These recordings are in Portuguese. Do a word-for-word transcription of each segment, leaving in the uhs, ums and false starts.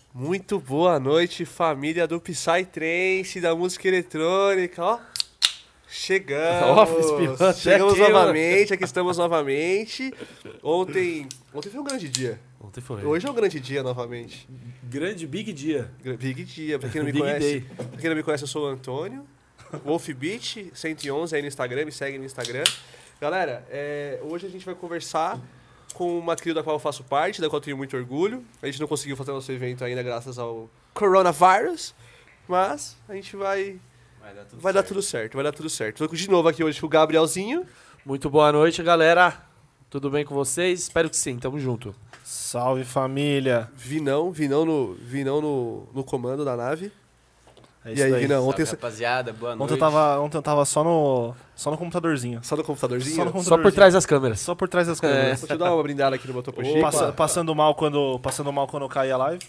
Muito boa noite, família do Psytrance, da música eletrônica, ó. Chegamos, oh, chegamos aqui, novamente, mano. aqui estamos novamente. Ontem, ontem foi um grande dia. Ontem foi. Hoje é um grande dia novamente. Grande, big dia. Big dia, pra quem não me Big conhece. day. Pra quem não me conhece, eu sou o Antônio. Wolfbeat cento e onze aí no Instagram, me segue no Instagram. Galera, é, hoje a gente vai conversar com uma trio da qual eu faço parte, da qual eu tenho muito orgulho. A gente não conseguiu fazer nosso evento ainda graças ao coronavírus, mas a gente vai... Vai dar tudo Vai certo. dar tudo certo, vai dar tudo certo. Tô de novo aqui hoje com o Gabrielzinho. Muito boa noite, galera. Tudo bem com vocês? Espero que sim, tamo junto. Salve, família. Vinão, Vinão no, Vinão no, no comando da nave. É E isso aí, daí. Vinão, Salve, ontem você... rapaziada, boa noite. Ontem eu tava, ontem eu tava só, no, só no computadorzinho. Só no computadorzinho? Só no Só computadorzinho. por trás das câmeras. Só por trás das câmeras. Deixa eu dar uma brindada aqui no meu topo chique. Passa- passando mal quando passando mal quando caía a live.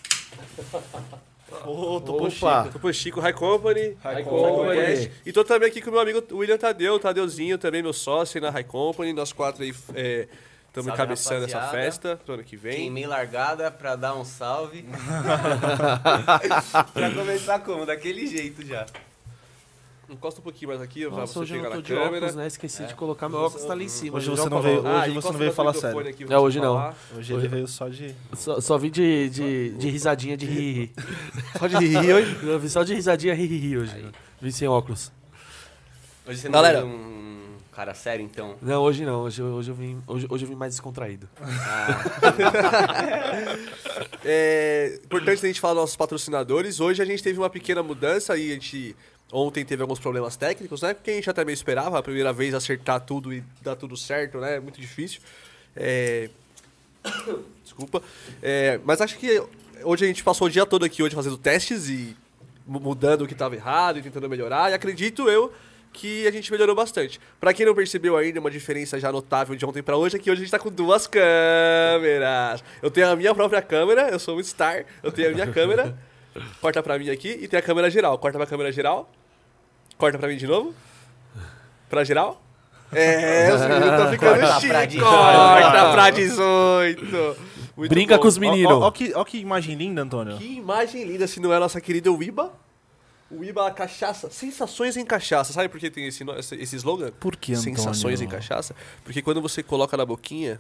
Ô, Topo Chico. Opa. Topo Chico, High Company. High Company. Podcast. E tô também aqui com o meu amigo William Tadeu, Tadeuzinho, também meu sócio aí na High Company. Nós quatro aí é, estamos Salve, encabeçando essa rapaziada. festa pro ano que vem. Queimei largada pra dar um salve. Pra começar como? Daquele jeito já. Encosta um pouquinho mais aqui, pra Nossa, você hoje eu pegar não tô na de câmera. óculos, né? Esqueci de colocar meu óculos, tá ali em cima. Hoje já você já não coloco. veio- hoje e você encosta não veio no falar microfone sério. aqui, É, você hoje não. falar. Hoje ele veio só de... Só, só vi de, de, de risadinha de ri. Só de rir hoje. Eu vi só de risadinha ri, ri, ri hoje. né? Vi sem óculos. Hoje você não Galera. é um cara sério, então? Não, hoje não. Hoje, hoje, eu, vim, hoje, hoje eu vim mais descontraído. É importante a gente falar dos nossos patrocinadores. Hoje a gente teve uma pequena mudança e a gente ontem teve alguns problemas técnicos, né? Porque a gente até meio esperava a primeira vez acertar tudo e dar tudo certo, né? É muito difícil. É... Desculpa. É, mas acho que hoje a gente passou o dia todo aqui hoje fazendo testes e mu- mudando o que estava errado e tentando melhorar. E acredito eu que a gente melhorou bastante. Pra quem não percebeu ainda, uma diferença já notável de ontem pra hoje é que hoje a gente tá com duas câmeras. Eu tenho a minha própria câmera, eu sou um star, eu tenho a minha câmera, corta pra mim aqui, e tem a câmera geral. Corta pra câmera geral, corta pra mim de novo, pra geral. É, os meninos estão ficando Corta pra chique. dezoito. Corta pra dezoito. Muito Brinca bom. com os Ó, meninos. ó, ó que, ó que imagem linda, Antônio. Que imagem linda, se não é a nossa querida Uiba. Uiba, a cachaça. Sensações em cachaça. Sabe por que tem esse, no- esse, esse slogan? Por que, Antônio? Sensações em cachaça? Porque quando você coloca na boquinha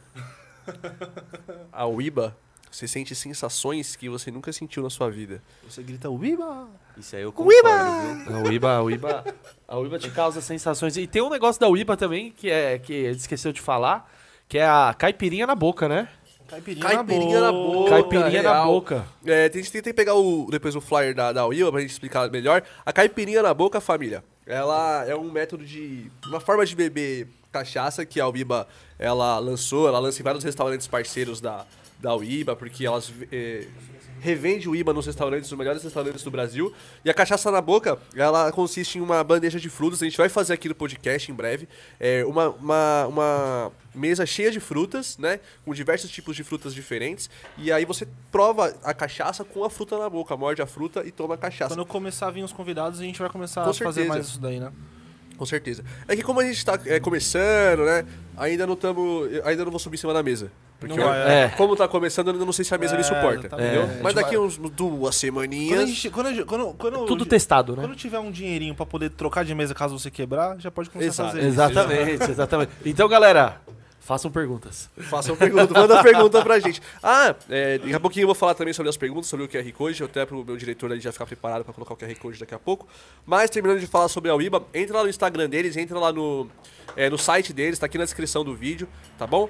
a Uiba, você sente sensações que você nunca sentiu na sua vida. Você grita Uiba! Isso aí eu concordo, viu? A Uiba, a Uiba, a Uiba te causa sensações. E tem um negócio da Uiba também, que é que ele esqueceu de falar, que é a caipirinha na boca, né? Caipirinha, Caipirinha na boca. Caipirinha na real. boca. É, a gente tenta pegar o, depois o flyer da, da Uiba pra gente explicar melhor. A caipirinha na boca, família, ela é um método de... uma forma de beber cachaça que a Uiba, ela lançou. Ela lança em vários restaurantes parceiros da, da Uiba, porque elas... É, revende o Uiba nos restaurantes, nos melhores restaurantes do Brasil. E a cachaça na boca, ela consiste em uma bandeja de frutas. A gente vai fazer aqui no podcast em breve. É uma, uma, uma mesa cheia de frutas, né? Com diversos tipos de frutas diferentes. E aí você prova a cachaça com a fruta na boca. Morde a fruta e toma a cachaça. Quando começar a vir os convidados, a gente vai começar Com a fazer certeza. mais isso daí, né? Com certeza. É que como a gente tá é, começando, né? Ainda não estamos. Ainda não vou subir em cima da mesa. Porque Não eu- vai, é. como tá começando, eu ainda não sei se a mesa É, me suporta. exatamente. Entendeu? É, Mas tipo, daqui uns duas Quando, a semaninhas. gente, quando, a gente- quando, quando, Tudo quando- testado, né? Quando tiver um dinheirinho pra poder trocar de mesa caso você quebrar, já pode começar Exato. a fazer isso. Exatamente, exatamente. Então, galera, façam perguntas. Façam pergunta, manda pergunta pra gente. Ah, é, daqui a pouquinho eu vou falar também sobre as perguntas, sobre o Q R Code, até pro meu diretor aí já ficar preparado pra colocar o Q R Code daqui a pouco. Mas terminando de falar sobre a Uiba, entra lá no Instagram deles, entra lá no, é, no site deles, tá aqui na descrição do vídeo, tá bom?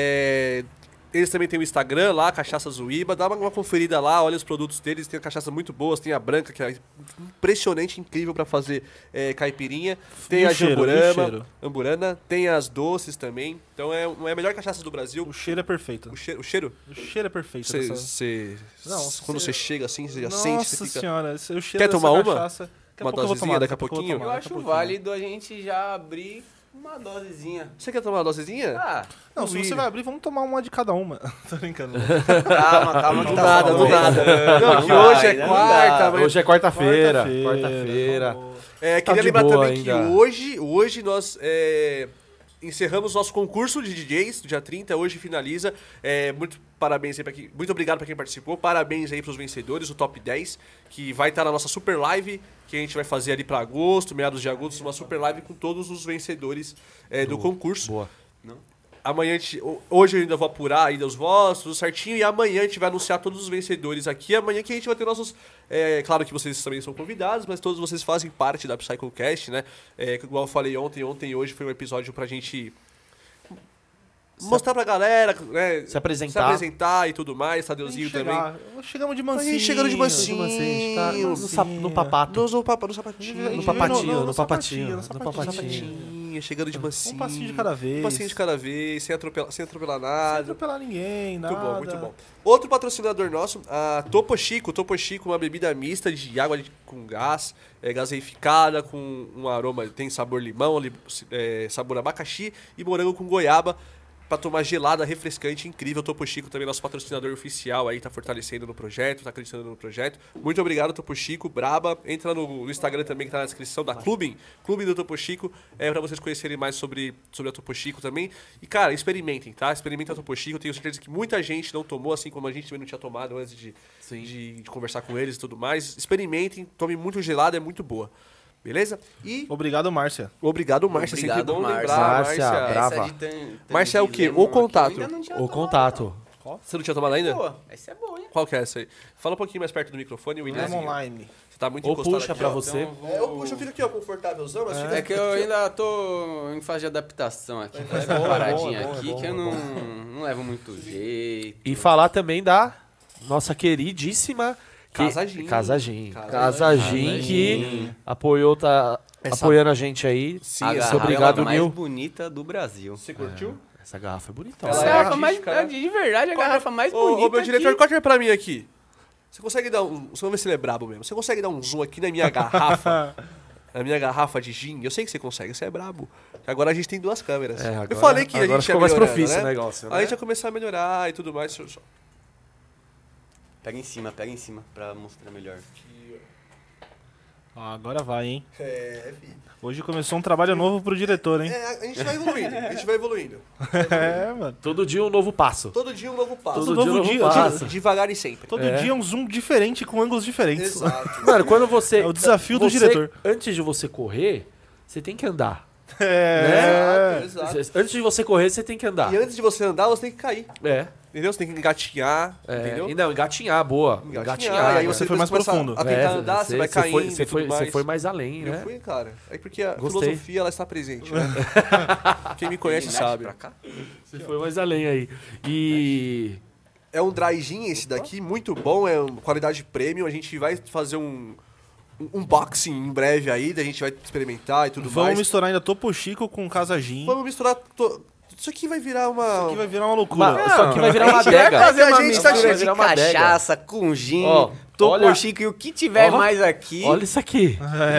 É, eles também têm o Instagram lá, Cachaças Uiba, dá uma, uma conferida lá, olha os produtos deles, tem cachaças muito boas, tem a branca, que é impressionante, incrível pra fazer é, caipirinha, tem E o a cheiro, e o Jamburama, cheiro? Amburana, tem as doces também, então é, é a melhor cachaça do Brasil. O cheiro é perfeito. O cheiro? O cheiro? O cheiro é perfeito. Cê, dessa- cê- Não, quando cê- você chega assim, você já Nossa sente, você fica... senhora, esse- o cheiro Quer dessa tomar uma? cachaça- Daqui a Uma pouco eu vou dosezinha tomar, daqui a eu vou pouquinho? tomar, Eu daqui a acho pouquinho. válido a gente já abrir uma dosezinha. Você quer tomar uma dosezinha? Ah, Não, se você vai abrir, vamos tomar uma de cada uma. Tô brincando. calma, calma que Do tá nada, só do um. nada. Não, que Não hoje vai, é não quarta, dá. mas... Hoje é quarta-feira. Quarta-feira, Quarta-feira. por favor. É, Tá queria de lembrar boa também ainda. que hoje, hoje nós é, encerramos nosso concurso de D Js do dia trinta, hoje finaliza. É, muito parabéns aí pra quem, muito obrigado para quem participou. Parabéns aí pros vencedores, o top dez, que vai estar na nossa super live, que a gente vai fazer ali para agosto, meados de agosto, uma super live com todos os vencedores é, do concurso. Boa. Amanhã, a gente, hoje eu ainda vou apurar ainda os votos, tudo certinho, e amanhã a gente vai anunciar todos os vencedores aqui. Amanhã que a gente vai ter nossos... É, claro que vocês também são convidados, mas todos vocês fazem parte da PsychoCast, né? É, igual eu falei ontem, ontem e hoje foi um episódio pra gente mostrar pra galera, né? Se apresentar. Se apresentar e tudo mais, Tadeuzinho também. Chegar. Chegamos de A mansinho. gente chegando de mansinho. A gente tá no, sa- no papato. No, no, papa- no sapatinho. No papatinho, no- no no papatinho. sapatinho, No no papatinho. Chegando de mansinho. Um passinho de cada vez. Um passinho de cada vez, sem atropelar, sem atropelar Sem nada. atropelar ninguém, nada. Muito bom, muito bom. Outro patrocinador nosso, a Topo Chico. Topo Chico, uma bebida mista de água de- com gás, é, gaseificada, com um aroma, tem sabor limão, li- é, sabor abacaxi e morango com goiaba. Pra tomar gelada, refrescante, incrível. Topo Chico também, nosso patrocinador oficial aí, tá fortalecendo no projeto, tá acreditando no projeto. Muito obrigado, Topo Chico, braba. Entra no, no Instagram também, que tá na descrição, da Clubem, Clube do Topo Chico, é pra vocês conhecerem mais sobre, sobre a Topo Chico também. E, cara, experimentem, tá? Experimentem a Topo Chico. Eu tenho certeza que muita gente não tomou, assim como a gente também não tinha tomado antes de, de, de conversar com eles e tudo mais. Experimentem, tomem muito gelado, é muito boa. Beleza? E Obrigado, Márcia. obrigado, Márcia. Sempre Obrigado, bom Márcia. lembrar, Márcia, Márcia. brava. Essa de tan- Márcia é o quê? tangerina O aqui, eu contato. ainda não tinha O tomado, contato. Você não tinha tomado ainda? não. Pô, essa é boa, hein? Qual que é essa aí? Fala um pouquinho mais perto do microfone, William. Lemon Lime. Você tá muito Ou encostado puxa aqui, pra ó. você. Então, É, eu puxo, eu fico aqui, ó, confortávelzão, mas fica É que eu ainda tô em fase de adaptação aqui. Com essa bom, é paradinha bom, é bom, aqui é bom, que é eu não, não levo muito jeito. E falar também da nossa queridíssima... que- Casa Gin. Casa Gin. Casa Casa Gin. Gin, Casa que Gin. apoiou, tá Essa- apoiando a gente aí. Sim, a essa- garrafa obrigado, mais Nil. bonita do Brasil. Você curtiu? Essa garrafa é bonita. Ela Essa é garrafa artística, mais, né? de verdade, a garrafa mais Ô, bonita ô, meu diretor, aqui. corta pra mim aqui. Você consegue dar um... Vamos ver se ele é brabo mesmo. Você consegue dar um zoom aqui na minha garrafa? Na minha garrafa de gin? Eu sei que você consegue, você é brabo. Agora a gente tem duas câmeras. É, agora- Eu falei que a agora gente ficou ia mais melhorando, profício né? o negócio, né? Aí a gente ia começar a melhorar e tudo mais. Deixa eu só- Pega em cima, pega em cima pra mostrar melhor. Ah, agora vai, hein? É, filho. Hoje começou um trabalho novo pro diretor, hein? É, a gente vai evoluindo, a gente vai evoluindo. É, mano. Todo dia um novo passo. Todo dia um novo passo. Todo, novo dia um novo dia, passo. Devagar e sempre. Todo É. dia um zoom diferente, com ângulos diferentes. Exato. Mano, quando você... É o desafio do você- diretor. Antes de você correr, você tem que andar. É. Exato, exato. Antes de você correr, você tem que andar. E antes de você andar, você tem que cair. É. Entendeu? Você tem que engatinhar, É, entendeu? e não, engatinhar, boa. Engatinhar, Engatinhar. e aí né? você foi mais começa profundo. a tentar É, andar, você vai Você caindo foi, e você tudo foi, mais. você foi mais além, Eu né? fui, cara. É porque a Gostei. filosofia, ela está presente, né? Quem me conhece Mexe sabe. pra cá. Você foi mais além aí. E... É um dry gin esse daqui, muito bom, é uma qualidade premium. A gente vai fazer um, um unboxing em breve aí, daí a gente vai experimentar e tudo Vamos mais. misturar ainda Topo Chico com Casa Gin. Vamos misturar... to- Isso aqui vai virar uma... Isso aqui vai virar uma loucura. Mas isso aqui vai virar uma A gente vai adega. fazer uma A gente tá mistura vai de virar uma adega. cachaça com gin, Ó, Topo olha- Chico e o que tiver Ó, mais aqui. Olha isso aqui.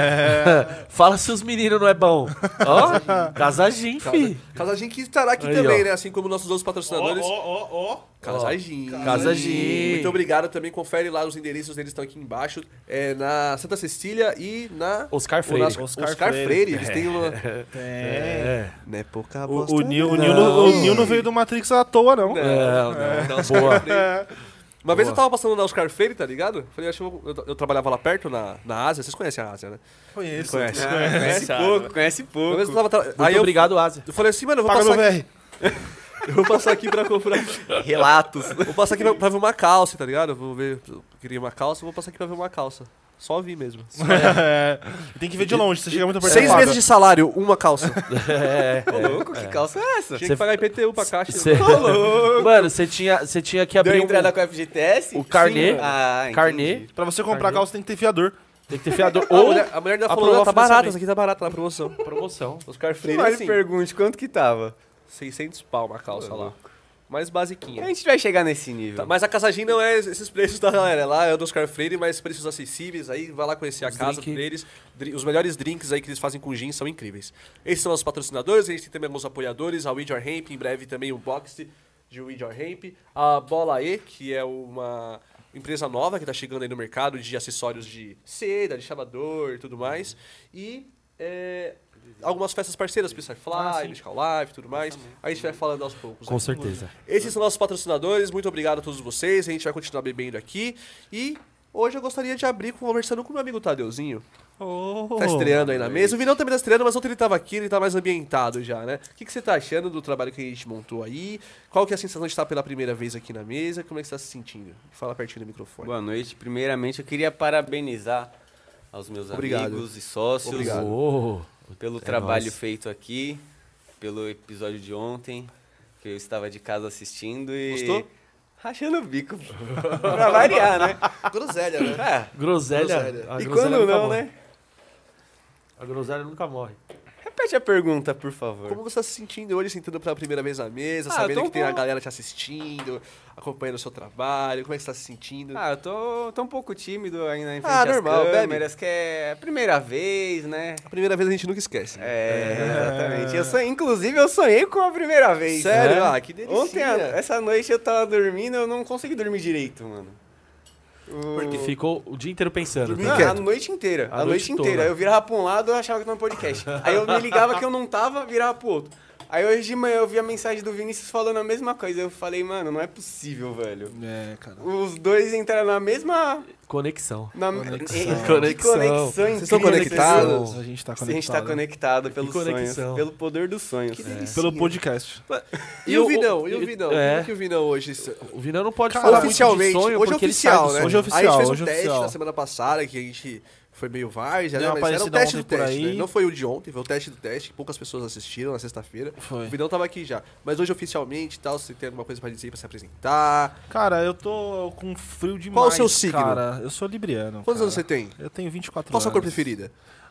É. Fala se os meninos não é bom. Ó, Casa Gin, fi. Casa Gin que estará aqui Aí, também, ó. né? Assim como nossos outros patrocinadores. ó, ó. Casa Gin. Casa Gin. Muito obrigado também. Confere lá os endereços deles estão aqui embaixo. É na Santa Cecília e na... Oscar ou Freire. nas- Oscar Oscar, Freire. Freire. Eles têm uma... É. É. Não é pouca O, bosta. o, Nil, o, não. Nil não, o Nil não veio do Matrix à toa, não. Não, É, não, Oscar Boa. Freire. Uma vez Boa. eu tava passando na Oscar Freire, tá ligado? Falei, acho que eu, eu, eu trabalhava lá perto, na, na Ásia. Vocês conhecem a Ásia, né? Conheço. Conhece. Ah, conhece pouco, conhece Uma pouco. vez eu tava... tra- Muito Aí eu, obrigado, Ásia. eu falei assim, mano, eu vou Paga meu passar, V aqui, R. eu vou passar aqui pra comprar... Relatos. Vou passar aqui pra, pra ver uma calça, tá ligado? Eu vou ver... Eu queria uma calça, vou passar aqui pra ver uma calça. Só vi mesmo. É. Tem que ver de longe, você chega muito perto. Seis paga. meses de salário, uma calça. É. Ô, louco, que calça é essa? Tinha que pagar I P T U pra caixa. Cê- Mano, você tinha, você tinha que Deu abrir um... entrada com o F G T S? o carnê. Sim. Ah, entendi. Carnê. Pra você comprar Carnê. calça tem que ter fiador. Tem que ter fiador. A Ou mulher, a mulher da falou, aprovar tá barata, financiamento. essa aqui tá barata na promoção. promoção. Oscar Freire, Mas assim, pergunte quanto que tava. seiscentos pau uma calça Ô, lá. louco. Mais basiquinha. A gente vai chegar nesse nível. Tá, mas a Casa Gin não é esses preços da galera. Lá é o do Oscar Freire, mas preços acessíveis. Aí vai lá conhecer a Os casa drink. deles. Dri- Os melhores drinks aí que eles fazem com gin são incríveis. Esses são nossos patrocinadores. A gente tem também alguns apoiadores. A With Your Hemp, em breve também um box de With Your Hemp. A Bola E, que é uma empresa nova que está chegando aí no mercado de acessórios de seda, de chamador e tudo mais. E é, algumas festas parceiras, Psy Fly, Ah, sim. Mystical Live e tudo mais. A gente vai falando aos poucos. Com né? certeza. Esses são nossos patrocinadores, muito obrigado a todos vocês. A gente vai continuar bebendo aqui. E hoje eu gostaria de abrir conversando com o meu amigo Tadeuzinho. Oh. Tá estreando aí na mesa. O Vinão também tá estreando, mas ontem ele tava aqui, ele tá mais ambientado já, né? O que, que você tá achando do trabalho que a gente montou aí? Qual que é a sensação de estar pela primeira vez aqui na mesa? Como é que você tá se sentindo? Fala pertinho do microfone. Boa noite. Primeiramente, eu queria parabenizar aos meus Obrigado. amigos e sócios Obrigado. Oh, pelo É trabalho nóis. feito aqui, pelo episódio de ontem, que eu estava de casa assistindo e... Gostou? Rachando o bico. Pra variar, né? Groselha, né? É. groselha. Groselha. A E groselha quando nunca não, morre. né? A groselha nunca morre. Repete a pergunta, por favor. Como você tá se sentindo hoje, sentando pela primeira vez na mesa, Ah, sabendo eu tô que tem um a pouco- galera te assistindo, acompanhando o seu trabalho? Como é que você tá se sentindo? Ah, eu tô, tô um pouco tímido ainda em frente Ah, às normal, bebe. câmeras, que é a primeira vez, né? A primeira vez a gente nunca esquece. né? É, exatamente. Eu sonhei, inclusive, eu sonhei com a primeira vez. Sério? né? Ah, que delícia. Ontem, a- essa noite, eu tava dormindo, eu não consegui dormir direito, mano. O- Porque ficou o dia inteiro pensando. Dormiu Não, quieto. a noite inteira. A A, noite noite, inteira. toda. Eu virava pra um lado, eu achava que tava no podcast. Aí eu me ligava que eu não tava, virava pro outro. Aí hoje de manhã eu vi a mensagem do Vinícius falando a mesma coisa. Eu falei, mano, não é possível, velho. É, cara. Os dois entraram na mesma... Conexão. Na, Conexão. em- que Conexão. conexão Vocês estão incrível, conectados? entendeu? A gente tá A conectado. gente tá conectado pelos Que conexão. sonhos, pelo poder dos sonhos. Que delícia. Pelo podcast. E o o- Vinão? E o- o Vinão? é. Como é que o Vinão hoje... O Vinão não pode Cara, falar muito oficialmente, de sonho hoje é porque oficial, ele sai do né? sonho. Hoje é A gente oficial, fez um hoje é teste oficial. na semana passada, que a gente foi meio várzea, né? Deu uma Mas era o aparecida teste do ontem por teste, aí. né? Não foi o de ontem, foi o teste do teste, que poucas pessoas assistiram na sexta-feira. Foi. O Vinão tava aqui já. Mas hoje, oficialmente, tal, você tem alguma coisa pra dizer aí pra se apresentar? Cara, eu tô com frio demais. Qual o seu signo? Cara, eu sou libriano. Quantos cara. anos você tem? Eu tenho vinte e quatro Qual a anos. sua cor preferida?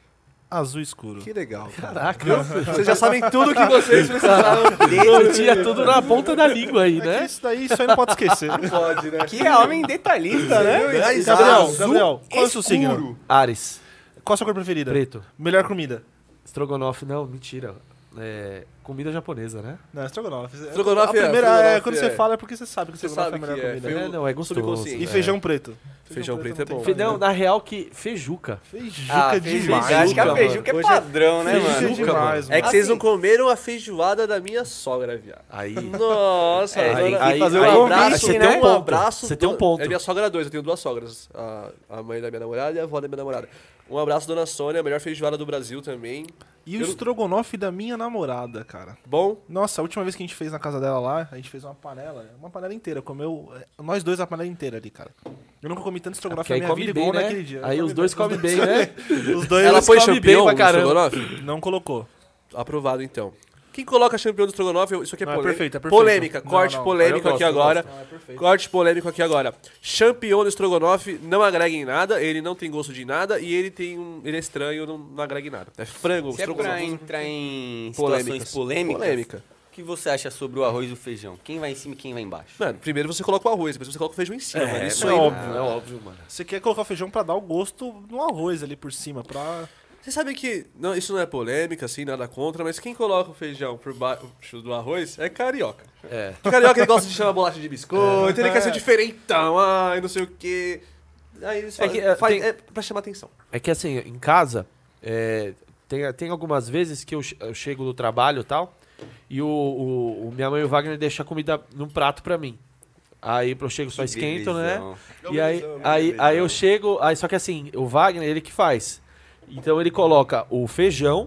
Azul escuro. Que legal. Cara. Caraca, Vocês já sabem tudo que vocês precisavam. eu tinha tudo na ponta da língua aí, É que né? isso daí, isso aí não pode esquecer. Pode, né? Que é homem detalhista, né? Mas Gabriel, azul Gabriel, qual é o seu escuro. signo? Ares, Qual a sua cor preferida? preto. Melhor comida? Estrogonofe, não, mentira. É, comida japonesa, né? Não, estrogonofe. Estrogonofe a é, primeira, estrogonofe é, quando é. você fala é porque você sabe que Você estrogonofe sabe é a melhor que é. comida. Foi É, o não, é gostoso. subconsciente. E é. feijão preto? Feijão preto é não bom. tem Fe- Não, na real que feijuca. Feijuca Ah, demais. feijuca. Acho que a mano. feijuca é Hoje é- padrão, né, Feijuca mano? é demais, É mano. que vocês Assim- não comeram a feijoada da minha sogra, viado. Aí. Nossa, É, agora- tem que aí- fazer aí- um abraço, convite, você né? tem um ponto. abraço. Você tem um do- ponto. É minha sogra dois, eu tenho duas sogras. A, a mãe da minha namorada e a avó da minha namorada. Um abraço, dona Sônia, a melhor feijoada do Brasil também. E o estrogonofe da minha namorada, cara. Bom, Nossa, a última vez que a gente fez na casa dela lá, a gente fez uma panela, uma panela inteira. Comeu, é, nós dois a panela inteira ali, cara. Eu nunca comi tanto estrogonofe Porque na aí minha come vida bem, igual né? naquele dia. Aí Eu os comi dois bem, comem bem, né? Os dois ela Eles põe comem bem champignon pra no caramba. estrogonofe? não colocou. Aprovado, então. Quem coloca champignon no estrogonofe, isso aqui é Não, é polêmica. perfeito, é perfeito. Polêmica, Não, corte não, polêmico eu aqui gosto, eu agora. Não, é perfeito. Corte polêmico aqui agora. Champignon no estrogonofe não agrega em nada, ele não tem gosto de nada e ele tem um, ele é estranho, não, não agrega em nada. É frango, Se é pra estrogonofe. entrar em Polêmicas. situações polêmicas, Polêmica. o que você acha sobre o arroz e o feijão? Quem vai em cima e quem vai embaixo? Mano, primeiro você coloca o arroz, depois você coloca o feijão em cima. mano. Isso é aí. óbvio. É óbvio, mano. Você quer colocar o feijão pra dar o gosto no arroz ali por cima, pra... Você sabe que não, isso não é polêmica, assim, nada contra, mas quem coloca o feijão por baixo do arroz é carioca. É. O carioca ele gosta de chamar bolacha de biscoito, ele quer ser diferentão, ai, não sei o quê. Aí eles É falam, que, é, faz, tem- é pra chamar atenção. É que assim, em casa, é, tem, tem algumas vezes que eu, che- eu chego do trabalho e tal, e o, o, o- minha mãe e o Wagner deixam a comida num prato pra mim. Aí eu chego, só Que esquento, né? belezão. E aí, Belezão, aí, belezão. aí eu chego, aí só que assim, o Wagner, ele que faz. Então ele coloca o feijão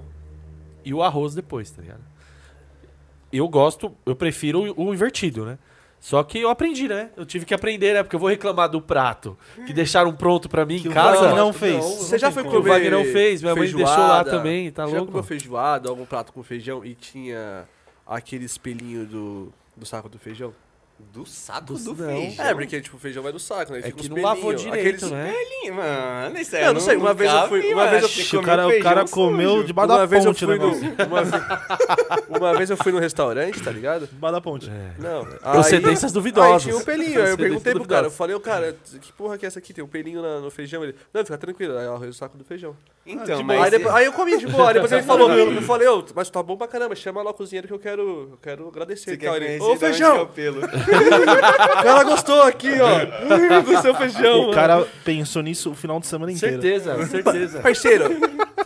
e o arroz depois, tá ligado? Eu gosto, eu prefiro o, o invertido, né? Só que eu aprendi, né? Eu tive que aprender, né? Porque eu vou reclamar do prato que deixaram pronto pra mim Que em o casa. Wagner não fez. Você já foi como. comer O Wagner não fez, minha mãe deixou lá feijoada? também, tá Você já louco? comeu feijoada, algum prato com feijão e tinha aquele espelhinho do, do saco do feijão? Do saco Do- do, não. feijão. É, porque tipo, o feijão vai do saco, né? É Fica que uns não lavou pelinhos, direito, aqueles- né? Ih, mano, isso aí Eu não sei, uma vez eu fui- cabe, uma mano. vez eu Acho que fui- O comeu cara, o cara feijão comeu sujo. debaixo Uma da vez eu ponte, fui né, no, mano? uma, ve- uma vez eu fui no restaurante, tá ligado? Debaixo da ponte. Não. Procedências Aí duvidosas. tinha um pelinho. Aí eu Procedências perguntei pro cara, eu duvidosas. falei, ô cara, que porra que é essa aqui? Tem um pelinho na- no feijão? Ele, não, fica tranquilo, aí eu arroz o saco do feijão. Então, Aí, mas... depois- aí eu comi de boa, aí depois ele falou, eu falei, ô, mas tá bom pra caramba, chama lá o cozinheiro que eu quero, eu quero agradecer. Você e quer tal. Ele, conhecer ô de onde que é feijão, o pelo? o cara gostou aqui, ó, do seu feijão. O cara pensou nisso o final de semana inteiro. Certeza, certeza. Parceiro, também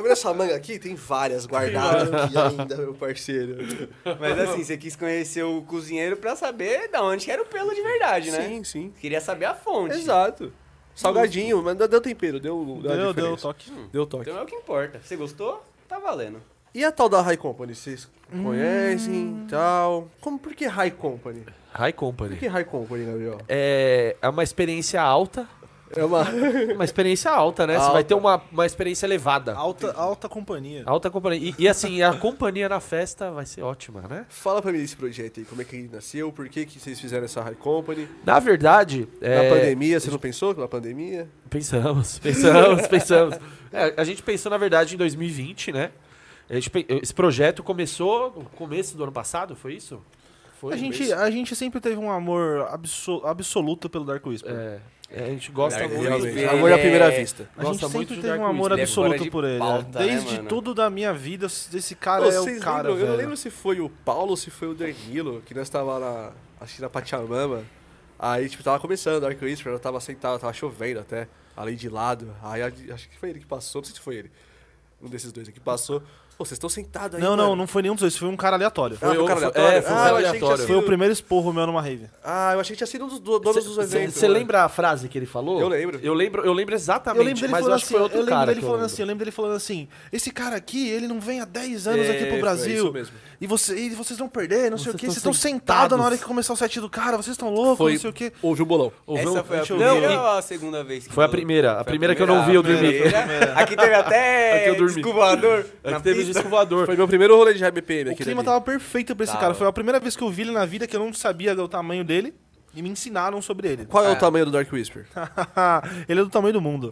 vendo essa manga aqui? Tem várias guardadas aqui ainda, meu parceiro. Mas assim, você quis conhecer o cozinheiro pra saber da onde que era o pelo de verdade, né? Sim, sim. Queria saber a fonte. Exato. Salgadinho, mas deu tempero, deu, deu, a Deu, deu diferença. toque. Deu toque. Então é o que importa. Você gostou? Tá valendo. E a tal da High Company? Vocês conhecem e tal? Como, por que High Company? High Company. Por que High Company, Gabriel? É, é uma experiência alta. É uma... Uma experiência alta, né? Você Alta. vai ter uma, uma experiência elevada. Alta, alta companhia. Alta companhia. E, e assim, a companhia na festa vai ser ótima, né? Fala pra mim desse projeto aí, como é que ele nasceu, por que, que vocês fizeram essa High Company? Na verdade. Na é, pandemia, você não pensou na pandemia? Pensamos, pensamos, pensamos. É, a gente pensou, na verdade, em dois mil e vinte, né? A gente, pe- esse projeto começou no começo do ano passado, foi isso? Foi A no gente, mês? a gente sempre teve um amor abso- absoluto pelo Dark Whisper. É, é, a gente gosta Dark muito. Whisper, Realmente, ele amor à primeira é- vista. A gente Gosta muito sempre do teve Dark um amor Whisper. Ele é absoluto fora de por ele. pauta, é. né, Desde mano? tudo da minha vida, esse cara Ô, é o vocês cara, lembram? Eu velho. não lembro se foi o Paulo ou se foi o Danilo, que nós tava lá, acho que na Pachamama. Aí, tipo, tava começando o Dark Whisper, eu tava sentado, tava chovendo até, ali de lado. Aí a- acho que foi ele que passou, não sei se foi ele. Um desses dois aqui passou. Pô, vocês estão sentados aí, Não, não, mano. não foi nenhum dos dois, foi um cara aleatório. Ah, foi um cara Foi- aleatório? é, foi um Ah, cara eu achei que tinha aleatório. Foi o sido- primeiro esporro meu numa rave. Ah, eu achei que tinha sido um dos do- donos dos eventos. Você né? lembra a frase que ele falou? Eu lembro. Eu lembro, eu lembro exatamente, Eu lembro dele mas eu falando acho assim, que foi outro eu lembro cara dele que eu falando lembro. assim, eu lembro dele falando assim, esse cara aqui, ele não vem há dez anos É, aqui pro foi Brasil. isso mesmo. E, você, e vocês vão perder, não sei Vocês o quê. estão Vocês estão sentados. sentados na hora que começar o set do cara, vocês estão loucos, Foi, não sei o quê. houve um bolão. Houve Essa um- foi a deixa eu primeira ver. ou a segunda vez? que Foi a eu- primeira, a Foi primeira que eu não vi, eu dormi. primeira. Aqui teve até Aqui eu dormi. disco voador Aqui na teve pista. disco voador. Foi meu primeiro rolê de R B P M O aqui. clima tava perfeito pra esse Tava. cara. Foi a primeira vez que eu vi ele na vida que eu não sabia o tamanho dele e me ensinaram sobre ele. Qual é, É. o tamanho do Dark Whisper? ele é do tamanho do mundo.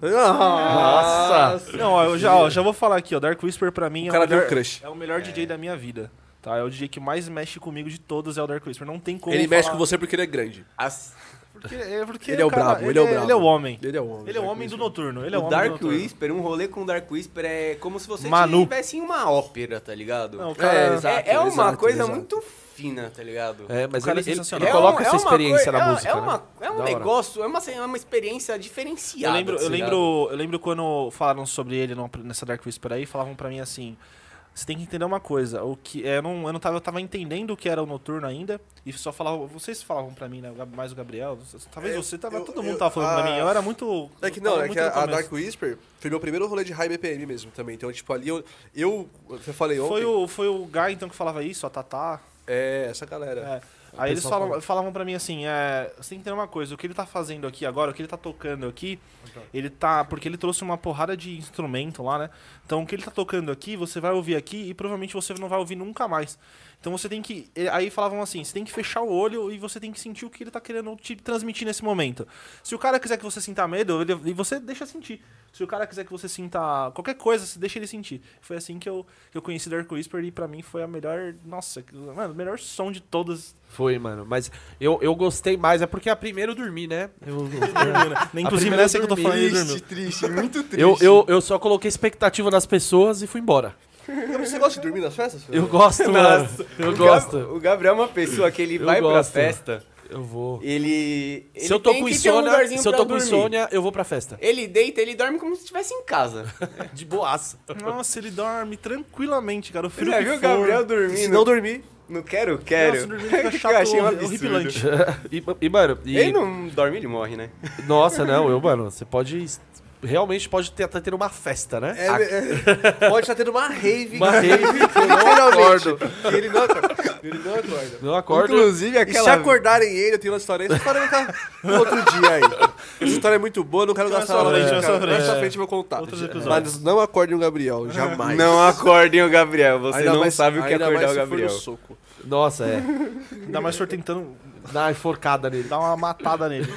Nossa! Não, ó, eu já, ó, já vou falar aqui, ó. Dark Whisper pra mim O é, cara o melhor, deu crush. é o melhor D J da minha vida. Tá? É o D J que mais mexe comigo de todos, é o Dark Whisper. Não tem como Ele mexe falar- com você porque ele é grande. As- Porque, é porque Ele é o cara, brabo, ele é o brabo. Ele é o homem. Ele é o homem. Ele é o Dark homem do Whisper. noturno. Ele é o o homem do Dark noturno. Whisper, um rolê com o Dark Whisper é como se você Manu. estivesse em uma ópera, tá ligado? Não, o É, cara, exato. é, é uma exato, coisa exato. muito fina, tá ligado? É, mas O cara ele, é ele, sensacional. ele É coloca um- essa é uma experiência coisa- na é- música, É, uma, né? é um Da hora. negócio, é uma, é uma experiência eu diferenciada. lembro, tá eu ligado? lembro, eu lembro quando falaram sobre ele no- nessa Dark Whisper aí, falavam pra mim assim: você tem que entender uma coisa, o que é, eu não, eu não tava, eu tava entendendo o que era o noturno ainda, e só falavam, vocês falavam pra mim, né, o Gab- mais o Gabriel, talvez É, você tava, eu- todo mundo eu- tava falando pra ah, mim, eu era muito... É que eu não, tava é muito que no a, a começo. Dark Whisper foi meu primeiro rolê de High B P M mesmo também. Então, tipo, ali eu. Eu, eu falei ontem. Foi o, foi o Guy, então, que falava isso, a Tatá. É, essa galera. É. Aí eles pessoal falam, falou. falavam pra mim assim, é, você tem que entender uma coisa, o que ele tá fazendo aqui agora, o que ele tá tocando aqui, ele tá, porque ele trouxe uma porrada de instrumento lá, né? Então o que ele tá tocando aqui, você vai ouvir aqui e provavelmente você não vai ouvir nunca mais. Então você tem que, e- aí falavam assim, você tem que fechar o olho e você tem que sentir o que ele tá querendo te transmitir nesse momento. Se o cara quiser que você sinta medo, ele, e você deixa sentir. Se o cara quiser que você sinta qualquer coisa, você deixa ele sentir. Foi assim que eu, que eu conheci Dark Whisper e pra mim foi a melhor, nossa, mano, o melhor som de todas. Foi, mano. Mas eu, eu gostei mais, é porque a primeira eu dormi, né? Eu, Inclusive primeira nessa que eu tô dormi. falando, ele dormiu. triste, muito triste. eu, eu, eu só coloquei expectativa nas pessoas e fui embora. Você gosta de dormir nas festas? Eu gosto, mano. Nossa, Eu o gosto. Gab- o Gabriel é uma pessoa que ele Eu vai pra gosto. festa, Eu vou. ele, ele Se eu tô tem com que ter um insônia, lugarzinho se eu pra tô com dormir. insônia, eu vou pra festa. Ele deita, ele dorme como se estivesse em casa. De boaça. Nossa, ele dorme tranquilamente, cara. O Você frio já que viu o for. Gabriel Se dormindo? não dormir. Não quero, quero. Nossa, dormir fica Que chato, eu achei um horripilante. absurdo. E, e, mano, e, Ele não dorme, ele morre, né? nossa, não, eu, mano, você pode. Realmente pode ter, tá tendo uma festa, né? É, A- é, pode estar tendo uma rave. Uma rave que eu não Literalmente. acordo. E ele não acorda. Ele não acorda. Não acordo. Inclusive E se aquela... acordarem ele, eu tenho uma história. Essa história vai ficar no outro dia aí. Essa história é muito boa, não quero Mais gastar pra hora. frente, cara. mais pra Mais pra frente. frente eu vou contar. Outros episódios. Mas não acordem o Gabriel, jamais. Não acordem o Gabriel, você Ainda não mais- sabe o que é ainda acordar mais o se for no Gabriel. soco. Nossa, é. Ainda mais se for tentando Dá uma enforcada nele. dar uma matada nele.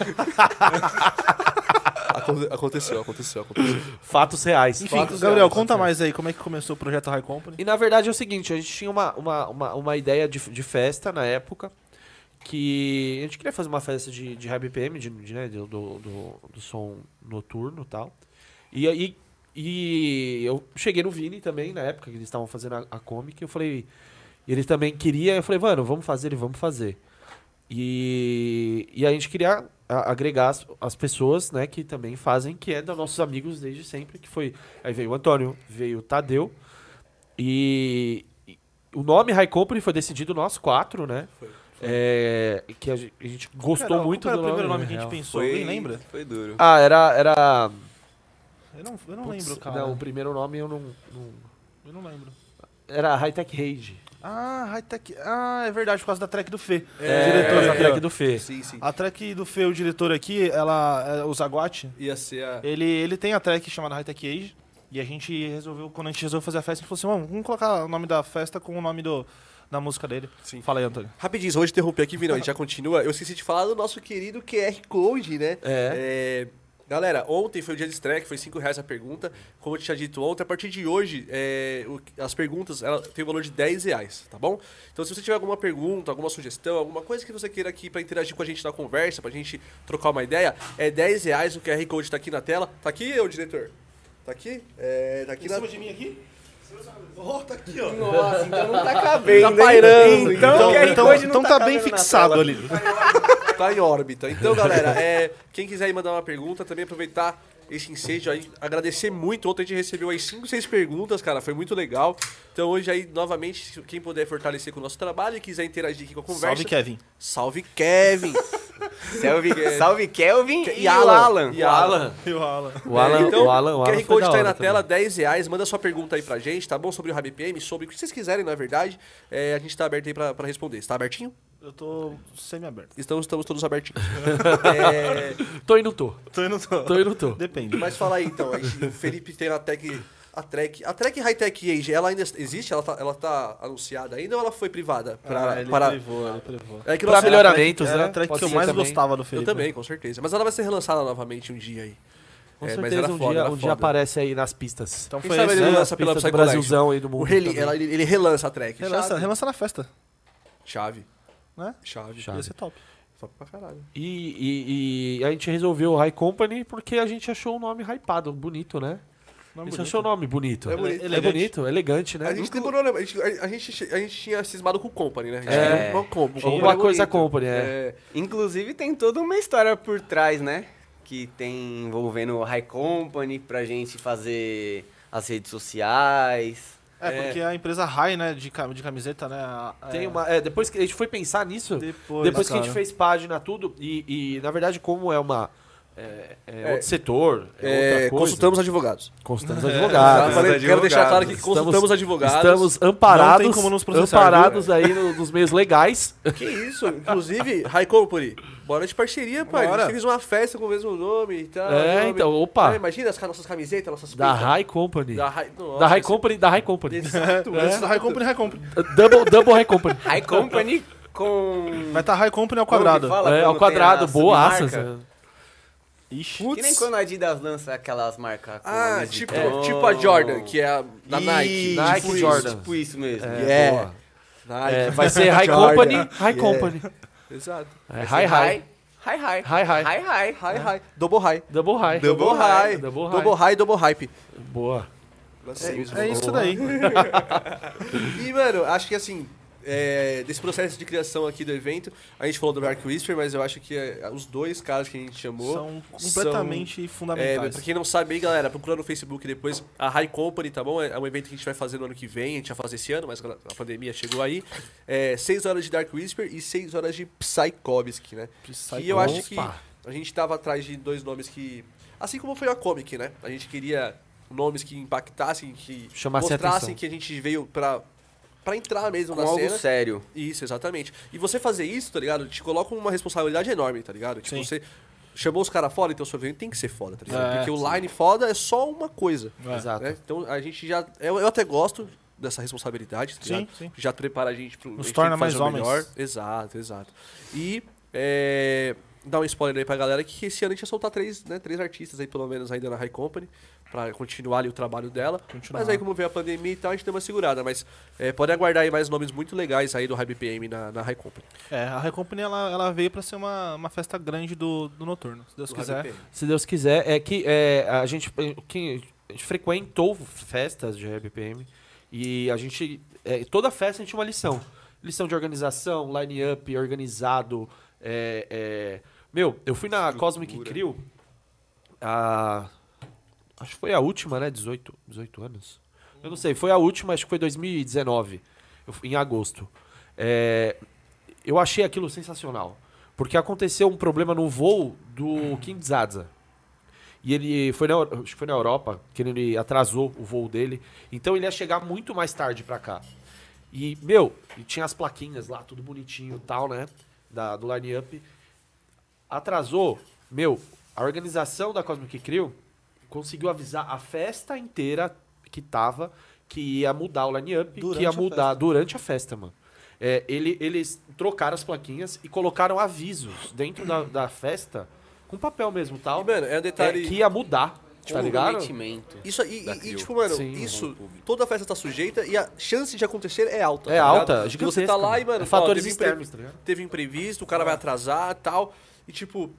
Aconte- Aconteceu, aconteceu, aconteceu. Fatos reais. Enfim, Fatos Gabriel, reais, conta fatos mais aí como é que começou o projeto High Company. E na verdade é o seguinte, a gente tinha uma, uma, uma, uma ideia de, de festa na época, que a gente queria fazer uma festa de, de High B P M, de, de, né, do, do, do, do som noturno e tal. E aí e eu cheguei no Vini também, na época que eles estavam fazendo a, a Comic, eu falei, e ele também queria, eu falei, mano, vamos fazer, ele vamos fazer. E, e a gente queria a- agregar as, as pessoas, né, que também fazem, que é dos nossos amigos desde sempre, que foi... Aí veio o Antônio, veio o Tadeu, e, e o nome High Company foi decidido nós quatro, né? Foi. É, que a gente, a gente gostou Qual era- muito qual era do o primeiro nome, nome que a na gente real. pensou? Alguém lembra? Foi duro. Ah, era... era Eu não, eu não putz, lembro, cara. Não, o primeiro nome eu não... não Eu não lembro. era High Tech Rage. Ah, High Tech. Ah, é verdade, por causa da track do Fê. É, o diretor a aqui, track ó. do Fê. Sim, sim. A track do Fê, o diretor aqui, ela, é, o Zaguate, Ia ser a... ele, ele tem a track chamada High Tech Age. E a gente resolveu, quando a gente resolveu fazer a festa, a gente falou assim, vamos, vamos colocar o nome da festa com o nome do, da música dele. Sim. Fala aí, Antônio. Rapidinho, só vou te interromper aqui, Vinão, a gente já continua. Eu esqueci de falar do nosso querido Q R Code, né? É. É, Galera, ontem foi o dia de estreia, que foi cinco reais a pergunta. Como eu tinha dito ontem, a partir de hoje, é, o- as perguntas ela tem o valor de dez reais, tá bom? Então, se você tiver alguma pergunta, alguma sugestão, alguma coisa que você queira aqui pra interagir com a gente na conversa, pra gente trocar uma ideia, é dez reais, o Q R Code tá aqui na tela. Tá aqui, ô diretor? Tá aqui? É, tá aqui na... de mim aqui? Oh, tá aqui, ó. Nossa, então não tá cabendo. Tá hein? pairando, Então, então- o Q R então, Code não então tá, bem cabendo na fixado tela. ali. Tá em órbita. Então, galera, é, quem quiser ir mandar uma pergunta, também aproveitar esse ensejo aí, agradecer muito. Ontem a gente recebeu aí cinco, seis perguntas, cara, foi muito legal. Então hoje aí, novamente, se quem puder fortalecer com o nosso trabalho e quiser interagir aqui com a conversa... Salve, Kevin. Salve, Kevin! Salve, salve Kelvin E e, Alan. o Alan. E Alan. E o Alan. O Alan, É, então, o Alan, o o Alan Q R foi Code da tá aí hora na também. tela, dez reais. Manda sua pergunta aí pra gente, tá bom? Sobre o Hub P M, sobre o que vocês quiserem, na verdade. É, a gente tá aberto aí pra, pra responder. Está abertinho? Eu tô semi-aberto. Estamos, estamos todos abertinhos. É, Tô e não tô. Tô indo, tô. Tô e não tô. Depende. mas fala aí então, a gente- o Felipe tem a tech, a track, a track High Tech Age, ela ainda existe? Ela tá, ela tá anunciada ainda ou ela foi privada? Pra, Ah, ele para, privou, ele privou. é que Pra nós- melhoramentos, Era né? a track Pode que eu ser mais também. gostava do Eu Felipe. também, com certeza. Mas ela vai ser relançada novamente um dia aí. Com É, mas certeza era um foda, dia, era um dia foda. aparece aí nas pistas. Então Quem foi sabe esse, ele né? lança pela pistas do Psycho Collection. Brasilzão aí do O mundo. rele, também. ela- ele, ele relança a track. Relança, Chave. relança na festa, Chave. né? Chave. Chave. Ia ser top. Top pra caralho. E, e- e a gente resolveu o High Company porque a gente achou o nome hypado, bonito, né? Nome A gente bonito. achou o nome bonito. É bonito. É Elegante. bonito, elegante, né? A gente demorou, né? A gente, a, a gente, a gente tinha cismado com o Company, né? A gente É. queria uma, com- Tinha company uma coisa bonito. Company, é. É. Inclusive tem toda uma história por trás, né? Que tem envolvendo o High Company pra gente fazer as redes sociais. É, porque a empresa High, né, de, cam- de camiseta, né? a- Tem é, uma, é, depois que a gente foi pensar nisso, Depois, depois que a gente cara. fez página, tudo, e, e, na verdade, como é uma. É, é É. outro setor, é, É, outra coisa. consultamos advogados. Consultamos Ah, advogados. falei, advogados. quero deixar claro que Estamos- consultamos advogados. Estamos amparados, Não tem como nos processar, amparados aí no- nos meios legais. Que isso? Inclusive, High Company, bora de parceria, pai. A Bora. gente fez uma festa com o mesmo nome e tal. É, nome. então, opa. É, imagina as ca- nossas camisetas, nossas Da pintas. High Company. Da Da, High, nossa, High esse- Company, da High Company. Exato, Antes exato. da High Company, High Company. Double, double High Company. High Company com... Vai estar High Company ao Como que quadrado. fala É, ao quando quadrado, tem a boa submarca? aças. Ixi. Que nem quando a Adidas lança aquelas marcas com Ah, Louis tipo, Vuitton. tipo a Jordan, que é a da Nike. Nike tipo Jordan. Isso, tipo isso mesmo. É, Yeah. boa. Nike. É, vai ser High Jordan. Company, High Yeah. Company. Exato. É, high, high. High, high. High, high. High, high. High, high. Double high. Double high. Double high. Double high. Double high, double hype. Boa. É isso daí. E, mano, acho que assim, é, desse processo de criação aqui do evento, a gente falou do Dark Whisper, mas eu acho que é, os dois caras que a gente chamou São completamente É, fundamentais. pra quem não sabe aí, galera, procura no Facebook depois a High Company, tá bom? É um evento que a gente vai fazer no ano que vem, a gente ia fazer esse ano, mas a pandemia chegou aí. É, seis horas de Dark Whisper e seis horas de Psychobisc, né? E eu acho que Opa. a gente tava atrás de dois nomes que... Assim como foi a Comic, né? A gente queria nomes que impactassem, que Chamasse a mostrassem atenção. que a gente veio pra, pra entrar mesmo Com na algo cena. sério. Isso, exatamente. E você fazer isso, tá ligado? Te coloca uma responsabilidade enorme, tá ligado? Tipo, Sim. você chamou os caras foda, então o seu evento tem que ser foda, tá ligado? É, Porque sim. o line foda é só uma coisa. É. Exato. Né? Então a gente já. Eu, eu até gosto dessa responsabilidade, tá Sim, ligado? sim. Já prepara a gente pro. Nos a gente torna tem que mais fazer o homens. melhor. Exato, exato. E. É, dar um spoiler aí pra galera que esse ano a gente ia soltar três, né, três artistas aí, pelo menos, ainda na High Company, pra continuar ali o trabalho dela. Continuar. Mas aí, como veio a pandemia e tal, a gente deu uma segurada. Mas é, podem aguardar aí mais nomes muito legais aí do High B P M na, na High Company. É, a High Company ela, ela veio pra ser uma, uma festa grande do, do noturno, se Deus Do quiser. High B P M. Se Deus quiser, é que é, a, gente, quem- a gente frequentou festas de R B P M e a gente. É, toda festa a gente tinha uma lição. Lição de organização, line-up organizado, é, é, Meu, eu fui na Cosmic Crew, a... acho que foi a última, né? dezoito, dezoito anos. Eu não sei, foi a última, acho que foi dois mil e dezenove, eu fui em agosto. É, eu achei aquilo sensacional, porque aconteceu um problema no voo do King Zaza. E ele foi na, acho que foi na Europa, que ele atrasou o voo dele. Então ele ia chegar muito mais tarde pra cá. E, meu, e tinha as plaquinhas lá, tudo bonitinho e tal, né? Da, do line-up. Atrasou, meu, a organização da Cosmic Crew conseguiu avisar a festa inteira que tava que ia mudar o line-up, que Durante ia a mudar festa. durante a festa, mano. É, ele, eles trocaram as plaquinhas e colocaram avisos dentro da, da festa, com papel mesmo e tal, E, mano, é um detalhe- é, que ia mudar, tá ligado? Comprometimento. Isso aí, Da e, e, Crew. tipo, mano, Sim, isso, toda festa tá sujeita e a chance de acontecer é alta. É tá alta, ligado? E você tá gigantesca, lá e, mano, é fatores ó, teve, impre- externos, tá ligado? teve imprevisto, o cara vai atrasar e tal. E, tipo,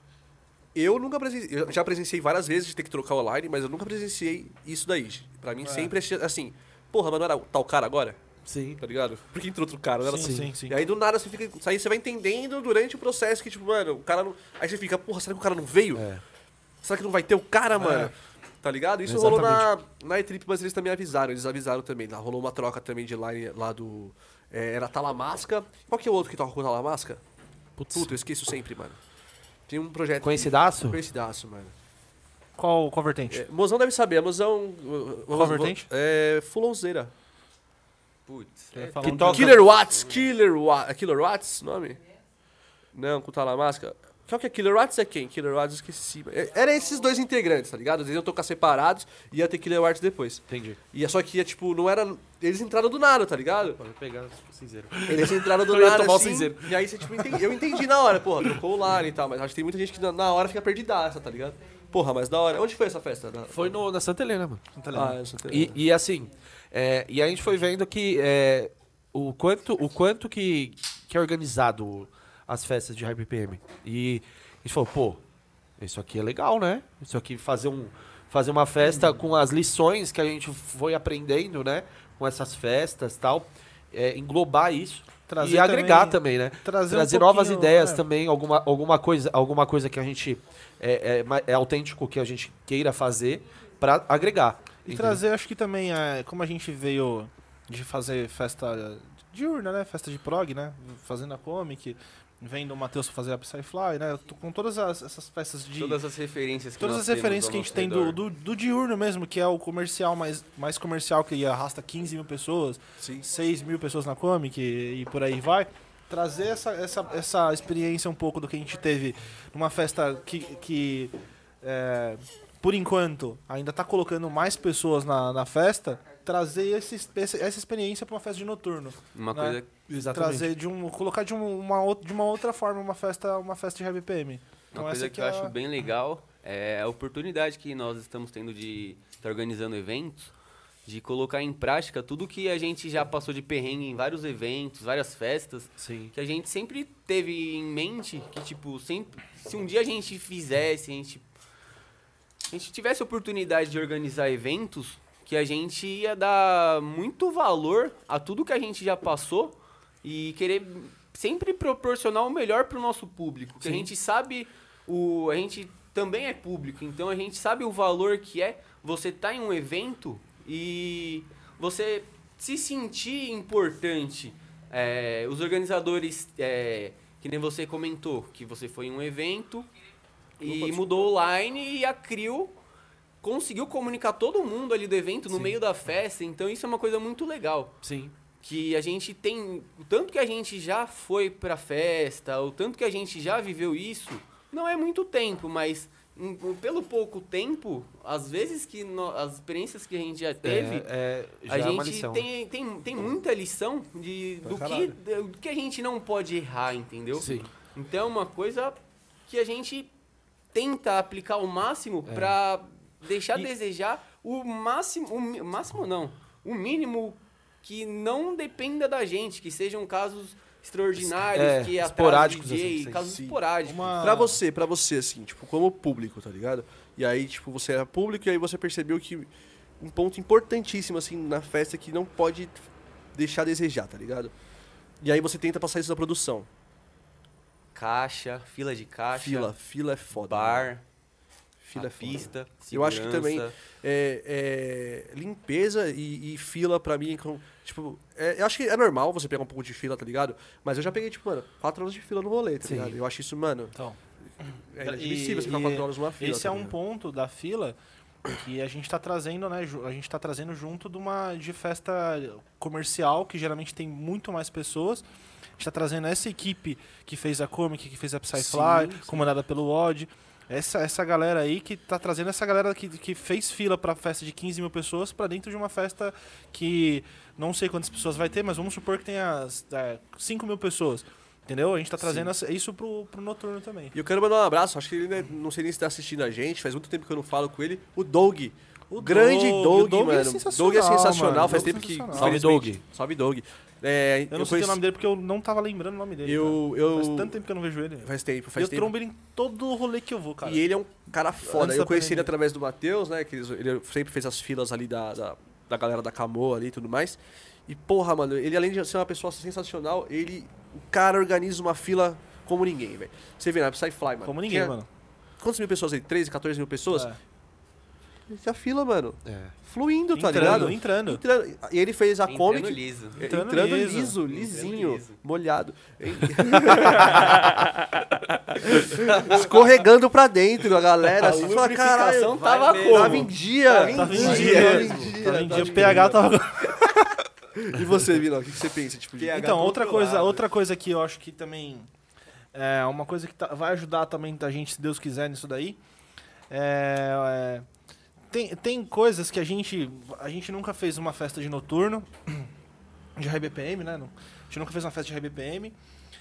eu nunca presenciei, eu já presenciei várias vezes de ter que trocar o line, mas eu nunca presenciei isso daí. Pra mim, sempre é assim, porra, mas não era tal cara agora? Sim. Tá ligado? Por que entrou outro cara? Não era Sim, assim. sim, sim. E aí do nada você fica. Aí você vai entendendo durante o processo que, tipo, mano, o cara não. Aí você fica, porra, será que o cara não veio? É. Será que não vai ter o cara, mano? Tá ligado? Isso rolou na, na E-Trip, mas eles também avisaram. Eles avisaram também. Lá rolou uma troca também de line lá do. É, era Talamasca. Qual que é o outro que toca com Talamasca? Putz, Puta, eu esqueço sempre, mano. Tem um projeto. Conhecidaço? Conhecidaço, mano. Qual, qual vertente? É, Mozão deve saber. A Mozão. Qual vertente? É. Fulonzeira. Putz. Tá É, falando que toca- Killer Watts, Killer Watts. É Killer Watts o nome? Não, com Talamasca. Qual que é Killer Watts é quem? Killer Watts eu esqueci. É- Era esses dois integrantes, tá ligado? Às vezes iam tocar separados e ia ter Killer Watts depois. Entendi. E é só que ia, tipo, não era. Eles entraram do nada, tá ligado? Pode pegar o cinzeiro. Eles entraram do Eu ia nada. tomar o assim, cinzeiro. E aí você, tipo, entendi, eu entendi na hora, porra, trocou o line e tal, mas acho que tem muita gente que na, na hora fica perdidaça, tá ligado? Porra, mas da hora. Onde foi essa festa? Na- Foi no, na Santa Helena, mano. Ah, eu sou E, e assim, é, e a gente foi vendo que é, o quanto, o quanto que, que é organizado as festas de Hype P M. E a gente falou, pô, isso aqui é legal, né? Isso aqui fazer, um, fazer uma festa com as lições que a gente foi aprendendo, né? Com essas festas e tal. É, englobar isso. Trazer e agregar também- também, né? trazer Trazer, um novas pouquinho, ideias é. também, alguma, alguma, coisa, alguma coisa que a gente é, é, ma- é autêntico que a gente queira fazer pra agregar. E entendeu? trazer, acho que também, é, como a gente veio de fazer festa diurna, né? Festa de prog, né? Fazendo a comic, vendo o Matheus fazer a Psyfly, né? Tô com todas as- essas festas de... Todas as referências que Todas nós as temos referências ao que a gente nosso tem do, redor. do, do diurno mesmo, que é o comercial mais, mais comercial, que arrasta quinze mil pessoas, Sim. seis mil pessoas na Comic e, e por aí vai. Trazer essa, essa, essa experiência um pouco do que a gente teve numa festa que, que é, por enquanto, ainda está colocando mais pessoas na, na festa, trazer esse, esse- essa experiência para uma festa de noturno. Uma né? coisa, Exatamente. Trazer de um, colocar de, um, uma, outra- de uma outra forma uma festa, uma festa de Heavy P M. Então uma coisa essa que é eu a- acho bem legal é a oportunidade que nós estamos tendo de estar organizando eventos, de colocar em prática tudo que a gente já passou de perrengue em vários eventos, várias festas, Sim. que a gente sempre teve em mente que, tipo, sempre, se um dia a gente fizesse, a gente, a gente tivesse a oportunidade de organizar eventos, que a gente ia dar muito valor a tudo que a gente já passou e querer sempre proporcionar o melhor para o nosso público. Que a Sim. gente sabe, o, a gente também é público, então a gente sabe o valor que é você estar em um evento e você se sentir importante. É, os organizadores, é, que nem você comentou, que você foi em um evento e mudou o line e a Crew conseguiu comunicar todo mundo ali do evento no Sim. meio da festa, então isso é uma coisa muito legal. Sim. Que a gente tem, o tanto que a gente já foi pra festa, o tanto que a gente já viveu isso, não é muito tempo, mas em- pelo pouco tempo, às vezes que nó- as experiências que a gente já teve, É, é, já a é uma gente lição. tem, tem, tem muita lição de, do, que, do que a gente não pode errar, entendeu? Sim. Então é uma coisa que a gente tenta aplicar o máximo É. pra deixar E- a desejar o máximo, o mi- máximo não, o mínimo que não dependa da gente, que sejam casos extraordinários, É, que atrasa esporádicos, D J, assim, sim. casos Sim. esporádicos. Uma- Pra você, pra você, assim, tipo, como público, tá ligado? E aí, tipo, você era público e aí você percebeu que um ponto importantíssimo, assim, na festa que não pode deixar a desejar, tá ligado? E aí você tenta passar isso na produção. caixa, fila de caixa, Fila, fila é foda. bar, mano. Fila a é foda. pista, Eu acho que também segurança. é, é, limpeza e, e fila pra mim, com, tipo, é, eu acho que é normal você pegar um pouco de fila, tá ligado? Mas eu já peguei, tipo, mano, quatro horas de fila no rolê, tá Sim. ligado? Eu acho isso, mano, Então, é inadmissível você ficar E- quatro horas numa fila. esse tá é um ligado? ponto da fila que a gente tá trazendo, né? ju- A gente tá trazendo junto de uma de festa comercial, que geralmente tem muito mais pessoas. A gente tá trazendo essa equipe que fez a Comic, que fez a Psyfly, Sim, sim. comandada pelo Odd. Essa, essa galera aí que tá trazendo essa galera que, que fez fila pra festa de quinze mil pessoas pra dentro de uma festa que não sei quantas pessoas vai ter, mas vamos supor que tenha é, cinco mil pessoas. Entendeu? A gente tá trazendo essa- isso pro, pro noturno também. E eu quero mandar um abraço, acho que ele, né, não sei nem se tá assistindo a gente, faz muito tempo que eu não falo com ele, o Doug. O grande Doug, Doug, o Doug é mano. sensacional, Doug é sensacional, mano. faz Doug é tempo que... sensacional. Salve, infelizmente- Doug. Salve, Doug. É, Eu não eu sei o conheci- nome dele porque eu não tava lembrando o nome dele. Eu, cara. eu... Faz tanto tempo que eu não vejo ele. Faz tempo, E faz eu tempo. trombo ele em todo o rolê que eu vou, cara. E ele é um cara foda. Antes Eu da conheci ele pandemia. através do Matheus, né? Que eles- ele sempre fez as filas ali da, da, da galera da Camô ali e tudo mais. E porra, mano, ele além de ser uma pessoa sensacional, ele... O cara organiza uma fila como ninguém, velho. Você vê na Psyfly, mano. Como ninguém, Tinha- mano. Quantas mil pessoas aí? treze, quatorze mil pessoas? É. E a fila, mano, É. fluindo, tá Entrando, ligado? entrando. Entrando. E ele fez a Entrando Comic... liso. É, Entrando Entrando, liso. liso, Entrando lisinho, liso. molhado. Escorregando pra dentro, a galera. A Assim, fala, caralho, lubrificação tava tava, como? tava em dia. Tava em Tava em dia. dia. Tava em Tava em tava dia. em O P H tava... E você, Vila, o que que você pensa? Tipo, de... P H Então, outra controlado. coisa, outra coisa que eu acho que também é uma coisa que tá- vai ajudar também a gente, se Deus quiser, nisso daí. É, é, tem, tem coisas que a gente. A gente nunca fez uma festa de noturno, de High B P M, né? Não- A gente nunca fez uma festa de High B P M.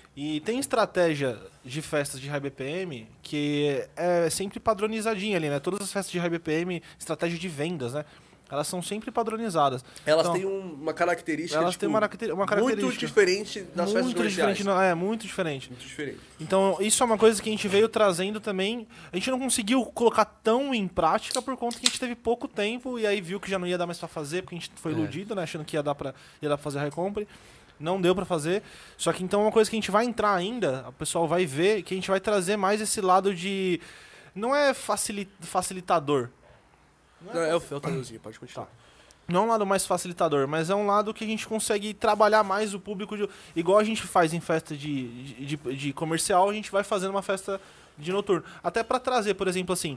E tem estratégia de festas de High B P M que é sempre padronizadinha ali, né? Todas as festas de High B P M, estratégia de vendas, né? Elas são sempre padronizadas. Elas Então, têm um- uma característica, Elas tipo, têm uma, caracteri- uma muito característica diferente das festas muito comerciais. diferente, não, é muito diferente. Muito diferente. Então, isso é uma coisa que a gente veio trazendo também. A gente não conseguiu colocar tão em prática por conta que a gente teve pouco tempo e aí viu que já não ia dar mais pra fazer, porque a gente foi É. iludido, né, achando que ia dar pra, ia dar pra fazer a recompre. Não deu pra fazer. Só que então é uma coisa que a gente vai entrar ainda, o pessoal vai ver que a gente vai trazer mais esse lado de não é facili- facilitador. Não, é o Feltadorzinho, pode continuar. Não é um lado mais facilitador, mas é um lado que a gente consegue trabalhar mais o público. De, igual a gente faz em festa de, de, de- de comercial, a gente vai fazendo uma festa de noturno. Até pra trazer, por exemplo, assim,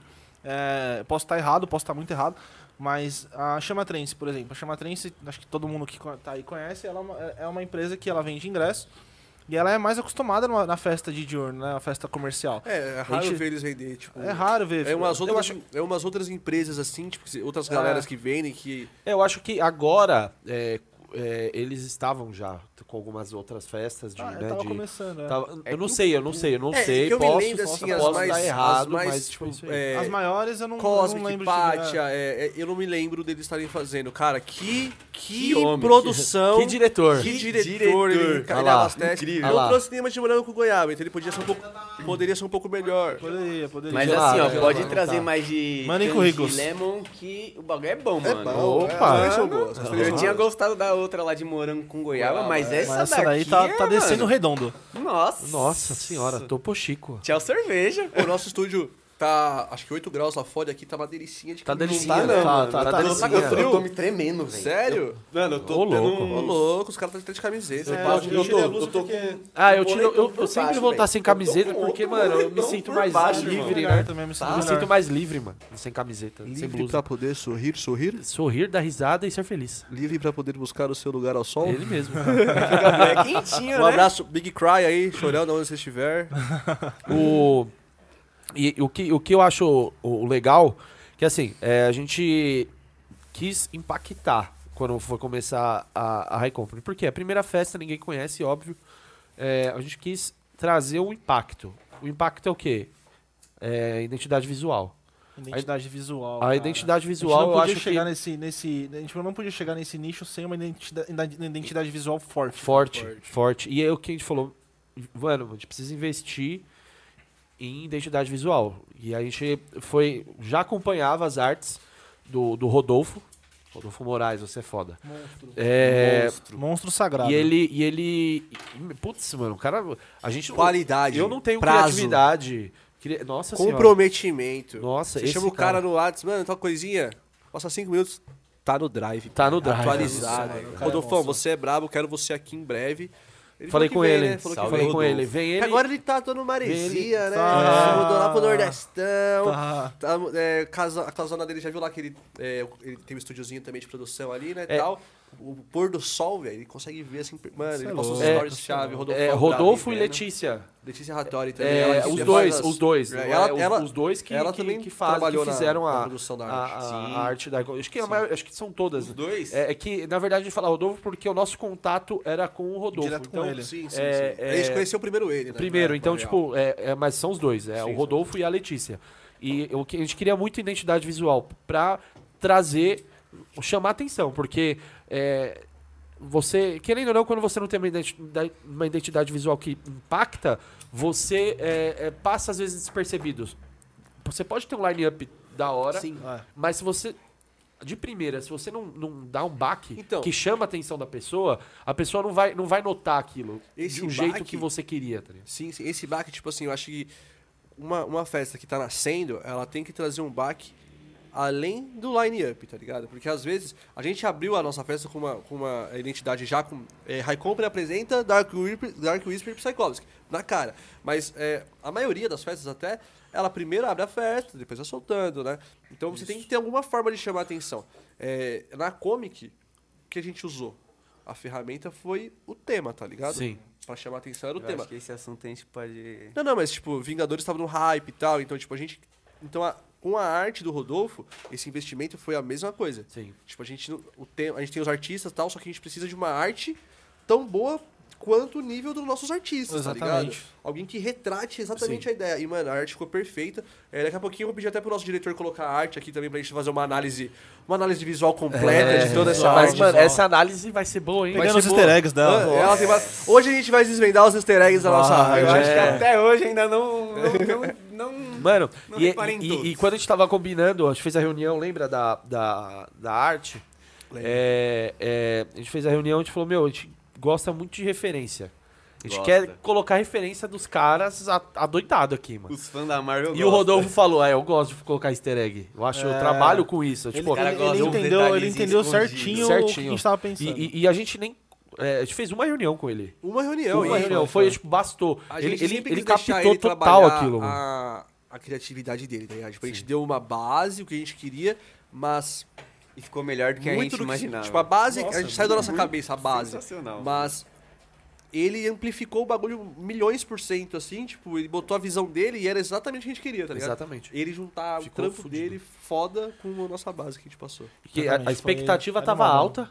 é, posso estar errado, posso estar muito errado, mas a Chamatrense, por exemplo, a Chamatrense, acho que todo mundo que co- tá aí conhece, ela é uma, é uma empresa que ela vende ingresso e ela é mais acostumada numa- na festa de diurno, né, na festa comercial. É, é raro gente- ver eles vender, tipo... É raro ver. É umas, eu outras, acho- é umas outras empresas, assim, tipo, outras É. galeras que vendem, que... Eu acho que agora é, é, eles estavam já com algumas outras festas de, Ah, né, tava de- começando, é. tava- É eu não que sei, eu não sei, eu não É, sei. que eu posso, me lembro, assim, posso, as posso mais... estar errado, as mais, mas tipo, foi isso aí. é, As maiores eu não, eu não Cosmic, lembro Pátia, de... é. é, é, eu não me lembro deles estarem fazendo. Cara, que, que, Que homem, produção, Que diretor. que Que diretor, ele, diretor. ele Olha lá, abastece. incrível. Eu Olha lá. trouxe Cinema de Morango com Goiaba, então ele podia ser um pouco, poderia ser um pouco melhor. Poderia, poderia. Mas Gelado, assim, ó, gelado, pode não trazer tá. mais de Mandem tangy currículos. lemon que o bagulho é bom, É mano. bom, Opa. é, as três são boas, as três Eu são tinha boas. gostado da outra lá de morango com goiaba, Goiaba, mas é. essa, Mas essa daqui, daí tá, tá descendo mano, redondo. Nossa. Nossa senhora, Topo Chico. Tchau, cerveja. O nosso estúdio tá, acho que oito graus lá fora, e aqui tá uma delicinha de Tá calor. delicinha, tá, né? não, Tá, mano. tá, Tá- tá tá- delicinha. tá frio? Eu tô me tremendo, velho. Sério? Mano, eu tô Ô, tendo louco. Ô, um... louco, os caras estão de camiseta. Eu né? passo- eu tô- eu tô com- Ah, eu, tiro, eu, eu por sempre baixo, vou estar velho. sem Eu tô camiseta com porque, outro mano, eu me moletom sinto por mais baixo, livre, irmão. né? Também me sinto Me melhor. sinto mais livre, mano, sem camiseta, sem Livre blusa. pra poder sorrir, sorrir. Sorrir, dar risada e ser feliz. Livre pra poder buscar o seu lugar ao sol. Ele mesmo. É quentinho, Um né? abraço, Big Cry aí, chorando onde você estiver. O, e o que, o que eu acho o, o legal, que assim, é, a gente quis impactar quando foi começar a, a High Company. Porque a primeira festa ninguém conhece, óbvio. É, a gente quis trazer o impacto. O impacto é o quê? É identidade visual. Identidade visual. A cara. identidade A gente visual, não eu podia acho chegar que nesse, nesse. A gente não podia chegar nesse nicho sem uma identidade, identidade visual forte. forte, Forte. forte. E é o que a gente falou, mano, a gente precisa investir em identidade visual. E a gente foi, já acompanhava as artes do, do Rodolfo, Rodolfo Moraes, você é foda. Monstro. É, Monstro. Monstro sagrado. e ele, e ele... Putz, mano, o cara... A gente não- Qualidade. Eu não tenho prazo, criatividade. Cri- Nossa senhora. comprometimento. Nossa, Você esse chama o cara, cara no WhatsApp, mano, tal coisinha. Passa cinco minutos, tá no drive. Tá no drive. Atualizado. Nossa, cara, Rodolfão, monstro. você é brabo, quero você aqui em breve. Ele Falei falou com que ele. vem, né? Falou que Falei vem. com ele. Vem ele... Agora ele tá todo maresia, Ele- né? Tá. Se mudou lá pro Nordestão. Tá. Tá, é, casa, a casona dele, já viu lá que ele, é, ele tem um estúdiozinho também de produção ali, né? É. Tal. O pôr do sol, velho, ele consegue ver assim. Mano, Cê ele é posta os louco. stories É. chave. Rodolfo, É, Rodolfo e Letícia. Letícia Rattori também. É, ela que os faz dois, as- os dois. É, É, ela- os, ela- os dois que, ela que, também que, fazem, trabalhou que na- fizeram na a, produção da a- arte. a- Sim. a arte da... Acho que, a maior- acho que são todas. Os dois? É, é que, na verdade, a gente fala Rodolfo porque o nosso contato era com o Rodolfo. Direto com então, ele. Sim, sim, É, sim. é- A gente conheceu primeiro ele, né? Primeiro, Na- então, na real. tipo, é, é, mas são os dois, é Sim, o sim. Rodolfo e a Letícia. E o que a gente queria muito identidade visual pra trazer, chamar atenção, porque é, você, querendo ou não, quando você não tem uma identidade, uma identidade visual que impacta, você é, é, passa às vezes despercebido. Você pode ter um line-up da hora, Sim. É. mas se você, de primeira, se você não, não dá um baque Então. que chama a atenção da pessoa, a pessoa não vai, não vai notar aquilo Esse de um jeito baque- que você queria, tá ligado? Sim, sim. Esse baque, tipo assim, eu acho que uma, uma festa que tá nascendo, ela tem que trazer um baque além do line-up, tá ligado? Porque às vezes a gente abriu a nossa festa com uma, com uma identidade já com. É, High Company apresenta Dark Whisper, Dark Whisper e Psychology na cara. Mas é, a maioria das festas até, ela primeiro abre a festa, depois vai soltando, né? Então você tem que ter alguma forma de chamar a atenção. É, na Comic, o que a gente usou? A ferramenta foi o tema, tá ligado? Sim. Pra chamar a atenção era o Eu tema. acho que esse assunto a gente pode... Não, não, mas tipo, Vingadores estava no hype e tal, então tipo, a gente... Então, a- com a arte do Rodolfo, esse investimento foi a mesma coisa. Sim. Tipo, a gente, não- o tem, a gente tem os artistas e tal, só que a gente precisa de uma arte tão boa quanto o nível dos nossos artistas, tá ligado? Exatamente. Alguém que retrate exatamente Sim. a ideia. E, mano, a arte ficou perfeita. É, daqui a pouquinho eu vou pedir até pro nosso diretor colocar a arte aqui também pra gente fazer uma análise, uma análise visual completa de toda essa Mas, arte. mano, essa análise vai ser boa, hein? Vai Pegando ser os boa. easter eggs dela. Ah, ela tem ba- Hoje a gente vai desvendar os easter eggs da nossa Vai, arte. Eu acho que É. até hoje ainda não... não, não, não- Mano, Não e, reparem em e- todos. e quando a gente tava combinando, a gente fez a reunião, lembra da, da, da arte? Lembro. É, é, a gente fez a reunião e a gente falou, meu, a gente gosta muito de referência. A gente Gosta. quer colocar referência dos caras a- adoidado aqui, mano. Os fãs da Marvel E o gostam. Rodolfo falou, é, eu gosto de colocar easter egg. Eu acho, eu É. trabalho com isso. Ele, Tipo, cara ele- gosta ele de um entendeu, ele detalhezinho entendeu escondido. certinho, o Certinho. que a gente tava e, pensando. e- e a gente nem... é, a gente fez uma reunião com ele. Uma reunião. Uma e- reunião, foi, tipo, bastou. A Ele, gente ele, sempre ele quis deixar captou ele total trabalhar aquilo, mano. a, a criatividade dele, tá ligado? Tipo, a gente deu uma base, o que a gente queria, mas E ficou melhor do que a muito gente do que... imaginava. Tipo, a base, Nossa, a gente saiu da nossa muito cabeça, a base. Sensacional. Mas ele amplificou o bagulho milhões por cento, assim, tipo, ele botou a visão dele e era exatamente o que a gente queria, tá ligado? Exatamente. Ele juntar o Ficou trampo fudido. dele foda com a nossa base que a gente passou. Porque a, Exatamente, a expectativa foi- tava animal. alta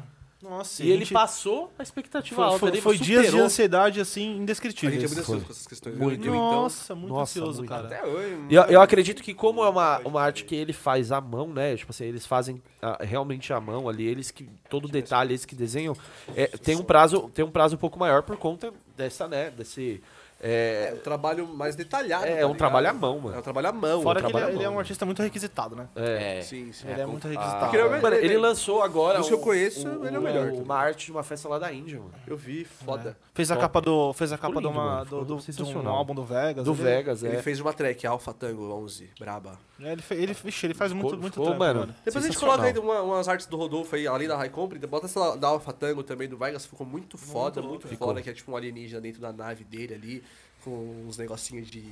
Nossa, e ele passou a expectativa Foi, alta. foi, ele foi dias de superou. ansiedade, assim, A gente é indescritíveis. muito ansioso foi. com essas questões. Muito. Eu, então, Nossa, muito Nossa, ansioso, muito. cara. Até hoje. E eu, eu acredito que como é uma, uma arte que ele faz à mão, né? Tipo assim, eles fazem ah, realmente à mão ali, eles que todo detalhe, eles que desenham, é, tem um prazo, tem um prazo um pouco maior por conta dessa, né? Desse é é, um trabalho mais detalhado. é, tá é um ligado? trabalho à mão, É um mano. trabalho à mão. Fora um que ele, trabalho à ele é mão. um artista muito requisitado, né? É. Sim, sim. Ele é muito Ah, requisitado. Porque eu- Mano, ele lançou agora Dos que eu um- conheço, um- ele é o melhor um- também. uma arte de uma festa lá da Índia, mano. Eu vi, foda. Fez a Top. capa do, fez a capa Ficou de, lindo, uma, mano. do, Ficou do, de um sensacional. álbum do Vegas. Do ele, Vegas, Ele é. fez uma track, Alpha Tango onze, braba. É, ele, fe- ele, vixe, ele faz muito, Ficou- muito ficou, trampo, mano. mano. Depois a gente Sensacional. coloca aí uma- umas artes do Rodolfo aí, além da High Company, bota essa da Alpha Tango também do Vegas, ficou muito foda, muito, Ficou. foda, que é tipo um alienígena dentro da nave dele ali, com uns negocinhos de,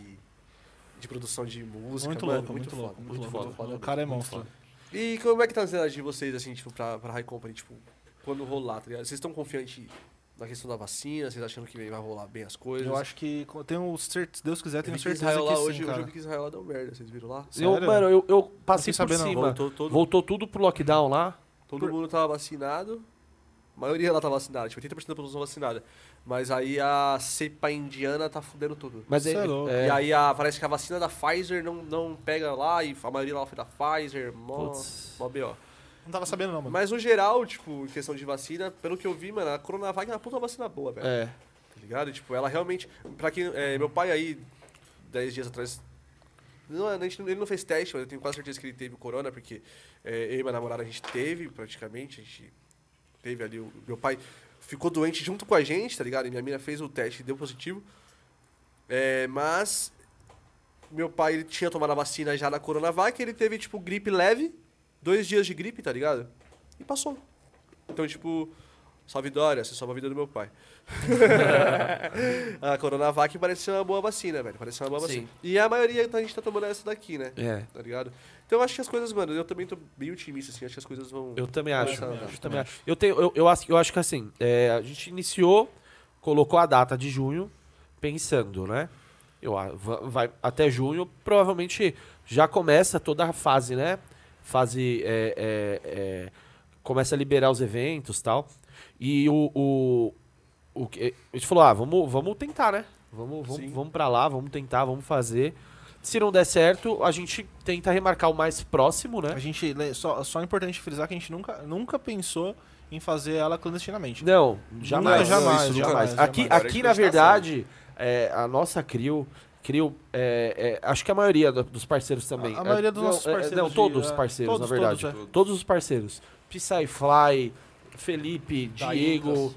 de produção de música. Muito mano, louco, muito foda, louco, muito muito louco. foda O cara é mesmo. monstro. E como é que tá a ansiedade de vocês, assim, tipo, pra, pra High Company, tipo, quando rolar, tá ligado? Vocês estão confiantes na questão da vacina? Vocês achando que vai rolar bem as coisas? Eu acho que tenho certeza, se Deus quiser, eu tenho vi que certeza Israel que lá sim, hoje, hoje cara. eu vi que Israel lá deu merda, vocês viram lá? Eu, Sério? mano, eu, eu passei Não por fiquei sabendo, cima. não. Voltou todo, Voltou tudo pro lockdown lá. todo mundo tava vacinado, a maioria lá tá vacinada, tipo, oitenta por cento da população vacinada. Mas aí a cepa indiana tá fudendo tudo. Mas Cê é é, louco. é, E aí a, parece que a vacina da Pfizer não, não pega lá, e a maioria lá foi da Pfizer, mó, Putz. mó B O. Não tava sabendo, não, mano. Mas no geral, tipo, em questão de vacina, pelo que eu vi, mano, a Coronavac é uma puta vacina boa, velho. é. Tá ligado? Tipo, ela realmente. Pra quem. É, meu pai aí, dez dias atrás, Não, a gente, ele não fez teste, mas eu tenho quase certeza que ele teve o corona, porque é, eu e minha namorada a gente teve, praticamente. A gente teve ali. O meu pai ficou doente junto com a gente, tá ligado? E minha mina fez o teste e deu positivo. É, mas meu pai ele tinha tomado a vacina já na Coronavac, ele teve, tipo, gripe leve, dois dias de gripe, tá ligado? E passou. Então, tipo, salve Dória, você salva a vida do meu pai. A Coronavac parece ser uma boa vacina, velho. Parece ser uma boa Sim. vacina. E a maioria da gente tá tomando essa daqui, né? É. Tá ligado? Então eu acho que as coisas, mano, eu também tô bem otimista, assim, acho que as coisas vão... Eu também acho. Começa a Eu, andar. também acho. Eu, tenho, eu, eu, acho, eu acho que assim, é, a gente iniciou, colocou a data de junho, pensando, né? Eu, a- va- vai, até junho, provavelmente já começa toda a fase, né? Fase. é, é, é, começa a liberar os eventos e tal. E o. o, o que- a gente falou, ah, vamos, vamos tentar, né? Vamos, Sim. vamos, vamos pra lá, vamos tentar, vamos fazer. Se não der certo, a gente tenta remarcar o mais próximo, né? A gente, le- só, só é importante frisar que a gente nunca, nunca pensou em fazer ela clandestinamente. Não, jamais. Nunca, jamais, isso nunca jamais, mais. Aqui, jamais. aqui na verdade, é, a nossa Crio, Crio é, é, acho que a maioria do- dos parceiros também. A- a maioria É, dos não, nossos é, parceiros Não, de- todos os é, parceiros, todos, na verdade. todos, é. Todos os parceiros. Psyfly, Felipe, Diego,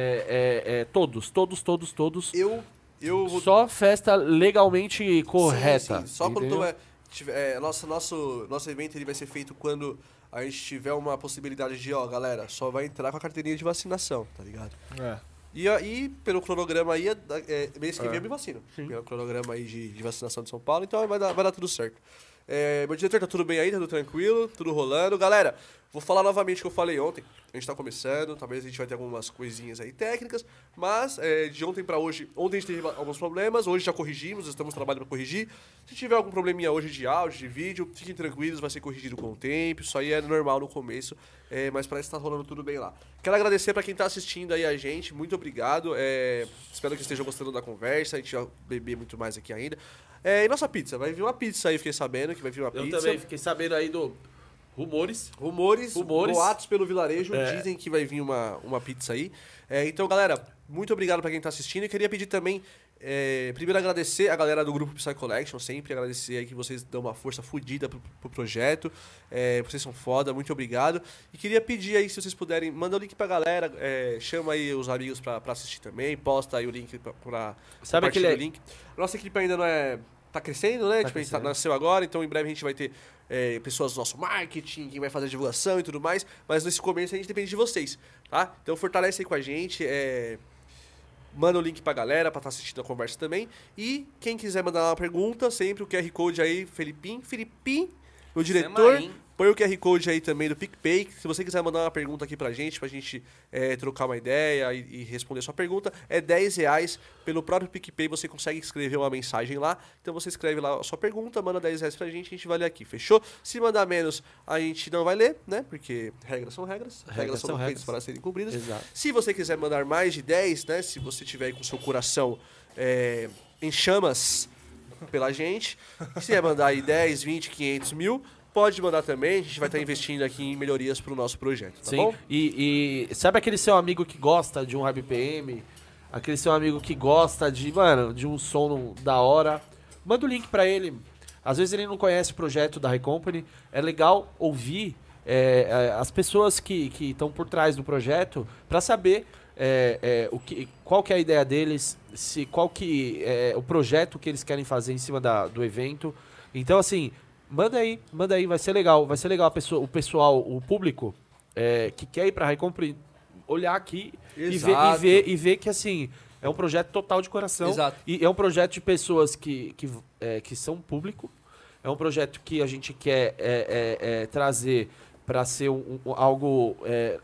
é, é, é, todos, todos, todos, todos. Eu... eu vou- Só festa legalmente correta. Sim, sim. Só entendeu? quando é, tiver, é, nosso, nosso, nosso evento ele vai ser feito quando a gente tiver uma possibilidade de, ó, galera, só vai entrar com a carteirinha de vacinação, tá ligado? É. E aí, pelo cronograma aí, é, é, mês que É. vem eu me vacino. Sim. Pelo cronograma aí de, de vacinação de São Paulo, então vai dar, vai dar tudo certo. É, meu diretor, tá tudo bem aí? Tá tudo tranquilo? Tudo rolando? Galera, vou falar novamente o que eu falei ontem. A gente tá começando, talvez a gente vai ter algumas coisinhas aí técnicas, mas é, de ontem pra hoje, ontem a gente teve alguns problemas, hoje já corrigimos, estamos trabalhando pra corrigir. Se tiver algum probleminha hoje de áudio, de vídeo, fiquem tranquilos, vai ser corrigido com o tempo, isso aí é normal no começo, é, mas parece que tá rolando tudo bem lá. Quero agradecer pra quem tá assistindo aí a gente, muito obrigado, é, espero que estejam gostando da conversa, a gente vai beber muito mais aqui ainda. É, e nossa pizza, vai vir uma pizza aí, fiquei sabendo que vai vir uma Eu pizza. também fiquei sabendo aí do rumores. Rumores, Rumores. boatos pelo vilarejo, É. dizem que vai vir uma, uma pizza aí. É, então, galera, muito obrigado pra quem tá assistindo. E queria pedir também, é, primeiro agradecer a galera do grupo Psy Collection, sempre agradecer aí que vocês dão uma força fodida pro, pro projeto. É, vocês são foda, muito obrigado. E queria pedir aí, se vocês puderem, manda o link pra galera, é, chama aí os amigos pra, pra assistir também, posta aí o link pra, pra Sabe compartilha aquele- o link. Nossa equipe ainda não é... Tá crescendo, né? Tá tipo, a gente tá- crescendo. nasceu agora, então em breve a gente vai ter é, pessoas do nosso marketing, quem vai fazer a divulgação e tudo mais. Mas nesse começo a gente depende de vocês, tá? Então fortalece aí com a gente. é, Manda o link pra galera pra estar assistindo a conversa também. E quem quiser mandar uma pergunta, sempre o Q R Code aí, Felipim. Felipim, meu diretor. Semaim. Põe o Q R Code aí também do PicPay. Se você quiser mandar uma pergunta aqui pra gente, pra gente é, trocar uma ideia e, e responder sua pergunta, é dez reais. Pelo próprio PicPay você consegue escrever uma mensagem lá. Então você escreve lá a sua pergunta, manda dez reais pra gente, a gente vai ler aqui, fechou? Se mandar menos, a gente não vai ler, né? Porque regras são regras. Regras, Regras são são feitas regras. para serem cumpridas. Exato. Se você quiser mandar mais de dez, né? Se você tiver aí com o seu coração é, em chamas pela gente, se quiser mandar aí dez, vinte, quinhentos mil, pode mandar também. A gente vai estar investindo aqui em melhorias pro nosso projeto, tá Sim. bom? E, e sabe aquele seu amigo que gosta de um R B P M? Aquele seu amigo que gosta de, mano, de um som da hora? Manda o link pra ele. Às vezes ele não conhece o projeto da High Company. É legal ouvir é, é, as pessoas que estão por trás do projeto pra saber é, é, o que, qual que é a ideia deles, se, qual que é o projeto que eles querem fazer em cima da, do evento. Então, assim, manda aí, manda aí, vai ser legal. Vai ser legal a pessoa, o pessoal, o público é, que quer ir pra High Company olhar aqui e ver, e, Exato. ver, e ver que, assim, é um projeto total de coração. Exato. E é um projeto de pessoas que, que, é, que são público. É um projeto que a gente quer é, é, é, trazer para ser um, um- algo é,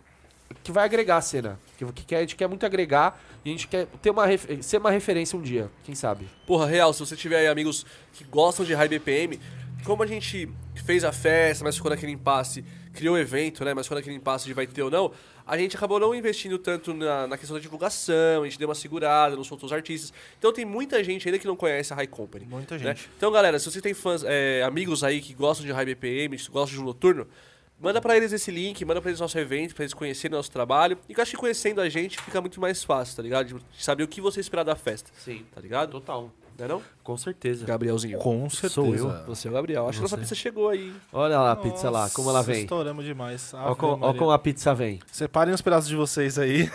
que vai agregar a cena. Que, que quer, a gente quer muito agregar e a gente quer ter uma, ref- ser uma referência um dia, quem sabe. Porra, real, se você tiver aí amigos que gostam de High B P M, como a gente fez a festa, mas ficou naquele impasse, criou o evento, né? Mas ficou naquele impasse de vai ter ou não, a gente acabou não investindo tanto na, na questão da divulgação, a gente deu uma segurada, não soltou os artistas. Então tem muita gente ainda que não conhece a High Company. Muita né? gente. Então, galera, se você tem fãs, é, amigos aí que gostam de High B P M, que gostam de um noturno, manda pra eles esse link, manda pra eles nosso evento, pra eles conhecerem nosso trabalho. E eu acho que conhecendo a gente fica muito mais fácil, tá ligado? De saber o que você esperar da festa, Sim. tá ligado? Total. Não é não? Com certeza. Gabrielzinho. Com certeza. Sou eu. Você é o Gabriel. Acho que Você. nossa pizza chegou aí. Olha lá a pizza lá, como ela Nossa, vem. Estouramos demais. Ó Ave com- ó Maria. como a pizza vem. Separem os pedaços de vocês aí.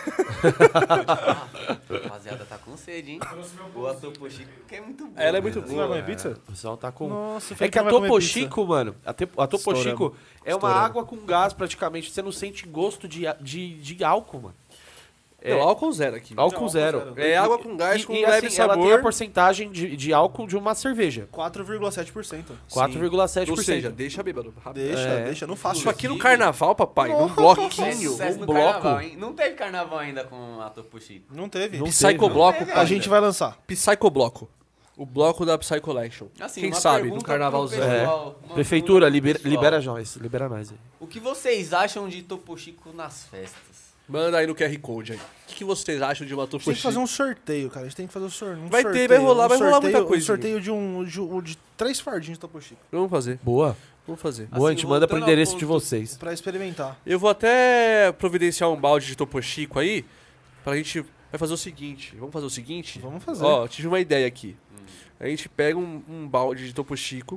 Rapaziada, tá com sede, hein? O ator Pochico que é muito bom. Ela é muito né? Você vai boa. comer pizza? O pessoal tá com... Nossa, o É Felipe que a vai comer Topo pizza. Chico, mano, a, te- a Topo Estouramos. Chico é uma Estouramos. água com gás praticamente. Você não sente gosto de, de, de álcool, mano. É, É, álcool zero aqui. álcool álcool zero. zero. É água com gás, E- com e, leve assim, ela sabor. tem a porcentagem de, de álcool de uma cerveja. quatro vírgula sete por cento. quatro vírgula sete Ou por cento. seja, deixa bêbado. rápido. Deixa, É. deixa, não faço Isso aqui no Inclusive- carnaval, papai, num Fez bloquinho, sucesso um no bloco. carnaval, hein? Não teve carnaval ainda com o ator Pochico. Não teve. Não Psychobloco, teve, pai. A gente vai lançar. Psychobloco. O bloco da Psy Collection. Assim, Quem uma sabe, pergunta no pro carnavalzão. pessoal, uma Prefeitura, pergunta pro libera, pessoal. libera nós. Libera nós aí. O que vocês acham de Topo Chico nas festas? Manda aí no Q R Code aí. O que, que vocês acham de uma A gente tem Topo que fazer Chico? um sorteio, cara. A gente tem que fazer um, sor um Vai ter, sorteio. vai rolar, um vai rolar sorteio- muita coisa. Um sorteio de, um, de, um- de três fardinhos de Topo Chico. Vamos fazer, Boa. vamos fazer. Boa, a Assim, gente manda pro voltando ao endereço de ponto- vocês. Pra experimentar. Eu vou até providenciar um balde de Topo Chico aí, pra gente... Vai fazer o seguinte, vamos fazer o seguinte? Vamos fazer. Ó, tive uma ideia aqui. A gente pega um, um balde de Topo Chico,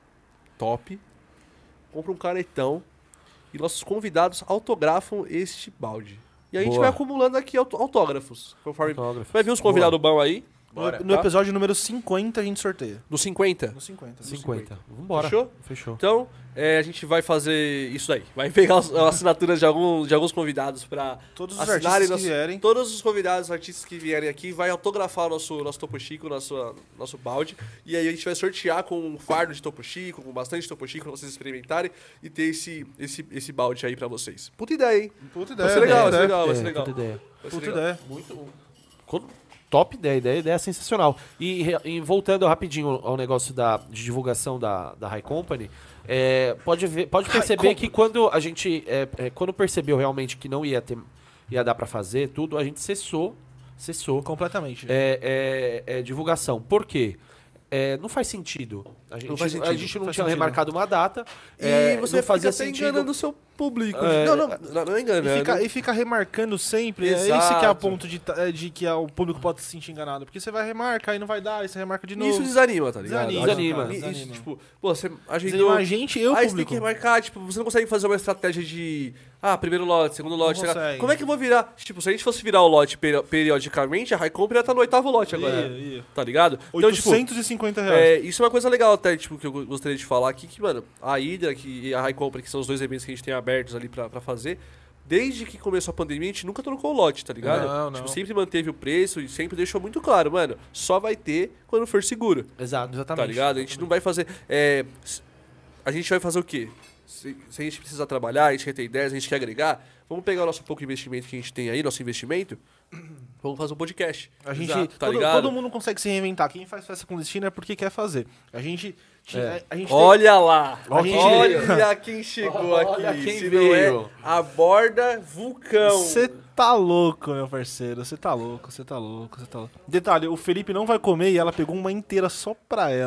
top, compra um canetão e nossos convidados autografam este balde. E a gente Boa. vai acumulando aqui aut- autógrafos. Conforme... Autógrafo. Vai vir uns convidados bons aí, Bora. No, no Tá. episódio número cinquenta a gente sorteia. no cinquenta. No cinquenta. cinquenta. Vambora. Fechou? Fechou. Então, é, a gente vai fazer isso aí. Vai pegar as, as assinaturas de, algum, de alguns convidados pra Todos os assinarem artistas nosso- que vierem. Todos os convidados, artistas que vierem aqui, vai autografar o nosso, nosso Topo Chico, nosso, nosso balde. E aí a gente vai sortear com um fardo de Topo Chico, com bastante Topo Chico pra vocês experimentarem e ter esse, esse, esse balde aí pra vocês. Puta ideia, hein? Puta Vai ideia. ser legal, vai ser né? legal, vai É, ser legal. puta ideia. Vai ser Puta legal. ideia. Muito. Co- Top ideia, ideia, ideia sensacional. E, re- e voltando rapidinho ao negócio da, de divulgação da, da High Company, é, pode, ver, pode perceber que quando a gente. É, é, quando percebeu realmente que não ia, ter, ia dar pra fazer tudo, a gente cessou. Cessou. Completamente. É, é, é, divulgação. Por quê? É, não faz sentido. A gente Não faz A sentido. gente não Faz tinha sentido. remarcado uma data. E é, você não fazia fica até sentido. enganando o seu público. É, não, não, não, não é enganando. E fica, e fica remarcando sempre. É esse Exato. que é o ponto de, ta- de que o público pode se sentir enganado. Porque você vai remarcar e não vai dar, aí você remarca de novo. Isso desanima, tá ligado? Desanima, Desanima. cara, Isso, desanima. tipo, pô, você agendou... Desanima a gente e o Aí você tem público. que remarcar, tipo, você não consegue fazer uma estratégia de... Ah, primeiro lote, segundo lote... Não terceiro- consegue. Como é que eu vou virar? Tipo, se a gente fosse virar o lote peri- periodicamente, a High Company ia tá no oitavo lote agora, Ia, ia. tá ligado? Então, tipo, oitocentos e cinquenta reais. é, isso é uma coisa legal até, tipo, que eu gostaria de falar aqui, que, mano, a Hydra que, e a High Company, que são os dois eventos que a gente tem abertos ali pra, pra fazer, desde que começou a pandemia, a gente nunca trocou o lote, tá ligado? Não, Tipo, não. sempre manteve o preço e sempre deixou muito claro, mano, só vai ter quando for seguro. Exato. Exatamente. Tá ligado? A gente não vai fazer. é, s- a gente vai fazer o quê? Se, se a gente precisa trabalhar, a gente quer ter ideias, a gente quer agregar, vamos pegar o nosso pouco investimento que a gente tem aí, nosso investimento, vamos fazer um podcast. A gente, Exato, tá todo, ligado? todo mundo consegue se reinventar. Quem faz festa clandestina é porque quer fazer. A gente, É. a, a gente tem- Olha lá! A gente- Olha quem chegou Olha aqui! quem Se veio. não é a borda vulcão. Você tá louco, meu parceiro. Você tá louco, você tá louco, você tá louco. Detalhe, o Felipe não vai comer e ela pegou uma inteira só pra ela.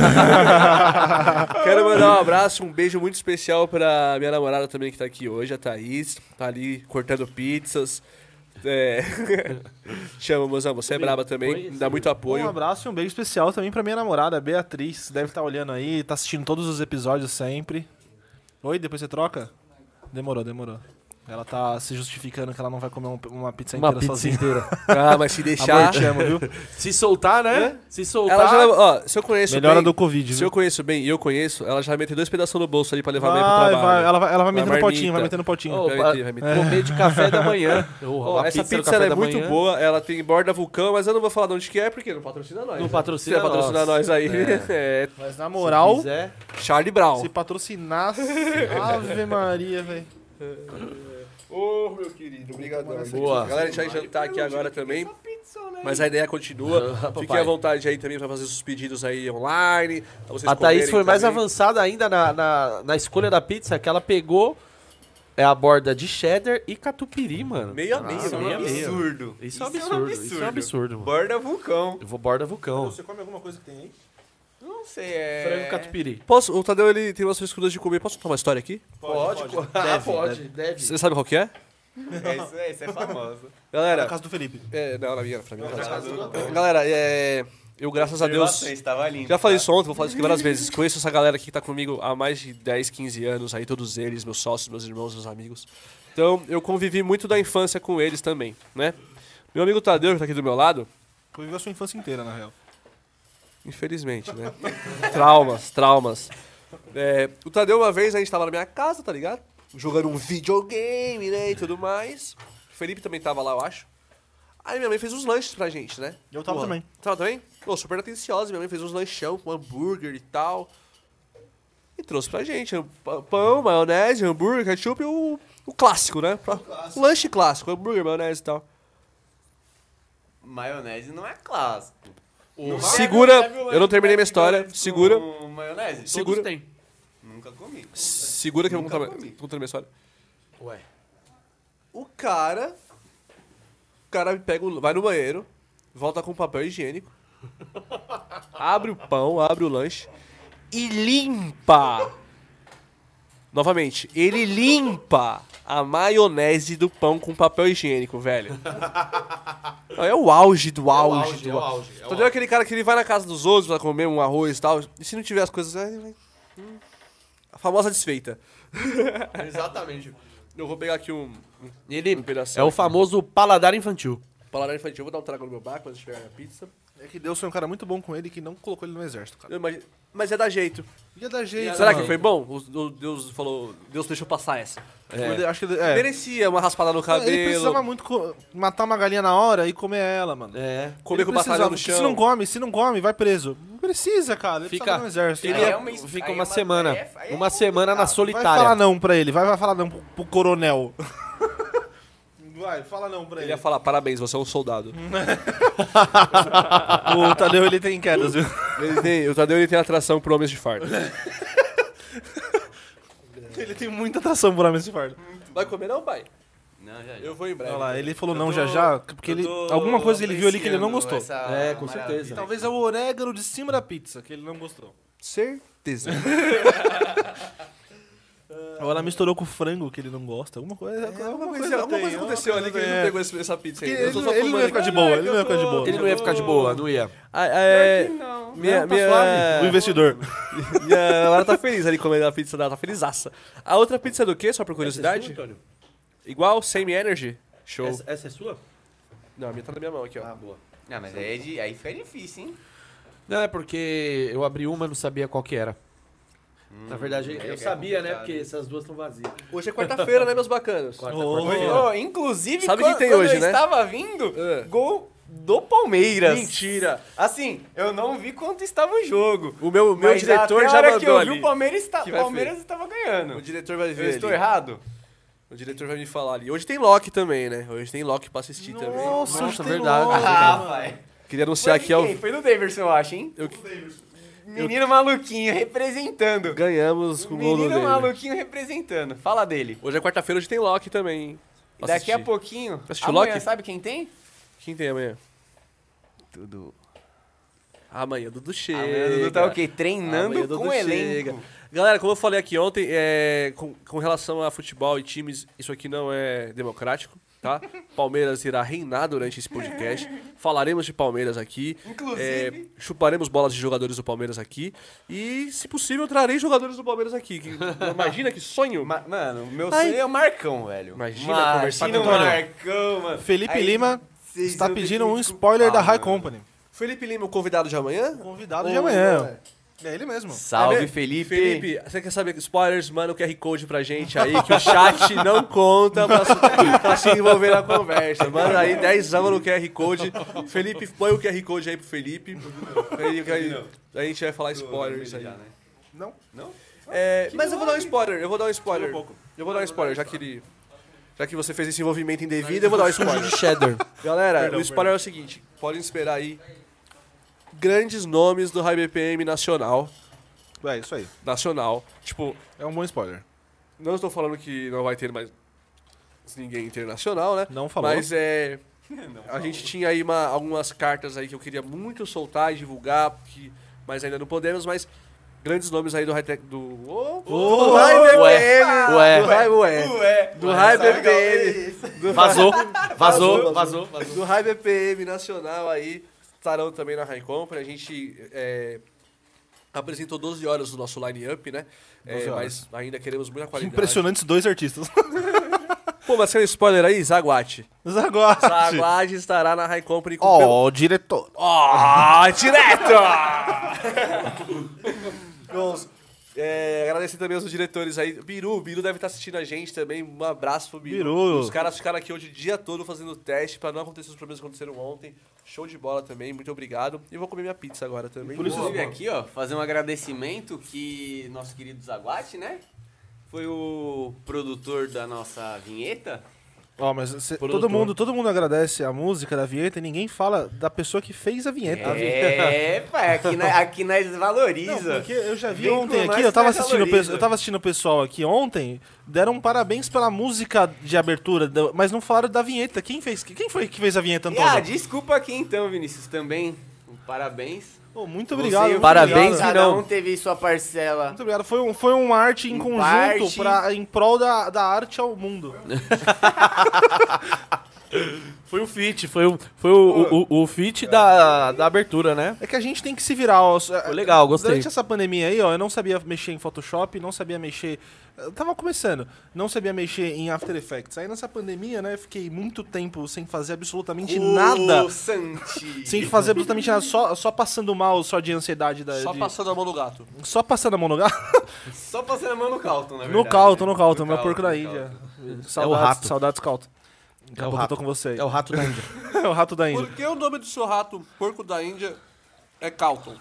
Quero mandar um abraço, um beijo muito especial pra minha namorada também que tá aqui hoje, a Thaís. Tá ali cortando pizzas. É... Te amo, mozão. Você é braba também, me dá muito Um apoio. abraço e um beijo especial também pra minha namorada, a Beatriz. Deve estar olhando aí, tá assistindo todos os episódios sempre. Oi, depois você troca? Demorou, demorou. Ela tá se justificando que ela não vai comer um- uma pizza Uma inteira pizza sozinha. inteira. Ah, mas se Amor, deixar. te amo, viu? Se soltar, né? Se soltar. Ela já, ó, se eu conheço Melhora bem, do Covid, se viu? eu conheço bem e eu conheço, ela já vai meter dois pedaços no bolso ali pra levar Vai, meio pro trabalho. vai, ela vai, ela vai Uma metendo no potinho, vai marmita. metendo no potinho. Ô, Vai pa- meter, vai meter. Comer de café da manhã. Ó, A essa do pizza café ela é da muito manhã. boa, ela tem borda vulcão, mas eu não vou falar de onde que é, porque não patrocina nós. Não né? patrocina Se quiser patrocinar nós. nós aí, é. Mas na Se moral, quiser. Charlie Brown. se patrocinasse, Ave Maria, velho. Ô, meu querido, obrigadão. Boa. Galera, a gente vai jantar aqui agora também. Mas a ideia continua. Ah, Fiquem papai. à vontade aí também pra fazer os pedidos aí online. Pra vocês A Thaís comerem foi mais também. avançada ainda na, na, na escolha da pizza, que ela pegou é a borda de cheddar e catupiry, mano. Meio a meio, Isso é um meio a meio. absurdo. Isso é um absurdo, isso é um absurdo, mano. Borda vulcão. Eu vou borda vulcão. Você come alguma coisa que tem aí? Não sei, é... Frango catupiry. Posso, o Tadeu ele tem umas frescuras de comer. Posso contar uma história aqui? Pode, Deve, pode, deve. Você sabe qual que é? É isso aí, isso é famoso. Na Galera, casa do Felipe. é, não, na minha, pra mim. Galera, é, eu, graças a Deus... Observações, tava lindo, Já falei tá? isso ontem, vou falar isso aqui várias vezes. Conheço essa galera aqui que tá comigo há mais de dez, quinze anos, aí todos eles, meus sócios, meus irmãos, meus amigos. Então, eu convivi muito da infância com eles também, né? Meu amigo Tadeu, que tá aqui do meu lado, Conviveu a sua infância inteira, na real. infelizmente, né? Traumas, traumas. É, o Tadeu, uma vez, a gente tava na minha casa, tá ligado? Jogando um videogame, né, e tudo mais. O Felipe também tava lá, eu acho. Aí minha mãe fez uns lanches pra gente, né? Eu tava também. Tava também? Pô, super atenciosa. Minha mãe fez uns lanchão com hambúrguer e tal. E trouxe pra gente. p- Pão, maionese, hambúrguer, ketchup e o, o clássico, né? Pra- O lanche clássico, hambúrguer, maionese e tal. Maionese não é clássico. Nunca Segura, viu eu não terminei minha McDonald's história. com Segura, maionese? segura, Todos têm. Nunca comi. segura que eu vou Nunca contar, comi. tô contando minha história. Ué. O cara, o cara pega, o- vai no banheiro, volta com papel higiênico, abre o pão, abre o lanche e limpa. Novamente, ele limpa a maionese do pão com papel higiênico, velho. É o auge do auge. do auge. Entendeu? Aquele cara que ele vai na casa dos outros pra comer um arroz e tal, e se não tiver as coisas... aí vai- hum. A famosa desfeita. Exatamente. Eu vou pegar aqui um, Ele um pedaço. é o famoso paladar infantil. Paladar infantil. Eu vou dar um trago no meu barco quando chegar a pizza. É que Deus foi um cara muito bom com ele que não colocou ele no exército, cara. Eu imagino- Mas é da jeito. Ia dar jeito. Será mano. que foi bom? O, o Deus falou, Deus deixou passar essa. Ele- Acho que ele, é. Merecia uma raspada no cabelo. Ele precisava muito co- matar uma galinha na hora e comer ela, mano. É. comer Ele com o precisava, batalhão no porque chão. Se não come, se não come, vai preso. Não precisa, cara. Ele Fica- precisa no exército. Ele Aí é- é uma- fica aí é uma uma semana. tarefa, aí é uma semana na complicado. Vai solitária. falar não pra ele. Vai, vai falar não pro, pro coronel. Vai, fala não pra Ele ele. ia falar, parabéns, você é um soldado. O Tadeu, ele tem quedas, viu? Ele tem, o Tadeu ele tem atração por homens de fardo. Ele tem muita atração por homens de fardo. Vai comer não, pai? Não, já, já. Eu vou em breve. Olha lá, ele falou Eu não tô- já já, porque eu ele, tô alguma coisa ele viu ali que ele não gostou. apreciando É, essa com maravilha. certeza. Talvez é o orégano de cima da pizza que ele não gostou. Certeza. Ou ela misturou com o frango que ele não gosta. Alguma coisa, alguma Alguma coisa, coisa, alguma tem, coisa aconteceu ali que ele não é. pegou esse- essa pizza aí. Porque Eu tô ele, só ele não fumando ia ficar de aqui. boa, ele não ia ficar de boa. Ele não ia ficar de boa, não ia. Ah, é, Pior que não. minha, Não, tá minha, suave. O investidor. minha namorada tá feliz ali comendo a pizza dela, tá felizaça. A outra pizza é do quê, só por curiosidade? Igual, same energy. Show. Essa, essa é sua? Não, a minha tá na minha mão aqui, ó. Ah, boa. Não, mas aí, é de, aí fica difícil, hein? Não, é porque eu abri uma e não sabia qual que era. Na verdade, aí eu é sabia, né? complicado. Porque essas duas estão vazias. Hoje é quarta-feira, né, meus bacanos? Oh. Ô, inclusive, Sabe quando, quem tem quando hoje, eu né? estava vindo, É. gol do Palmeiras. Mentira. Assim, eu não vi quanto estava o jogo. O meu, meu Mas diretor até a já hora mandou que eu ali. vi, o Palmeiras, está, que vai Palmeiras ver. estava ganhando. O diretor vai ver Eu estou ali. errado? O diretor vai me falar ali. Hoje tem Loki também, né? Hoje tem Loki pra assistir também. Nossa, Nossa, tem verdade. louco. Ah, pai. Queria anunciar Foi aqui, ó. quem? Foi do Daverson, eu acho, hein? Eu- Menino maluquinho representando. Ganhamos com o gol do Menino David. maluquinho representando. Fala dele. Hoje é quarta-feira, hoje tem Loki também, hein? E Pra daqui a assistir. pouquinho, Assistiu amanhã, Loki? sabe quem tem? Quem tem amanhã? Tudo. Amanhã, Dudu chega. Amanhã o Dudu tá o quê? Treinando Amanhã, Dudu com o elenco. chega. Galera, como eu falei aqui ontem, é, com, com relação a futebol e times, isso aqui não é democrático, tá? Palmeiras irá reinar durante esse podcast. Falaremos de Palmeiras aqui. Inclusive- é, chuparemos bolas de jogadores do Palmeiras aqui. E, se possível, trarei jogadores do Palmeiras aqui. Que- imagina que sonho. Ma- mano, meu Ai. sonho é o Marcão, velho. Imagina conversar Imagina com o o Marcão, mano. Felipe Aí, Lima vocês está vão ter pedindo que um me spoiler da desculpar, High mano. Company. Felipe Lima, o convidado de amanhã? Convidado Ou de amanhã. não é? É ele mesmo. Salve, É mesmo? Felipe. Felipe, você quer saber spoilers? Manda o Q R Code pra gente aí, que o chat não conta pra, se- pra se envolver na conversa. Manda aí dez anos no Q R Code. Felipe, põe o Q R Code aí pro Felipe. Aí, aí, a gente vai falar spoilers aí. Não? Não? É, mas eu vou dar um spoiler, eu vou dar um spoiler. Um pouco. Eu vou dar um spoiler, já que ele... Já que você fez esse envolvimento indevido, eu vou dar um spoiler. De cheddar. Galera, Perdão, o spoiler é o seguinte, podem esperar aí grandes nomes do High B P M nacional. É isso aí. Nacional. Tipo, É um bom spoiler. não estou falando que não vai ter mais ninguém internacional, né? Não falou. Mas é. A gente tinha aí uma- algumas cartas aí que eu queria muito soltar e divulgar, que, mas ainda não podemos, mas grandes nomes aí do high-tech do. Oh, do High B P M! Ué. Do High, ué. Ué. Do High B P M! Do Vazou, vazou, vazou, vazou. do High B P M nacional aí. estarão também na High Company. A gente é, apresentou doze horas do nosso line-up, né? É, mas ainda queremos muita qualidade. Impressionantes dois artistas. Pô, mas tem um spoiler aí? Zaguate. Zaguate. Zaguate estará na High Company com... Ó, o diretor. Ó, direto! Bom, é, agradecer também aos diretores aí. Biru, o Biru deve estar assistindo a gente também. Um abraço pro Biru. Biru. Os caras ficaram aqui hoje o dia todo fazendo teste pra não acontecer os problemas que aconteceram ontem. Show de bola também, muito obrigado. E vou comer minha pizza agora também. Por isso, inclusive, aqui, ó, fazer um agradecimento que nosso querido Zaguate, né? Foi o produtor da nossa vinheta. Ó, mas cê- Produtor. todo mundo, todo mundo agradece a música da vinheta e ninguém fala da pessoa que fez a vinheta. É, pai, aqui, nós- aqui nós valoriza. Não, porque eu já vi Vem com ontem nós aqui, eu que tava, nós assistindo, o pe- valoriza. eu tava assistindo o pessoal aqui ontem, deram parabéns pela música de abertura, da- mas não falaram da vinheta. Quem fez? Quem foi que fez a vinheta, E, Antônio? ah, desculpa aqui então, Vinícius, também. Um parabéns. Pô, muito Você obrigado. e o Parabéns, Vinícius, Virão. Cada um teve sua parcela. Muito obrigado. Foi, um, foi uma arte em Em conjunto parte. pra, em prol da, da arte ao mundo. Foi o feat, foi o, foi o, o, o feat da, da abertura, né? É que a gente tem que se virar. Ó. Foi legal, gostei. Durante essa pandemia aí, ó, eu não sabia mexer em Photoshop, não sabia mexer... Eu tava começando, não sabia mexer em After Effects. Aí nessa pandemia, né, eu fiquei muito tempo sem fazer absolutamente nada. Ô, Santi. Sem fazer absolutamente nada, só, só passando mal, só de ansiedade. Da, Só de- passando a mão no gato. só passando a mão no gato. Só passando a mão no Calton, na verdade. No Calton, né? no Calton, meu Calton, porco da no Índia. Calton. Saudades, rato. saudades Calton. Daqui a É o pouco eu rato. tô com você. É o rato da Índia. É o rato da Índia. Por que o nome do seu rato, porco da Índia, é Calton?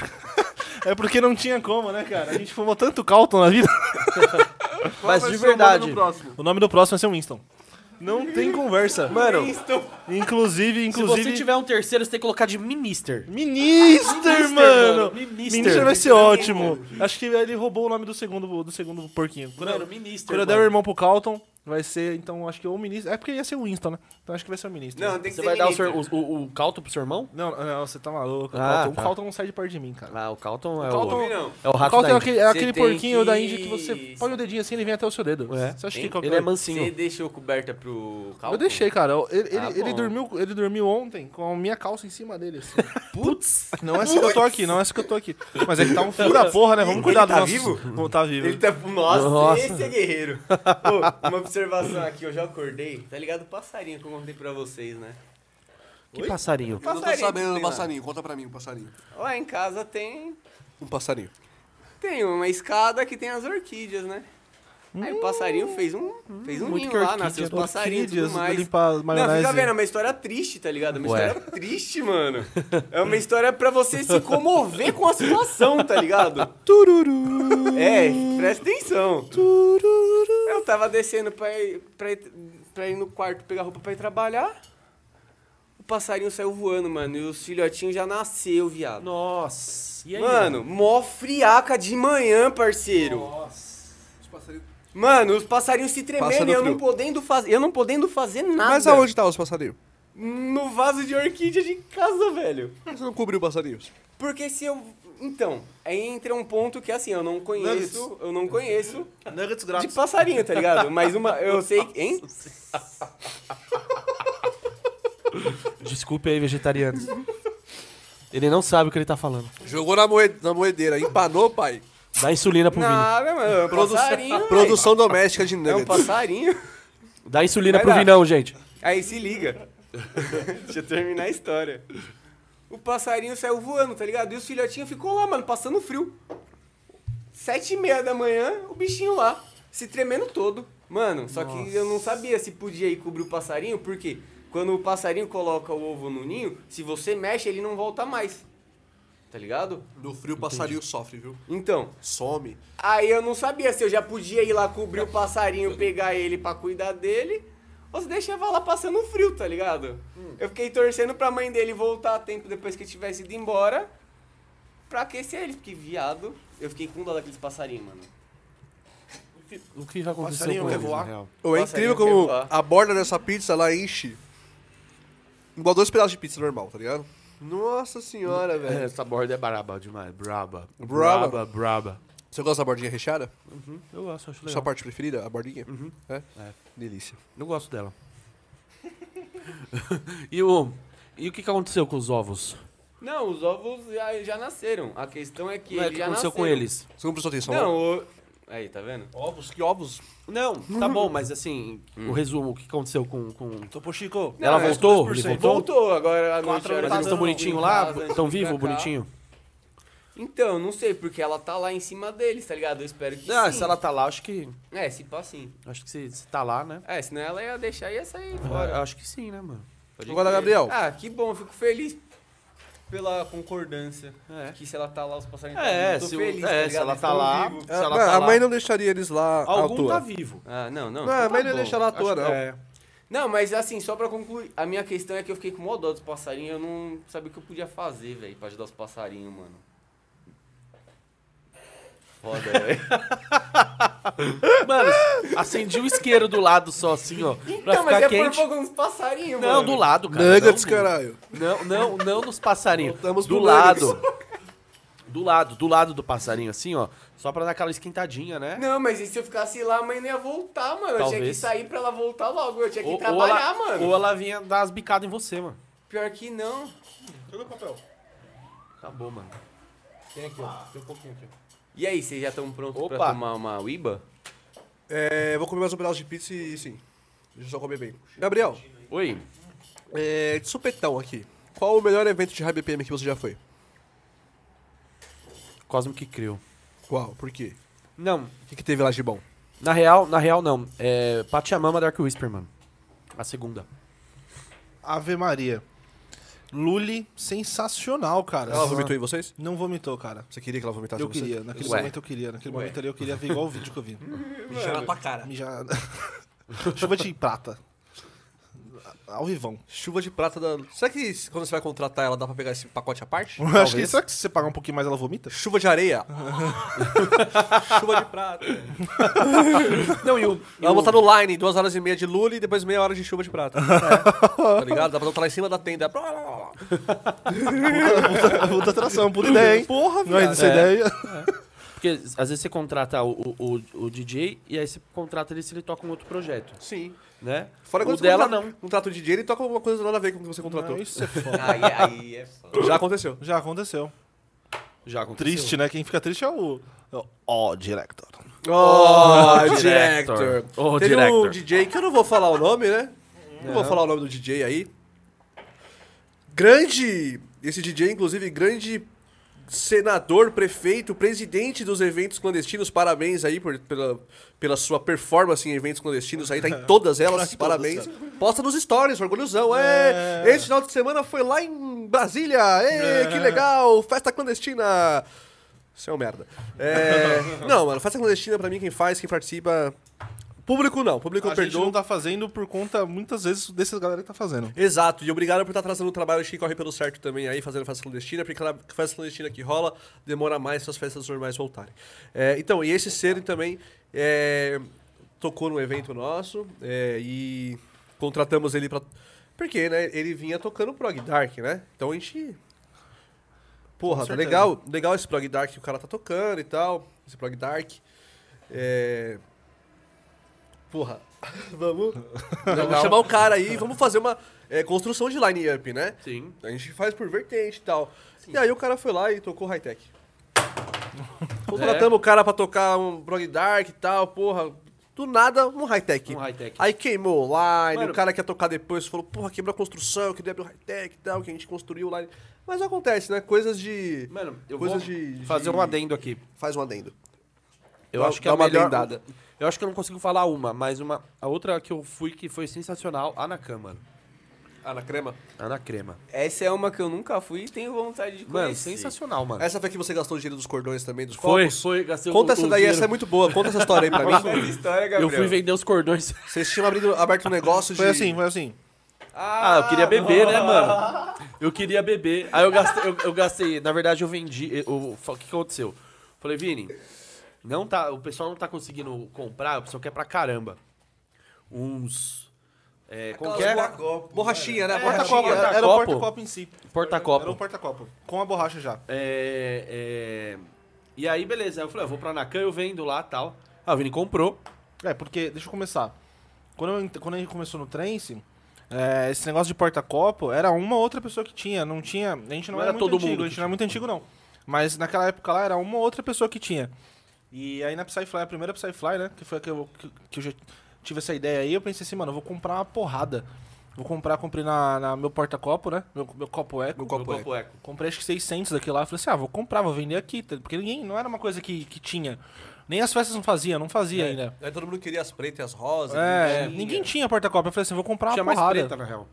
É porque não tinha como, né, cara? A gente fumou tanto Calton na vida. Mas vai de ser o nome verdade. do próximo? O nome do próximo vai ser Winston. Não tem conversa. Mano, Inclusive, se inclusive... você tiver um terceiro, você tem que colocar de Minister. Minister, mano! Minister. Minister vai ser ótimo. Acho que ele roubou o nome do segundo, do segundo porquinho. Quando, Mano, eu- Minister. quando eu der o mano. irmão pro Calton, vai ser, então, acho que o Minister... É porque ia ser o Winston, né? Então acho que vai ser o Minister. Não, tem que Você ser vai dar o, ministro. seu, o, o, o Calton pro seu irmão? Não, não, você tá maluco. O Ah, Calton, tá. o Calton não sai de perto de mim, cara. Ah, o Calton é Calton- o, Não. é o O rato Calton da é Índia. aquele, é Você aquele tem porquinho que- da Índia que você põe o dedinho assim e ele vem até o seu dedo. É. Você acha Hein? que qualquer... Ele é Você mansinho. deixou coberta pro Calton? Eu deixei, cara. Eu- Ele, Ah, ele, ele bom. dormiu, ele dormiu ontem com a minha calça em cima dele. assim. Putz. Não é assim que eu tô aqui, não é assim que eu tô aqui. Mas é que tá um fio da porra, né? Vamos Ele cuidar tá do nosso... vivo? Não tá vivo. Ele tá... Nossa, Nossa. esse é guerreiro. Ô, uma observação aqui, eu já acordei. Tá ligado o passarinho que eu contei pra vocês, né? Que passarinho. Eu não tô Passarinho, sabendo do tem lá. passarinho. Conta pra mim um passarinho. Lá em casa tem... Um passarinho. Tem uma escada que tem as orquídeas, né? Aí o passarinho fez um, fez um muito ninho que lá, orquídea, nasceu os passarinhos e Orquídeas, tudo mais. limpar Não, maionese. fica vendo, é uma história triste, tá ligado? É uma Ué. história triste, mano. É uma história pra você se comover com a situação, tá ligado? Tururu. É, presta atenção. Eu tava descendo pra ir, pra, ir, pra ir no quarto pegar roupa pra ir trabalhar. O passarinho saiu voando, mano. E os filhotinhos já nasceu, viado. Nossa. E aí? Mano, mó friaca de manhã, parceiro. Nossa. Os passarinhos... Mano, os passarinhos se tremendo Passando e eu frio. não podendo fazer, eu não podendo fazer nada. Mas aonde tá os passarinhos? No vaso de orquídea de casa, velho. Por que você não cobriu passarinhos? Porque se eu, então, aí entra um ponto que assim, eu não conheço, eu não conheço Nuggets de grátis. passarinho, tá ligado? Mas uma, eu sei, hein? Desculpe aí, vegetarianos. Ele não sabe o que ele tá falando. Jogou na, moe- na moedeira. Empanou, pai. Dá insulina pro Vini. Nada, mano, é um passarinho, velho. Produção doméstica de É um nuggets. passarinho. Dá insulina Vai pro dar. Vinão, gente. Aí se liga. Deixa eu terminar a história. O passarinho saiu voando, tá ligado? E os filhotinhos ficou lá, mano, passando frio. Sete e meia da manhã, o bichinho lá, se tremendo todo. Mano, só que eu não sabia se podia ir cobrir o passarinho, porque quando o passarinho coloca o ovo no ninho, se você mexe, ele não volta mais. Tá ligado? No frio, o passarinho sofre, viu? Então, Some. aí eu não sabia se eu já podia ir lá cobrir o passarinho, pegar ele pra cuidar dele, ou se deixava lá passando frio, tá ligado? Eu fiquei torcendo pra mãe dele voltar a tempo depois que tivesse ido embora, pra aquecer ele, porque viado, eu fiquei com dó daqueles passarinhos, mano. O que vai acontecer Passarinho com quer eles, voar? na real? Ou é Passarinho incrível como quer voar. a borda dessa pizza, ela enche igual dois pedaços de pizza normal, tá ligado? Nossa senhora, velho. Essa borda é braba demais. Braba. Braba? Braba, braba. Você gosta da bordinha recheada? Eu gosto, acho legal. Sua parte preferida, a bordinha? É? É. Delícia. Eu gosto dela. e, o, e o que, que aconteceu com os ovos? Não, os ovos já, já nasceram. A questão é que Não é o eles que já aconteceu nasceram. com eles. Você não prestou atenção? Não, o... Aí, tá vendo? Ovos? Que ovos? Não, tá bom, mas assim, o resumo, o que aconteceu com... com... Topo Chico. Ela Não, é voltou? dez por Ele cento. voltou? Voltou agora à noite. Quatro a hora Mas que eles eu estão tô bonitinhos em lá? casa, antes Estão de vir vivos, pra cá. bonitinho? Então, não sei, porque ela tá lá em cima deles, tá ligado? Eu espero que Ah, sim. se ela tá lá, acho que... É, se pá sim. Acho que se, se tá lá, né? É, senão ela ia deixar e ia sair Ah, fora. acho que sim, né, mano? Pode Agora, crer. Gabriel. Ah, que bom, fico feliz pela concordância. É. Que se ela tá lá, os passarinhos É, eu tô se, o- feliz, é, tá se ligado? ela Eles tá tão lá... vivos. Se ela Ah, tá a lá... mãe não deixaria eles lá à Algum toa. tá vivo. Ah, não, não. Não, então a mãe tá não bom. deixa lá à toa, Acho- não. É. Não, mas assim, só pra concluir, a minha questão é que eu fiquei com mó dó dos passarinhos, eu não sabia o que eu podia fazer, velho, pra ajudar os passarinhos, mano. Foda, velho. Mano, acendi o isqueiro do lado só, assim, ó. Pra Então, ficar mas é quente. por fogo nos passarinhos, mano. Não, do lado, cara. Nuggets, não, do- caralho. Não, não, não nos passarinhos. Voltamos do pro lado. Do lado, do lado do passarinho, assim, ó. Só pra dar aquela esquentadinha, né? Não, mas e se eu ficasse lá, a mãe não ia voltar, mano. Eu tinha que Talvez. sair pra ela voltar logo, eu tinha que Ou, ou trabalhar, ela, mano. ou ela vinha dar as bicadas em você, mano. Pior que não. Cadê o papel? Acabou, mano. Tem aqui, ó. Tem um pouquinho aqui. E aí, vocês já estão prontos pra Opa. tomar uma Uiba? É, vou comer mais um pedaço de pizza e sim. Deixa eu só comer bem. Gabriel, Oi. é, de supetão aqui. Qual o melhor evento de High B P M que você já foi? Cosmic Crew. Qual? Por quê? Não, O que, que teve lá de bom? na real, na real não. É Pachamama Dark Whisper, mano. A segunda. Ave Maria. Luli, sensacional, cara. Ela vomitou em vocês? Não vomitou, cara. Você queria que ela vomitasse Eu em você? queria, naquele Ué. momento eu queria. Naquele Ué. momento ali eu queria ver igual o vídeo que eu vi. Mijar pra cara. Mijar. Chuva de prata. Ao vivão. Chuva de prata da... Será que quando você vai contratar ela dá pra pegar esse pacote à parte? Acho que, será que se você pagar um pouquinho mais ela vomita? Chuva de areia. Chuva de prata. Não, e o... e Ela o- botar no line, duas horas e meia de lule e depois meia hora de chuva de prata. Tá ligado? Dá pra botar lá em cima da tenda. Puta, puta atração, puta ideia, hein? Porra, Não é viado. essa É. ideia. Porque às vezes você contrata o, o, o, o D J e aí você contrata ele se ele toca um outro projeto, Sim. né? Fora o quando dela você contrata, não. contrata o D J, ele toca alguma coisa nada a ver com o que você contratou. Não, isso é foda. Aí, aí é foda. Já aconteceu. Já aconteceu. Já aconteceu. Triste, né? Quem fica triste é o... Ó, oh, director. Oh, director. director. Oh, Teve um director. D J que eu não vou falar o nome, né? Não, vou falar o nome do D J aí. Grande, esse D J, inclusive, grande senador, prefeito, presidente dos eventos clandestinos. Parabéns aí por, pela, pela sua performance em eventos clandestinos aí, tá em todas elas, parabéns. Posta nos stories, orgulhosão. É. É. Esse final de semana foi lá em Brasília. É, que legal, festa clandestina. Você é um merda. É, não, mano, festa clandestina pra mim, quem faz, quem participa... Público não, público A gente perdoa. não tá fazendo por conta, muitas vezes, dessas galera que tá fazendo. Exato, e obrigado por estar trazendo o trabalho de quem corre pelo certo também aí, fazendo festa clandestina, porque cada festa clandestina que rola demora mais para as festas normais voltarem. É, então, e esse Cero também é, tocou num evento nosso é, e contratamos ele pra... Porque, né, ele vinha tocando prog dark, né? Então a gente... Porra, tá certeza. legal, legal esse prog dark que o cara tá tocando e tal, esse prog dark. É... Porra, vamos, vamos chamar o cara aí, vamos fazer uma é, construção de line-up, né? Sim. A gente faz por vertente e tal. E aí o cara foi lá e tocou high-tech. Contratamos o cara pra tocar um prog dark e tal, porra. Do nada, um high-tech. Um high-tech. Aí queimou o line, Mano, o cara quer tocar depois, falou, porra, quebrou a construção, eu queria abrir o high-tech e tal, que a gente construiu o line. Mas acontece, né? Coisas de... Mano, eu Coisas vou de- de- fazer um adendo aqui. Faz um adendo. Eu Dá- acho que dá a uma melhor... adendada. Eu acho que eu não consigo falar uma, mas uma... A outra que eu fui que foi sensacional, a Anacan, mano. Ah, na crema? A na crema. Essa é uma que eu nunca fui e tenho vontade de Mano, conhecer. sensacional, mano. Essa foi que você gastou o dinheiro dos cordões também, dos Foi, copos? foi. Gastei Conta o, essa o daí, dinheiro. essa é muito boa. Conta essa história aí pra mim. Essa história, Gabriel. Eu fui vender os cordões. Vocês tinham abrido, aberto um negócio de... Foi assim, foi assim. Ah, eu queria beber, né, mano? Eu queria beber. Aí eu gastei, eu, eu gastei, na verdade eu vendi. eu- O que que aconteceu? Falei, Vini, não tá, o pessoal não tá conseguindo comprar, o pessoal quer pra caramba. Uns. É, como que é? Borrachinha, né? Porta-copo, Borrachinha. era o Porta-copo. porta-copo em si. Era Porta-copo. um porta-copo. Com a borracha já. É, é, e aí, beleza. Aí eu falei, eu vou pra Anacan, eu vendo lá e tal. Ah, o Vini comprou. É, porque, deixa eu começar. Quando, eu ent- quando a gente começou no trance, É, esse negócio de porta-copo era uma outra pessoa que tinha. Não tinha. A gente não, Não era, era muito todo antigo, mundo a que gente não era muito antigo, não. Mas naquela época lá era uma outra pessoa que tinha. E aí na Psyfly, a primeira Psyfly, né? Que foi a que eu, que, que eu já tive essa ideia aí, eu pensei assim, mano, eu vou comprar uma porrada. Vou comprar, comprei na, na meu porta-copo, né? Meu, meu copo eco. Meu copo Meu copo eco. Comprei acho que seiscentos daquilo lá. Eu falei assim, ah, vou comprar, vou vender aqui. tá? Porque ninguém, não era uma coisa que, que tinha. Nem as festas não faziam, não fazia ainda. Aí todo mundo queria as pretas e as rosas. É, ninguém- ninguém tinha porta-copo. Eu falei assim, vou comprar uma Tinha mais porrada. preta, na real.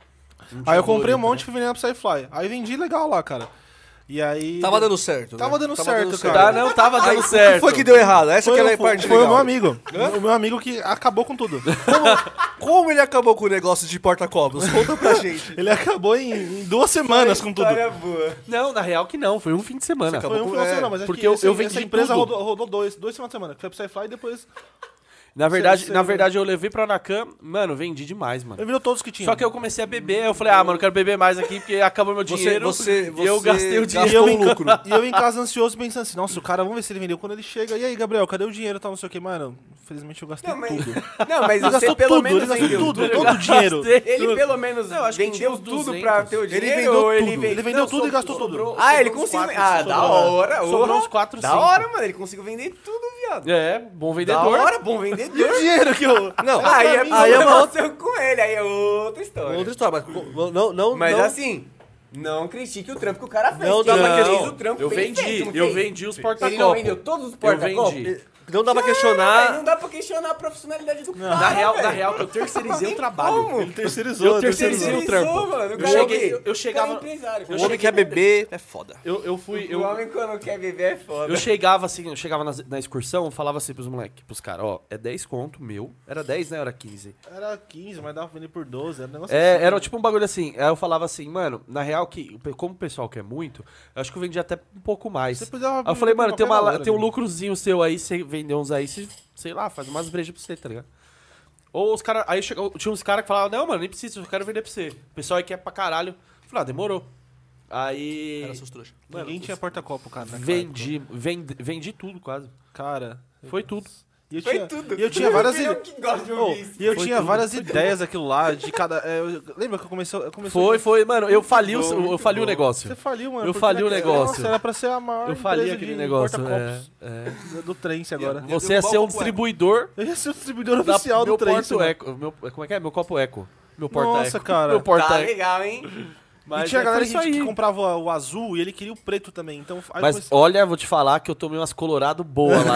Aí eu comprei um colorido, monte né? e fui vender na Psyfly. Aí vendi legal lá, cara. E aí... Tava dando certo, né? Tava dando certo, cara. Tá, não tava Aí, dando o que certo. foi que deu errado? Essa Foi, que era o- a parte foi o legal. meu amigo. O meu amigo que acabou com tudo. Como ele acabou com o negócio de porta-copos? Conta pra gente. Ele acabou em, em duas semanas com tudo. História boa. Não, na real que não. Foi um fim de semana. Você Foi um com- final de é, semana, mas é porque que eu- esse- eu vendi essa empresa tudo. rodou, rodou dois, dois finais de semana. Foi pro Psyfly e depois... Na verdade, Sei, na sei. verdade eu levei pra Anacan, mano, vendi demais, mano. Ele virou todos que tinha. Só que eu comecei a beber, eu falei, ah, mano, eu quero beber mais aqui porque acabou meu Você, dinheiro. você, e eu você gastei o gastou dinheiro. E eu, o em lucro. ca- e eu em casa ansioso pensando assim, nossa, o cara, vamos ver se ele vendeu. Quando ele chega, e aí, Gabriel, cadê o dinheiro e tal, não sei o que, mano. Infelizmente eu gastei Não, mas, tudo. não, mas Ele você gastou pelo tudo, menos ele gastou vendeu tudo, tudo. todo o dinheiro. Ele pelo menos Não, acho que tinha vendeu uns tudo duzentos. pra ter o Ele dinheiro? vendeu ou tudo. Ele, Ele vendeu Não, tudo e so- gastou tudo. sobrou- Ah, ele sobrou uns conseguiu. quatro, Ah, da sobrou- hora. Sobrou orra. uns quatro, Da cinco. hora, mano. Ele conseguiu vender tudo, viado. É, bom Da vendedor. hora, bom vendedor. Dinheiro que eu... Não, Aí é aí é uma outra, problema seu com ele, aí é outra história. outra história. Mas não, não, Mas não, assim, não critique o trampo que o cara fez. Não Quem dá pra fez questionar. o trampo Eu bem vendi, feito, não eu fez? vendi os Ele não porta-copos. vendeu todos os Eu porta-copos? vendi. não dá pra Aí questionar. não dá pra questionar a profissionalidade do cara, Na real, velho. na real, que eu terceirizei o trabalho. Como? Ele terceirizou. Eu terceirizei o trampo. Terceirizou, mano. O Eu cara cheguei- é o quê? eu- eu chegava- O cara é empresário. O homem quer beber, é foda. Eu, eu fui. O Eu, homem quando quer beber é foda. eu chegava assim, eu chegava na, na excursão, falava assim pros moleques, pros caras, ó, é dez conto meu. Era dez, né? Era quinze. Era quinze, mas dava pra vender por doze. Era um negócio É, assim. era tipo um bagulho assim. Aí eu falava assim, mano, na real que, como o pessoal quer muito, eu acho que eu vendi até um pouco mais. Você precisava Aí eu falei, vender mano, por tem, uma, qualquer la- valor, tem um amigo. lucrozinho seu aí, você vender uns aí, você, sei lá, faz umas brejas pra você, tá ligado? Ou os caras. Aí chegou, tinha uns caras que falavam, não, mano, nem precisa, eu quero vender pra você. O pessoal aí quer pra caralho. Eu falei, ah, demorou. Aí. Era seus trouxas. Ninguém tinha porta-copo, cara. naquela Vendi, vendi, vendi tudo quase. época. Cara... Foi tudo. E eu Foi tinha, tudo. E eu tinha várias Eu ideias. que gosto de Oh, ouvir isso. e eu Foi tinha tudo, várias ideias aquilo lá, de cada... é, eu- lembra que eu comecei... Eu comecei Foi, foi, mano, eu fali, o, bom, eu fali o bom. negócio. Você faliu, mano. Eu porque fali o naquele- negócio. Nossa, era pra ser a maior Eu fali empresa aquele de negócio. É, porta-copos é. do Trence agora. Você ia ser um distribuidor Eu ia ser o distribuidor da, oficial meu do Trence. porto mano. eco. Meu, como é que é? Meu copo eco. Meu porta Nossa, eco. cara. Meu porta Tá eco. legal, hein? Mas e tinha é, a galera foi que, isso que aí. comprava o azul e ele queria o preto também. Então, aí Mas eu comecei- olha, vou te falar que eu tomei umas colorado boa lá.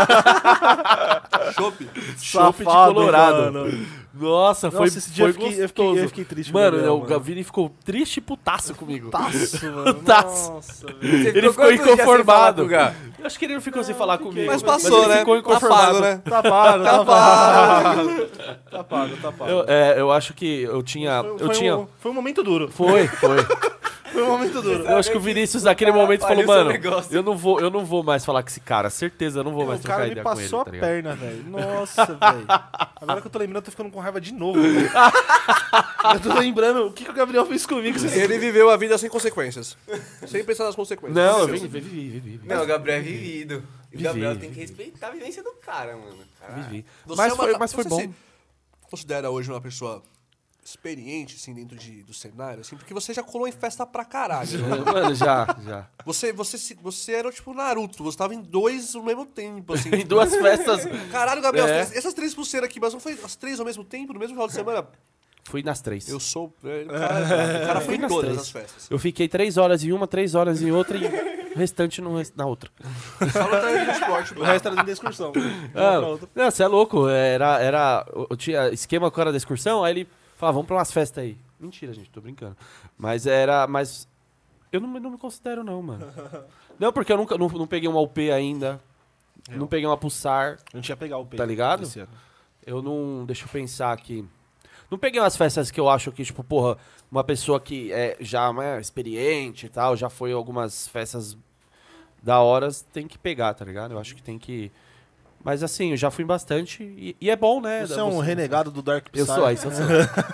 Chopp. Chopp de Safado, colorado. mano. Nossa, foi, Nossa, esse dia foi eu fiquei, eu, gostoso. fiquei, eu fiquei triste. com Mano, Gabriel, o Gavini ficou triste e putaço comigo. Taço, mano. Taço. Nossa, velho. Você Ele ficou quantos dias sem falar inconformado. com o Gá? Eu acho que ele não ficou sem falar comigo. Mas passou, ele né? ficou Tá inconformado. pago, né? Tá pago, tá pago. Tá pago, tá pago. Eu, é, eu acho que eu tinha. Foi, eu foi tinha. um, foi um momento duro. Foi, foi. Foi um momento duro. Eu acho que o Vinícius, naquele cara momento, falou, faliu seu mano, negócio. eu não, vou, eu não vou mais falar com esse cara. Certeza, eu não vou mais O trocar cara me ideia com ele. passou Tá a ligado? perna, velho. Nossa, velho. Agora que eu tô lembrando, eu tô ficando com raiva de novo. velho. Eu tô lembrando o que, que o Gabriel fez comigo. Vocês... Ele viveu a vida sem consequências. Sem pensar nas consequências. Não, eu vivi, vivi, vivi, vivi. Não, o Gabriel é vivido. O Vivi, Gabriel vivi. tem que respeitar a vivência do cara, mano. Caralho. vivi. Você Mas é uma- foi, mas foi você bom. se considera hoje uma pessoa experiente, assim, dentro de, do cenário, assim? Porque você já colou em festa pra caralho, né? Mano, já, já. Você, você, se- você era tipo Naruto, você tava em dois ao mesmo tempo, assim. Em duas festas. Caralho, Gabriel, É. essas, essas três pulseiras aqui, mas não foi as três ao mesmo tempo, no mesmo final de semana? Fui nas três. Eu sou... é, O cara, o cara foi em nas todas três. as festas. Eu fiquei três horas em uma, três horas em outra e o restante no, res- na outra. Só no de esporte, O resto era dentro da excursão. Ah, não, você é louco. Era, era, eu tinha esquema com o cara da excursão, aí ele falava, vamos pra umas festas aí. Mentira, gente, tô brincando. Mas era, mas eu não, me- não me considero não, mano. Não, porque eu nunca, não, não peguei uma U P ainda, não peguei uma Pulsar, A gente ia pegar o peito. Tá ligado? esse ano. eu não, deixa eu pensar aqui. Não peguei umas festas que eu acho que, tipo, porra, uma pessoa que é já né, experiente e tal, já foi em algumas festas da horas, tem que pegar, tá ligado? Eu acho que tem que... Mas assim, eu já fui em bastante e, e é bom, né? Você é um renegado do Dark Psy. Eu sou, isso eu sou.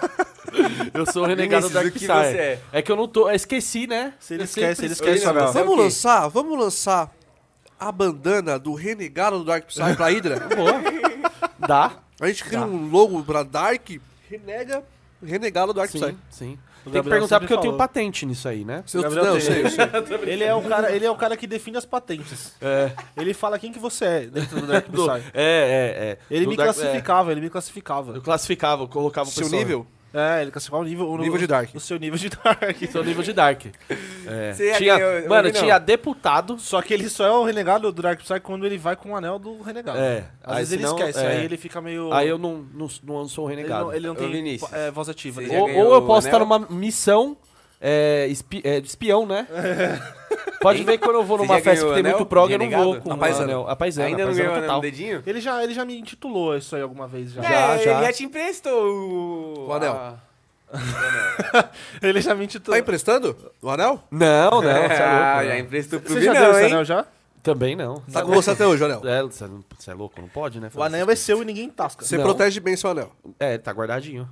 Eu sou o renegado Vinícius, do Dark o que Psy. você é? É que eu não tô... Eu esqueci, né? Se ele Eu esquece, sempre- ele esquece, Ô, Renan, Favel. você é o Vamos quê? lançar, vamos lançar a bandana do renegado do Dark Psy pra Hydra? Boa. Dá. A gente cria Tá. um logo pra Dark, renega, renegado do Dark Psy. Sim, sim. O Tem que Gabriel perguntar sempre porque eu tenho falou. patente nisso aí, né? Se eu- Gabriel não, eu tem. sei, eu sei. Ele é o cara, ele é o cara que define as patentes. É. Ele fala quem que você é dentro do Dark Do- Psy. é, é, é. Ele Do me Dark- classificava, ele me é, classificava. eu classificava, eu colocava o Seu pessoal- nível? É, ele classificava o nível, o Nível de Dark. O seu nível de Dark. Seu nível de Dark. É. Você já Tinha, ganhou- mano, eu vi, não. tinha deputado. Só que ele só é o renegado do Dark Psy quando ele vai com o anel do renegado. É. Às Aí vezes senão- ele esquece, é. aí ele fica meio... Aí eu não, não, não sou um Ele renegado. não, ele não Ô, tem Vinícius, é, voz ativa. você né? já Ou, ganhou ou eu o posso estar anel? numa missão é, espi- é, de espião, né? Pode ver que quando eu vou Você numa já festa ganhou que tem o anel muito prog, eu não renegado? vou com A o paisana. anel. A paisana, Ainda a não paisana ganhou o total. anel no dedinho? Ele já, ele já me intitulou isso aí alguma vez já. Já, é, já. ele já te emprestou o... O anel. a- Ele já me Tá intitulou. emprestando o anel? Não, não, você é louco. Ah, não. já emprestou pro Você já Vinão, deu esse hein? anel já? Também não. Tá com você até hoje, o anel. É, você não- você é louco, não pode, né? O anel é seu e ninguém tasca. Você Não. protege bem seu anel. É, tá guardadinho.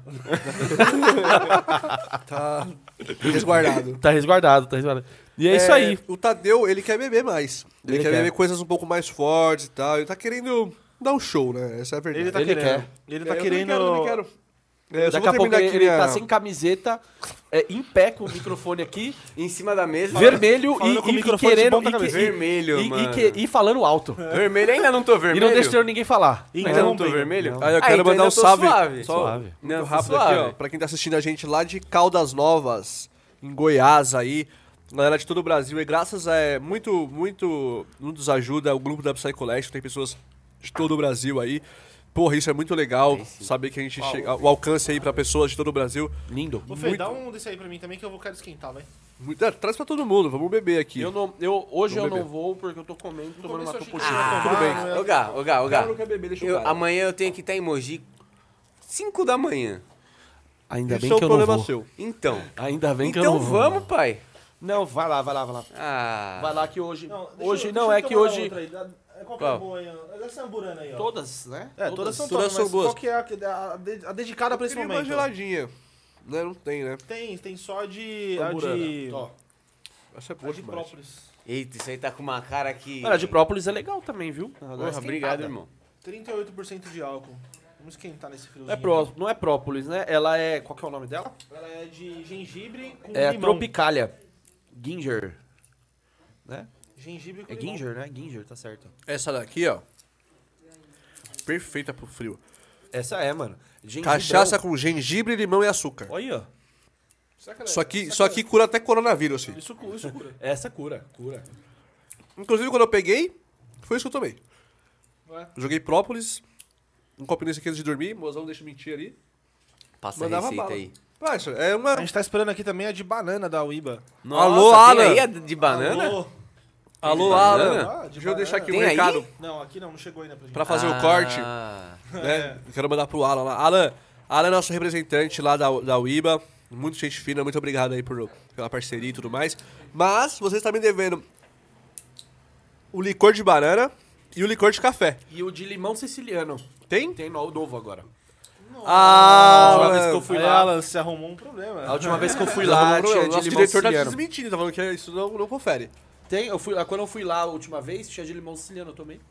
Tá resguardado. Tá resguardado, tá resguardado. E é, isso aí. O Tadeu, ele quer beber mais. Ele, Ele quer, quer. beber coisas um pouco mais fortes e tal. Ele tá querendo dar um show, né? Essa é a verdade. Ele tá Ele querendo. quer. Ele É, tá eu querendo... Não quero, não quero. É, eu só Daqui vou a pouco terminar ele, aqui ele minha- tá sem camiseta, é, em pé com o microfone aqui, Em cima da mesa. vermelho falando e, com o e- e microfone de querendo... ponta e que- cabeça. e- Vermelho, e, e, mano. que- e falando alto. Vermelho ainda não tô E vermelho? não deixando ninguém falar. Ainda não tô Interrompendo. vermelho? Não. Aí eu Ah, quero então mandar ainda um tô salve. suave. Só Suave. muito Não, rápido suave. aqui, ó. Pra quem tá assistindo a gente lá de Caldas Novas, em Goiás aí. Galera de todo o Brasil. E graças a é, muito, muito nos ajuda o grupo da Psy Collection. Tem pessoas de todo o Brasil aí. Porra, isso é muito legal. Saber que a gente chega. O alcance aí pra pessoas de todo o Brasil. Lindo. Ô, Fê, Muito- dá um desse aí pra mim também que eu vou quero esquentar, vai. Muito, é, traz pra todo mundo. Vamos beber aqui. Eu não, eu, hoje Vamos eu não beber. vou porque eu tô comendo, tomando começo uma eu achei que capuchinha. era Ah, tudo bem. não é- Ô, Gá, ô, Gá, ô, O Gá. cara não quer beber, deixa eu Eu- amanhã eu tenho que estar em Mogi cinco da manhã. Ainda bem Isso é o que eu não problema vou. seu. Então. Ainda bem que eu Então não vou. vamos, pai. Não, vai lá, vai lá, vai lá. Ah. Vai lá que hoje... Não, deixa hoje eu- não, deixa eu é que tomar hoje... outra aí. Dá- é Qual que é Qual? a boa aí? ó? Essa amburana aí, ó. Todas, né? É, todas são Todas todas, são mas boas. qual que é a, que- a, de- a dedicada pra esse Queria uma momento? geladinha. Né? Não tem, né? Tem, tem só de... A Amburana. de... Ó. Essa é A boa de demais. própolis. Eita, isso aí tá com uma cara que... Mano, a de própolis é legal também, viu? Porra, obrigado, irmão. trinta e oito por cento de álcool. Vamos esquentar nesse friozinho. É pró, não é própolis, né? Ela é... Qual que é o nome dela? Ela é de gengibre com É a limão. Tropicália. Ginger. Né? Gengibre com É limão. Ginger, né? Ginger, tá certo. Essa daqui, ó. Perfeita pro frio. Essa é, mano. Gengibrão. Cachaça com gengibre, limão e açúcar. Olha, ó. Será que ela- Isso aqui, será isso que aqui cura até coronavírus, filho. ela- Isso, cu- isso cura. Essa cura, cura. Inclusive, quando eu peguei, foi isso que eu tomei. Ué? Joguei própolis, um copinho desse aqui antes de dormir, mozão deixa eu mentir ali. Passa a Mandava receita bala. aí. Ah, isso é uma... A gente tá esperando aqui também a de banana da Uiba. Nossa, Alô, tem Alan. aí a de banana? Alô? Alô, de Alan. banana? Ah, de Deixa eu banana. deixar aqui Tem o aí? recado Não, aqui não, não chegou ainda pra gente. pra fazer o Ah. corte. Né? Eu quero mandar pro Alan lá. Alan, Alan é nosso representante lá da, da Uiba. Muito gente fina, muito obrigado aí por, pela parceria e tudo mais. Mas vocês estão me devendo o licor de banana e o licor de café. E o de limão siciliano. Tem? Tem no- novo agora. Ah, A última vez que eu fui Aí, lá- Alan, você arrumou um problema. A última vez que eu fui Não, lá, não, não, tinha o de nosso limão diretor tá siciliano. desmentindo, tá falando que isso não, não confere. Tem, eu fui, quando eu fui lá a última vez, tinha de limão siciliano, eu tomei.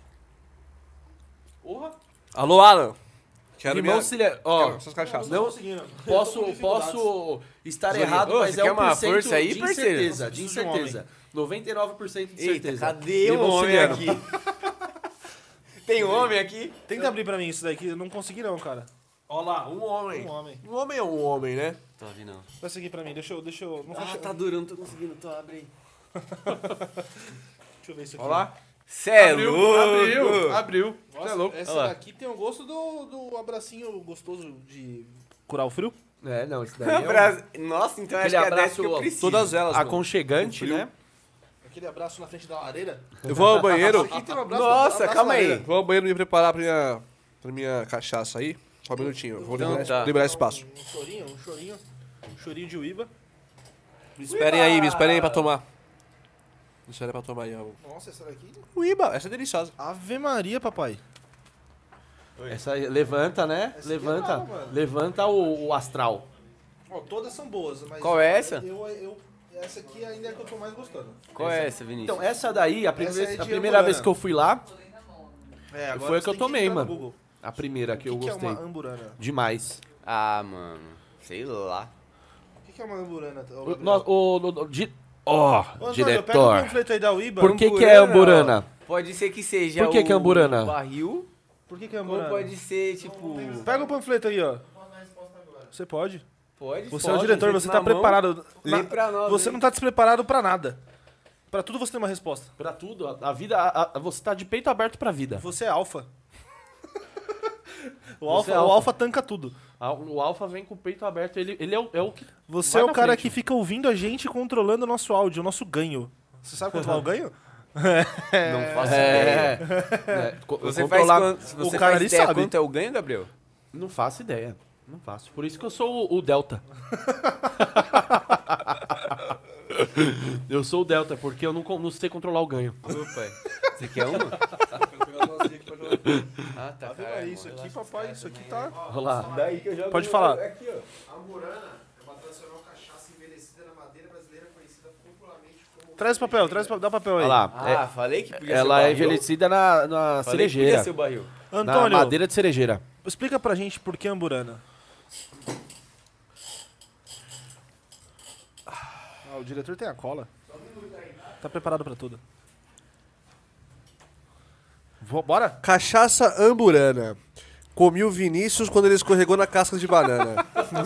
Porra. Alô, Alan. Quero Limão minha... siciliano. Quero Ó, essas cachaças. não- conseguindo. posso, Eu tô com dificuldades. posso estar Zorinho. errado, Ô, mas você é quer um uma por cento força aí, de parceiro? incerteza, de Preciso de um incerteza. noventa e nove por cento de Eita, certeza. cadê o Limão homem siciliano. aqui? Tem homem aqui? Tenta abrir pra mim isso daqui, eu não consegui não, cara. Olha lá, um homem. Um homem. Um homem é um homem, né? Tô ouvindo, não. Passa aqui pra mim, deixa eu... Deixa eu não Ah, fecha- tá duro, eu não tô conseguindo. Tô, abre aí. Deixa eu ver isso aqui. Olha lá. Cê é Abriu, louco. abriu, abriu. Nossa, Cê é louco. essa Olha lá. daqui tem o gosto do, do abracinho gostoso de curar o frio. É, não, isso daí é um Abra- Nossa, então acho que Aquele é dessa que eu abraço, preciso. Todas elas, mano. aconchegante, Frio. né? Aquele abraço na frente da lareira. Eu vou ao banheiro. Aqui tem um abraço, Nossa, abraço calma na aí. lareira. Vou ao banheiro me preparar pra minha, pra minha cachaça aí. Só um minutinho. eu Vou Então liberar, tá. liberar espaço. Um chorinho, um chorinho. Um chorinho de uíba. Me esperem aí, me esperem aí pra tomar. Me esperem pra tomar aí. ó. Nossa, essa daqui... Uíba, essa é deliciosa. Ave Maria, papai. Essa aí, levanta, né? Essa levanta. aqui é brava, mano. levanta o, o astral. Ó, todas são boas, mas... Qual é essa? Eu, eu, essa aqui ainda é a que eu tô mais gostando. Qual é essa, Vinícius? Então, essa daí, a, primeira Essa é vez- de a primeira amburana. vez que eu fui lá, É, Foi a que eu você tem tomei, digitar no mano. Google. a primeira que eu O que, que é gostei. uma amburana? Demais. Ah, mano. Sei lá. O que, que é uma amburana? Ô, O, Gabriel? no- o, o, o di- Ó, Ô, Antônio, pega o diretor. panfleto aí da Uiba. Por que que é amburana? Pode ser que seja Por que o que é amburana? barril, Por que que é ou amburana? pode ser, tipo... Pega o panfleto aí, ó. Você pode. Pode, Você é o pode, diretor, feito você na tá mão. preparado. Lê Na- pra nós, Você hein? não tá despreparado pra nada. Pra tudo você tem uma resposta. Pra tudo, a, a vida, a- a- você tá de peito aberto pra vida. Você é alfa. o Você alfa, é o alfa. alfa tanca tudo. A- O Alpha vem com o peito aberto, ele, ele é, o, é o que. Você vai é o na cara frente. que fica ouvindo a gente e controlando o nosso áudio, o nosso ganho. Você sabe quanto vale o ganho? Não faço É, ideia. é, co- Você faz, controlar- quanto, você o cara faz ali ideia sabe. quanto é o ganho, Gabriel? Não faço ideia. Não faço. Por isso que eu sou o, o Delta. Eu sou o Delta, porque eu não, con- não sei controlar o ganho. Opa, você quer uma? Ah, tá, cara. isso aqui, papai, isso aqui tá... Olha lá. Daí que eu jogo Pode falar. Aqui, ó. A amburana é uma tradicional cachaça envelhecida na madeira brasileira conhecida popularmente como... Traz papel, traz papel, dá papel aí. Olha lá. Ah, falei que É- podia ela ser é barril. envelhecida na, na Falei que cerejeira. podia ser o barril. Na Antônio, madeira de cerejeira. explica pra gente por que amburana. Ah, o diretor tem a cola. Tá preparado pra tudo. Vou- Bora? Cachaça amburana. Comi o Vinícius quando ele escorregou na casca de banana.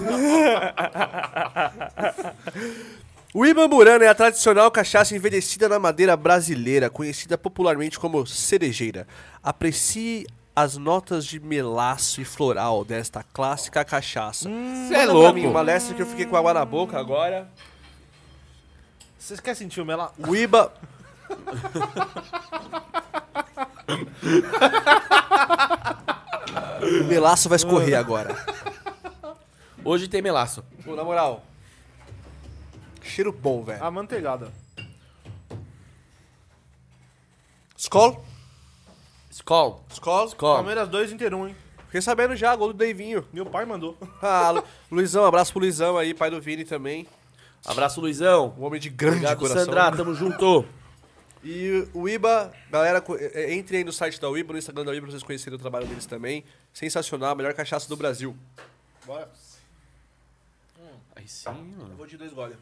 O Iba Amburana é a tradicional cachaça envelhecida na madeira brasileira, conhecida popularmente como cerejeira. Aprecie as notas de melaço e floral desta clássica cachaça. Você é louco. Uma lestra que eu fiquei com água na boca agora. Vocês querem sentir o mela... O Iba... O melaço vai escorrer agora. Hoje tem melaço. Pô, na moral. Cheiro bom, velho. A manteigada. Skol? Skol. Skol? Skol. Palmeiras dois, Inter um, hein? Fiquei sabendo já, gol do Deivinho. Meu pai mandou. Ah, Lu- Luizão, abraço pro Luizão aí, pai do Vini também. Abraço, Luizão. Um homem de grande Obrigado, coração. Sandra. Tamo junto. E o Iba, galera, co- é, entre aí no site da Uiba, no Instagram da Uiba, pra vocês conhecerem o trabalho deles também. Sensacional, a melhor cachaça do Brasil. Bora. Aí sim, mano. Eu vou de dois goles.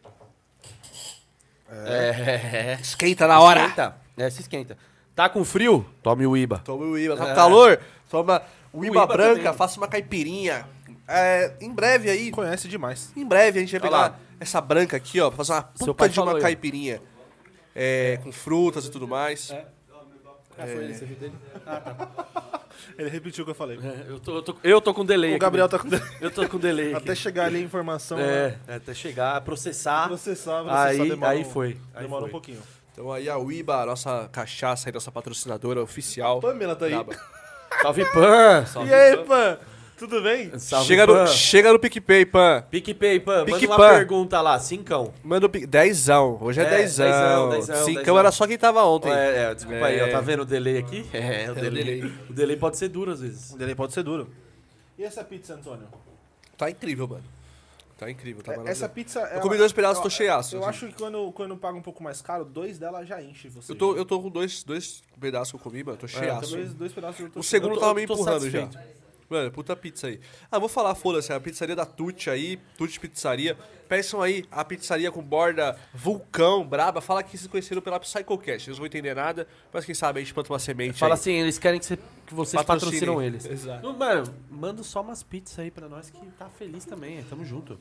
É. Esquenta na hora. Esquenta. É, se esquenta. Tá com frio? Tome o Iba. Toma o Iba. Tá com É. calor? Toma o Iba Iba branca, também. faça uma caipirinha. É, em breve aí, Conhece demais. em breve a gente vai Olha lá. pegar essa branca aqui, ó, pra fazer uma Seu puta pai de uma falou aí. caipirinha. É, com frutas e tudo mais. Ah, foi ele, você viu dele? Ele repetiu o que eu falei. É, eu, tô, eu, tô, eu tô com delay O aqui Gabriel mesmo. tá com... Eu tô com delay aqui. Até chegar ali a informação, É, né? até chegar, processar. Processar, processar, Aí, demora aí um- foi. Aí Demora foi. um pouquinho. Então aí a Uiba, a nossa cachaça aí, nossa patrocinadora oficial. Pamela tá aí. Braba. Salve, Pan. E aí, Pan? Tudo bem? Salve, Chega Pan. no, chega no PicPay, Pan. PicPay, Pan. Manda uma PicPan. pergunta lá. Cincão. Manda o Pic... Dezão. Hoje é, É, dezão. dezão, dezão, Cincão dezão. era só quem tava ontem. É, é, desculpa aí, É. ó. Tá vendo o delay aqui? É, o o delay. delay. O delay pode ser duro às vezes. O dele pode ser duro. E essa pizza, Antônio? Tá incrível, mano. Tá incrível, tá Essa maravilhoso. pizza... Eu comi dois pedaços, tô cheiaço. Eu assim. acho que quando, quando paga um pouco mais caro, dois dela já enche você. Eu tô, eu tô com dois, dois pedaços que eu comi, mano. Tô cheiaço. Dois, dois pedaços eu tô O segundo eu tô- tava eu me tô empurrando já. satisfeito. Mano, puta pizza aí. Ah, vou falar, foda-se, a pizzaria da Tucci aí, Tucci Pizzaria. Peçam aí a pizzaria com borda vulcão, braba. Fala que vocês conheceram pela PsychoCast. Eles não vão entender nada, mas quem sabe a gente planta uma semente Fala aí. assim, eles querem que, você- que vocês Patrocinem. patrocinam eles. Exato. Não, mano, manda só umas pizzas aí pra nós que tá feliz também. Tamo junto.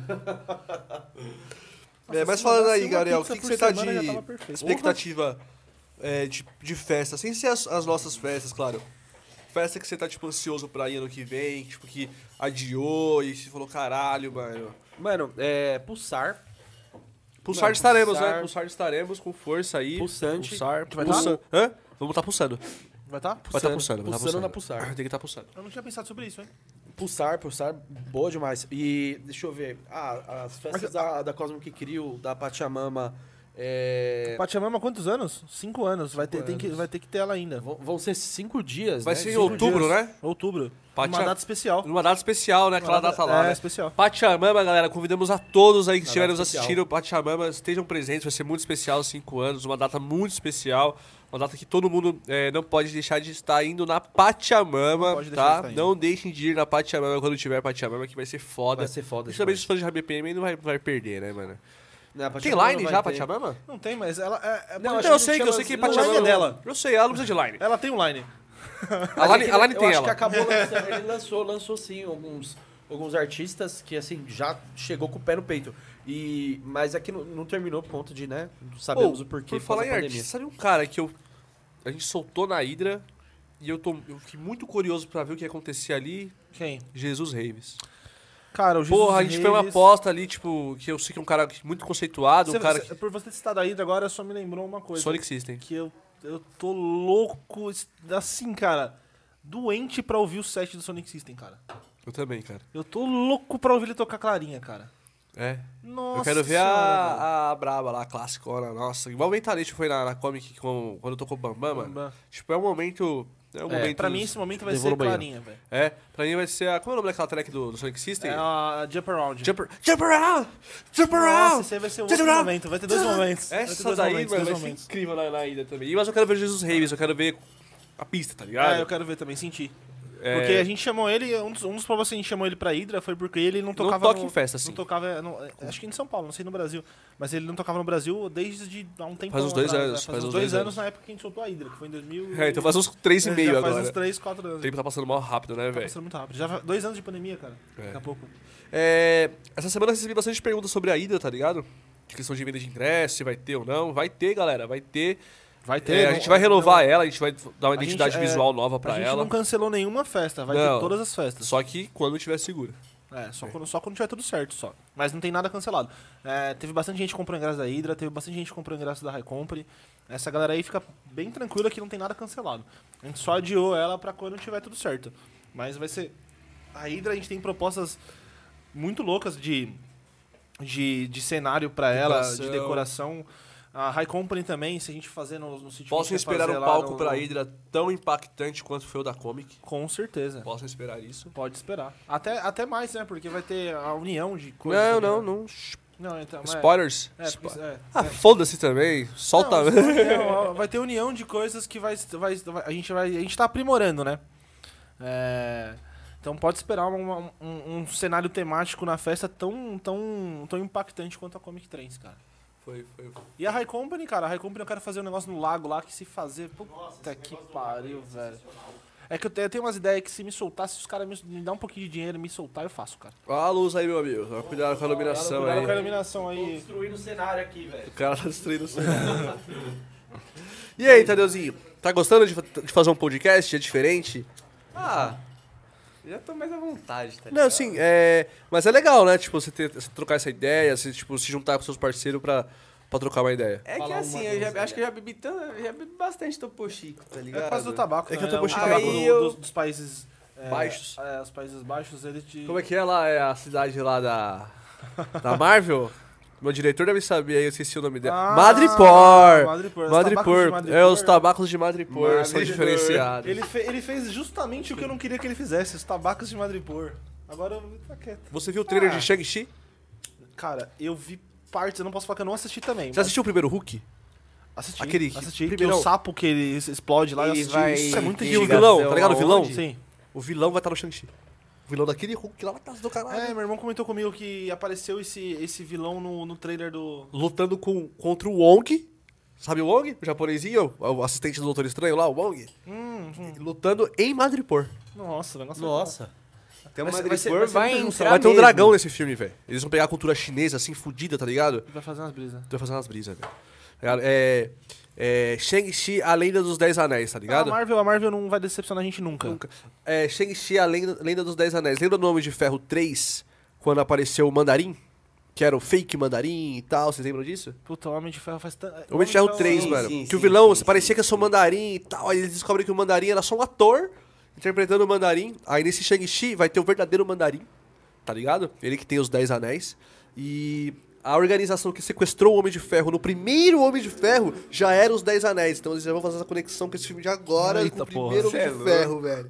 É, mas se falando mandasse aí, uma Gabriel, o pizza que, que por você tá semana, de já tava perfeito. expectativa é, de, de festa? Sem ser as, as nossas festas, claro. Festa que você tá, tipo, ansioso pra ir ano que vem, tipo, que adiou e você falou, caralho, mano. Mano, é. Pulsar. Pulsar Não, estaremos, Pulsar- né? Pulsar estaremos com força aí. Pulsante. Pulsar. vai Pulsa... Hã? Vamos estar pulsando. Vai tá? Vai estar pulsando. Vai tá Pulsando na pulsando. Pulsar. Tem que estar pulsando. Eu não tinha pensado sobre isso, hein? Pulsar, pulsar, boa demais. E deixa eu ver. Ah, as festas da, da Cosmo que Crio, da Pachamama. É, Pachamama, quantos anos? Cinco anos. Vai ter, tem que, anos. vai ter que ter ela ainda. vão, vão ser cinco dias. Vai né? ser em Cinco outubro, dias. né? Outubro. Pacha- Uma data especial. Numa data especial, né? Aquela Uma data lá, é, né? especial. Pachamama, galera, convidamos a todos aí que Uma estiverem nos data especial. assistindo. Pachamama, estejam presentes, vai ser muito especial, cinco anos, uma data muito especial. Uma data que todo mundo é, não pode deixar de estar indo na Pachamama, Não pode deixar de tá? estar indo. Não deixem de ir na Pachamama quando tiver Pachamama, que vai ser foda. Vai ser foda. Principalmente os fãs de R B P M não vai, vai perder, né, mano? Não, a Tem Pachamama line vai já, ter. Pachamama? Não tem, mas ela é... é Não, pode- acho eu que sei que eu chama- sei que o Pachamama line é dela. Eu sei, ela não precisa de line. Ela tem um line. A line, a line eu tem acho ela. que acabou lançando, ele lançou, lançou sim alguns, alguns artistas que assim já chegou com o pé no peito. E mas é que não, não terminou por conta de, né? Não sabemos Ô, o porquê Por falar em causa da artista, sabe um cara que eu a gente soltou na Hydra e eu tô eu fiquei muito curioso pra ver o que ia acontecer ali, Quem? Jesus Reis. Cara, o Jesus Porra, a gente fez uma Reis- aposta ali, tipo, que eu sei que é um cara muito conceituado, Você- um cara você- que... Por você ter citado a Hydra agora, só me lembrou uma coisa. Sonic System. Que eu, eu tô louco, assim, cara, doente pra ouvir o set do Sonic System, cara. Eu também, cara. Eu tô louco pra ouvir ele tocar Clarinha, cara. É. Nossa eu quero ver senhora, velho. a, a Braba lá, a classicona, nossa. Igual o Mentality foi na, na Comic com, quando tocou Bambam, mano. Bambam. Tipo, é um momento... É um É, momento... Pra mim, esse momento vai Levou ser no banheiro. Clarinha, velho. É, pra mim vai ser a... Como é o nome daquela track do, do Sonic System? É a Jump Around. Jump, jump around! Jump Nossa, around! esse aí vai ser um Jump outro around! momento. Vai ter dois momentos. Vai ter Essa dois daí, momentos, mano, dois vai ser momentos. incrível na, na ida também. Mas eu quero ver Jesus Reis, eu quero ver a pista, tá ligado? É, eu quero ver também, sentir. É, Porque a gente chamou ele, um dos, um dos problemas que a gente chamou ele pra Hydra foi porque ele não tocava toca no, em festa, assim. Não tocava, não, acho que em São Paulo, não sei no Brasil. Mas ele não tocava no Brasil desde há um tempo Faz uns dois atrás, anos, né? faz Faz uns uns dois dois anos anos. na época que a gente soltou a Hydra, que foi em dois mil. É, então faz uns três e É, meio já agora. Faz uns três, quatro anos. O tempo tá passando mal rápido, né, Tá velho? passando muito rápido. Já faz dois anos de pandemia, cara. É. Daqui a pouco. É, essa semana eu recebi bastante perguntas sobre a Hydra, tá ligado? De questão de venda de ingresso, se vai ter ou não. Vai ter, galera, vai ter. Vai ter. É, a não- gente vai renovar não- ela, a gente vai dar uma a identidade gente, é, visual nova pra A gente ela. não cancelou nenhuma festa, vai Não. ter todas as festas. Só que quando tiver segura. É, só quando, só quando tiver tudo certo, só. Mas não tem nada cancelado. É, teve bastante gente que comprou ingresso da Hydra, teve bastante gente que comprou ingresso da High Company. Essa galera aí fica bem tranquila que não tem nada cancelado. A gente só adiou ela pra quando tiver tudo certo. Mas vai ser... A Hydra, a gente tem propostas muito loucas de, de, de cenário pra ela, Decoração. de decoração. A High Company também, se a gente fazer no, no sítio que a Possam gente quer esperar fazer um lá palco no- pra no- Hydra tão impactante quanto foi o da Comic. Com certeza. Possam esperar isso. Pode esperar. Até, até mais, né? Porque vai ter a união de coisas. Não, também, não, né? não. Não, então, mas- Spoilers. É, Spo- porque- é, Ah, é. foda-se também. Solta. Não, isso não, ó, vai ter união de coisas que vai, vai, vai- a gente vai, a gente tá aprimorando, né? É, então pode esperar uma- um, um cenário temático na festa tão, tão, tão impactante quanto a Comic três, cara. Foi, foi. E a High Company, cara, a High Company eu quero fazer um negócio no lago lá que se fazer, puta que pariu, velho. É que eu tenho, eu tenho umas ideias que se me soltar, se os caras me, me dar um pouquinho de dinheiro e me soltar, eu faço, cara. Olha a luz aí, meu amigo. Vai cuidar com a iluminação Cuidado aí. com a iluminação aí. Destruindo o cenário aqui, velho. O cara tá destruindo o cenário. E aí, Tadeuzinho? Tá gostando de, fa- de fazer um podcast? É diferente? Ah, já tô mais à vontade, tá ligado? Não, sim, é. Mas é legal, né? Tipo, você, ter, você trocar essa ideia, você, tipo, se juntar com seus parceiros pra, pra trocar uma ideia. É que Falar assim, uma eu já, coisa, acho que eu já bebi tanto, já bebi bastante Topo Chico, tá É ligado? por causa do tabaco, É que né? eu tô O puxando tabaco aí do- eu- dos, dos países é, Baixos. É, os países baixos, ele te... Como é que é lá? É a cidade lá da. Da Marvel? Meu diretor deve saber aí, eu esqueci o nome dela. Ah, Madripoor! Madripoor. Os Madripoor. tabacos de É, os Madripoor. tabacos de Madripoor são Madripoor. diferenciados. Ele, fe- ele fez justamente o que eu não queria que ele fizesse, os tabacos de Madripoor. Agora eu tá quieto. Você viu o trailer Ah. de Shang-Chi? Cara, eu vi partes, eu não posso falar que eu não assisti também. Você assistiu o primeiro Hulk? Assisti, Aquele que- assisti. primeiro- Tem o sapo que ele explode lá, eu Ele assisti. vai Isso é muito ter E o antigo. vilão, ligação tá ligado? O vilão? aonde? Sim. O vilão vai estar no Shang-Chi. O vilão daquele Hulk lá na casa do caralho. É, meu irmão comentou comigo que apareceu esse, esse vilão no, no trailer do... Lutando com, contra o Wong. Sabe o Wong? O japonesinho? O assistente do Doutor Estranho lá, o Wong. Hum, hum. Lutando em Madripoor. Nossa, o negócio Nossa. Então o Vai ser- vai ser- Madripoor vai vai, ser muita junção. entrar Vai ter um mesmo. dragão nesse filme, velho. Eles vão pegar a cultura chinesa assim, fudida, tá ligado? vai fazer umas brisas. Vai fazer umas brisas, velho. É, é, Shang-Chi, a Lenda dos Dez Anéis, tá A ligado? Marvel, a Marvel não vai decepcionar a gente nunca. Nunca. É, Shang-Chi, a Lenda, Lenda dos Dez Anéis. Lembra do Homem de Ferro três, quando apareceu o Mandarim? Que era o fake Mandarim e tal, vocês lembram disso? Puta, o Homem de Ferro faz tanto... O Homem de Ferro três, sim, mano. sim, que o sim, vilão sim, parecia sim. que ia ser o Mandarim e tal. Aí eles descobrem que o Mandarim era só um ator interpretando o Mandarim. Aí nesse Shang-Chi vai ter o verdadeiro Mandarim, tá ligado? Ele que tem os Dez Anéis. E a organização que sequestrou o Homem de Ferro no primeiro Homem de Ferro já era os Dez Anéis. Então eles já vão fazer essa conexão com esse filme de agora Eita, com o porra. primeiro Cê Homem é de louco. Ferro, velho.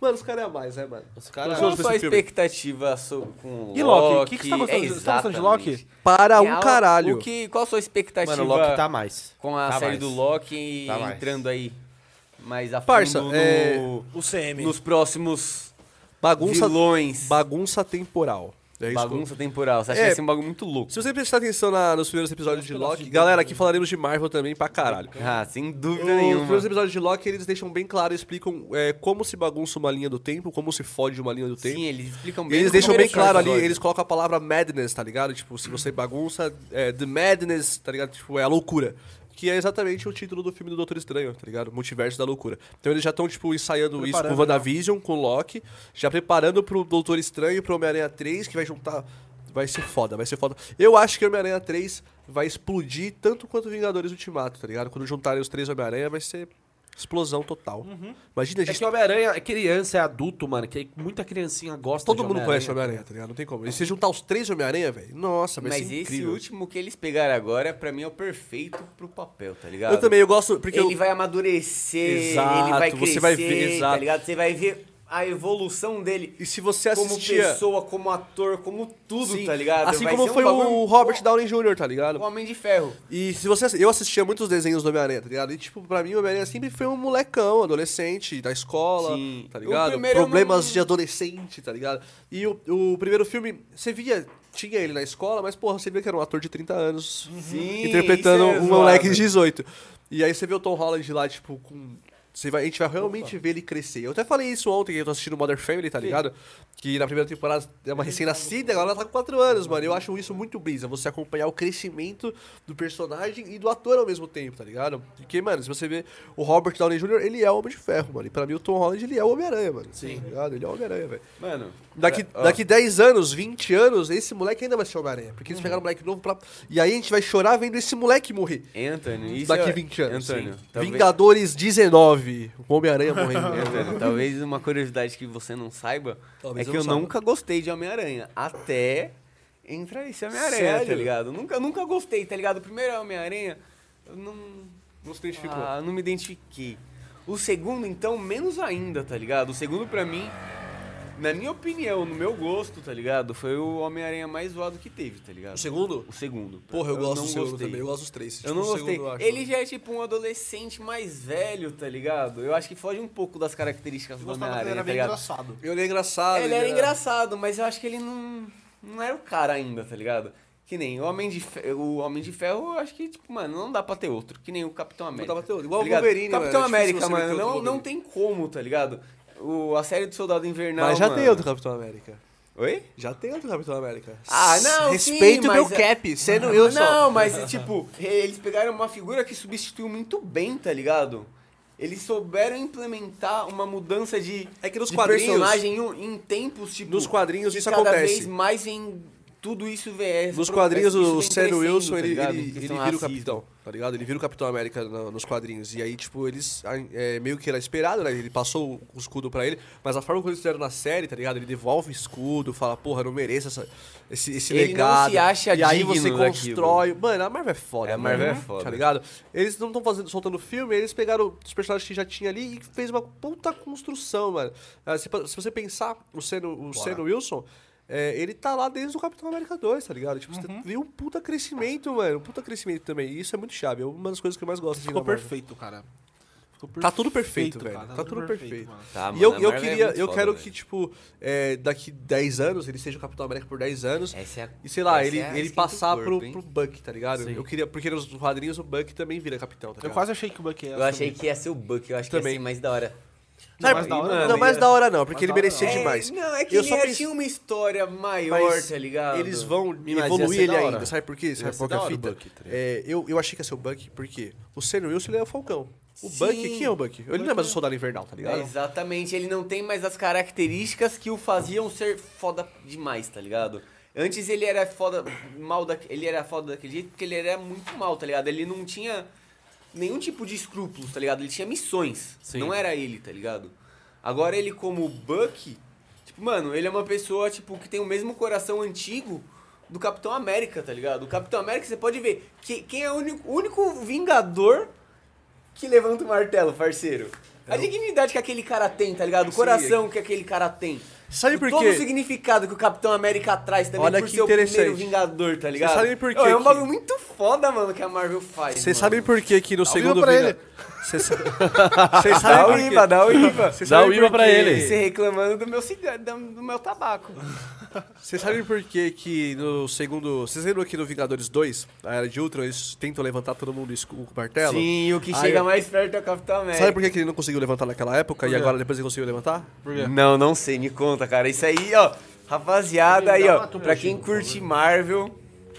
Mano, os caras é a mais, né, mano? Os caras... Qual Qual a sua expectativa so- com E Loki? Loki? O que que você tá gostando? É, Você tá gostando de Loki? exatamente. Para um Real, caralho. O que, qual a sua expectativa Mano, o Loki tá mais. com a Tá série mais. do Loki Tá mais. entrando aí mais a fundo Parça, no- é, O C M. nos próximos Bagunça, vilões? bagunça temporal. É isso que eu- Bagunça temporal. Você acha É. que vai ser um bagulho muito louco? Se você prestar atenção na- nos primeiros episódios de Loki, galera, aqui falaremos de Marvel também pra caralho. Ah, sem dúvida Os primeiros nenhuma. episódios de Loki, eles deixam bem claro, explicam é, como se bagunça uma linha do tempo, como se fode uma linha do tempo. Sim, eles explicam E bem. eles no deixam bem primeiro claro ali, episódio. eles colocam a palavra madness, tá ligado? Tipo, se você bagunça, é, the madness, tá ligado? Tipo, é a loucura. Que é exatamente o título do filme do Doutor Estranho, tá ligado? Multiverso da Loucura. Então eles já estão, tipo, ensaiando isso Preparando, com o WandaVision, com o Loki, já preparando pro Doutor Estranho e pro Homem-Aranha três, que vai juntar... Vai ser foda, vai ser foda. Eu acho que Homem-Aranha três vai explodir tanto quanto Vingadores Ultimato, tá ligado? Quando juntarem os três Homem-Aranha, vai ser explosão total. Imagina a É gente... que o Homem-Aranha é criança, é adulto, mano. Que muita criancinha gosta Todo de mundo conhece o Homem-Aranha. Homem-Aranha, tá ligado? Não tem como. E se juntar os três Homem-Aranha, velho, nossa, vai Mas ser esse incrível. último que eles pegaram agora, pra mim, é o perfeito pro papel, tá ligado? Eu também, eu gosto, porque Ele eu... vai amadurecer, Exato, ele vai crescer, você vai ver, tá exato. ligado? Você vai ver a evolução dele E se você como assistia... pessoa, como ator, como tudo, Sim, tá ligado? assim Vai como ser um foi bagulho- o Robert Downey júnior, tá ligado? O Homem de Ferro. E se você... Eu assistia muitos desenhos do Homem-Aranha, tá ligado? E, tipo, pra mim, o Homem-Aranha sempre foi um molecão, adolescente, da escola, Sim. tá O ligado? primeiro eu Problemas não- de adolescente, tá ligado? E o, o primeiro filme, você via... Tinha ele na escola, mas, porra, você via que era um ator de trinta anos Sim, interpretando isso é um zoado. moleque de dezoito. E aí você vê o Tom Holland lá, tipo, com... Você vai, a gente vai realmente ver ele crescer. Eu até falei isso ontem, que eu tô assistindo Modern Family, tá ligado? Que na primeira temporada é uma recém-nascida, agora ela tá com quatro anos, mano. Eu acho isso muito brisa, você acompanhar o crescimento do personagem e do ator ao mesmo tempo, tá ligado? Porque, mano, se você vê o Robert Downey júnior, ele é o Homem de Ferro, mano. E pra mim o Tom Holland, ele é o Homem-Aranha, mano. Sim. Tá ligado? Ele é o Homem-Aranha, velho. Mano, Daqui, ó, daqui dez anos, vinte anos, esse moleque ainda vai ser o Homem-Aranha. Porque eles pegaram um moleque novo pra... E aí a gente vai chorar vendo esse moleque morrer. Antônio, isso Daqui é- vinte anos. Antônio, talvez- Vingadores dezenove. O Homem-Aranha morrendo. Antônio, talvez uma curiosidade que você não saiba Talvez é eu que eu não saiba. nunca gostei de Homem-Aranha. Até entrar esse Homem-Aranha, tá Sério? ligado? Nunca, nunca gostei, tá ligado? O primeiro Homem-Aranha, eu não... Não se identificou. Ah, não me identifiquei. O segundo, então, menos ainda, tá ligado? O segundo, pra mim, na minha opinião, no meu gosto, tá ligado? Foi o Homem-Aranha mais zoado que teve, tá ligado? O segundo? O segundo. Porra, eu, gosto não do segundo gostei. também. Eu gosto dos três. Eu Tipo, não o gostei. segundo eu acho- Ele já é tipo um adolescente mais velho, tá ligado? Eu acho que foge um pouco das características do Gostava dele, Homem-Aranha, era tá bem ligado? engraçado. Ele é engraçado. Ele era engraçado, mas eu acho que ele não, não era o cara ainda, tá ligado? Que nem o Homem de Ferro, o Homem de Ferro, eu acho que, tipo, mano, não dá pra ter outro. Que nem o Capitão América. dá pra ter outro. Igual tá o ligado? Wolverine, Capitão mano, é difícil América, você meter mano, outro não, não Wolverine. tem como, tá ligado? O, a série do Soldado Invernal, Mas já mano. tem outro Capitão América. Oi? Já tem outro Capitão América. Ah, não, Respeito sim, o meu mas é- cap, sendo eu só. Não, mas, tipo, eles pegaram uma figura que substituiu muito bem, tá ligado? Eles souberam implementar uma mudança de, É que nos de quadrinhos- personagem em, em tempos, tipo... Nos quadrinhos que isso cada acontece. vez mais vem... Tudo isso vem... Nos quadrinhos, isso o vem Sam crescendo, Wilson, tá ele, ligado? ele, Em ele questão vira o racismo. capitão, tá ligado? Ele vira o Capitão América no- nos quadrinhos. E aí, tipo, eles... É, meio que era esperado, né? Ele passou o escudo pra ele. Mas a forma como eles fizeram na série, tá ligado? Ele devolve o escudo, fala, porra, não mereço essa, esse, esse Ele não legado. se acha E aí digno você daquilo. constrói... Mano, a Marvel é foda. É, a Marvel mano, é foda. Tá ligado? Eles não estão fazendo, soltando filme, eles pegaram os personagens que já tinha ali e fez uma puta construção, mano. Ah, Se, se você pensar, o Sam, o Sam Wilson... É, ele tá lá desde o Capitão América dois, tá ligado? Tipo, você viu um puta crescimento, mano. Um puta crescimento também. E isso é muito chave. É uma das coisas que eu mais gosto. assim, Ficou da Marvel. perfeito, cara. Ficou Tá tudo perfeito, velho. cara, Tá tudo perfeito. mano. Tá, E mano, eu, a eu Marvel é queria, muito eu foda, quero velho. que, tipo, é, daqui dez anos ele seja o Capitão América por dez anos. Essa é a- E sei lá, essa ele, é a ele skin do passar corpo, pro, hein? pro Buck, tá ligado? Sim. Eu queria, porque nos quadrinhos o Buck também vira capitão, tá Eu ligado? quase achei que o Bucky ia Eu achei assumir. que ia ser o Buck, eu acho Também. que ia ser mais da hora. Não, Não, mas da hora não, não. mais da hora não, porque Mas ele da hora merecia não. demais. É, não, é que Eu ele só era- pense- tinha uma história maior, Mas tá ligado? eles vão Mas ia evoluir ser ele da hora. ainda. Sabe por quê? Sabe ser qual que é da a hora o fita? Bucky, tá ligado? É, eu, eu achei que ia ser o Buck, porque o Sam Wilson ele é o Falcão. O Sim. Buck, quem é o Buck? Ele não é mais o Soldado Invernal, tá ligado? É, exatamente, ele não tem mais as características que o faziam ser foda demais, tá ligado? Antes ele era foda mal da, ele era foda daquele jeito porque ele era muito mal, tá ligado? Ele não tinha nenhum tipo de escrúpulos, tá ligado? Ele tinha missões. Sim. Não era ele, tá ligado? Agora ele como Buck, tipo, mano, ele é uma pessoa tipo que tem o mesmo coração antigo do Capitão América, tá ligado? O Capitão América, você pode ver que quem é o único, o único vingador que levanta o martelo, parceiro. A dignidade que aquele cara tem, tá ligado? O coração que aquele cara tem. Sabe por Todo o quê? significado que o Capitão América traz também Olha por que ser o primeiro interessante. Vingador, tá ligado? Vocês sabem por quê Ô, É um que- bagulho muito foda, mano, que a Marvel faz. Vocês mano. sabem por que que no o segundo IVA pra Vinga- ele. Vocês sa- Vocês Dá sabem o por I V A, quê? dá o I V A. Vocês Dá sabem o I V A por pra quê? ele. Você reclamando do meu, cigarro, do meu tabaco. Vocês sabem por que que no segundo... Vocês lembram que no Vingadores dois, a Era de Ultron, eles tentam levantar todo mundo com o martelo? Sim, o que Aí- chega mais perto é o Capitão América. Sabe por que que ele não conseguiu levantar naquela época e agora depois ele conseguiu levantar? Por quê? Não, não sei, me conta, cara. Isso aí, ó, rapaziada, aí, Dá ó, uma pra quem tumultinha, por curte Marvel,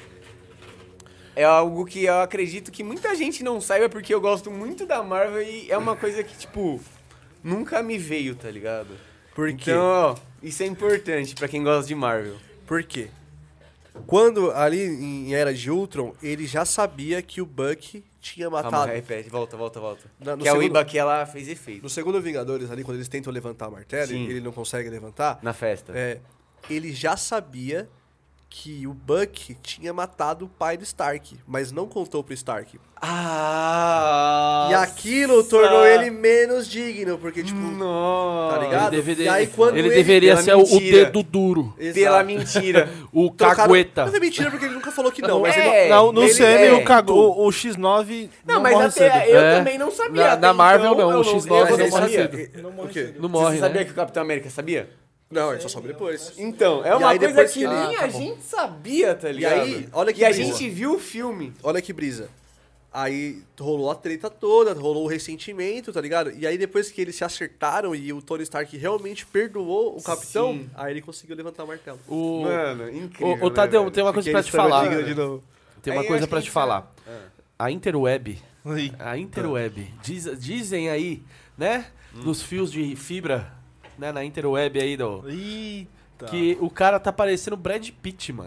é algo que eu acredito que muita gente não saiba, porque eu gosto muito da Marvel e é uma coisa que, tipo, nunca me veio, tá ligado? Por quê? Então, ó, isso é importante pra quem gosta de Marvel. Por quê? Quando, ali em Era de Ultron, ele já sabia que o Buck tinha Calma, matado... repete, volta, volta, volta. Na- no que é o segundo- I B A que ela fez efeito. No segundo Vingadores, ali, quando eles tentam levantar o martelo Sim. e ele não consegue levantar, Na festa. é, ele já sabia que o Buck tinha matado o pai do Stark, mas não contou pro Stark. Ah! E aquilo tornou ele menos digno, porque, tipo, Nossa! tá ligado? Ele, deveria, E aí, quando ele ele- deveria pela ser o- o mentira. dedo duro. Exato. Pela mentira. O Trocaram- cagueta. Mas é mentira, porque ele nunca falou que não, mas É. ele... Não, no ele C M é. o, cago, o, o X nove Não, não, mas morre até cedo. eu É. também não sabia. Na- até na Marvel, então, não, eu o X nove eu não morre sabia. cedo. Não morre O quê? cedo. Não Você morre, sabia né? que o Capitão América sabia? Não, ele só soube depois. Então, é E uma aí, coisa depois que que ele- nem Ah, a tá bom. gente sabia, tá ligado? aí, olha que E a brisa. gente viu o filme. Olha que brisa. Aí rolou a treta toda, rolou o ressentimento, tá ligado? E aí depois que eles se acertaram e o Tony Stark realmente perdoou o capitão, Sim. aí ele conseguiu levantar o martelo. O, Mano, incrível. o, o Tadeu, né, tem uma coisa Porque pra eles te foram falar. dignos de novo. Tem uma Aí coisa acho pra que te a falar. A Interweb, Ih, a Interweb, diz- dizem aí, né? Nos fios de fibra, né? Na Interweb aí, do, Eita. que o cara tá parecendo o Brad Pitt, mano.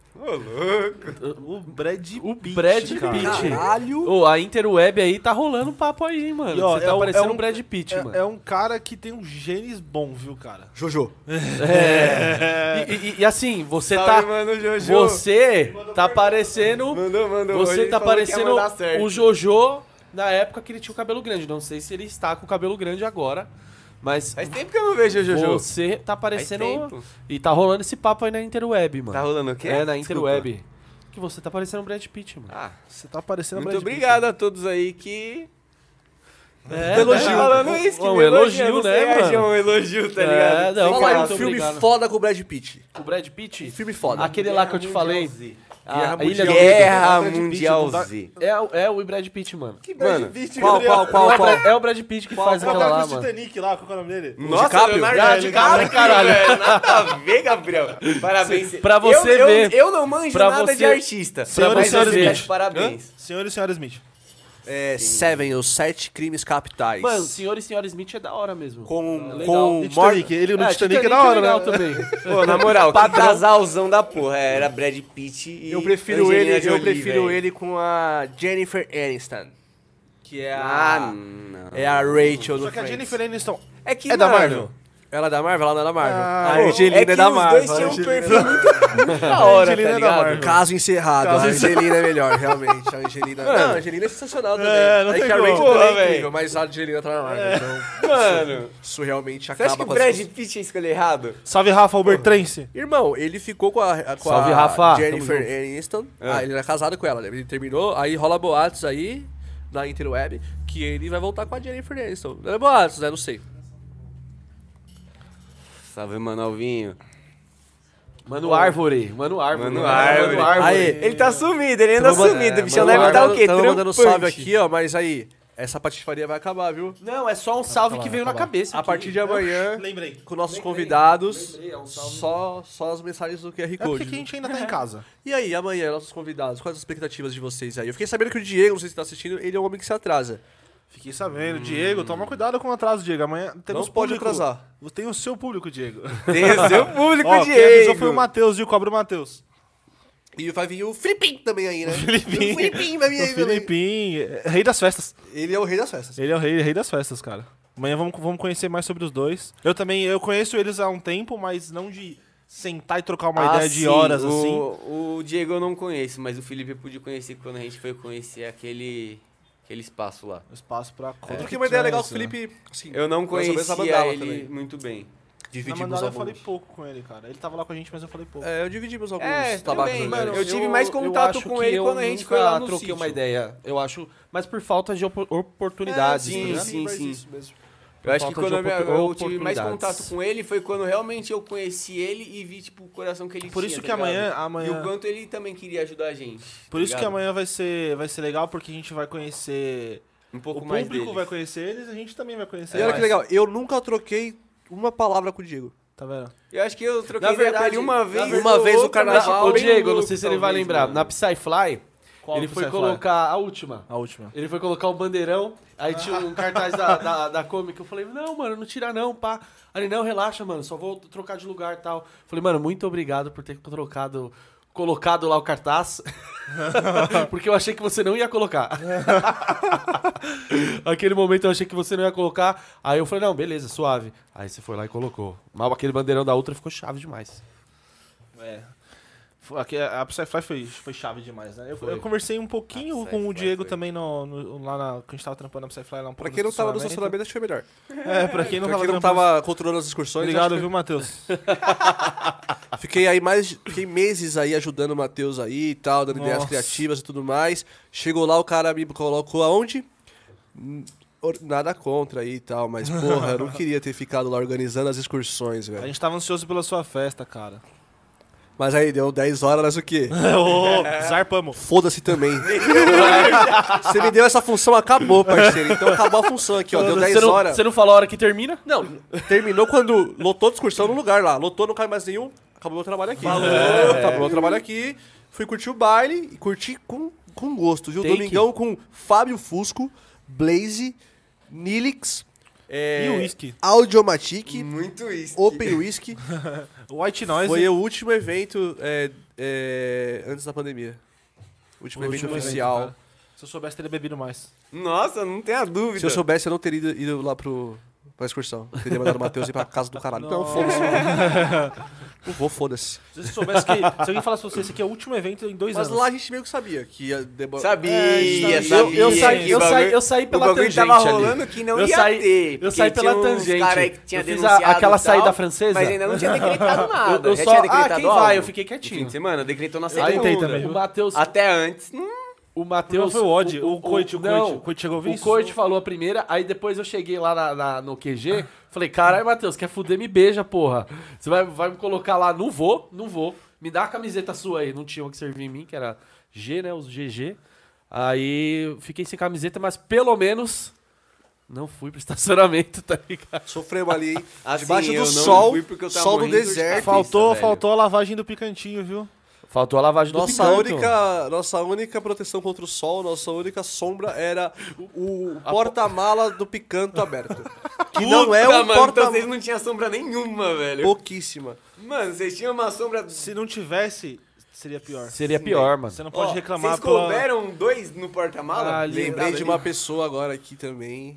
O Brad O Pitt, Brad cara. Pitt. Caralho! Ô, a Interweb aí tá rolando papo aí, hein, mano. E, ó, Você é tá um- parecendo é um- o Brad Pitt, mano. É, é um cara que tem um genes bom, viu, cara? Jojo. É. E, e- e assim, você Salve, tá. mano, Jojo. Você tá parecendo. Mandou, mandou. Você Ele tá falou que ia parecendo mandar certo. o Jojo na época que ele tinha o cabelo grande. Não sei se ele está com o cabelo grande agora. Mas Faz tempo que eu não vejo o Jojo. você tá parecendo. tempo. E tá rolando esse papo aí na Interweb, mano. Tá rolando o quê? É, na Desculpa. Interweb. Que você tá parecendo o Brad Pitt, mano. Ah, Você tá parecendo o muito Brad Pitt. obrigado a todos aí que... É, elogio. né? Falando isso, que Um me elogia, elogio, não sei, né, achei mano? um elogio, tá É, ligado? não, Sem Fala aí graça. um filme obrigado. foda com o Brad Pitt. O Brad Pitt? Um filme foda. Aquele lá que eu te falei. Guerra A Ilha do Guerra Brad Pitt, Mundial não dá- Z. É, o- é o Brad Pitt, mano. Mano, Qual, qual, qual, É o qual? Brad- É o Brad Pitt que faz Qual aquela cara lá, do mano. Titanic lá, qual que é o nome dele? nossa, DiCaprio? Leonardo Ah, DiCaprio, DiCaprio, caralho. velho. Nada a ver, Gabriel. Parabéns. Pra você eu, eu- ver. Eu, não manjo Pra nada você- de artista. Senhor e mas senhora eu te Smith. dou parabéns. Senhor e senhora Smith. É, Seven, os Sete Crimes Capitais. Mano, Senhor e Senhora Smith é da hora mesmo. Com- É legal. com- E Titanic, ele no É, Titanic, é da hora, legal né? também. Pô, na moral, que casalzão da porra. Era Brad Pitt e Eu prefiro Angelina ele, eu Jolie, prefiro velho. ele com a Jennifer Aniston. Que é Ah, a. não. É a Rachel do Só que a Friends. Jennifer Aniston É que, é da mano, Marvel. Ela é da Marvel, ela não é da Marvel. Ah, a pô, Angelina é é, que da os Marvel. dois tinham um Angelina- perfil muito, muito da hora, Angelina tá é da ligado? Marvel. Caso encerrado. Caso a Angelina é melhor, realmente. A Angelina. Mano. Não, a Angelina é sensacional também. É, não é tem que a como. Rachel Porra, também é velho. incrível, mas a Angelina tá na Marvel. Então, Mano, isso realmente você acaba acha que o com as Brad pessoas. Pitt ia escolher errado? Salve, Rafa Ubertrense. Irmão, ele ficou com a, com Salve, a Rafa. Jennifer Tamo Aniston. Ah. Ah, ele era casado com ela, né? Ele terminou, aí rola boatos aí na Interweb que ele vai voltar com a Jennifer Aniston. Não é boatos, né? Não sei. Salve, mano Alvinho. Mano Árvore. Mano Árvore. Mano né? Árvore. Aê. Ele tá sumido, ele anda Tamo manda- sumido. O é, bichão mano, deve estar o mandando- quê? tamo mandando Trampante. salve aqui, ó, mas aí, essa patifaria vai acabar, viu? Não, é só um salve que veio na cabeça. A aqui. partir de amanhã, Lembrei. com nossos Lembrei, convidados, lembrei, é um salve. só, só as mensagens do Q R É porque Code. que a gente ainda tá em casa. E aí, amanhã, nossos convidados, quais as expectativas de vocês aí? Eu fiquei sabendo que o Diego, não sei se tá assistindo, ele é um homem que se atrasa. Fiquei sabendo. Diego, toma cuidado com o atraso, Diego. Amanhã temos Não pode público. atrasar. Tem o seu público, Diego. Tem o seu público, Ó, quem avisou Diego. foi o Matheus, viu? Cobra o Matheus. E vai vir o Filipinho também aí, né? Filipinho. O Filipinho vai vir O aí também. Filipinho, é rei das festas. Ele é o rei das festas. Ele é o rei, rei das festas, cara. Amanhã vamos, vamos conhecer mais sobre os dois. Eu também, eu conheço eles há um tempo, mas não de sentar e trocar uma Ah, ideia de sim, horas, o, assim. O Diego eu não conheço, mas o Felipe eu pude conhecer quando a gente foi conhecer aquele aquele espaço lá. Espaço pra... Eu troquei uma ideia legal com o né? Felipe, assim, Eu não mais ou menos na conhecia mandala ele também. muito bem. Na Dividimos mandala eu alguns. falei pouco com ele, cara. Ele tava lá com a gente, mas eu falei pouco. É, eu dividimos alguns É, tabacos. também, né? mano. Eu tive mais contato acho com que ele eu quando a gente nunca foi lá no troquei sítio. uma ideia. Eu acho, mas por falta de opor- oportunidades. É, sim, tá ligado? sim, mas sim. isso mesmo. Eu acho que falta quando de eu, me- opor- eu tive mais oportunidades. contato com ele foi quando realmente eu conheci ele e vi, tipo, o coração que ele Por tinha. isso tá que amanhã- ligado? amanhã- E o quanto ele também queria ajudar a gente. Por tá isso que ligado? amanhã vai ser, vai ser legal, porque a gente vai conhecer... Um pouco o mais público dele. vai conhecer eles, a gente também vai conhecer E olha mais. que legal, eu nunca troquei uma palavra com o Diego. Tá vendo? Eu acho que eu troquei Na ideia com verdade, ele uma na vez. verdade, uma vez no outra, mas, carnaval, Ô, bem Diego, não louco, sei se ele vai talvez, lembrar. mano. Na Psyfly, Qual ele que foi você colocar a última. A última. Ele foi colocar um bandeirão, aí tinha um cartaz da, da, da Comic. Eu falei, não, mano, não tira não, pá. Aí ele, não, relaxa, mano, só vou trocar de lugar e tal. Falei, mano, muito obrigado por ter trocado, colocado lá o cartaz. Porque eu achei que você não ia colocar. Aquele momento eu achei que você não ia colocar. Aí eu falei, não, beleza, suave. Aí você foi lá e colocou. Mas aquele bandeirão da Ultra ficou chave demais. É. Foi- aqui, a Psyfly foi, foi chave demais, né? Eu, Foi. eu conversei um pouquinho A com o Psyfly Diego foi. também no, no- lá na, quando a gente tava trampando na Psyfly lá um pouco Pra quem não tava no estacionamento, acho que foi melhor. É, pra quem não Pra tava quem não trampando. tava controlando as excursões, Obrigado, acho viu, Matheus? que- fiquei aí mais, fiquei meses aí ajudando o Matheus aí e tal, dando ideias Nossa. criativas e tudo mais. Chegou lá, o cara me colocou aonde? Hum, or- Nada contra aí e tal, mas porra, eu não queria ter ficado lá organizando as excursões, A velho. gente tava ansioso pela sua festa, cara. Mas aí deu dez horas, mas o quê? Ô, zarpamos. Foda-se também. Você me deu essa função, acabou, parceiro. Então acabou a função aqui, ó. Deu dez você, não, horas. você não falou a hora que termina? Não, terminou quando lotou a discussão no lugar lá. Lotou, não cai mais nenhum. Acabou meu trabalho aqui. É. Acabou meu trabalho aqui. Fui curtir o baile e curti com, com gosto, viu? Take. Domingão com Fábio Fusco, Blaze, Nilix, é, E o whisky. Audiomatic, Muito isso. Open Whisky. White Noise. Foi o último evento é, é, antes da pandemia. O último O evento último evento, oficial. cara. Se eu soubesse, teria bebido mais. Nossa, não tenha dúvida. Se eu soubesse, eu não teria ido, ido lá pro, pra excursão. Eu teria mandado o Matheus ir pra casa do caralho. Não, Nossa. foda-se. Não vou, foda-se. Se você soubesse que... Se alguém falasse pra você, esse aqui é o último evento em dois Mas anos. lá a gente meio que sabia que ia demorar. Sabia, É, sabia. eu, eu, saí, que eu, o saí, bagulho- eu saí pela o bagulho tangente tava ali. rolando que não eu ia saí, ter. Eu porque saí pela tinha uns tangente. cara aí que tinha eu fiz a- denunciado aquela e tal, saída francesa. Mas ainda não tinha decretado nada. Eu, eu Já só, tinha ah, decretado quem vai? algo? Eu fiquei No fim quietinho. de semana, decretou na Eu segunda. tentei também. O Matheus... Até antes, hum, O Matheus. Não, foi o Odd, o Coit, o Coit. não, O Coit chegou a ouvir O isso? Coit falou a primeira, aí depois eu cheguei lá na, na- no Q G, falei, caralho, Matheus, quer fuder, me beija, porra. Você vai, vai me colocar lá, não vou, não vou. Me dá a camiseta sua aí, não tinha uma que servia em mim, que era G, né, os G G. Aí eu fiquei sem camiseta, mas pelo menos não fui pro estacionamento, tá ligado? Sofremos ali, hein? assim, Debaixo do eu não sol, fui porque eu tava sol do morrendo de dor de deserto. cabeça, Faltou, velho. faltou a lavagem do picantinho, viu? Faltou a lavagem do Nossa picanto. única, nossa única proteção contra o sol, nossa única sombra era o porta-mala do picanto aberto. Que não é Puta, um mano, então porta-mala. vocês não tinham sombra nenhuma, velho. Pouquíssima. Mano, vocês tinham uma sombra... Se não tivesse, seria pior. Seria pior, mano. Você não pode Ó, reclamar Vocês pela... couberam dois no porta-mala? Ah, Lembrei de uma pessoa agora aqui também.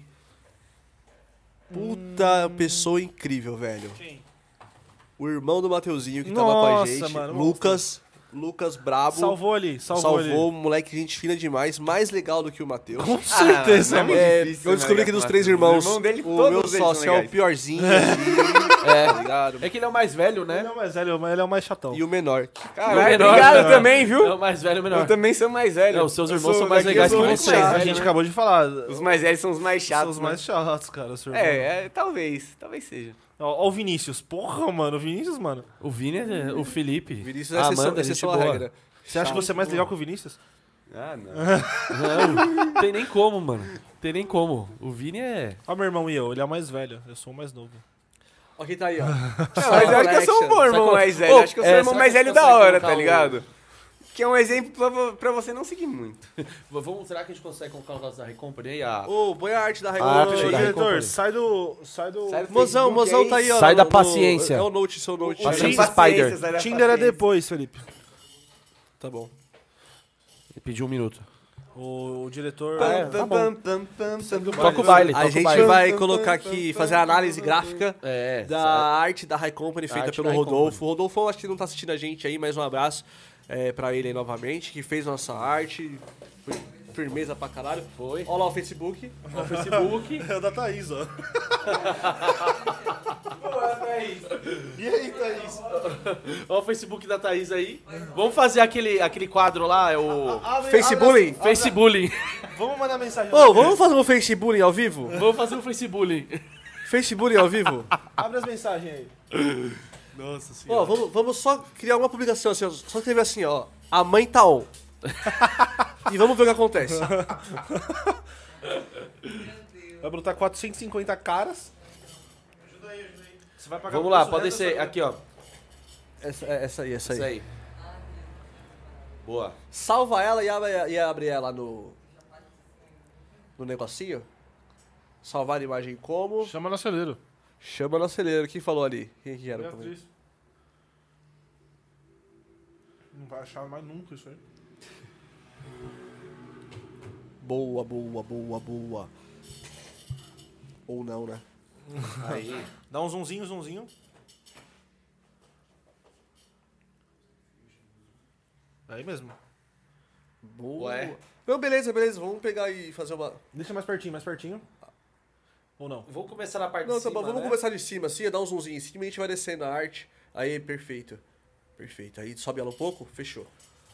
Puta pessoa incrível, velho. Quem? O irmão do Mateuzinho que tava com a Nossa, gente. mano, Lucas. Lucas Brabo. Salvou ali, salvou, ali. Salvou, um moleque gente fina demais, mais legal do que o Matheus. Com certeza, Ah, não mano. é É, difícil, eu descobri né, que dos Matheus? três irmãos, O irmão dele, o todos meu eles são sócio é o legais. piorzinho ali, É. tá ligado? É que ele é o mais velho, Ele né? é o mais velho, mas ele é o mais chatão. E o menor. Caralho, O menor, obrigado né? também, É viu? o mais velho e o menor. Eu também sou mais velho. Não, os seus Eu irmãos sou são mais daqui, legais eu que sou você. muito a chato, gente né? acabou de falar. Os mais velhos são os mais São chatos, os né? mais chatos, cara. O seu irmão. É, é, talvez, talvez seja. Ó, ó o Vinícius. Porra, mano. O Vinícius, mano. O Vini, é- o Felipe. Vinícius é a exceção, Amanda, exceção à gente boa. regra. Você acha que você é mais legal que o Vinícius? Ah, não. Não, não tem nem como, mano. Tem nem como. O Vini é... Ó, meu irmão e eu. Ele é o mais velho. Eu sou o mais novo. Ó, quem tá aí, ó. Não, mas eu acho que eu sou um bom irmão Sabe mais qual- velho. Ô, Acho que eu sou é, o irmão será mais que velho você da consegue hora, colocar tá o- ligado? Que é um exemplo pra, vo- pra você não seguir muito. Vamos, será que a gente consegue colocar o negócio da Recompany aí? A... Ô, põe a arte da A regra. arte Ô, da diretor, Recompany. sai do... Sai do... Sai do Mozão, Facebook mozão aí. tá aí, ó. Sai no- da no- paciência. É o note, seu note. O aí. Tim- Paciência Spider. sai da Tinder é paciência. depois, Felipe. Tá bom. Ele pediu um minuto. O, o diretor... Ah, é, Pam, tá pam, bom. pam, pam, pam, pam. Toca o baile, A toca o gente baile. vai colocar aqui, fazer a análise gráfica É, da arte da High Company feita arte pelo da High Rodolfo. O Rodolfo, eu acho que não tá assistindo a gente aí, mais um abraço é, pra ele aí novamente, que fez nossa arte. Foi Firmeza pra caralho. Foi. Olha lá o Facebook. Ó, o Facebook. É o da Thaís, ó. E aí, Thaís? Olha o Facebook da Thaís aí. Vamos fazer aquele, aquele quadro lá, é o Facebullying. Facebullying. Vamos mandar mensagem. Ô, vamos fazer um Facebullying ao vivo? Vamos fazer um Facebullying. Facebullying ao vivo? Abre as mensagens aí. Nossa Ó, vamos, vamos só criar uma publicação assim, ó, só escrever assim, ó. A mãe tá on. E vamos ver o que acontece. Vai brotar quatrocentos e cinquenta caras. Ajuda aí, ajuda aí. Você vai pagar Vamos o lá, preço pode reto, descer. você- Aqui, ó. Essa, é- essa aí, essa aí. Isso aí. Boa. Salva ela e abre, e abre ela no. No negocinho. Salvar a imagem como. Chama no acelero. Chama no acelero. Quem falou ali? Quem que era? o Beatriz. Não vai achar mais nunca isso aí. Boa, boa, boa, boa. Ou não, né? Aí. Dá um zoomzinho, zoomzinho. Aí mesmo. Boa. Ué. Não, beleza, beleza. Vamos pegar e fazer uma. Deixa mais pertinho, mais pertinho. Ou não? Vamos começar na parte Não, de tá cima, bom. Vamos né? começar de cima assim, dar um zoomzinho em cima e a gente vai descendo a arte. Aí, perfeito. Perfeito. Aí sobe ela um pouco, fechou.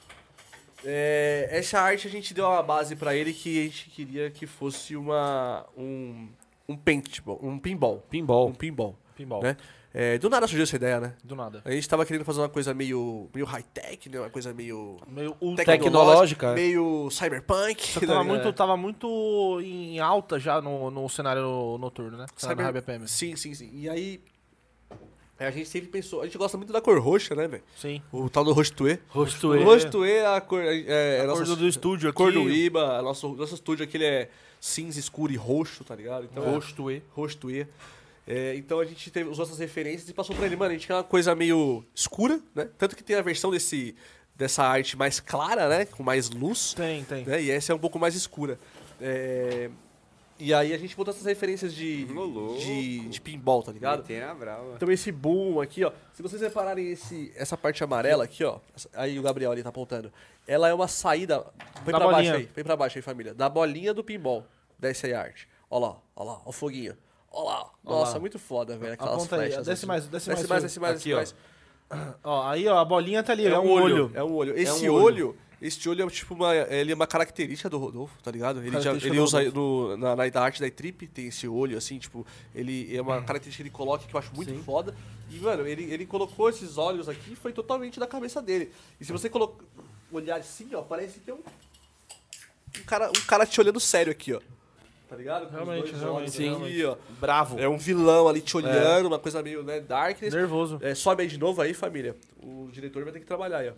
É, essa arte a gente deu uma base pra ele que a gente queria que fosse uma. Um. Um paintball. Um pinball. Pinball. Um pinball. Pinball. Né? É, do nada surgiu essa ideia, né? Do nada. A gente tava querendo fazer uma coisa meio, meio high-tech, né? Uma coisa meio Meio ultra. Tecnológica. meio cyberpunk. Só que tá tava ligado? muito, tava muito em alta já no, no cenário noturno, né? Cenário Cyber... High B P M. Sim, sim, sim. E aí, a gente sempre pensou... A gente gosta muito da cor roxa, né, velho? Sim. O tal do Rostuê. Rosto O Rostuê é a cor... É, é A a nossa, cor do estúdio a cor aqui. do Iba. Nosso, nosso estúdio aqui ele é cinza escuro e roxo, tá ligado? Então, Rosto E. Rostuê. É, então a gente teve, usou essas referências e passou pra ele, mano, a gente quer uma coisa meio escura, né? Tanto que tem a versão desse, dessa arte mais clara, né? Com mais luz. Tem, tem. Né? E essa é um pouco mais escura. É, E aí a gente botou essas referências de, Ô, louco. de, de pinball, tá ligado? Tem a brava. Então esse boom aqui, ó. Se vocês repararem esse, essa parte amarela aqui, ó. Aí o Gabriel ali tá apontando. Ela é uma saída. Vem Da pra bolinha. baixo aí. Vem pra baixo aí, família. Da bolinha do pinball. Desce aí a arte. Ó lá, ó lá, ó o foguinho. Ó lá. Nossa, lá. muito foda, velho. Aquelas Aponta aí, flechas. desce assim. mais, desce Desce mais, mais, desce mais, Aqui, desce ó. mais. Ó, aí, ó, a bolinha tá ali, é, um olho. É um olho. Esse um olho, olho. esse olho é tipo uma, ele é uma característica do Rodolfo, tá ligado? Ele, já, Característica ele do usa no, na, na arte da Trip, tem esse olho, assim, tipo, ele é uma Hum. característica que ele coloca que eu acho muito foda. E, mano, ele, ele colocou esses olhos aqui e foi totalmente da cabeça dele. E se você colo... olhar assim, ó, parece que tem um, um, cara, um cara te olhando sério aqui, ó. Tá ligado? Com os Realmente, dois realmente, olhos aqui, ó. Bravo. É um vilão ali te olhando, uma coisa meio, né, darkness. Nervoso. É, sobe aí de novo aí, família. O diretor vai ter que trabalhar aí, ó.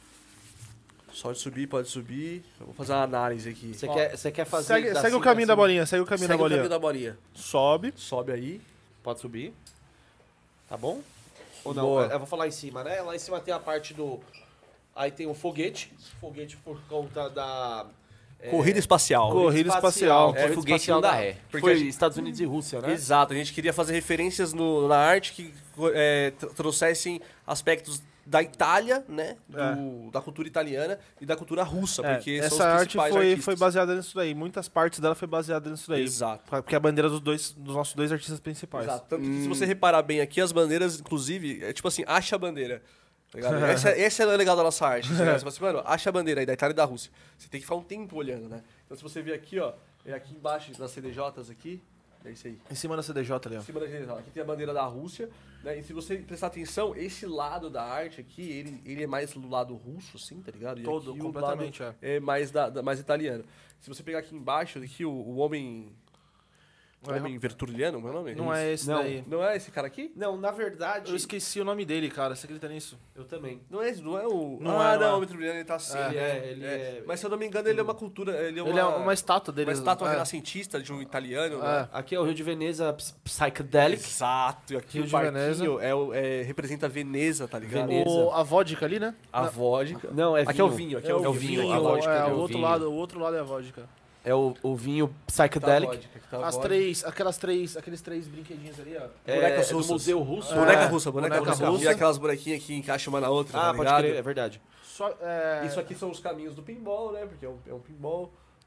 Pode subir, pode subir. Vamos fazer uma análise aqui. Você Ó, quer, você quer fazer... Segue, da segue o cima- caminho da cima? bolinha, segue o caminho Segue da o bolinha. caminho da bolinha. Sobe. Sobe aí. Pode subir. Tá bom? Ou não? Boa. Eu vou falar em cima, né? Lá em cima tem a parte do... Aí tem o foguete. Foguete por conta da... é, Corrida espacial. Corrida espacial. É, É, foguete foguete não não dá dá ré. ré. Porque Porque a foi gente- Estados Unidos e Rússia, né? Exato, a gente queria fazer referências no- na arte que é, tr- trouxessem aspectos da Itália, né? Do- Da cultura italiana e da cultura russa, É, porque são os essa arte principais foi, artistas. foi baseada nisso daí. Muitas partes dela foi baseada nisso daí. Exato. Porque é a bandeira dos dois, dos nossos dois artistas principais. Exato. Tanto que se você reparar bem aqui, as bandeiras, inclusive, é tipo assim, acha a bandeira. Tá ligado? essa, esse é o legal da nossa arte. Você fala assim, mano, acha a bandeira aí da Itália e da Rússia. Você tem que ficar um tempo olhando, né? Então se você ver aqui, ó, é aqui embaixo das C D Js aqui, é isso aí. Em cima da C D J ali, ó. Em cima da C D J, aqui tem a bandeira da Rússia, né? E se você prestar atenção, esse lado da arte aqui, ele, ele é mais do lado russo, assim, tá ligado? E Todo, aqui o completamente, lado é mais, da, da- mais italiano. Se você pegar aqui embaixo, aqui o, o homem... O É, homem verturiano, meu nome? Não é esse Não. daí. Não é esse cara aqui? Não, na verdade... Eu esqueci o nome dele, cara. Você acredita nisso? Eu também. Não é esse, não é o... Não ah, é, não não, é. o homem verturiano, ele tá assim. Ele né? é, ele é... Mas se eu não me engano, ele é uma cultura... Ele é uma, Ele é uma estátua dele. uma estátua é. renascentista de um italiano, É. né? Aqui é o Rio de Veneza Ps- Psychedelic. Exato, e aqui Rio o de parquinho é, o- é, representa Veneza, tá ligado? Veneza. O, a vodka ali, né? A vodka. Não, é vinho. Aqui é o vinho, aqui é, o vinho. vinho, a vodka é, aqui é o o outro vinho. lado, o outro lado é a vodka. É o, o vinho Tá a Psychedelic. vodka, aqui tá a As vodka. três, aquelas três, aqueles três brinquedinhos ali, ó. É, Bonecas é do russas. Museu Russo. É. Boneca russa, boneca, boneca russa. russa. E aquelas bonequinhas que encaixam uma na outra, Ah, tá pode ligado? crer, é verdade. Só, é... Isso aqui são os caminhos do pinball, né? Porque é um, é um pinball.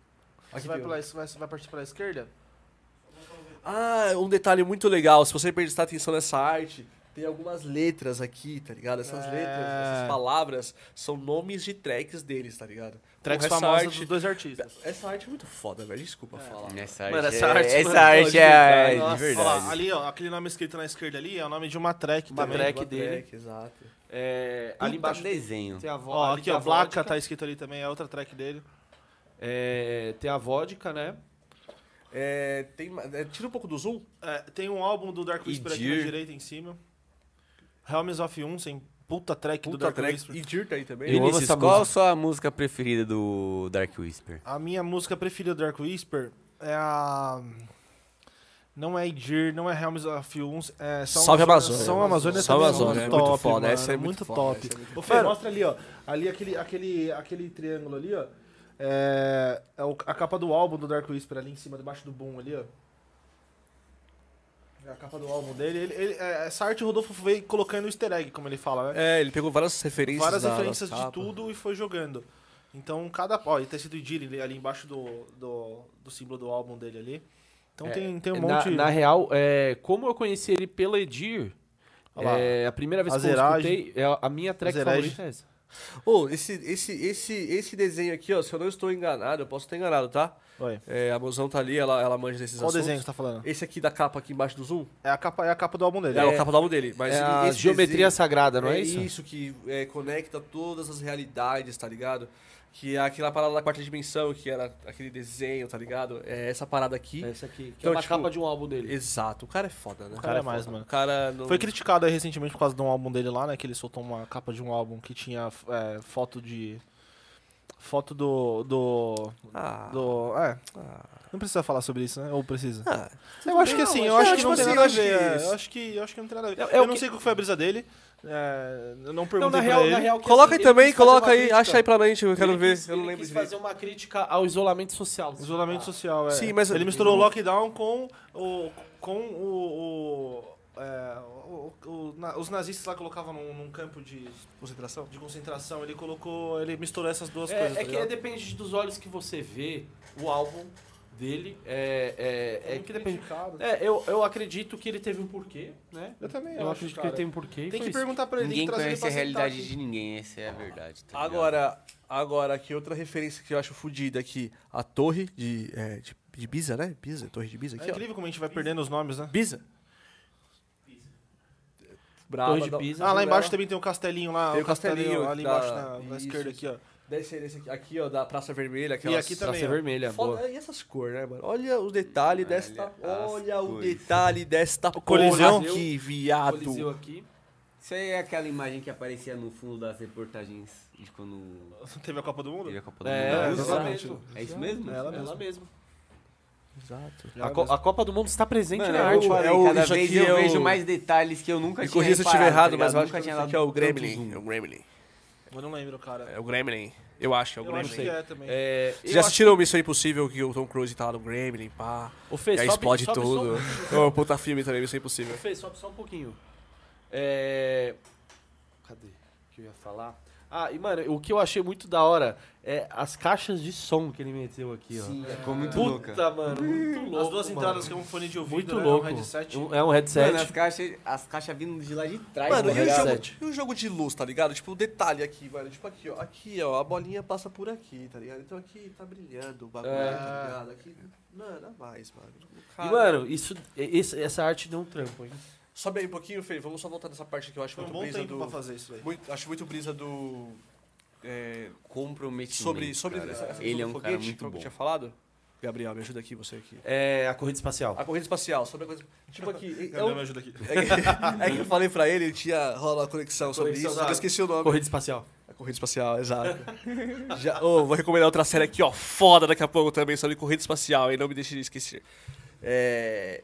Você vai, pela, você vai, você vai partir pela esquerda? Ah, um detalhe muito legal. Se você prestar atenção nessa arte, tem algumas letras aqui, tá ligado? Essas É. letras, essas palavras, são nomes de tracks deles, tá ligado? Tracks Porra, essa famosas arte- dos dois artistas. Essa arte é muito foda, velho. Desculpa falar. Essa arte, Mano, essa é, arte, essa mano, arte de é, verdade, de nossa. Olha verdade. lá, ali, ó, aquele nome escrito na esquerda ali é o nome de uma track Uma também. track Uma dele. track, exato. É, Puta ali embaixo tem, desenho. tem a vo- Ó, ali aqui, tem ó, a Blaca vodka, tá escrito ali também, é outra track dele. é, tem a vodka, né? É, tem, ma- é, tira um pouco do zoom. É, tem um álbum do Dark Whisper aqui na Dir. direita em cima. Helms of Unsen, puta track do Puta Dark track. Whisper. E Dirt aí também. Eu amo Vinícius, essa qual a música. sua música preferida do Dark Whisper? A minha música preferida do Dark Whisper é a... Não é Idir, não é Helms of Unsen, é São Salve Amazônia. São Amazônia Salve também Amazônia, é é muito muito top, foda, mano, essa é muito muito foda, top. essa é muito Ô, foda. Fê, mostra ali, ó. Ali aquele, aquele, aquele triângulo ali, ó. É, é o- a capa do álbum do Dark Whisper ali em cima, debaixo do boom ali, ó. É a capa do álbum dele. Ele, ele- é, essa arte o Rodolfo veio colocando o easter egg, como ele fala, né? É, ele pegou várias referências. Várias da- referências das de capas. tudo e foi jogando. Então, cada... Ó, ele tá escrito Idir ali, ali embaixo do, do, do símbolo do álbum dele ali. Então É, tem, tem um na, monte... na real, é, como eu conheci ele pela Edir, Olha lá. é, a primeira vez A que eu zeragem. escutei, é, a minha track zeragem. favorita é essa. Ô, esse, esse, esse, esse desenho aqui, ó, se eu não estou enganado, eu posso estar enganado, tá? Oi. É, a mozão tá ali, ela, ela manja desses Qual assuntos. desenho que você tá falando? Esse aqui da capa aqui embaixo do zoom, É a capa, é a capa do álbum dele. é, a capa do álbum dele. Mas É a esse geometria desenho- sagrada, não é, é isso? isso que é, conecta todas as realidades, tá ligado? Que é aquela parada da quarta dimensão, que era aquele desenho, tá ligado? É essa parada aqui. Essa aqui, que Então, é uma tipo, capa de um álbum dele. Exato. O cara é foda, né? O cara é mais, foda. mano. O cara não... Foi criticado aí recentemente por causa de um álbum dele lá, né? Que ele soltou uma capa de um álbum que tinha é, foto de... Foto do... Do... Ah, do é, ah, não precisa falar sobre isso, né? Ou precisa? ah, Eu acho que bem, assim, não, eu acho acho que que não tipo tem assim, nada a eu acho ver. que é, isso- Eu acho que eu acho que não tem nada a ver. É- é Eu o não que- sei qual foi a brisa dele. é, eu não Não, perguntei na pra real, ele. na real, que Coloca assim, aí também, ele quis fazer coloca uma aí, crítica. acha aí pra gente, eu quero Ele ver, quis- eu não ele lembro quis direito. fazer uma crítica ao isolamento social. Isolamento social, é. Sim, mas- ele misturou o lockdown com o com o, o, é, o- o- na- os nazistas lá colocavam num, num campo de, Concentração? de concentração. Ele colocou, ele misturou essas duas É, coisas. é tá que ligado? depende dos olhos que você vê o álbum dele. É, é, é, muito que depende. criticado. É, eu, eu acredito que ele teve um porquê, né? Eu também Eu acho, acredito que cara. ele teve um porquê. e Tem foi que isso. perguntar pra ele, Ninguém tem que trazer ele conhece pra a sentar realidade aqui. de ninguém, essa é a verdade. tá ligado? Agora, agora aqui outra referência que eu acho fodida aqui, a torre de, é, de, de Biza, né? Biza, torre de Biza É aqui, ó. incrível como a gente vai perdendo os nomes, né? Biza. Brava, Torre de dá- Pisa. Ah, lá embaixo dela. também tem o castelinho lá. Tem o o castelinho ali da- embaixo na, na Isso, esquerda isso. aqui, ó. Desce esse aqui, aqui, ó, da Praça Vermelha. E Aquelas... aqui também, Praça ó. Vermelha, boa. Foda, e essas cores, né, mano? Olha o detalhe Olha desta... as Olha o cores. detalhe desta Coliseu. porra aqui, viado. Coliseu aqui. Isso aí é aquela imagem que aparecia no fundo das reportagens de quando Teve a Copa do Mundo? teve a Copa do É, Mundo. É, na exatamente. Rússia. É isso mesmo? Ela Ela mesmo. mesmo. Exato. A, Co- a Copa do Mundo está presente Mano, na eu arte. falei, é o- cada isso vez aqui eu é vejo o- mais detalhes que eu nunca Me tinha corrija se eu estiver reparado, errado, tá mas eu ligado? acho que Nunca tinha isso aqui dado é o tanto Gremlin. zoom. É o Gremlin. Eu não lembro, cara. É o Gremlin. Eu acho que é o Eu Gremlin. acho que é também. É, Vocês eu já acho assistiram Missão Impossível que o Tom Cruise tá lá no Gremlin, pá? que- O Fê, E aí sobe- explode sobe só um tudo. pouquinho. Ô, puta filme também, Missão Impossível. Fê, sobe só um pouquinho. É... Cadê? O que eu ia falar? Ah, e mano, o que eu achei muito da hora é as caixas de som que ele meteu aqui, ó. Sim, ficou muito Puta, louca. mano, muito louco. As duas mano. entradas que é um fone de ouvido, Muito né? louco. Um headset. Um- É um headset. Mano, as caixas, as caixas vindo de lá de trás. Mano, tá e o, ligado? jogo, e o jogo de luz, tá ligado? Tipo, o detalhe aqui, mano. Tipo aqui, ó. Aqui, ó. A bolinha passa por aqui, tá ligado? Então aqui tá brilhando o bagulho, É. tá ligado? Aqui. Mano, a mais, mano. O E, cara- mano, isso, esse- essa arte deu um trampo, hein? Sobe aí um pouquinho, Fê. Vamos só voltar nessa parte que eu acho Foi um muito bom brisa tempo do. pra fazer isso aí. Muito, acho muito brisa do. É, Comprometimento, sobre sobre cara. essa, essa Ele é questão um do cara foguete, muito que eu bom. tinha falado. Gabriel, me ajuda aqui, você aqui. É a corrida espacial. A corrida espacial, sobre a coisa. Tipo aqui. Gabriel, eu- me ajuda aqui. é, que, é que eu falei pra ele, ele tinha rola uma conexão sobre Conexão isso, da- só que eu esqueci o nome. Corrida espacial. A corrida espacial, exato. Já, ô, vou recomendar outra série aqui, ó, foda daqui a pouco também, sobre corrida espacial, hein? Não me deixe de esquecer. É.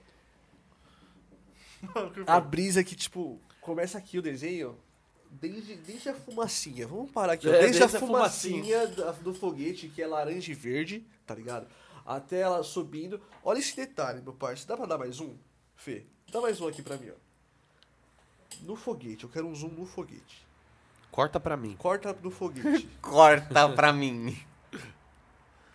A brisa que, tipo, começa aqui o desenho, desde, desde a fumacinha. Vamos parar aqui, ó. É, Desde, desde a a fumacinha da- do foguete, que é laranja e verde, tá ligado? Até ela subindo. Olha esse detalhe, meu parceiro. Dá pra dar mais um? Fê, dá mais um aqui pra mim, ó. No foguete, eu quero um zoom no foguete. Corta pra mim. Corta no foguete. Corta pra mim.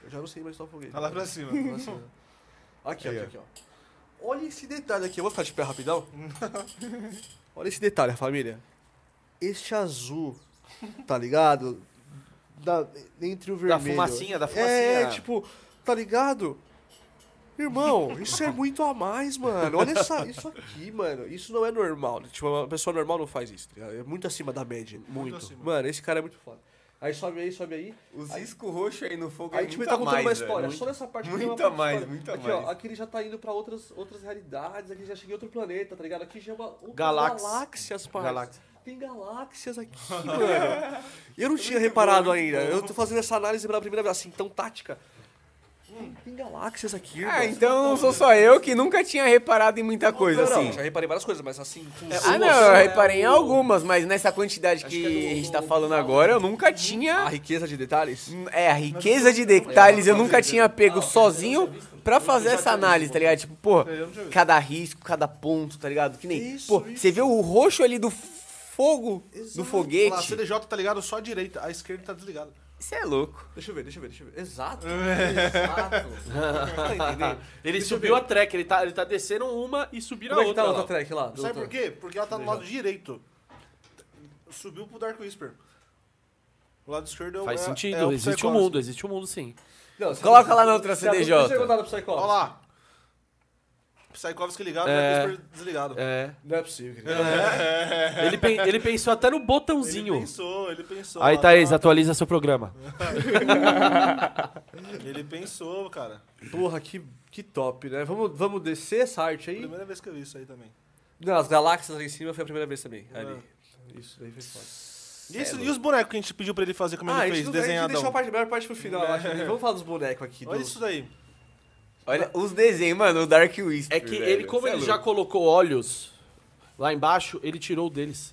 Eu já não sei mais onde tá o foguete. Tá lá pra cima. Lá pra cima. Aqui, aqui, aqui, ó. Olha esse detalhe aqui. Eu vou ficar de pé rapidão. Olha esse detalhe, família. Este azul, tá ligado? Da, entre o Da vermelho. fumacinha, da fumacinha. É, tipo, tá ligado? Irmão, isso é muito a mais, mano. Olha essa, isso aqui, mano. Isso não é normal. Tipo, uma pessoa normal não faz isso, tá ligado? É muito acima da média. Muito. acima. Mano, esse cara é muito foda. Aí sobe aí, sobe aí. O cisco roxo aí no fogo Aí é tipo, muito ele tá a contando mais, uma velho. história. Muito- Só nessa parte aqui tem uma Muito parte a mais, de história. muito a Aqui, mais. ó, aqui ele já tá indo pra outras, outras realidades. Aqui já chega em outro planeta, tá ligado? Aqui já é uma outras Galáxia. galáxias, parça. Galáxia. Tem galáxias aqui, mano. Eu não tinha reparado ainda. Eu tô fazendo essa análise pela primeira vez, assim, tão tática. Hum, tem galáxias aqui, irmão. Ah, então não sou só eu que nunca tinha reparado em muita coisa, Não, não, assim. já reparei várias coisas, mas assim... com Ah, zoom, não, assim, eu é reparei em o- algumas, mas nessa quantidade Acho que, que é do- a gente do- tá falando agora, eu nunca tinha... A riqueza de detalhes. É, a riqueza de detalhes eu nunca tinha pego sozinho pra fazer essa análise, tá ligado? Tipo, pô, cada risco, cada ponto, tá ligado? Que nem, Isso, pô, isso. você vê o roxo ali do fogo, do Exato. Lá, a foguete. C D J tá ligado só à direita, a esquerda tá desligada. Isso é louco. Deixa eu ver, deixa eu ver, deixa eu ver. Exato. Exato. Tá entendendo? Ele Deixa eu subiu ver. a track, ele tá, ele tá descendo uma e subindo Como a é que outra. tá a outra ó. track lá? Sabe por quê? Porque ela tá do lado direito. Subiu pro Dark Whisper. O lado esquerdo é o Faz é- sentido, é o existe um Psychose. mundo, existe um mundo sim. Não, você- Coloca lá na outra você- C D J. Deixa eu contar do Psychose. Olha lá. Psychovski ligado, É. Dark Whisper desligado. É. Não é possível, querido. Ele, pen- ele pensou até no Ele botãozinho. pensou, ele pensou. Aí, lá, Thaís, tá- atualiza seu programa. Ele pensou, cara. Porra, que, que top, né? Vamos, vamos descer essa arte aí? Primeira vez que eu vi isso aí também. Não, as galáxias lá em cima foi a primeira vez também. Ali. Isso daí foi foda. E, isso- e os bonecos que a gente pediu pra ele fazer, como Ah, ele a fez, gente, não- a gente desenhadão? deixou a, parte, a melhor parte pro final, eu acho. Vamos falar dos bonecos aqui. Olha dos- isso daí. Olha os desenhos, mano, o Dark Whisper. É que velho. ele, como Cê é ele já louco. colocou olhos lá embaixo, ele tirou o deles.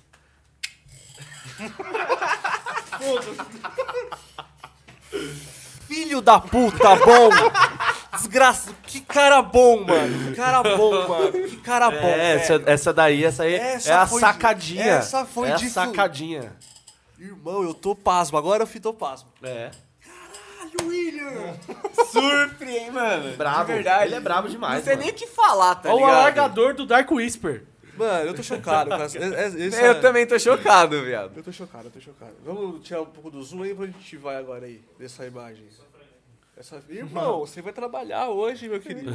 Filho da puta, bom! Desgraça, que cara bom, mano. Que cara bom, mano. Que cara bom. É, essa, velho. essa daí, essa aí Essa é a foi de- sacadinha. essa foi é de a fu- sacadinha. Irmão, eu tô pasmo. Agora eu tô pasmo. É. Caralho, William! Surpreende, mano. Brabo. De verdade. Ele é brabo demais, Não sei mano. nem o que falar, tá Olha o ligado? alargador do Dark Whisper. Mano, eu tô chocado. Com essa, é- é- essa- Eu também tô chocado, viado. Eu tô chocado, eu tô chocado. Vamos tirar um pouco do zoom aí pra gente vai agora aí, dessa imagem. Essa... Irmão, você vai trabalhar hoje, meu querido.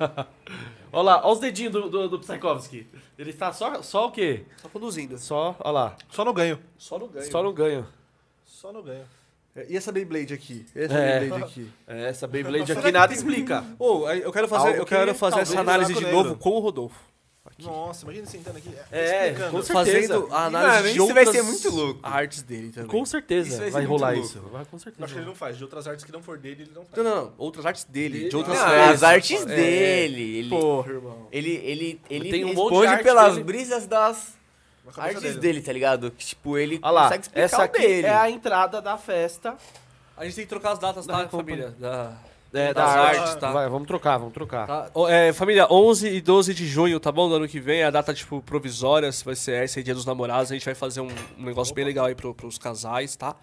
Olha lá, olha os dedinhos do, do, do Psychovski. Ele tá só, só o quê? Só conduzindo. Só, olha lá, Só no ganho. Só no ganho. só no ganho. Só no ganho. É, E essa Beyblade aqui? Essa É. Beyblade aqui. É, essa Beyblade aqui nada explica. Ô, aí eu quero fazer, Algo eu quero que fazer talvez essa análise de buraco novo negro. com o Rodolfo. Nossa, imagina ele sentando aqui. É, explicando. com certeza. Fazendo a análise Mano, de isso vai outras ser muito louco. artes dele também. Com certeza Isso vai, vai ser rolar muito isso. Vai, com certeza. Acho que ele não faz. De outras artes que não for dele, ele não Não, faz. não, não. Outras artes dele. De outras Não, coisas. as artes É. dele. Ele, Porra, irmão. ele, ele, ele Tem um monte de responde arte pelas dele. brisas das Na cabeça artes dele. dele. tá ligado? Que, tipo, ele Olha lá, consegue explicar essa o aqui dele. é a entrada da festa. A gente tem que trocar as datas, Da tá, companhia. família? Da... É, Das da artes, arte, tá? Vai, vamos trocar, vamos trocar. Tá. Ó, é, família, onze e doze de junho, tá bom? Do ano que vem, a data, tipo, provisória, vai ser essa aí, Dia dos Namorados. A gente vai fazer um, um negócio bem legal aí pro, pros casais, tá?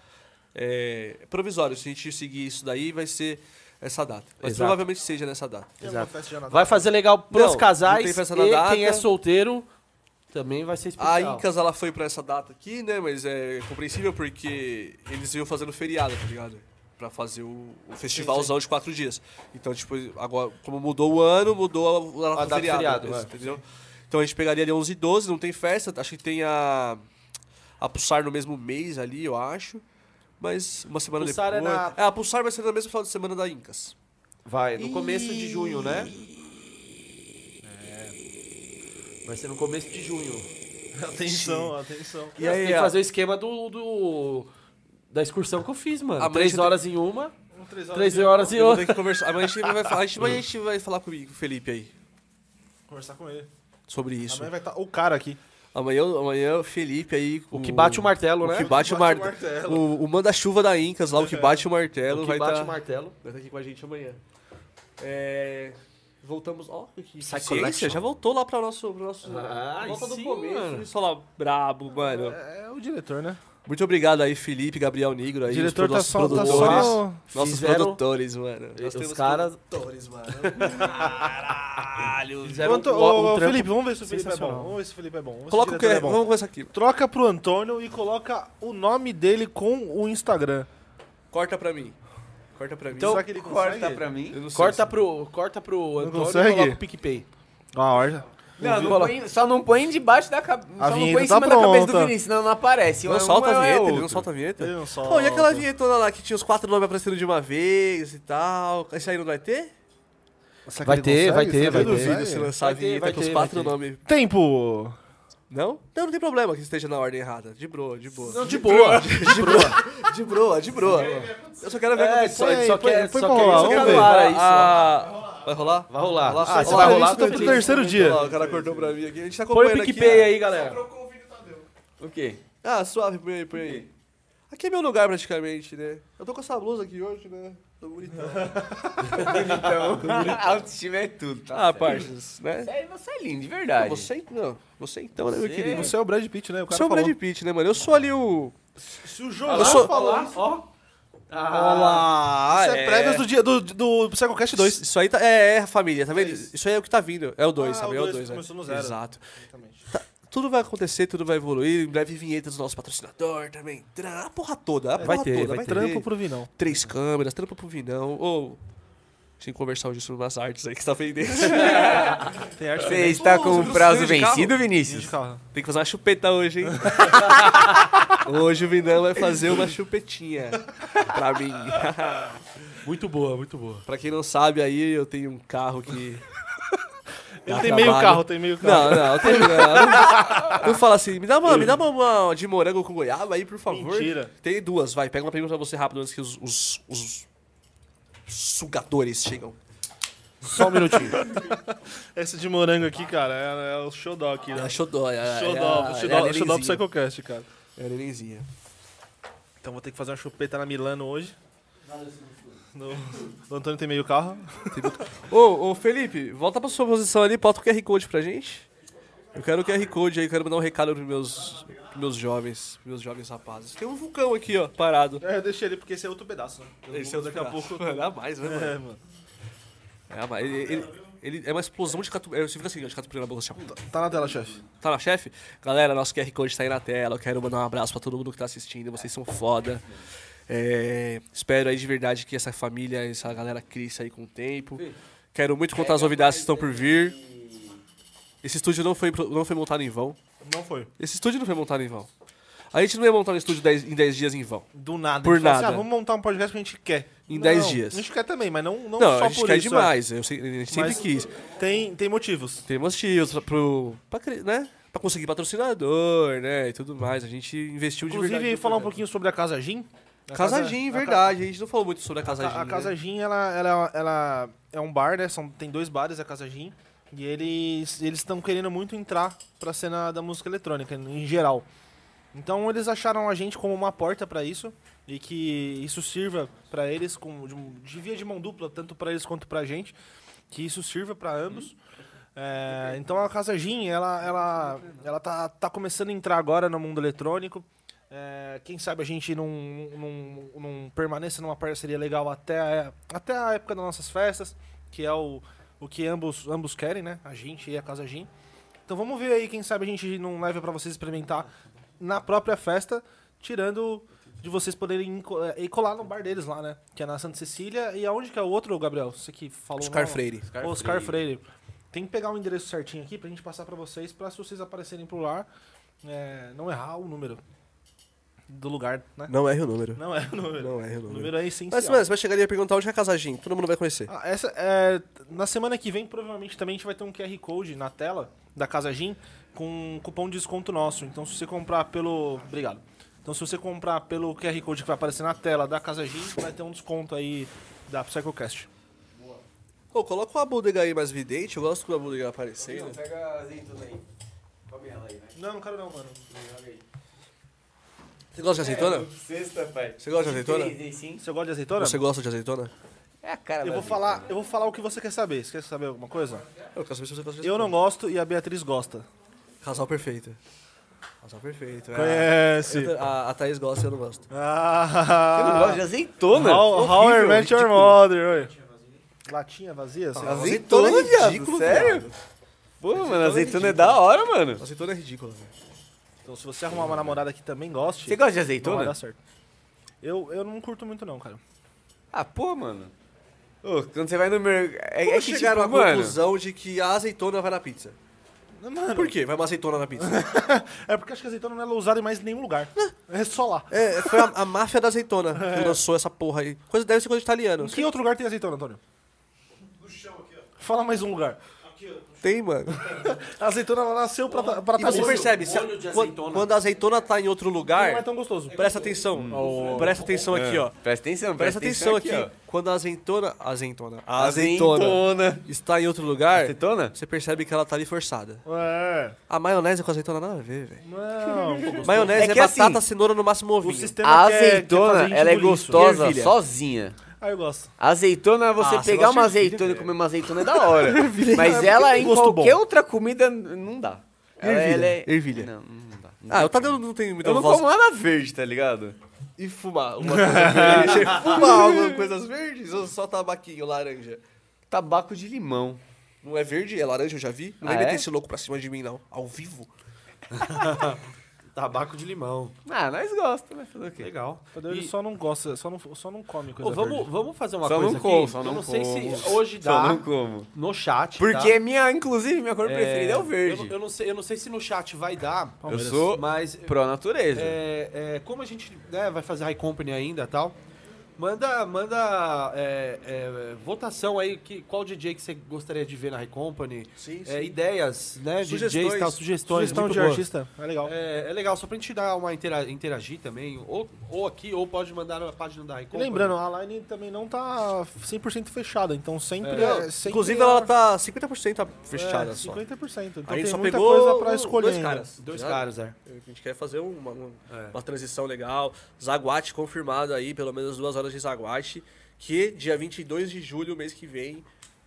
É, provisório, se a gente seguir isso daí, vai ser essa data. Mas Exato. provavelmente seja nessa data. Tem alguma Exato. festa já na Vai fazer legal pros Não, não casais tem festa e na data. quem é solteiro também vai ser A especial. Incas, ela foi pra essa data aqui, né? Mas é compreensível porque eles iam fazendo feriado, tá ligado? Pra fazer o, o festivalzão de quatro dias. Então, tipo, agora, como mudou o ano, mudou a, a, A data do feriado, feriado, né, é. entendeu? Então a gente pegaria ali onze e doze, não tem festa, acho que tem a a Pulsar no mesmo mês ali, eu acho. Mas uma semana Pulsar é depois. na- É, a Pulsar vai ser na mesma final de semana da Incas. Vai, no começo de junho, né? Vai ser no começo de junho. Atenção, atenção. E aí, tem que a- fazer o esquema do, do- da excursão que eu fiz, mano. Amanhã Três já horas em uma, Um, três três de- horas em eu vou outra. ter que conversar. Amanhã a gente vai falar, a gente, amanhã a gente vai falar comigo, com o Felipe aí, Conversar com ele. sobre isso. Amanhã vai estar o cara aqui. Amanhã, amanhã o Felipe aí. O que bate o martelo, O né? que bate o Bate o martelo. martelo. O, o manda-chuva da Incas lá, o que bate o martelo, O que vai bate estar o martelo. vai tá aqui com a gente amanhã. É, voltamos. Ó, que Psy ciência, Collection. já voltou lá para nosso. Pro nosso Ah, volta do sim, começo. mano. Isso lá, brabo, mano. É, é o diretor, né? Muito obrigado aí, Felipe, Gabriel Negro aí, O diretor os tá pro- só... Tá produtores. só... Nossos Fizeram- produtores, mano. Nós Os temos caras- produtores, mano. Caralho. Fizeram Ô, Anto- um- ô, um ô, trampo Felipe, vamos ver se o Felipe é bom. sensacional. Vamos ver se o Felipe é bom. Vamos ver se Coloca o diretor que? é bom. Vamos começar aqui. Troca pro Antônio e coloca o nome dele com o Instagram. Corta pra mim. Corta pra mim. Então, Será que ele corta consegue? pra mim. Eu não sei Corta se- pro, corta pro Antônio consegue? e coloca o PicPay. Ó, a ordem. Não, não Coloca. põe- só não põe debaixo da cabeça. A Só não vinheta põe em tá cima da cabeça do pronta. Vinícius, senão não aparece. Não É solta um a ou é vinheta, ele outro. não solta a vinheta. Ele não solta. Pô, e aquela vinhetona lá que tinha os quatro nomes aparecendo de uma vez e tal? Esse aí não vai ter? Será que Vai ele ter, vai consegue? ter, Será vai que ele ter. Duvido consegue? se lançar Vai a ter, vinheta vai com os ter, quatro vai ter. nomes. Tempo! Não? Não, não tem problema que esteja na ordem errada. De boa, de boa. Não, de boa. De broa, de broa, de broa. Eu só quero ver É, acontecer. só, Põe aí, só põe- quer, põe só pra quer, rolar, só quer vamos ver. anular isso. Ah, vai rolar? Vai rolar. Rolar Ah, só- você vai Olha rolar isso tudo no isso. terceiro dia. Olha lá, o cara acordou pra mim aqui. A gente tá Põe o acompanhando aqui. PicPay ó. aí, galera. Trocou o vídeo Tadeu. O quê? Ah, suave, põe aí, põe aí. Aqui é meu lugar praticamente, né? Eu tô com essa blusa aqui hoje, né? Tô bonitão. Então, autoestima é tudo. Tá Ah, certo. parças, né? Você é, você é lindo, de verdade. Você, não, você então, né, meu Você- querido? Você é o Brad Pitt, né? O cara Você é o falou. Brad Pitt, né, mano? Eu sou ali o... Se o Eu João sou- falou Ó, isso, ó. Olá! isso é prévias do dia do, do PsychoCast dois. Isso aí tá, é, é, família, tá vendo? Isso aí é o que tá vindo. É o dois, Ah, sabe? o É o dois dois, né? começou no zero. Exato. Tudo vai acontecer, tudo vai evoluir. Em breve, vinhetas do nosso patrocinador também. A porra toda, a porra Vai ter, toda. vai Vai ter. ter Trampo pro Vinão. três câmeras, trampo pro Vinão. Ou... Sem conversar hoje sobre umas artes aí que você tá vendendo. Tem arte Você também. está Pô, com você o viu prazo o de carro? vencido, De Vinícius? carro. Tem que fazer uma chupeta hoje, hein? Hoje o Vinão vai fazer uma chupetinha pra mim. Muito boa, muito boa. Pra quem não sabe aí, eu tenho um carro que... Ele dá tem meio trabalho. carro, tem meio carro. Não, não, eu tenho, não, não, não fala assim, me dá uma, me dá uma, uma de morango com goiaba aí, por favor. Mentira. Tem duas, vai, pega uma pergunta pra você rápido antes que os, os, os sugadores chegam. Só um minutinho. Esse de morango aqui, cara, é, é o Xodó aqui, É né? a xodó, é a, Xodó, é a, Xodó, é a Xodó nenenzinha. PsychoCast, cara. É a nenenzinha. Então vou ter que fazer uma chupeta na Milano hoje. No, o Antônio tem meio carro. Ô, ô, Felipe, volta pra sua posição ali, bota o Q R Code pra gente. Eu quero o Q R Code aí, quero mandar um recado pros meus, pros meus jovens, pros meus jovens rapazes. Tem um vulcão aqui, ó, parado. É, eu deixei ele porque esse é outro pedaço, né? Eu Esse vou é outro daqui a pedaço. pouco. Mano, dá mais, né, mano? É, mano. É, mas ele, ele, ele é uma explosão de catupiry. Você fica assim, ó, de catupiry na boca, assim, ó. Tá na tela, chefe. Tá na chefe? Galera, nosso Q R Code tá aí na tela. Eu quero mandar um abraço pra todo mundo que tá assistindo. Vocês são foda. É, espero aí de verdade que essa família, essa galera cresça aí com o tempo. Quero muito contar as novidades que estão por vir. Esse estúdio não foi, pro- não foi montado em vão. Não foi. Esse estúdio não foi montado em vão. A gente não ia montar um estúdio dez- em dez dias em vão. Do nada. Por A gente falou nada. Assim, ah, vamos montar um podcast que a gente quer. Em Não, dez dias. A gente quer também, mas não, não, Não, só a gente por quer isso. demais. Eu sei- a gente sempre Mas- quis. é. Tem, tem motivos. Tem motivos pra, pro, pra, cre- né? pra conseguir patrocinador, né? E tudo mais. A gente investiu de Inclusive, verdade. falar um pouquinho sobre a Casa Gin. A Casa Casa- Gin, a Ca- verdade. A gente não falou muito sobre a Casa A, Gin. a Casa né? Gin, ela, ela, ela é um bar, né? São, tem dois bares, a Casa Gin. E eles eles estão querendo muito entrar pra cena da música eletrônica, em geral. Então eles acharam a gente como uma porta pra isso. E que isso sirva pra eles, com, de, de via de mão dupla, tanto pra eles quanto pra gente. Que isso sirva pra ambos. É, então a Casa Gin, ela, ela, ela tá, tá começando a entrar agora no mundo eletrônico. É, quem sabe a gente não, não, não permaneça numa parceria legal até a, até a época das nossas festas, que é o, o que ambos, ambos querem, né? A gente e a Casa Gin. Então vamos ver aí, quem sabe a gente não leva pra vocês experimentar na própria festa, tirando de vocês poderem inco- é, ir colar no bar deles lá, né? Que é na Santa Cecília. E aonde que é o outro, Gabriel? Você que falou. Oscar não? Freire. Oscar Oscar Freire. Freire. Tem que pegar o endereço certinho aqui pra gente passar pra vocês, pra se vocês aparecerem pro lar, é, não errar o número do lugar, né? Não erre o número. Não é o número. Não erre o O número. número é essencial. Mas, mano, você vai chegar ali e perguntar onde é a Casa Gin. Todo mundo vai conhecer. Ah, essa, é, na semana que vem, provavelmente, também a gente vai ter um Q R Code na tela da Casa Gin com um cupom de desconto nosso. Então, se você comprar pelo... Obrigado. Então, se você comprar pelo Q R Code que vai aparecer na tela da Casa Gin, vai ter um desconto aí da PsychoCast. Pô, coloca uma bodega aí mais vidente. Eu gosto quando a bodega aparecer. né? Pega a azeitona aí. Come ela aí, vai. Não, não quero não, mano. Você gosta de azeitona? É, sexta, pai. Você gosta de azeitona? Três, aí, sim. Você gosta de azeitona? Você gosta de azeitona? É a cara Eu da vou, azeitona. falar, eu vou falar o que você quer saber. Você quer saber alguma coisa? Eu quero saber se você gosta de Eu azeitona. não gosto e a Beatriz gosta. Casal perfeito. Casal perfeito. É. Conhece. Eu- A, a Thaís gosta, eu não gosto. Ah, Eu não gosto de azeitona. How, how I Horrível, Met Your ridículo. Mother, oi. Latinha vazia? Assim, Azeitona, é viado, ridículo, sério? viado. Pô, mano, é azeitona é ridículo. da hora, mano. Azeitona é ridícula, velho. Então, se você arrumar uma namorada que também goste, Você gosta de não vai azeitona? dar certo. Eu, eu não curto muito não, cara. Ah, pô, mano. Ô, quando você vai no mercado... É, Como é que, chegaram tipo, à mano... conclusão de que a azeitona vai na pizza? Mano, Por quê? Vai uma azeitona na pizza? é porque acho que a azeitona não é usada em mais nenhum lugar. É só lá. É, foi a, a máfia da azeitona que lançou essa porra aí. Coisa, deve ser coisa de italiano. Em que outro lugar tem azeitona, Antônio? No chão aqui, ó. Fala mais um lugar. Aqui, ó. Tem, mano. A azeitona ela nasceu pra tá pra E tá você gostoso. percebe, se a- molho de quando, azeitona. quando a azeitona tá em outro Não é lugar, tão gostoso. presta atenção. Presta atenção aqui, ó. Presta atenção, Presta atenção aqui. ó. Quando a azeitona... A azeitona. A Azeitona. azeitona está em outro lugar, Azeitona? você percebe que ela tá ali forçada. É. A maionese com azeitona nada a ver, velho. Não. Maionese É é, que batata, assim, cenoura, no máximo O ovinho. sistema A quer- quer fazer azeitona, a gente ela é engolir isso. gostosa Ervilha. sozinha. Ah, eu gosto. A azeitona, você Ah, você pegar gosta uma de ervilha, azeitona e velho. comer uma azeitona é da hora. Mas é ela em gosto qualquer bom. outra comida não dá. Ela, Ervilha, ela é... ervilha. Não, não dá. Não Ah, dá. o Tadeu não tem muita Eu não voz. como nada verde, tá ligado? E fumar uma coisa verde. Fumar alguma coisas verdes ou só tabaquinho, laranja? Tabaco de limão. Não é verde, é laranja, eu já vi. Não Ah, vai meter é? esse louco pra cima de mim, não. Ao vivo. Tabaco de limão. Ah, nós gostamos, né? Fazer o quê? Legal. Tadeu, ele E- só não gosta, só não, só não come coisa Ô, vamos, verde. vamos fazer uma Só coisa não aqui? como, só Eu não não sei como. se hoje Só dá não como. no chat, Porque tá? minha, inclusive, minha cor preferida é o Eu, verde. não- eu não sei, eu não sei se no chat vai dar, Eu Palmeiras. sou mas pró natureza. é, é, como a gente né, vai fazer High Company ainda e tal, manda, manda é, é, votação aí, que, qual D J que você gostaria de ver na High Company, Sim, é, ideias, né, de Sugestões. D Js e tal, sugestões, Sugestão muito de boas. artista, é legal. É, é legal, só pra gente dar uma intera- interagir também, ou, ou aqui, ou pode mandar na página da High E Company. lembrando, a line também não tá cem por cento fechada, então sempre É. é... sempre Inclusive, é- ela tá cinquenta por cento fechada é, só. cinquenta por cento. Então A gente tem só muita pegou coisa pra escolher dois ainda. caras. Dois tá? caras, é. A gente quer fazer uma, uma, É. uma transição legal. Zaguate confirmado aí, pelo menos duas horas de Zaguate. Que dia vinte e dois de julho, mês que vem.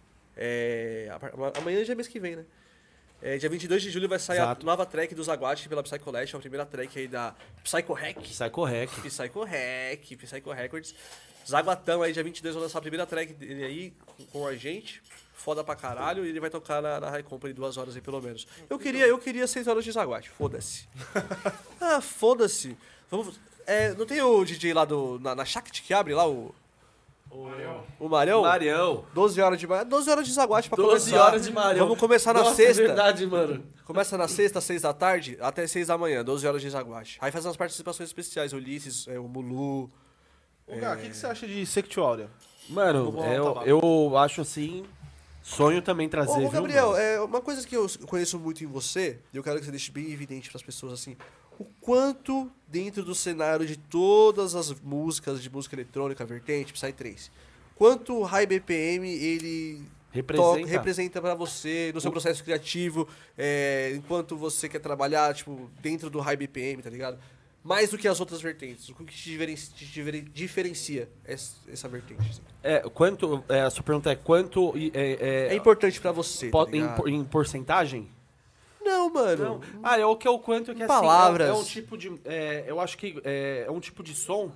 É, a par- amanhã já é mês que vem, né? É, dia vinte e dois de julho vai sair Exato. a nova track do Zaguate pela Psycho Lash, a primeira track aí da Psycho Hack. Psycho Hack. Psycho Hack, Psycho Records. Zaguatão aí, dia vinte e dois, vai lançar a primeira track dele aí com- com a gente. Foda pra caralho, e ele vai tocar na, na High Company duas horas aí, pelo menos. Eu queria, eu queria seis horas de Zaguate, foda-se. Ah, foda-se. Vamos. É, não tem o D J lá do, na, na Shakt que abre lá o. O Marião? Marião. doze horas de doze horas de Zaguate pra doze começar. horas de Marião. Vamos começar na Nossa, sexta. É verdade, mano. Começa na sexta, seis da tarde, até seis da manhã, doze horas de Zaguate. Aí faz umas participações especiais, o Ulisses, é, o Mulu. Ô, Gá, o que, que você acha de Sectuária? Mano, Vamos eu, voltar lá. eu acho assim. Sonho também trazer, Ô, ô viu, Gabriel, mano? é, uma coisa que eu conheço muito em você, e eu quero que você deixe bem evidente pras pessoas assim, o quanto dentro do cenário de todas as músicas de música eletrônica, vertente, Psytrance, quanto o High B P M ele Representa. toca- representa pra você no seu processo criativo, é, enquanto você quer trabalhar, tipo, dentro do High B P M, tá ligado? Mais do que as outras vertentes. O que te, diferen- te diferen- diferencia essa, essa vertente? assim? É, quanto. É, a sua pergunta é quanto. e- É, É importante pra você, po- tá em, ligado? por- em porcentagem? Não, mano. Não. Ah, é o que é o quanto que assim, Palavras. É, é um tipo de. É, eu acho que é, é um tipo de som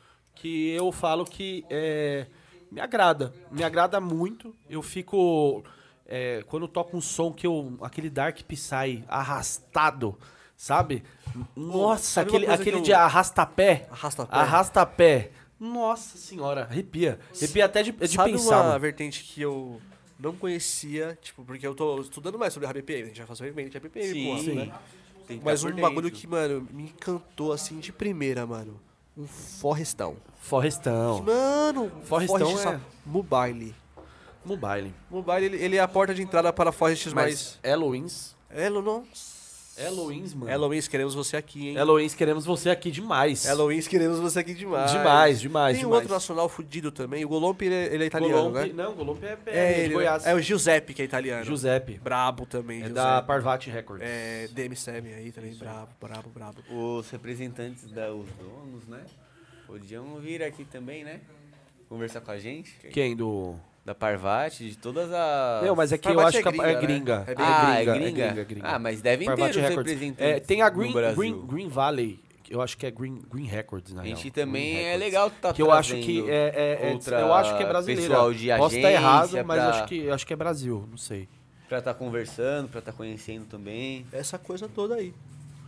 que eu falo que é, me agrada. Me agrada muito. Eu fico. É, quando eu toco um som que eu. Aquele Dark Psy arrastado, sabe? Nossa, sabe uma aquele, coisa aquele que eu- de arrasta-pé. Arrasta-pé. Arrasta-pé. Nossa senhora, arrepia. Arrepia até de, de Sabe pensar. uma mano. vertente que eu não conhecia, tipo, porque eu tô estudando mais sobre a B P M, a gente vai fazer um de B P M, Sim, porra, sim. né? Tem que Mas tá um por bagulho dentro. que, mano, me encantou, assim, de primeira, mano. Um forrestão. Forrestão. Mano, Forrestão Forrest é- sa- Mobile. Mobile. Mobile, ele, ele é a porta de entrada para forests mais... Mas Eloins. Elo, não... Eloins, mano. Eloins, queremos você aqui, hein? Eloins, queremos você aqui demais. Eloins, queremos você aqui demais. Demais, demais, Tem um demais. outro nacional fudido também, o Golomp, ele, é- ele é italiano, Golompe, né? Não, Golompe é, é, É, de ele, Goiás. é o Giuseppe, que é italiano. Giuseppe. Brabo também, É Giuseppe. da Parvati Records. É, D M Seven aí também, brabo, brabo, brabo. Os representantes da os donos, né? Podiam vir aqui também, né? Conversar com a gente. Quem? Do... da Parvati, de todas as... Não, mas é que eu Parvati acho é que a- é gringa, gringa. né? É É bem ah, gringa, é gringa? é gringa, é gringa. Ah, mas devem ter Parvati os Records. representantes É, tem a no Green, Brasil. Green, Green Valley, eu acho que é Green, Green Records, na A real. gente Green também é Records. legal tá Que eu acho que trazendo é, é- é- outra eu acho que é brasileira. pessoal de Posso estar errado, agência mas pra- acho que acho que é Brasil, não sei. pra estar conversando, pra estar conhecendo também. Essa coisa toda aí.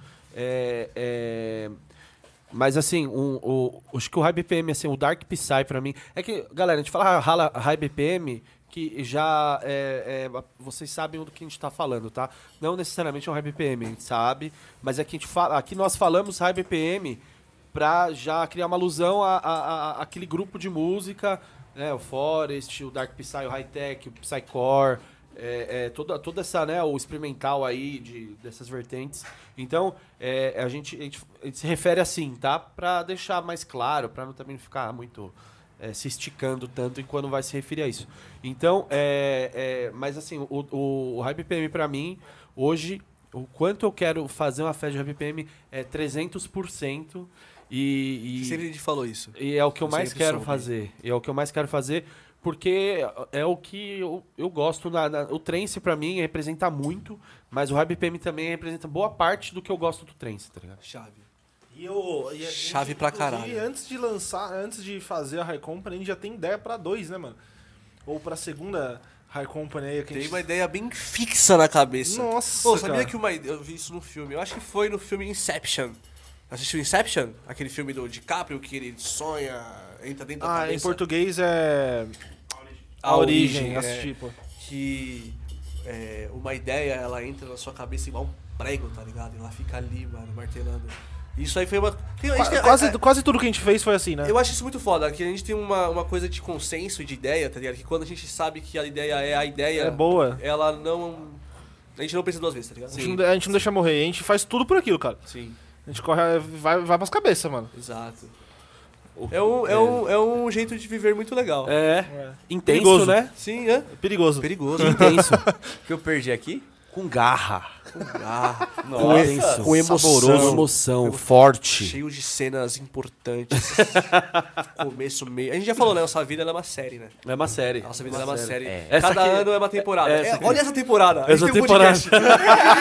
É, é, mas assim, um, o, acho que o High B P M, assim, o Dark Psy pra mim. É que, galera, a gente fala rala- High B P M, que já é, é, vocês sabem do que a gente tá falando, tá? Não necessariamente é um High B P M, a gente sabe, mas aqui, a gente fala, aqui nós falamos High B P M pra já criar uma alusão a, a, a- aquele grupo de música, né? O Forest, o Dark Psy, o High Tech, o Psycore. É, é, toda, toda essa, né, o experimental aí de, dessas vertentes. Então, é, a, gente, a, gente, a gente se refere assim, tá? Pra deixar mais claro, pra não também ficar muito é, se esticando tanto enquanto vai se referir a isso. Então, é, é, mas assim, o, o, o High B P M pra mim, hoje, o quanto eu quero fazer uma festa de High B P M é trezentos por cento e, e, Sempre a gente falou isso. e é o que eu Eu mais sempre quero soube. fazer. E é o que eu mais quero fazer, porque é o que eu, eu gosto. Na, na- o trance, pra mim, representa muito, mas o High B P M também representa boa parte do que eu gosto do trance, tá ligado? Chave. E eu, e a Chave gente, pra inclusive, caralho. antes de lançar, antes de fazer a High Company, a gente já tem ideia pra dois, né, mano? Ou pra segunda High Company aí. Que a Tem gente... uma ideia bem fixa na cabeça. Nossa, Pô, sabia cara. que uma ideia... Eu vi isso no filme. Eu acho que foi no filme Inception. Assistiu Inception? Aquele filme do DiCaprio que ele sonha, entra dentro da Ah, cabeça. em português é... A A Origem, Origem, assisti, é. pô. Que é, uma ideia, ela entra na sua cabeça igual um prego, tá ligado? E ela fica ali, mano, martelando. Isso aí foi uma... Tem, a gente tem- Quase, a- a- quase tudo que a gente fez foi assim, né? Eu acho isso muito foda, que a gente tem uma, uma coisa de consenso e de ideia, tá ligado? Que quando a gente sabe que a ideia é a ideia, É boa. ela não... A gente não pensa duas vezes, tá ligado? A gente, não, a gente não deixa morrer, a gente faz tudo por aquilo, cara. Sim, A gente corre, vai, vai pras cabeças, mano. exato. É um, é, um, é um jeito de viver muito legal. É, É. intenso, Perigoso. né? Sim, é Perigoso. perigoso. Intenso. que eu perdi aqui? Com garra. Ah, Com, Nossa, com emoção. saboroso. emoção, forte. cheio de cenas importantes. Começo, meio... A gente já falou, né? Nossa vida ela é uma série, né? É uma série. Nossa vida ela é uma série. É. Essa Cada aqui- ano é uma temporada. essa É, aqui- olha essa temporada. A gente Essa tem um temporada. podcast.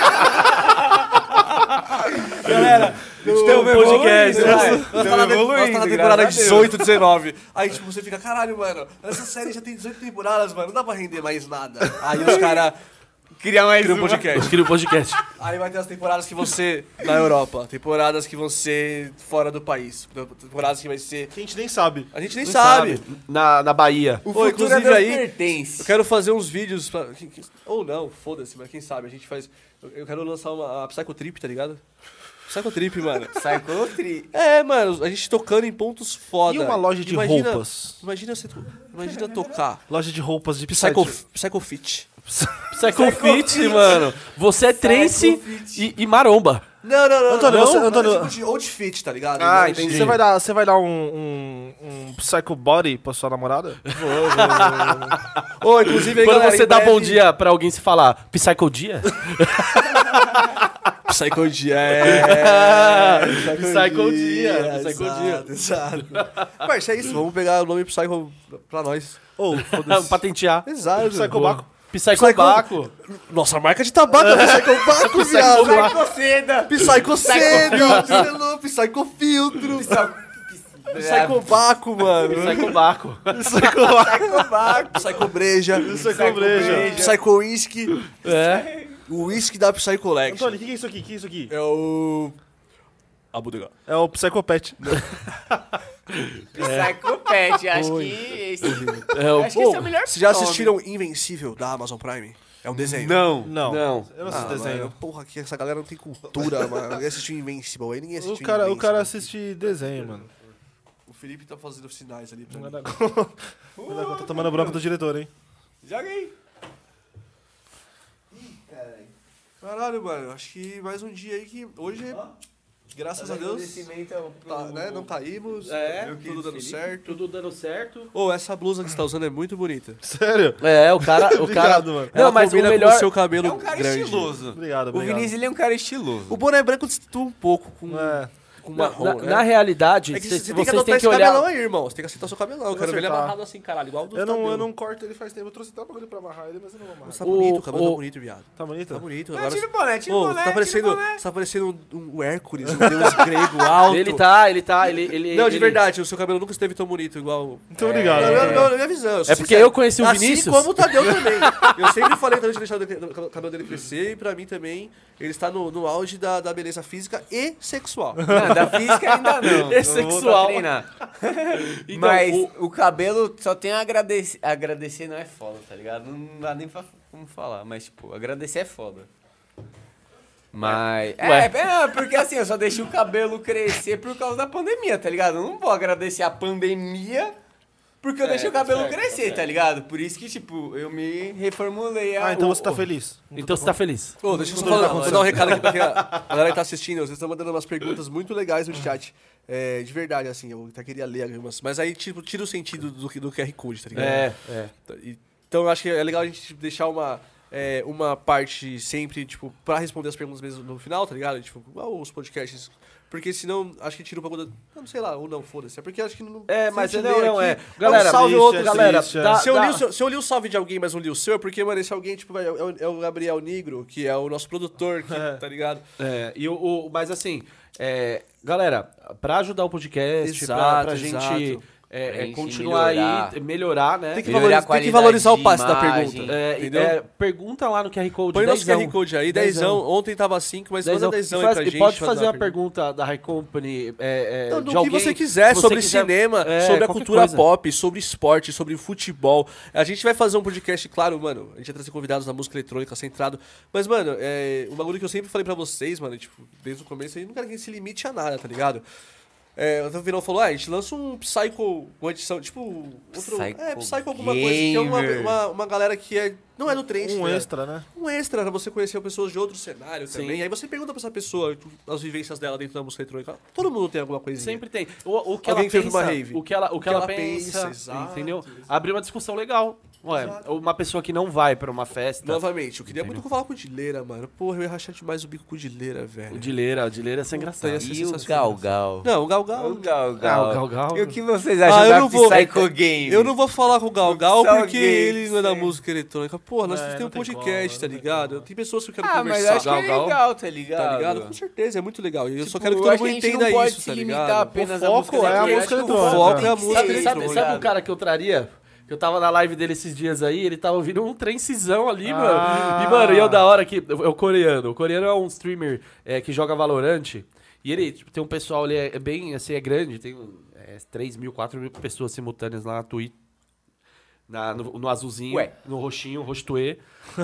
Galera, tem um podcast, Vai, vai. nós tá na, nós tá na evoluindo, temporada graças a Deus. dezoito, dezenove. Aí, tipo, você fica, caralho, mano, essa série já tem dezoito temporadas, mano, não dá pra render mais nada. Aí os caras Criar mais criam um uma. podcast. Cria o podcast. Aí vai ter as temporadas que vão ser na Europa, temporadas que vão ser fora do país, temporadas que vai ser... Que a gente nem sabe. A gente nem Não sabe. Na, na Bahia. O Ô, futuro inclusive é Deus aí, pertence. Eu quero fazer uns vídeos pra... quem- quem- Ou não, foda-se, mas quem sabe, a gente faz... Eu eu quero lançar uma a Psychotrip, tá ligado? Psychotrip, mano. Psychotri. É, mano, a gente tocando em pontos foda. E uma loja de Imagina- roupas? Imagina você... to- Imagina tocar Loja de roupas de Psycho, Psycho... Psychofit. Psychofit, mano. Você é trance e, e maromba. Não, não, não. Antônio, não, você- não, Antônio- tipo de outfit, tá ligado? Ah, Não, entendi. de- Você vai dar, você vai dar um, um, um Psycho Body pra sua namorada? Ô, inclusive aí, Quando galera, você em dá breve- bom dia pra alguém se falar Psychodia, Psychodia, é. Psychodia, Psychodia. Exato, exato. Parça, é isso, vamos pegar o nome Psycho pra nós. Ou, patentear. Exato. Psychobaco. Psychobaco. Nossa, marca de tabaco é Psychobaco, viado. Psychoceda. Psychocedo, Psychofiltro, Psychobaco, mano. Psychobaco. Psychobaco. Psychobreja, Psychobreja. Psycho Whisky, É. o whisky da Psy Collection. Antônio, o que, que é isso aqui? O que é isso aqui? É o... A bodega. É o Psychopet. Psychopet. Acho que esse... É o- Acho que esse é o melhor Vocês já nome. assistiram Invencível da Amazon Prime? É um desenho. Não. Não. Não. Eu não Ah, assisto desenho. mano, porra, que essa galera não tem cultura, mano. Ninguém assistiu Invincible, aí ninguém O assistiu cara, o Invincible. cara assiste desenho, mano. O Felipe tá fazendo sinais ali pra Não mim. vai dar conta. Não vai dar conta. Tá tomando bronca do diretor, hein? Joguei. Caralho, mano, acho que mais um dia aí que hoje, graças a Deus, tá, né, não caímos, É, tudo dando certo. Tudo dando certo. Ô, essa blusa que você tá usando é muito bonita. Sério? É, o cara. O cara... Obrigado, mano. Não, Ela mas o combina melhor. com o seu cabelo É um cara grande. estiloso. Obrigado, O obrigado. Vinícius, ele é um cara estiloso. O boné branco destoa um pouco com, É. com Na, marrom, na- né? na realidade, É que cê- você tem que vocês adotar têm esse que olhar... cabelão aí, irmão. Você tem que acertar o seu cabelão. Eu Vou quero ver ele acertar. amarrado assim, caralho, igual o do Eu não, Tadeu. eu não corto ele faz tempo. Eu trouxe até um bagulho pra amarrar ele, mas eu não vou amarrar. Mas tá O- bonito, o cabelo o- tá bonito, viado. Tá bonito? Tá bonito. Ah, Agora... tira o boné, tira o Ô, boné, tá tira o parecendo, boné. você tá parecendo um, um Hércules, um deus grego alto. Ele tá, ele tá, ele... ele Não, de ele- verdade, o seu cabelo nunca esteve tão bonito igual... Muito obrigado. Não, não, não, na minha visão. sou É porque sincero. eu conheci o Assim Vinícius. como o Tadeu também. Eu sempre falei pra gente deixar o cabelo dele crescer e pra mim também ele está no, no auge da, da beleza física e sexual. Não, da física ainda não. É Eu vou sexual. treinar. Então, Mas o- o... cabelo só tem a agradecer. Agradecer não é foda, tá ligado? Não dá nem pra como falar. Mas, tipo, agradecer é foda. Mas. É, Ué. é, porque assim, eu só deixei o cabelo crescer por causa da pandemia, tá ligado? Eu não vou agradecer a pandemia porque eu É, deixei o cabelo certo, crescer, certo. tá ligado? Por isso que, tipo, eu me reformulei a. Ah, então o- você tá o- feliz. Então você tá feliz. Ô, deixa eu só Tudo falar, bem, vou dar um recado aqui pra quem- a galera que tá assistindo. Vocês estão mandando umas perguntas muito legais no chat. É, de verdade, assim, eu até queria ler algumas. Mas aí, tipo, tira o sentido do, do Q R Code, tá ligado? É, é. E- Então eu acho que é legal a gente tipo, deixar uma, é, uma parte sempre, tipo, pra responder as perguntas mesmo no final, tá ligado? Tipo, igual os podcasts. Porque senão, acho que tira um pouco da... eu Não sei lá, ou não, foda-se. É porque acho que não... É, se mas a gente não, lê não, aqui, é. Galera, um salve triste, outro, é galera, triste, é. dá- se, eu dá- li o seu- se eu li o salve de alguém, mas não li o seu, é porque, mano, esse alguém, tipo, vai- é, o, é o Gabriel Negro, que é o nosso produtor, que, É. tá ligado? É, e o, o- mas assim, é, galera, pra ajudar o podcast, pra, Exato, pra gente, exato. é, Pra é, gente continuar melhorar. aí, melhorar, né? Tem que, Melhorar valoriza- a tem que qualidade valorizar o de passe da imagem. pergunta. É, entendeu? é, pergunta lá no Q R Code. Põe nosso dezão. Q R Code aí, Dezão. dezão. Ontem tava cinco, mas Dezão. manda dezão E aí faz- pra e gente. pode fazer uma uma pergunta da High Company, é, é, Não, de do que alguém você quiser, você sobre quiser- cinema, é, sobre a qualquer cultura coisa. pop, sobre esporte, sobre futebol. A gente vai fazer um podcast, claro, mano, a gente vai trazer convidados da música eletrônica, centrado. Mas, mano, é, um bagulho que eu sempre falei pra vocês, mano, tipo, desde o começo, eu não quero que se limite a nada, tá ligado? É, o Virão falou, ah, a gente lança um Psycho, uma edição, tipo, outro... Psycho é, Psycho alguma coisa, que é uma, Gamer. uma, uma galera que é, não é do trance, Um né? extra, né? Um extra pra você conhecer pessoas de outro cenário Sim. também. Aí você pergunta pra essa pessoa as vivências dela dentro da música eletrônica. Todo mundo tem alguma coisinha. Sempre tem. O, o que Alguém ela fez pensa, uma rave. o que ela, o que ela, pensa, exato, entendeu? exato. Abrir uma discussão legal. Ué, uma pessoa que não vai pra uma festa. Novamente, eu queria Entendeu? muito falar com o Dileira, mano. Porra, eu ia rachar demais o bico com o Dileira, velho. O Dileira, o Dileira é sem graça. ia ser E o sensacional. Gal Gal? Não, o Gal Gal. O Gal Ah, Gal. o Gal Gal. E o que vocês acham Ah, eu da não vou- Psycho Game? Eu não vou falar com o Gal Gal Só porque gay, ele não é da sim. música eletrônica. Porra, nós É, temos não um tem podcast, como, tá não tem ligado? como. Tem pessoas que eu quero Ah, mas conversar. eu acho que é Gal Gal. legal, tá ligado? Tá ligado? Com certeza, é muito legal. E eu só Tipo, quero que eu todo acho mundo que a gente entenda não pode isso, se tá limitar ligado? apenas O à música foco é a eletrônica. música Acho que eletrônica. O foco é a tem que música ser, Sabe, sabe, eletrônica. sabe um cara que eu traria? Que eu tava na live dele esses dias aí, ele tava ouvindo um trencizão ali, Ah. mano. E, mano, e eu da hora que. É o coreano. O coreano é um streamer é, que joga Valorant. E ele, tipo, tem um pessoal ali, é, é bem, assim, é grande, tem é, três mil, quatro mil pessoas simultâneas lá na Twitch. Na, no, no azulzinho, Ué. no roxinho, roxoe.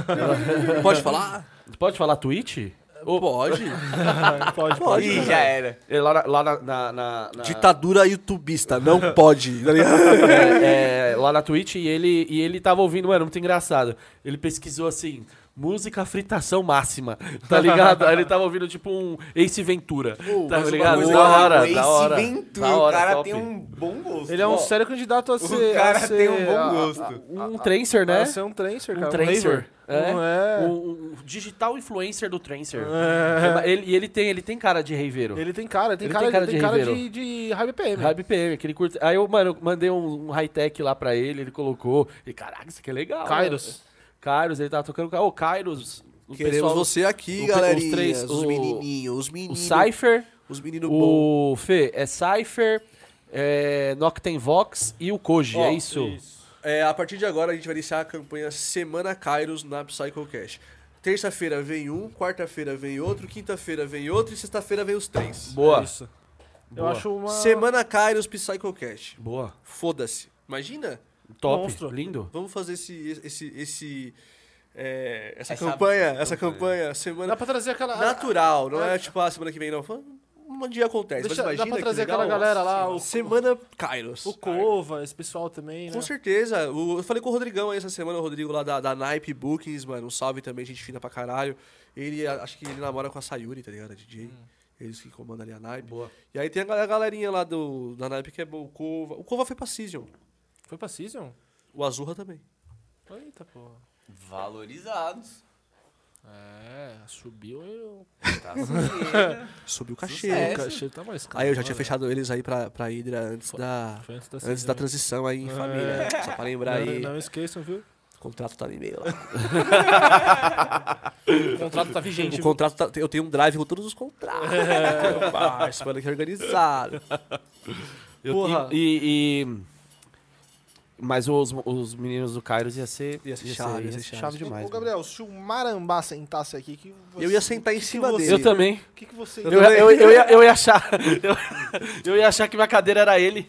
Pode falar? Pode falar Twitch? Ô, Pode. Pode, Pode. Ih, já era. é, lá na. Lá na, na, na- na- Ditadura youtubista, não pode. Tá ligado? é, é, lá na Twitch e ele, e ele tava ouvindo, mano, muito engraçado. Ele pesquisou assim, música fritação máxima, tá ligado? Aí ele tava ouvindo tipo um Ace Ventura, tá mas ligado? uma Da coisa- hora, Ace da hora. Ventura, da hora, o cara top. tem um bom gosto. Ele é um Ó, sério candidato a ser. cara a ser, tem um bom a- gosto. a- Um trancer, né? A ser um trancer, Um cara. trancer. raver. É. Um, é. Um, um digital influencer do trancer. É. Ele, e ele tem, ele tem cara de raveiro. Ele tem cara, tem Ele cara, tem cara ele de tem cara raveiro. de, de high B P M. High B P M, que ele curte. Aí eu, mano, eu mandei um, um high-tech lá pra ele, ele colocou. E caraca, isso aqui é legal. Kairos. mano. Kairos, ele tava tocando. Ô, Kairos. O Queremos pessoal- você aqui, o- galerinha. os três, os o- menininhos, os O meninos. Cypher, Os meninos bons. o Fê, é Cypher, é Noctem Vox e o Koji, Ó, é isso? É, a partir de agora a gente vai iniciar a campanha Semana Kairos na PsychoCast. Terça-feira vem um, quarta-feira vem outro, quinta-feira vem outro e sexta-feira vem os três. Boa. É isso. Eu Boa. acho uma. Semana Kairos PsychoCast. Boa. Foda-se. Imagina? Top. Monstro. Lindo. Vamos fazer esse. esse, esse é, essa, Essa campanha, essa campanha. campanha, semana Dá pra trazer aquela. natural, não é tipo a semana que vem, não. Um dia acontece. Deixa- mas dá imagina pra trazer que legal. aquela galera lá, o- Semana Kairos. O Cova, esse pessoal também, né? Com certeza. O- eu falei com o Rodrigão aí essa semana, o Rodrigo lá da, da Naipe Bookings, mano. Um salve também, gente fina pra caralho. Ele, a- acho que ele namora com a Sayuri, tá ligado? A D J. Eles que comandam ali a Naipe. Boa. E aí tem a, gal- a galerinha lá do, da Naipe que é bom. O Cova. O Cova foi pra Season. Foi pra Season? O Azurra também. Eita, porra. Valorizados. É, subiu eu. Tá sujeira. Subiu o cachê. Sucesso. O cachê tá mais caro. Aí eu já tinha agora. fechado eles aí pra, pra Hydra antes da, Foi antes da, antes da transição aí em É. família. Só pra lembrar não, aí. não esqueçam, viu? O contrato tá no e-mail lá. O contrato tá vigente. O contrato tá, eu tenho um drive com todos os contratos. É. Parça, mano, que organizado. Eu- Porra. E, e- Mas os, os meninos do Kairos ia ser. Ia ser chave, ia ser chave. chave demais. Ô, mano. Gabriel, se o Marambá sentasse aqui, que você- Eu ia sentar em que que cima você- dele. Eu também. O que, que você Eu, eu, eu, eu ia, eu ia achar. Eu, eu ia achar que minha cadeira era ele.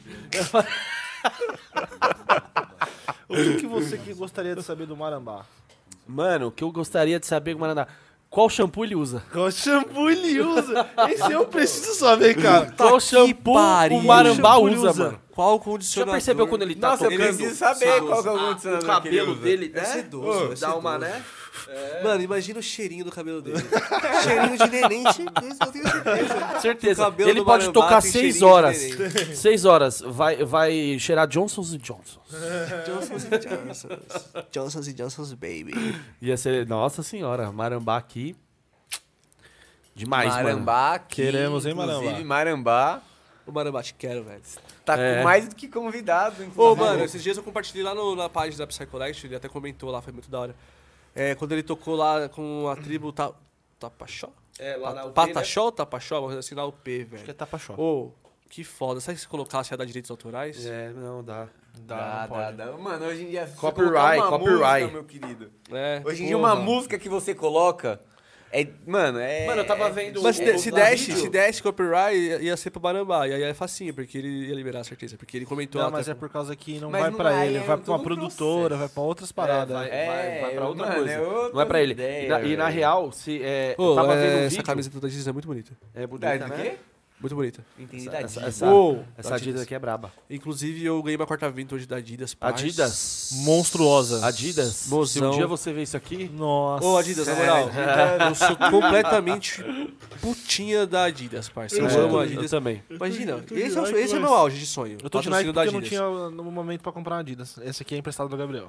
O que, que você que gostaria de saber do Marambá? Mano, o que eu gostaria de saber, Maraná, qual shampoo ele usa? Qual shampoo ele usa? Esse eu preciso saber, cara. Qual shampoo pariu. o Marambá Qual shampoo ele usa, usa? mano? Qual Já condicionador? percebeu quando ele tá Nossa, eu tocando? preciso saber qual que é o Ah, condicionador o que ele cabelo usa. dele, É né? sedoso, é Dá uma, sedoso. né? Mano, imagina o cheirinho do cabelo dele. Cheirinho de neném, certeza, eu tenho certeza. Certeza. O cabelo Ele do pode Marambá tocar tem seis cheirinho de horas. neném. Seis horas. Vai, vai cheirar Johnson's e Johnson's. Johnson's e Johnson's. Johnson's e Johnson's, baby. Ia ser, nossa senhora, Marambá aqui. Demais, mano. Marambá, que, Queremos, hein, Marambá? inclusive, Marambá O Marambá, te quero, velho. tá É. com mais do que convidado. Ô, inclusive. mano, esses dias eu compartilhei lá no- na página da Psy Collection, ele até comentou lá, foi muito da hora. É, quando ele tocou lá com a tribo Ta, Tapachó? É, lá na U P, Pataxó ou Tapachó? Uma coisa assim, na U P, Acho que é velho. tapa-choque. Ô, que foda. Sabe se colocasse ia dar direitos autorais? É, não, dá. Dá, dá, dá. Mano, hoje em dia... se você Copyright, colocar uma copyright. música, meu querido. É. Hoje em dia, porra. uma música que você coloca... É, mano, é... Mano, eu tava é- vendo Mas se, o- de- se o desse, vídeo. se desse copyright, ia, ia ser pro Marambá. E aí é facinho, porque ele ia liberar, certeza. Porque ele comentou Não, lá. mas até- é por causa que não Mas vai não pra vai, ele, é vai pra todo uma um produtora, processo. vai pra outras paradas. vai- É, vai, vai pra outra mano, coisa. é Não é outra pra ele. ideia, e, na, e na velho. real, se, é, Ô, eu tava é, vendo um essa vídeo. camiseta da Disney é muito bonita. É Tá, bonita, do né? quê? Muito bonita. Entendi, Essa, da essa, Disney. essa, Uou, essa da Adidas Adidas. aqui é braba. Inclusive, eu ganhei uma quarta vintage da Adidas. parça. Adidas? Monstruosa. Adidas? Se Mozão. um dia você ver isso aqui... Nossa. Ô, Adidas, na moral, eu sou completamente putinha da Adidas, parça. Eu É, amo a eu Adidas. também. Imagina, tô de esse, é, o- Nike, esse é mas- meu auge de sonho. Eu tô de patrocínio Nike da porque eu não Adidas. tinha no momento pra comprar uma Adidas. Esse aqui é emprestado do Gabriel.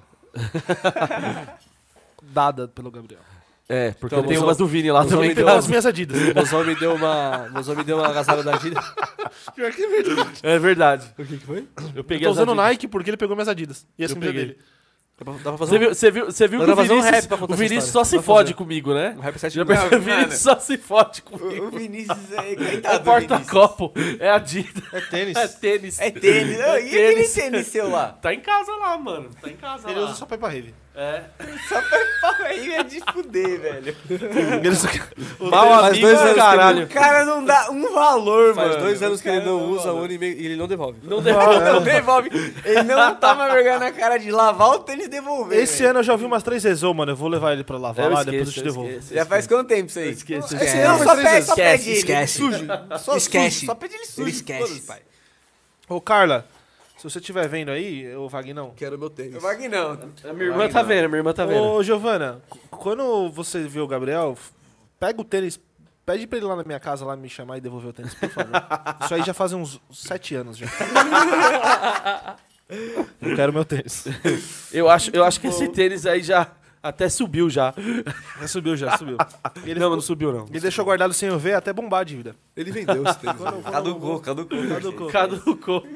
Dada pelo Gabriel. É, porque Então, tem Mozão- umas do Vini lá Mozão também. me que deu eu- As minhas Adidas. O Mozão me deu uma. Mozão me deu uma agasalho da Adidas. Pior que é verdade. É verdade. O que, que foi? Eu peguei Eu tô as usando Adidas. Nike porque ele pegou minhas Adidas. E essa Eu camisa peguei. dele. Dá pra, dá pra fazer Você um, viu, você viu, você viu Dá que o pra fazer um Vinícius, rap pra contar o Vinícius essa só história. se Dá pra fode fazer. comigo, né? um rap sete Já minutos. percebeu? O Mano. Vinícius só se fode comigo. O Vinícius é... É Coitado do porta-copo, é Adidas, É tênis. é tênis. É tênis. É E aquele tênis. tênis seu lá? Tá em casa lá, mano. Tá em casa Ele lá. usa só pra ir pra rave. É. Só pra pau aí é de fuder, velho. Ele só quer... Mal faz amigo, dois anos que caralho. O cara não dá um valor, mano. Faz dois anos O que ele cara não usa dá o valor. ano e meio e ele não devolve. Não devolve. Não devolve. Ele não toma vergonha na cara de lavar o tênis e devolver. Esse velho. ano eu já vi umas três vezes. Ô, mano, eu vou levar ele pra lavar lá, depois eu te devolvo. Já faz quanto tempo isso aí? Esquece, Esse esquece. ano só pede, só Esquece, pede ele. esquece. Sujo. Só Esquece. sujo. Só pede ele sujo. Ele esquece, Foda-se. pai. Ô, Carla, se você estiver vendo aí, ô, Vagnão. Quero meu tênis. Eu vou aqui não. A minha irmã tá vendo, minha irmã tá vendo. Ô, Giovana, c- quando você vê o Gabriel, f- pega o tênis, pede pra ele lá na minha casa lá me chamar e devolver o tênis, por favor. Isso aí já faz uns sete anos já. Eu quero meu tênis. Eu acho, eu acho que esse tênis aí já até subiu já. Já subiu, já subiu. E ele, Não, mas não subiu não. ele deixou guardado sem eu ver até bombar a dívida. Ele vendeu esse tênis. Caducou, caducou. Caducou. Caducou.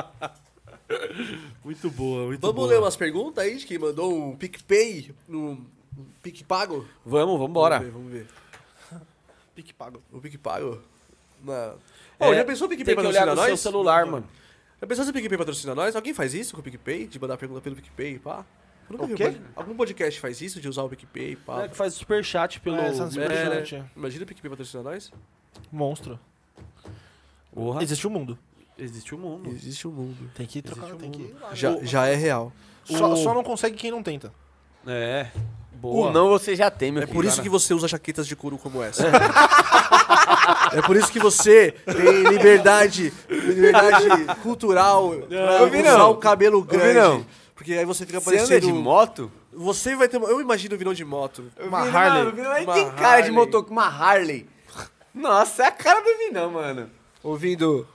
Muito boa, muito Vamos boa. ler umas perguntas aí de quem mandou um PicPay no um PicPago? Vamos, vamos embora. Vamos ver, vamos ver. Pique pago. O PicPago? Na... É, Ô, já pensou o PicPay Tem que olhar patrocina no seu nós? celular, mano. Já pensou se o PicPay patrocina nós? Alguém faz isso com o PicPay? De mandar pergunta pelo PicPay, pá? Eu nunca O vi. quê? pod- Algum podcast faz isso, de usar o PicPay, pá? É que faz superchat pelo... É, essa É, superchat, né? é. Imagina o PicPay patrocinar nós? Monstro. Porra. Existe um mundo. Existe o mundo. Existe um mundo. Tem que trocar, Existe um tem que mundo. ir lá. Já, já é real. Só, O- só não consegue quem não tenta. É. Boa. O não você já tem, meu É filho. por isso que você usa jaquetas de couro como essa. É por isso que você tem liberdade, liberdade cultural pra Ouvi usar não. o cabelo grande. não. Porque aí você fica Você anda parecendo... de moto? Você vai ter... Eu imagino o Vinão de moto. Uma Vinão, Harley. o Vinão aí Uma tem cara de Harley. motor com uma Harley. Nossa, é a cara do Vinão, mano. Ouvindo...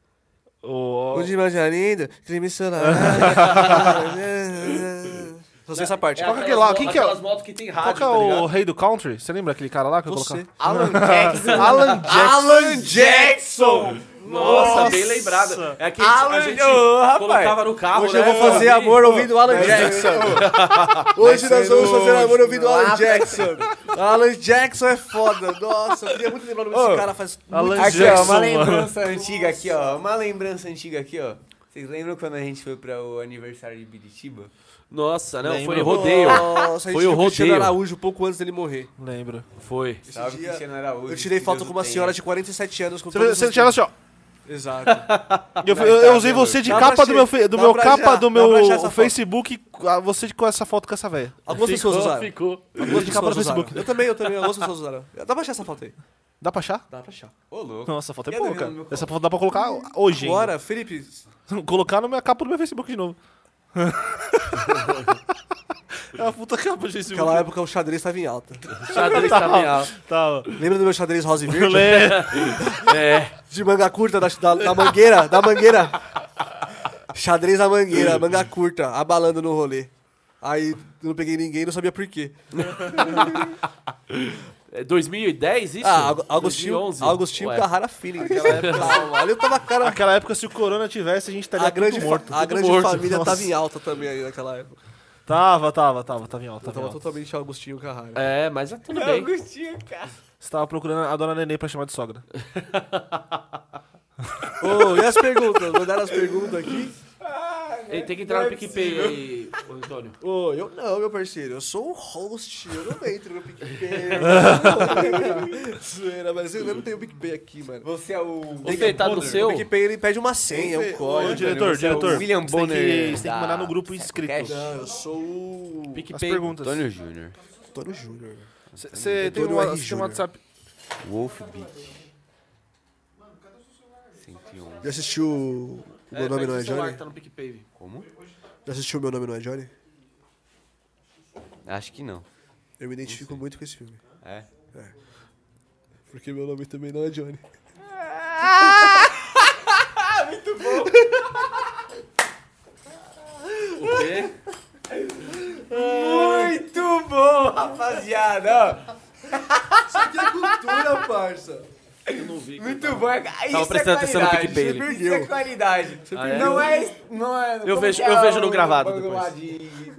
O... O de Majarinda, crime solar. Só sei essa parte. É Qual que é aquelas aquele lá? mo- Quem que é? aquelas motos que tem Qual rádio, que é tá o ligado? rei do country? Você lembra aquele cara lá que eu Você. colocar? Alan Jackson. Alan Jackson. Alan Jackson! Nossa, bem lembrado. É aquele que Alan- a gente Ô, rapaz. colocava no carro, Hoje né? eu vou fazer amor ouvindo Alan Jackson. Hoje nós vamos fazer amor ouvindo Alan Jackson. Alan Jackson é foda. Nossa, eu queria muito lembrar o nome desse Ô, cara faz Alan muito Aqui, Jackson, ó, uma mano. lembrança antiga aqui, ó. Uma lembrança antiga aqui, ó. Vocês lembram quando a gente foi para o aniversário de Biritiba? Nossa, não, Lembro. foi rodeio. Nossa, a gente Foi viu o o Cristiano rodeio. Araújo pouco antes dele morrer. Lembro. Foi. Salve, dia, Cristiano Araújo. Eu tirei que foto Deus com o uma tenha. senhora de quarenta e sete anos com Você, todos você os- tirava assim, ó. Exato. Eu, Mas eu- tá eu usei vendo? você de Dá pra capa do che- meu, fe- do dá meu pra capa achar- do dá pra meu achar essa foto. Facebook, ah, você com essa foto com essa velha. Algumas pessoas Ficou, usaram. ficou. Algumas de capa pessoas no usaram. Facebook. Eu também, eu também. Algumas pessoas usaram. Dá pra achar essa foto aí. Dá pra achar? Dá pra achar. Ô, louco. Nossa, a foto é Quer boa, ver cara. no meu Essa foto dá pra colocar hoje ainda. Bora, Felipe. Colocar na minha capa do meu Facebook de novo. É uma puta capa de Facebook. Naquela época o xadrez estava em alta. Xadrez tá bem alto. Tava. Lembra do meu xadrez rosa e Eu verde? lembro. É. De manga curta, da, da, da mangueira, da mangueira. Xadrez da mangueira, manga curta, abalando no rolê. Aí eu não peguei ninguém, não sabia por quê. É dois mil e dez, isso? Ah, Agu- Agostinho, dois mil e onze? Agostinho Ué. Carrara Feeling naquela época. Calma, ali eu tava cara. Naquela época, se o Corona tivesse, a gente estaria A grande, tudo morto. fa- a tudo grande morto. família Nossa. tava em alta também aí naquela época. Tava, tava, tava, tava em alta. Eu Tava em tava alta. totalmente Agostinho Carrara. É, mas é tudo bem. Agostinho, cara. Você tava procurando a dona Nenê pra chamar de sogra. Ô, e as perguntas? Mandaram as perguntas aqui? Ele tem que entrar no PicPay aí, ô Antônio. Ô, eu não, meu parceiro. Eu sou o host. Eu não entro no PicPay. Zoeira, mas eu não tenho PicPay aqui, mano. Você é o... Você tá no seu? O PicPay ele pede uma senha, um Ô, código. diretor, você é o diretor. William você tem que- Bonner Você tem que da mandar no grupo inscrito. Cash. Não, eu sou o As PicPay. perguntas. Antônio Júnior. Antônio Júnior. Você tem Antônio um R. você tem um Júnior. WhatsApp. Wolf Beat. cento e um. Já assistiu o Meu Nome Não É Johnny? Tá no PicPay. Como? Já assistiu Meu Nome Não É Johnny? Acho que não. Eu me identifico muito com esse filme. É? Porque meu nome também não é Johnny. O quê? Muito bom, rapaziada. Isso aqui é cultura, parça. Eu não vi. Muito bom. Isso Tava prestando é atenção no qualidade. PicPay, Isso ele. é qualidade. Ah, é? Não é... Não é Eu como vejo- que eu é vejo no o gravado bagulho lá depois. De,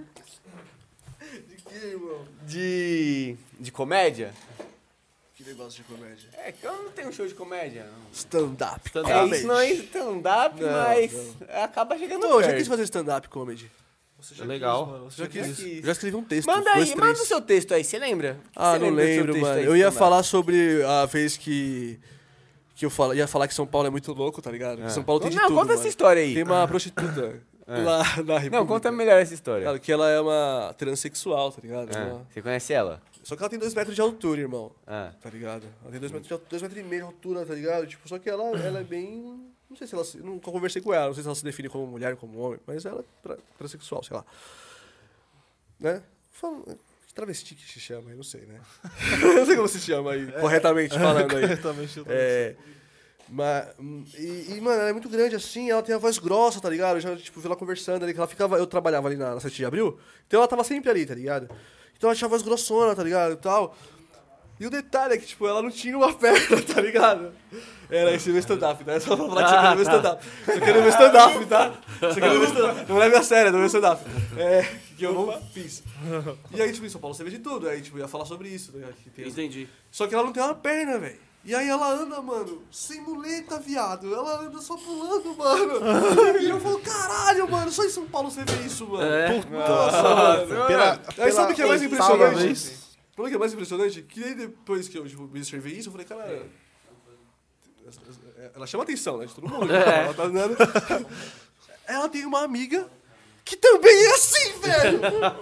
De que, irmão? de... De comédia? Que negócio de comédia. É que eu não tenho show de comédia. Não. Stand-up Stand-up. É, comedy. isso não é stand-up, Não, mas acaba chegando Pô, eu já perto. quis fazer stand-up comedy. É legal. Você Já já quis. quis. Já escrevi um texto. Manda dois, aí, três. manda o seu texto aí, você lembra? Ah, Você não lembra do seu lembro, texto mano. aí, Eu ia stand-up? falar sobre a vez que. Que eu fala, ia falar que São Paulo é muito louco, tá ligado? Que São Paulo tem de Não, tudo. conta mano. essa história aí. Tem uma prostituta lá na República. Não, conta melhor essa história. Ela- Que ela é uma transexual, tá ligado? Ah, Ela- você conhece ela? Só que ela tem dois metros de altura, irmão. Ah. Tá ligado? Ela tem dois metros, de, al- dois metros e meio de altura, tá ligado? Tipo, só que ela, ela é bem. Não sei se ela. se- Nunca conversei com ela, não sei se ela se define como mulher, como homem, mas ela é tra, transexual, sei lá. Né? Fala- que travesti que se chama aí, não sei, né? Não sei como se chama aí, corretamente falando aí. Corretamente, eu tô- É. Mas, hum, e, e, mano, ela é muito grande assim, ela tem a voz grossa, tá ligado? Eu já, tipo, vi ela conversando ali, que ela ficava. Eu trabalhava ali na, na sete de abril, então ela tava sempre ali, tá ligado? Então ela tinha a voz grossona, tá ligado? E tal. E o detalhe é que, tipo, ela não tinha uma perna, tá ligado? Era esse meu stand-up, tá? É só pra falar que isso aqui é no meu stand-up. Isso aqui é no meu stand-up, tá? Isso aqui é no meu stand-up. Não leve a sério, é no meu stand-up. É, que eu não fiz. E aí, tipo, em São Paulo você vê de tudo. Aí, tipo, eu ia falar sobre isso, tá ligado? Que tem- Entendi. Só que ela não tem uma perna, velho. E aí ela anda, mano, sem muleta, viado. Ela anda só pulando, mano. E eu falo, caralho, mano, só em São Paulo você vê isso, mano. É. Nossa, mano. Pela, Aí sabe o que é mais oitava impressionante? vez. Sabe o que é mais impressionante? Que aí depois que eu tipo, me observei isso, eu falei, cara. Ela chama atenção, né? De todo mundo. É. Ela tá andando. Ela tem uma amiga que também é assim, velho!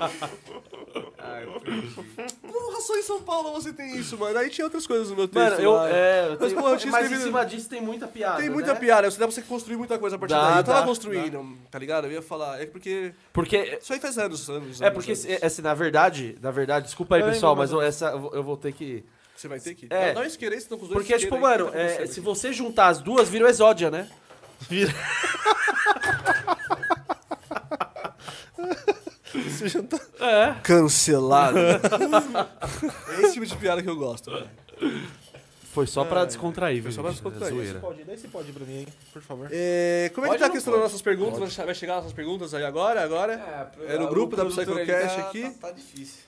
Porra, só em São Paulo você tem isso, mano. Aí tinha outras coisas no meu texto. Mano, eu, lá. é, eu Mas, tenho, pô, eu tinha mas em escrevido- cima disso tem muita piada, Tem muita né? piada, dá pra você construir muita coisa a partir Dá, daí. Eu tava dá, construindo, tá ligado? Eu ia falar. É porque. Porque Isso aí faz anos, anos. É anos, porque, anos. é, assim, na verdade, na verdade, desculpa aí, Eu pessoal, lembro, mas eu, essa, eu vou- eu vou ter que... Você vai ter que. É. Dá um isqueiro aí, vocês estão com os dois Porque, tipo, isqueiros aí, mano, o que tá é, acontecendo se aqui? você juntar as duas, vira o Exódia, né? Você já tá... É. Cancelado. É esse tipo de piada que eu gosto. velho. Foi só pra descontrair, Foi viu? só pra gente? descontrair. É zoeira. Pode, dá esse pode pra mim aí, por favor. É, como é que Pode tá a ou não questão das pode? nossas perguntas? Vai chegar nossas perguntas aí agora? Agora? É no grupo da Psychocast aqui. Tá, tá difícil.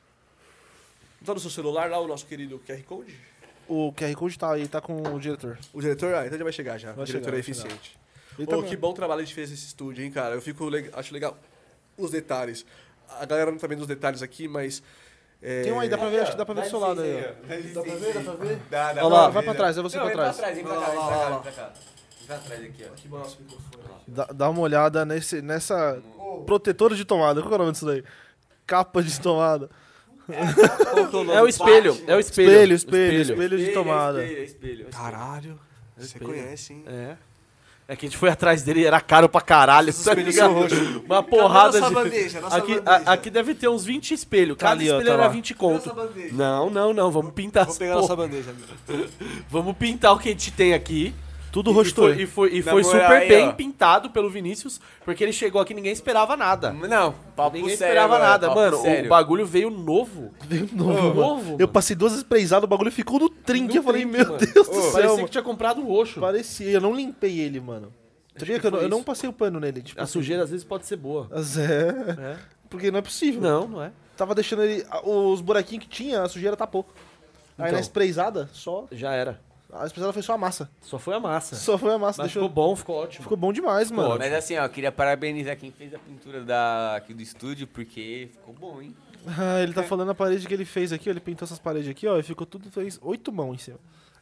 Tá no seu celular lá o nosso querido Q R Code? O Q R Code tá aí, tá com o diretor. O diretor? Ah, então já vai chegar já. Vai o diretor chegar, é vai chegar. eficiente. Ele Pô, tá- que bom trabalho a gente fez nesse estúdio, hein, cara. Eu fico le- acho legal os detalhes. A galera não tá vendo os detalhes aqui, mas... é, Tem um aí, dá pra ver, acho que dá pra ver do seu lado aí, ó. Dá pra ver, dá pra ver? Dá, dá. Olha lá. Vai pra trás, é você Não, pra vem pra trás. trás, vem pra cá, Lá, vem lá, pra lá, cá, lá. vem pra cá. Vem pra trás aqui, ó. Que bom nosso microfone. Dá, dá uma olhada nesse, nessa protetora de tomada. Qual que é o nome disso daí? Capa de tomada. É o espelho, é o espelho. Espelho, espelho, espelho de tomada. Espelho, espelho, espelho. Caralho, você Espelho. conhece, hein? É. É que a gente foi atrás dele, era caro pra caralho. Esses Tá espelhos ligado? são roxos. Uma porrada nossa de. bandeja, nossa aqui, bandeja. a- aqui deve ter uns vinte espelhos. Tá Cada ali, ó, espelho tá era lá. vinte Nossa conto. bandeja. Não, não, não. Vamos pintar Vou as pegar porra. nossa bandeja, amigo. Vamos pintar o que a gente tem aqui. Tudo E rosto. foi, e foi, e Na foi moral super aí, bem ó. pintado pelo Vinícius, porque ele chegou aqui e ninguém esperava nada. Não, papo Ninguém sério esperava agora, nada. papo Mano, sério. o bagulho veio novo. Veio novo, mano. Novo, Eu mano. passei duas vezes presado, o bagulho ficou no trinque. No Eu falei, trinque, meu mano. Deus do Ô, céu, parecia mano. que tinha comprado o roxo. Parecia, eu não limpei ele, mano. Sabia que que eu, não- foi eu não isso. passei o pano nele. Tipo, A sujeira às vezes pode ser boa. Mas é. É. Porque não é possível. Não, não é. Tava deixando ele. a- Os buraquinhos que tinha, a sujeira tapou. Aí Então. na sprayzada, só. Já era. A sprayzada foi só a massa. Só foi a massa. Só foi a massa. Mas Deixou... ficou bom, ficou ótimo. Ficou bom demais, mano. Mas assim, ó, queria parabenizar quem fez a pintura da, aqui do estúdio, porque ficou bom, hein? Ah, ele tá falando a parede que ele fez aqui, ó. Ele pintou essas paredes aqui, ó. E ficou tudo, fez oito mãos em cima.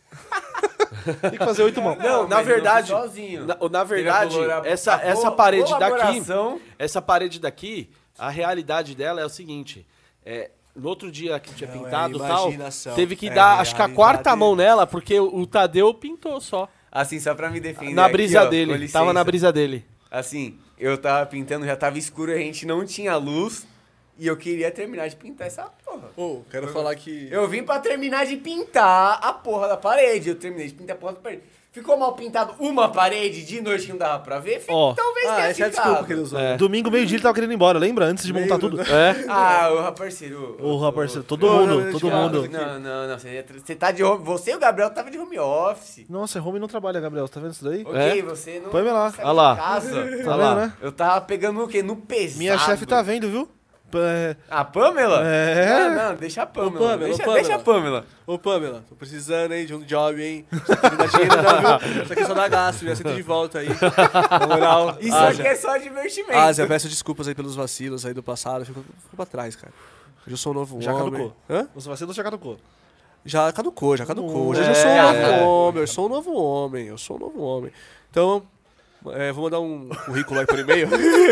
Tem que fazer oito mãos. Não, na mas verdade- não fui sozinho. Na, na Teve verdade, a colora- essa, a essa co- parede daqui, colaboração. essa parede daqui, a realidade dela é o seguinte, é, no outro dia que tinha Não, é pintado e tal, imaginação. teve que É dar, acho que a realidade. quarta mão nela, porque o, o Tadeu pintou só, Assim, só pra me defender na aqui, brisa ó, com dele, licença. tava na brisa dele. Assim, eu tava pintando, já tava escuro, a gente não tinha luz, e eu queria terminar de pintar essa porra. Ô, quero falar que... Eu vim pra terminar de pintar a porra da parede. Eu terminei de pintar a porra da parede. Ficou mal pintado uma parede de noite que não dava pra ver? Ó. Talvez Ah, tenha essa é a ficado. desculpa que ele usou. É. Domingo, meio-dia, ele tava querendo ir embora, lembra? Antes de montar Meio- tudo. É? Ah, ô parceiro. Ô, rapaz, todo Ô, mundo, não, todo deixa eu mundo. falar. Não, não, não. Você, você tá de home. Você e o Gabriel tava de home office. Nossa, home não trabalha, Gabriel. Tá vendo isso daí? Ok, É? você não. Põe-me lá. saiu Olha lá. de casa. Tá Olha vendo, lá. né? Eu tava pegando o quê? No pesado. Minha chefe tá vendo, viu? É, A Pamela? É. Não, não, deixa a Pamela. Ô, Pamela, deixa, ô, Pamela. deixa a Pamela. Ô, Pamela, tô precisando, hein, de um job, hein? Isso aqui não dá dinheiro não, viu? Isso aqui só dá gasto, me aceita de volta aí. Na moral. Isso Ásia. aqui é só divertimento. Ásia, peço desculpas aí pelos vacilos aí do passado. Fico, fico pra trás, cara. Hoje eu sou um novo Já homem. caducou. Hã? Os vacilos já caducou. Já caducou, já caducou. Hoje É, eu sou um novo é. homem, eu sou um novo homem, eu sou um novo homem. Então, é, vou mandar um currículo aí por e-mail.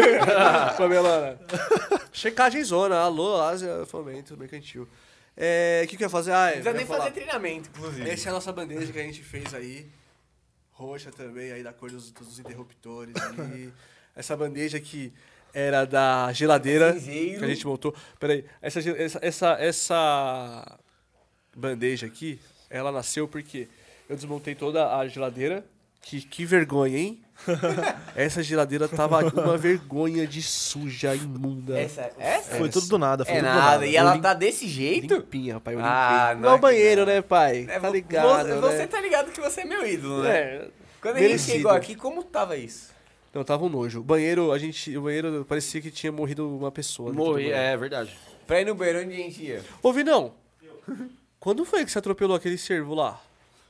Pamela. Checagem zona, alô, Ásia, Fomento, Mercantil. É, o que que eu ia fazer? Ah, Não é, precisa eu ia nem falar. fazer treinamento, inclusive. Essa é a nossa bandeja que a gente fez aí. Roxa também, aí da cor dos, dos interruptores ali. Essa bandeja que era da geladeira Cinzeiro. que a gente montou. Peraí, essa, ge- essa, essa, essa bandeja aqui, ela nasceu porque eu desmontei toda a geladeira. Que, que vergonha, hein? Essa geladeira tava uma vergonha de suja, imunda. Essa, essa? Foi tudo do nada, foi É tudo do nada. nada. E ela lim- tá desse jeito? Limpinha, rapaz, eu limpei. Ah, não não é o é que banheiro, não. né, pai? É, Tá vo- ligado, você, né? você tá ligado que você é meu ídolo, né? É, Quando a gente merecido. chegou aqui, como tava isso? Não, tava um nojo. O banheiro, a gente, o banheiro parecia que tinha morrido uma pessoa. dentro do Morri, banheiro. é verdade. Pra ir no banheiro onde a gente ia. Ô, Vinão, quando foi que você atropelou aquele cervo lá?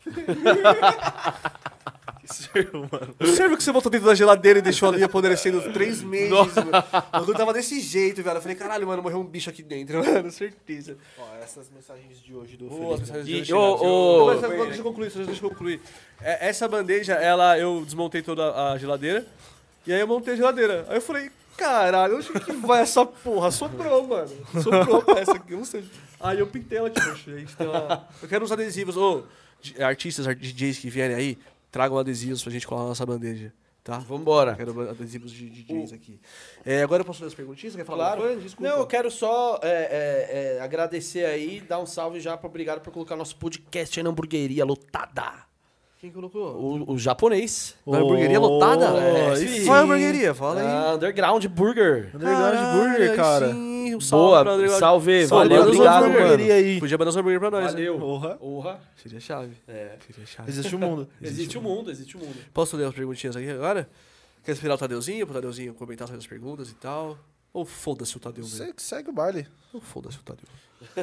O cervo que você botou dentro da geladeira e deixou ali apodrecendo três meses. Mano. O bagulho tava desse jeito, velho. Eu falei, caralho, mano, morreu um bicho aqui dentro, mano, certeza. Ó, essas mensagens de hoje do Pô, as Felipe. mensagens E, de ô, hoje, ô, Não, mas deixa eu concluir, só deixa eu concluir. É, essa bandeja, ela, eu desmontei toda a geladeira. E aí eu montei a geladeira. Aí eu falei, caralho, onde que vai essa porra? Sobrou, mano. Sobrou essa aqui, eu não sei. Aí eu pintei ela, tipo, a gente tem uma... Eu quero uns adesivos. Ô, de- artistas, art- D Js que vierem aí, tragam adesivos pra gente colar na nossa bandeja, tá? Vambora. Quero adesivos de D Js aqui. É, agora eu posso fazer as perguntinhas? Você quer falar Claro. alguma coisa? Desculpa. Não, eu quero só é, é, é, agradecer aí, dar um salve já, pra, obrigado por colocar nosso podcast aí na hamburgueria lotada. Quem colocou? O, o japonês. Na hamburgueria lotada? É, Sim. sim. Qual é a hamburgueria? Fala aí. Ah, Underground Burger. Underground Caralho, Burger, cara. Sim, um salve Boa, pra Underground. salve, Salve, valeu, Deus, obrigado, hamburgueria mano. aí. Podia mandar um hambúrguer pra nós, né? Valeu. Porra. Porra. Seria chave. É. Seria chave. Existe o mundo. Existe o mundo, existe o mundo. Posso ler as perguntinhas aqui agora? Quer esperar o Tadeuzinho, pro Tadeuzinho comentar sobre as perguntas e tal? Ou foda-se o Tadeu mesmo? Segue, segue o baile. Ou foda-se o Tadeu.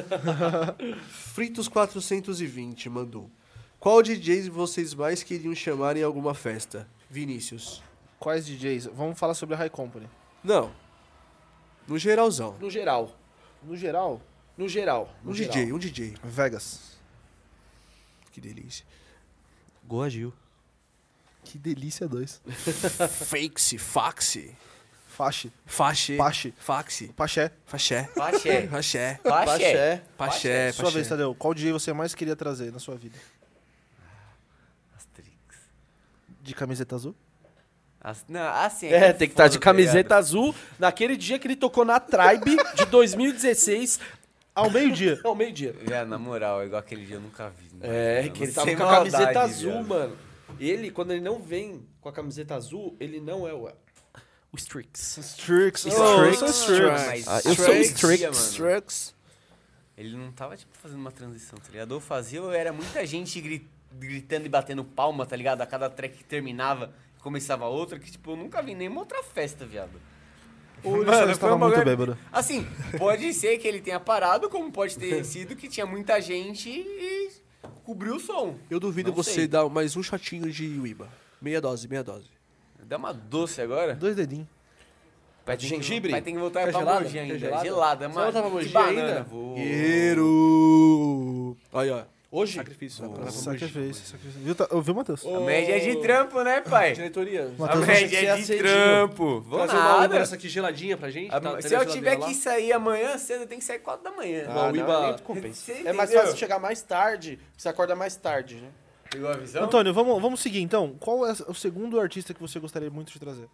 Fritos quatrocentos e vinte mandou. Qual D Js vocês mais queriam chamar em alguma festa? Vinícius. Quais D Js? Vamos falar sobre a High Company. Não. No geralzão. No geral. No geral, No geral. Um no D J, geral. um D J. Vegas. Que delícia. Goa Gil. Que delícia, dois. Faxe, faxe. Faxe. Faxe. Pache. Faxe. Paché. Faxé. Paché. Faxé. Paché. Paxé. Sua vez, Tadeu. Qual D J você mais queria trazer na sua vida? Asterix. De camiseta azul? As- Não, assim, É, tem que estar foda, de tá camiseta ligado? azul naquele dia que ele tocou na Tribe de dois mil e dezesseis Ao meio-dia. ao meio-dia. Viado, na moral, igual aquele dia eu nunca vi. né? É, Mano, que ele sem tava com a maldade, camiseta azul, viado. mano. Ele, quando ele não vem com a camiseta azul, ele não é o, o Strix. Strix. Strix. Oh, eu sou Strix. Strix. Mas Ah, eu sou o Strix, Strix. mano. Strix. Ele não tava, tipo, fazendo uma transição, tá ligado? Eu fazia, eu era muita gente gri- gritando e batendo palma, tá ligado? A cada track que terminava, começava outra, que, tipo, eu nunca vi nenhuma outra festa, viado. O Mano, Ulisses foi estava uma muito bagulho- bêbado. Assim, pode ser que ele tenha parado, como pode ter sido que tinha muita gente e cobriu o som. Eu duvido Não você sei. dar mais um shotinho de Uiba. Meia dose, meia dose. Dá uma doce agora. Dois dedinhos. Vai de ter que- gengibre? Vai ter que voltar Quer pra gelada? Mogi ainda. Quer Gelada, gelada? mano. Você não tava De Mogi banana. ainda? Vou. Guerreiro. Aí, ó. Hoje? Sacrifício. Pô, Vai pra Mogi. Sacrifício. sacrifício. Viu, Ta- ouviu, Matheus? A média é de trampo, né, pai? Diretoria. A Matheus, média achei que é você de ia trampo. Vou Trazer uma nada. Uiba essa aqui geladinha pra gente. A- tá- tá se na eu tiver geladeira que lá. sair amanhã cedo, eu tenho que sair quatro da manhã. Ah, Uma não, Uiba- nem compensa. Você É mais entendeu? fácil chegar mais tarde, você acorda mais tarde, né? Pegou a visão? Antônio, vamos, vamos seguir então. Qual é o segundo artista que você gostaria muito de trazer?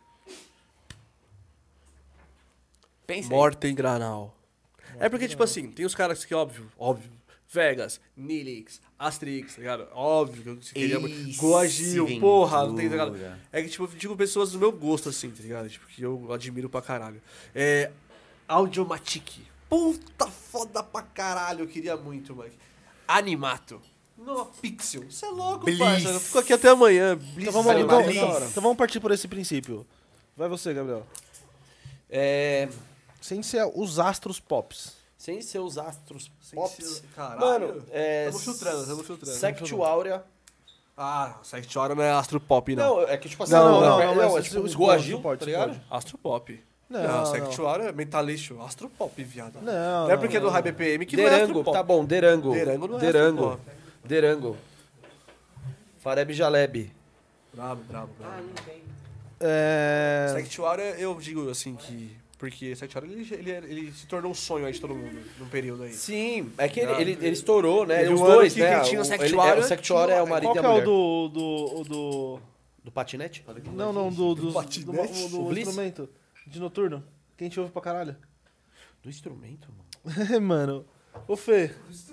Pensa aí. Mortem Granal. É porque, tipo assim, tem os caras que, óbvio, óbvio, Vegas, Nilix, Asterix, tá ligado? Óbvio que eu queria muito. Ace Goagil, porra, não tem, tá ligado? Ventura. É que, tipo, eu digo pessoas do meu gosto, assim, tá ligado? Tipo, que eu admiro pra caralho. É. Audiomatic. Puta foda pra caralho, eu queria muito, mano. Animato. No Pixel. Você é louco, Bliss. parça. Eu fico aqui até amanhã. Bliss. Então vamos, Animato. então, Bliss. então- então vamos partir por esse princípio. Vai você, Gabriel. É. Sem ser os astros pops. Sem ser os astros Sem pops. ser- caralho. Mano, é. Tamo filtrando, tamo filtrando. Sectuária. Ah, Sect Hora não é Astro Pop, não. Não, é que tipo assim. Não, Não, não, é, não, é, mas tipo os os Goagil, pode, tá ligado? pode. Astro Pop. Não, Não, não. Sect Hora é Mentalixo. Astro Pop, viado. Não, Não é porque é do High B P M que não é Derango, Astro Pop. tá bom, Derango. Derango não é Derango. Astro Pop. Derango. Fareb Jaleb. Brabo, brabo, brabo. É... Sect Hora, eu digo assim que... Porque Sect Hora, ele, ele, ele se tornou um sonho aí de todo mundo, num período aí. Sim, é que ele, Ah, ele, ele estourou, né? teve Os um ano dois, que né? quem tinha o O- Sect ele- Hora é, o Sectuária é o marido Qual e que a é o mulher. do... do, do... Do patinete? Não, não, do, do, do, patinete? do O Bliss? instrumento de noturno. Quem te ouve pra caralho? Do instrumento, mano. É, mano. Ô, Fê.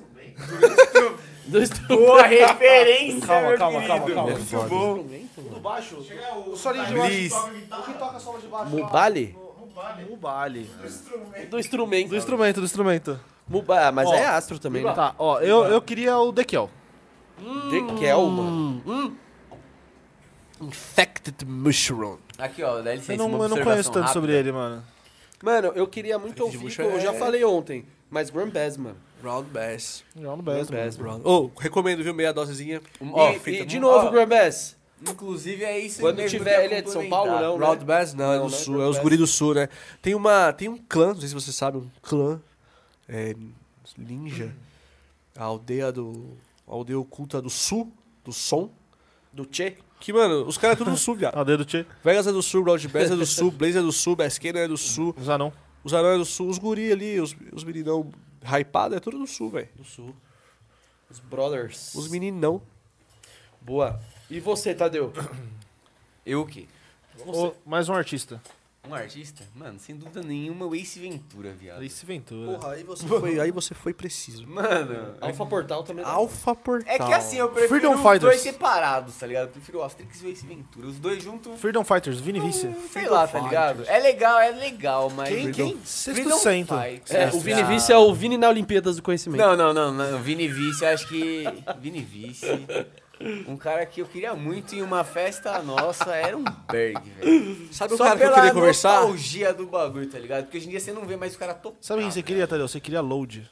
Do instrumento. Boa referência, Calma, meu calma, calma, querido. calma. Muito bom. Do baixo. o O solinho de Bliss. baixo. O que toca a sola de baixo? Mubali? O baile. Do instrumento. Do instrumento, do instrumento. Muba, ah, mas Ó, é astro também, né? Tá, ó, eu, eu queria o Dekel. Dekel, mano. Infected Mushroom. Aqui, ó, dá licença, Eu não, uma eu não observação conheço tanto rápida. sobre ele, mano. Mano, eu queria muito Aquele ouvir, bucho eu já é- falei ontem, mas Grand Bass, mano. Round Bass. Não, no Best, Grand Bass, mano. mano. Round. Ô, recomendo, viu? Meia dosezinha. Ó, Ó, e, fita- de novo, Ó, Grand Bass. Inclusive, é isso Quando mesmo que eu tiver, ia ele é de São complementar. Paulo, não, né? Round Bass? Não, é Não, do né? sul. Round É os Bass. guri do sul, né? Tem, uma, tem um clã, não sei se você sabe, um clã. É. Ninja. A aldeia do. A aldeia oculta do sul, do som. Do Che. Que, mano, os caras é tudo do sul, viado. Ah, dedo Tchê. Vegas é do sul, Round Bass é do sul, Blaze é do sul, Basquena é do sul, Usar não. os Aranha é do sul, os guri ali, os, os meninão hypado é tudo do sul, velho. Do Sul. Os Brothers. Os meninão. Boa. E você, Tadeu? Eu o quê? Ô, mais um artista. Um artista? Mano, sem dúvida nenhuma, o Ace Ventura, viado. Ace Ventura. Porra, aí você foi, aí você foi preciso. Mano, Alpha Portal também. Alpha Portal. é que assim, eu prefiro Freedom os Fighters. dois separados, tá ligado? Eu prefiro o Asterix e o Ace Ventura. Os dois juntos, Freedom Fighters, Vini Vici. sei lá, tá ligado? É legal, é legal, mas... Quem? Quem? Freedom Sexto cento. Fighters. É, o Vini Vici é o Vini na Olimpíadas do Conhecimento. Não, não, não, não. Vini Vici, acho que... Vini Vici... Um cara que eu queria muito em uma festa nossa era um Berg, velho. Sabe o Só cara que eu pela queria conversar? nostalgia do bagulho, tá ligado? Porque hoje em dia você não vê mais o cara tocar. Sabe quem você queria, Tadeu? Você queria Load.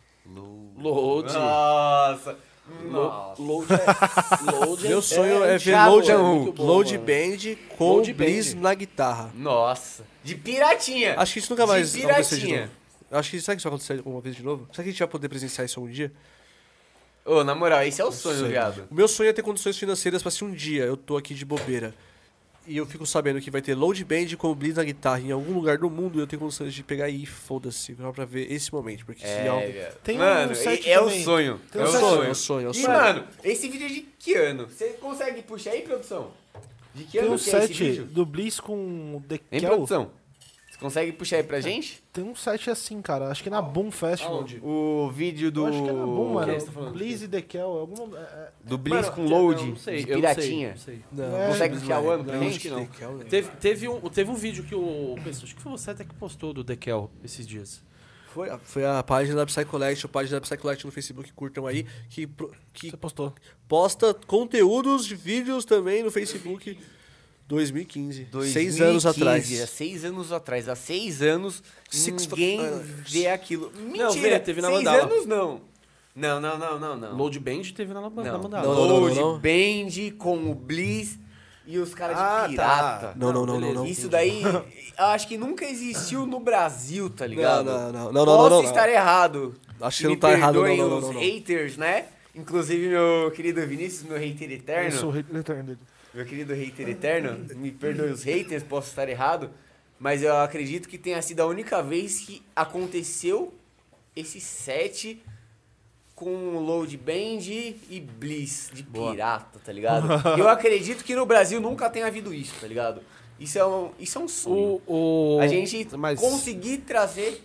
Load. Nossa. Nossa. Load é... Load Meu sonho é, ver Thiago, Load, é muito bom, Load mano. Band com Load Blizz Band. na guitarra. Nossa. De piratinha. Acho que isso nunca mais De vai acontecer de piratinha. novo. Acho que será que isso vai acontecer uma vez de novo? Será que a gente vai poder presenciar isso um dia? Ô, na moral, esse é o sonho, Sei. viado. O meu sonho é ter condições financeiras pra se um dia eu tô aqui de bobeira e eu fico sabendo que vai ter Load Band com Blizz na guitarra em algum lugar do mundo e eu tenho condições de pegar e foda-se, só pra ver esse momento. Porque se É, algo... viado. Tem Mano, um set é, é o também. sonho. Tem é um o set- sonho. É o sonho, é o E, sonho. mano, esse vídeo é de que ano? Você consegue puxar aí, produção? De que Tem ano um que é esse set vídeo? do Bliss com The Hein, Kel. produção? Você consegue puxar aí pra gente? Tem um set assim, cara. Acho que na Boom Festival. Aonde? O vídeo do... Eu acho que é na Boom, que mano. você tá falando? Bliss e The Kel. Alguma... é, é. Do Blizz Mano, com eu load, não sei, de eu não sei, piratinha. não sei. Não, É, Consegue Blizz puxar não o é. ano pra Não, gente? acho que Não. Decal, né? Teve, teve, um, teve um vídeo que o... Acho que foi você até que postou do Dekel esses dias. Foi, a- foi a página da Psy Collection, a página da Psy Collection no Facebook, curtam aí, que, pro- que Você postou. posta conteúdos de vídeos também no Facebook. dois mil e quinze. Seis anos atrás. Há seis anos atrás. Há seis anos, Six ninguém fu- vê aquilo. Mentira, vê, teve na seis Mandala. anos não. Não, não, não, não, não. Load Band teve na, na não. Mandala. Não, não, não, Load não. Band com o Blizz e os caras Ah, de tá. pirata. Não, não, não, não, beleza. não. Isso daí, eu acho que nunca existiu no Brasil, tá Não, ligado? não, não, não, não, Posso não, não. estar errado. Acho que Me não tá errado, não, perdoem não, não, os não, não. haters, né? Inclusive meu querido Vinícius, meu hater Eu eterno. sou o Hater Eterno dele. Meu querido hater eterno, me perdoe os haters, posso estar errado, mas eu acredito que tenha sido a única vez que aconteceu esse set com Load Band e Blizz de pirata, tá ligado? Eu acredito que no Brasil nunca tenha havido isso, tá ligado? Isso é um, isso é um sonho. O, o... A gente mas- conseguir trazer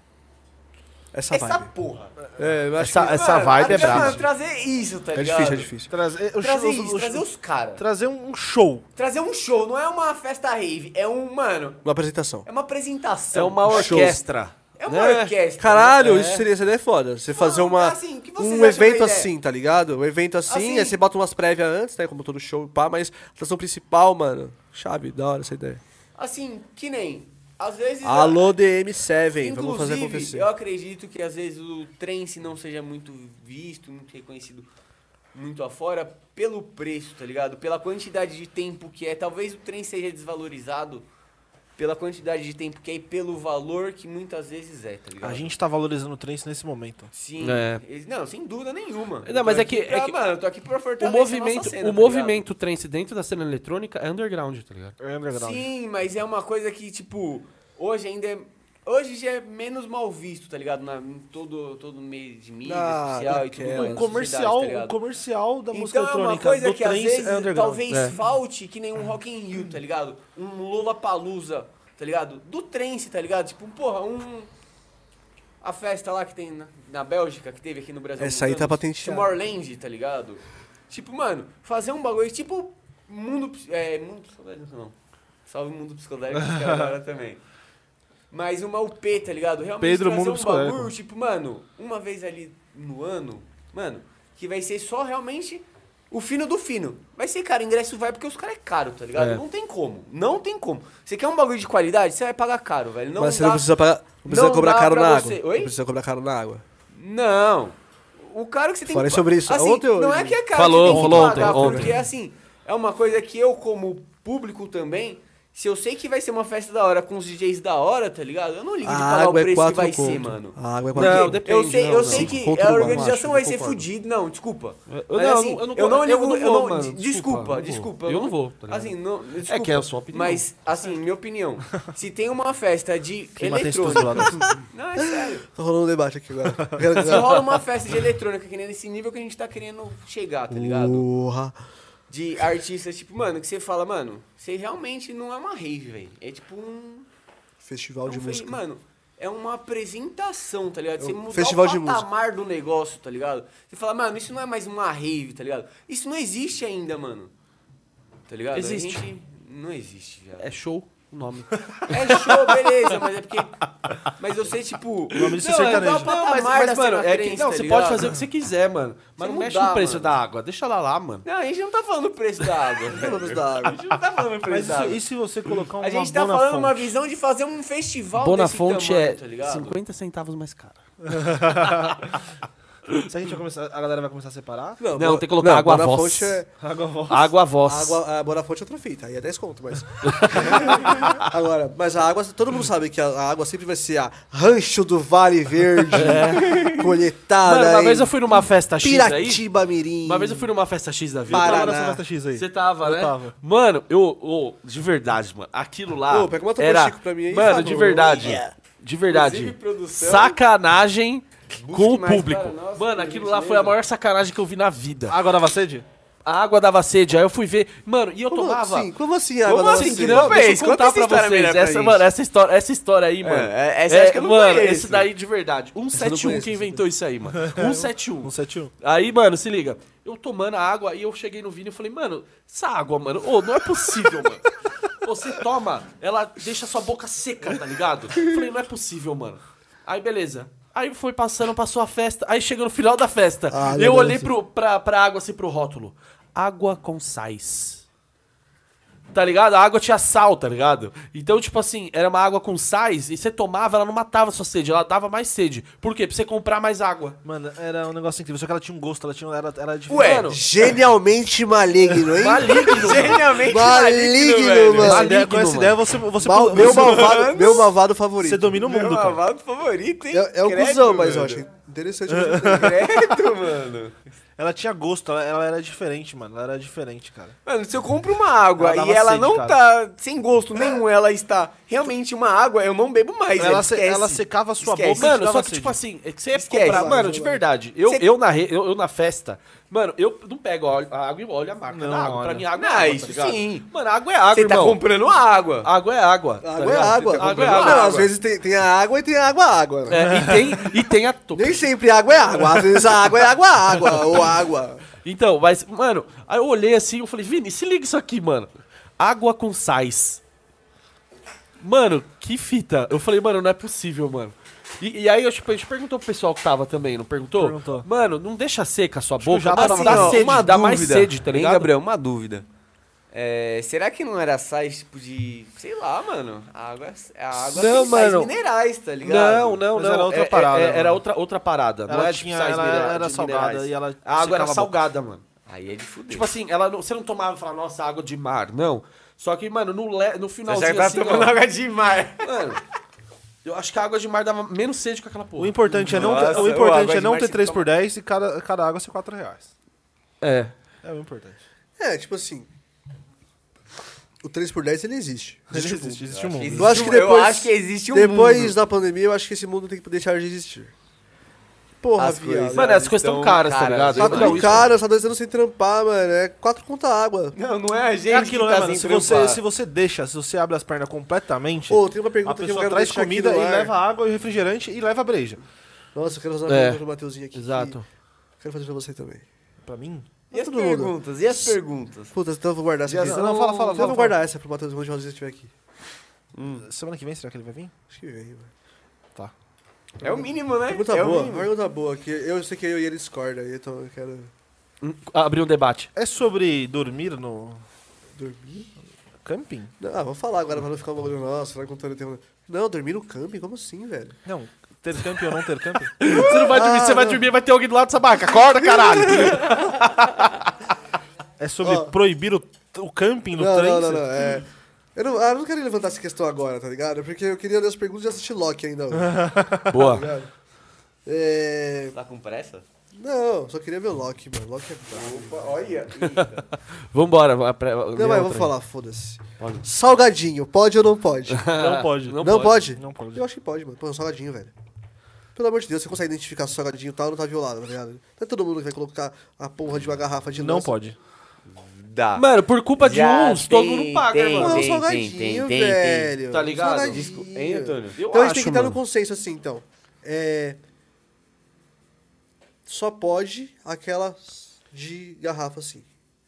Essa essa vibe. porra. É, eu acho Essa- que essa Mano, vibe é mano, braba. trazer isso, tá é ligado? difícil, é difícil. Trazer, o Trazer show- isso, o trazer show- os caras. trazer um show. Trazer um show, não é uma festa rave, é um, mano, Uma apresentação. é uma apresentação. É uma Show. orquestra. É uma né? orquestra. Caralho, É. isso seria, seria foda. Você fazer uma, assim, que vocês um acham evento da ideia? assim, tá ligado? Um evento assim, Assim. aí você bota umas prévias antes, né? Como todo show, pá, mas a atração principal, mano, chave, da hora essa ideia. Assim, que nem, às vezes... Alô, D M sete, vamos Inclusive, fazer acontecer. eu acredito que às vezes o trance não seja muito visto, muito reconhecido muito afora pelo preço, tá ligado? Pela quantidade de tempo que é. Talvez o trance seja desvalorizado pela quantidade de tempo que é e pelo valor que muitas vezes é, tá ligado? A gente tá valorizando o trance nesse momento. Sim. É. Eles- Não, sem dúvida nenhuma. Não, Eu mas tô é que- aqui pra- é que Mano, eu tô aqui pra O fortalecer a nossa movimento, cena, o tá movimento trance dentro da cena eletrônica é underground, tá ligado? É underground. Sim, mas é uma coisa que, tipo, hoje ainda é... Hoje já é menos mal visto, tá ligado? Na, em todo, todo meio de mídia Ah, social e tudo daquela. mais. O na comercial, sociedade, tá ligado? o comercial da música Então é uma eletrônica coisa do que às trance vezes é underground. talvez É. falte que nem um Rock in Rio, tá ligado? Um Lollapalooza, tá ligado? Do trance, tá ligado? Tipo, porra, um... A festa lá que tem na, na Bélgica, que teve aqui no Brasil. há Essa alguns aí tá anos, patenteada. Tomorrowland, tá ligado? Tipo, mano, fazer um bagulho tipo mundo... ps- É, mundo psicodélico não. Salve mundo psicodélico, os caras agora também. Mas uma U P, tá ligado? Realmente Pedro, trazer mundo um psicodélico. bagulho, tipo, mano, uma vez ali no ano, mano, que vai ser só realmente o fino do fino. Vai ser, cara, ingresso vai porque os caras é caro, tá ligado? É. Não tem como, não tem como. Você quer um bagulho de qualidade, você vai pagar caro, velho. Não mas você dá- não precisa, pagar, não precisa não cobrar dá caro pra na você- água. Oi? Não precisa cobrar caro na água. Não. O caro que você tem Falei que sobre isso assim, ontem ou não hoje? é que é caro Falou, que você tem falou que pagar, ontem, ontem. porque assim, é uma coisa que eu como público também, se eu sei que vai ser uma festa da hora com os D Js da hora, tá ligado? Eu não ligo de A pagar o água é preço que quatro vai conto. ser, mano. A água é Não, quatro depende. Eu sei, não, eu não. sei Cinco que conto a no bar, organização acho, vai eu ser concordo. fudida. Não, desculpa. Eu- Mas não, assim, eu não- eu não eu não ligo, vou, eu não, mano, desculpa, desculpa, desculpa, não vou. Eu não vou, tá ligado? Assim, não, desculpa. É que é a sua opinião. Mas, assim, minha opinião, se tem uma festa de Quem mata esse eletrônica... tudo lá, Não, é sério. Tá rolando um debate aqui agora. Eu quero- Se rola uma festa de eletrônica que nem nesse nível que a gente tá querendo chegar, tá ligado? Porra. de artistas, tipo, mano, que você fala, mano, você realmente não é uma rave, velho. É tipo um... Festival de um fe- música. Mano, é uma apresentação, tá ligado? É Você um mudar festival o de patamar do negócio, tá ligado? Você fala, mano, isso não é mais uma rave, tá ligado? Isso não existe ainda, mano. Tá ligado? Existe. A gente... Não existe já. É show o nome. É show, beleza, mas é porque... Mas eu sei, tipo... O nome disso é não, sertanejo. igual o Não, mas, patamar mas da mano, cena é que, trance, não, tá você ligado? pode fazer o que você quiser, mano. Mas Você não mexe mudar, no preço mano. da água. Deixa ela lá, mano. Não, a gente não tá falando o preço da água. Vamos da água. A gente não tá falando o preço Mas da isso- água. e se você colocar uma A gente tá Bona falando uma Fonte? visão de fazer um festival Bonafonte desse tamanho, é tá ligado? cinquenta centavos mais caro. Será que a, gente vai começar, a galera vai começar a separar? Não, Bo- tem que colocar água Bona voz. Fonte é... Água voz. Água voz. Água, a Bonafonte é outra fita, aí é dez conto, mas... Agora, mas a água, todo mundo sabe que a, a água sempre vai ser a Rancho do Vale Verde, colhetada Mano, uma em vez eu fui numa festa X aí. Piratiba Mirim. Uma vez eu fui numa festa X da vida. Eu tava Paraná. nessa festa X aí. Você tava, Eu né? tava. Mano, eu, ô, de verdade, mano, aquilo lá Ô, pega uma Topo era, Chico pra mim aí, mano, Fábio. de verdade, Yeah. de verdade, Inclusive, produção, sacanagem com o mais público. para nós, Mano, por aquilo lá gentileza. foi a maior sacanagem que eu vi na vida. Água dava sede? A água dava sede, aí eu fui ver, mano, e eu Como tomava... assim? Como assim a água Como da assim? você? Que Não, Conta deixa eu isso, contar conta essa pra história vocês. melhor pra Essa, gente. mano, essa história, essa história aí, mano. É, essa eu acho que eu não mano, conheço. esse daí de verdade. cento e setenta e um, conheço, quem esse inventou isso aí, mano? cento e setenta e um. um sete um. Aí, mano, se liga. Eu tomando a água e eu cheguei no Vini e falei, mano, essa água, mano, ô, não é possível, mano. Você toma, ela deixa sua boca seca, tá ligado? Eu falei, não é possível, mano. Aí, beleza. Aí foi passando, passou a festa. Aí chegou no final da festa. Ah, eu legal, olhei sim. pro, pra, pra água, assim, pro rótulo. Água com sais. Tá ligado? A água tinha sal, tá ligado? Então, tipo assim, era uma água com sais e você tomava, ela não matava a sua sede, ela dava mais sede. Por quê? Pra você comprar mais água. Mano, era um negócio incrível. Só que ela tinha um gosto, ela tinha. Era, era diferente. Ué, Mano, Genialmente maligno, hein? maligno. Genialmente Maligno, velho. mano. Essa ideia, maligno, com essa mano. ideia você, você, Mal- você, meu, malvado, meu malvado favorito. você domina o Meu mundo, cara. malvado favorito, hein? É, é o Credo, cuzão, mas eu mano. acho interessante. mas- Credo, mano. Ela tinha gosto, ela, ela era diferente, mano. Ela era diferente, cara. Mano, se eu compro uma água Ela e dava ela sede, não cara. tá sem gosto nenhum, ela está realmente uma água, eu não bebo mais. Ela, velho, se- esquece. ela secava a sua Esquece. boca e te Mano, dava só que, sede. tipo assim, é que você ia Esquece. comprar. Mano, de verdade, eu, Você- eu, na re- eu, eu na festa, mano, eu não pego a a água e olho a marca Não, da água. Pra olha. mim, água é Não, água, isso tá ligado? sim. Mano, água é água, Você tá irmão. comprando água. Água é água. tá Água é ligado? água. Você tá Água é comprando Não, água. às vezes tem, tem a água e tem a água água. né? É, e tem, e tem a... to- Nem sempre água é água. Às vezes a água é água água ou água. Então, mas, mano, aí eu olhei assim, eu falei, Vini, se liga isso aqui, mano. Água com sais. Mano, que fita. Eu falei, mano, não é possível, mano. E, e aí eu, tipo, a gente perguntou pro pessoal que tava também, não perguntou? Perguntou. Mano, não deixa seca a sua que boca, o Japa mas tava dá falando. sede, uma dá mais dúvida. sede, tá Hein, ligado? Gabriel, uma dúvida. É, será que não era sais, tipo, de... Sei lá, mano. A água, a água Não, tem sais mano. minerais, tá ligado? Não, não, Mas não. era outra É- é- parada, é- era mano. outra, outra parada. não Ela é tipo tinha- sais ela minera- era de salgada minerais. e ela A água era secava a boca. salgada, mano. Aí é de fuder. Tipo assim, ela não- você não tomava e falava, nossa, água de mar. Não. Só que, mano, no, le, no Você finalzinho já tá assim, tomando ó, água de mar. mano, eu acho que a água de mar dava menos sede com aquela porra. O importante é não Nossa, ter, o ô, importante água é de não mar ter você três toma- por dez e cada, cada água ser quatro reais. É. É o importante. É, tipo assim. O três por dez ele existe. Ele Existe o existe, mundo. existe o mundo. Existe Eu acho que um- depois, eu acho que existe um depois mundo. da pandemia, eu acho que esse mundo tem que deixar de existir. Porra, As viado. coisas- Mano, as coisas tão estão caras, tá caras, ligado? Tá demais. tudo caro, só dois anos sem trampar, mano. É quatro conta água. Não, não é a gente É aquilo, que né, tá mano? sem Se você, trampar. se você deixa, se você abre as pernas completamente, Ô, tem uma a pergunta que eu pessoa quero traz deixar comida aqui e no ar. leva água e refrigerante e leva breja. Nossa, eu quero fazer uma É, pergunta pro Mateuzinho aqui. Exato. que Quero fazer pra você também. Pra mim? E as todo mundo. perguntas? E as perguntas? Puta, então eu vou guardar essa aqui. Não, não, fala, fala, Então eu fala. vou guardar essa pro Matheus onde o Rosinha estiver aqui. Semana que vem, será que ele vai vir? Acho que vem, mano. Tá. É o mínimo, né? Pergunta é o boa, mínimo. pergunta boa. Que eu sei que eu e ele discorda aí, então eu quero Abriu um debate. É sobre dormir no dormir. camping? Não, ah, vamos falar agora pra não ficar um bagulho nosso, será que contando o tempo. Não, dormir no camping? Como assim, velho? Não, ter camping ou não ter camping? Você não vai dormir, Ah, você vai não. dormir, vai ter alguém do lado dessa barca. Acorda, caralho. É sobre Ó. proibir o, o camping no Não, trem? não, não, não. É... Eu não, ah, eu não quero levantar essa questão agora, tá ligado? Porque eu queria ler as perguntas e assistir Loki ainda. hoje, tá Boa. ligado? É... Tá com pressa? Não, só queria ver o Loki, mano. Loki é brabo. Opa, olha. Vambora. vai pra- Não, lê mas outra vou aí. falar, foda-se. Pode. Salgadinho, pode ou não pode? Não pode. Não Não pode? Não pode. Eu acho que pode, mano. Pô, um salgadinho, velho. Pelo amor de Deus, você consegue identificar se o salgadinho tal não tá violado, tá ligado? Não é todo mundo que vai colocar a porra de uma garrafa de Não lança. pode. Dá. Mano, por culpa de Já uns, todo tem- mundo paga, tem- Pô, é mano. um tem, salgadinho, tem, tem, velho. Tá ligado? Salgadinho. Desculpa. Hein, Antônio? Eu Então a gente acho, tem que estar no mano. consenso assim, então. É... Só pode aquela de garrafa assim.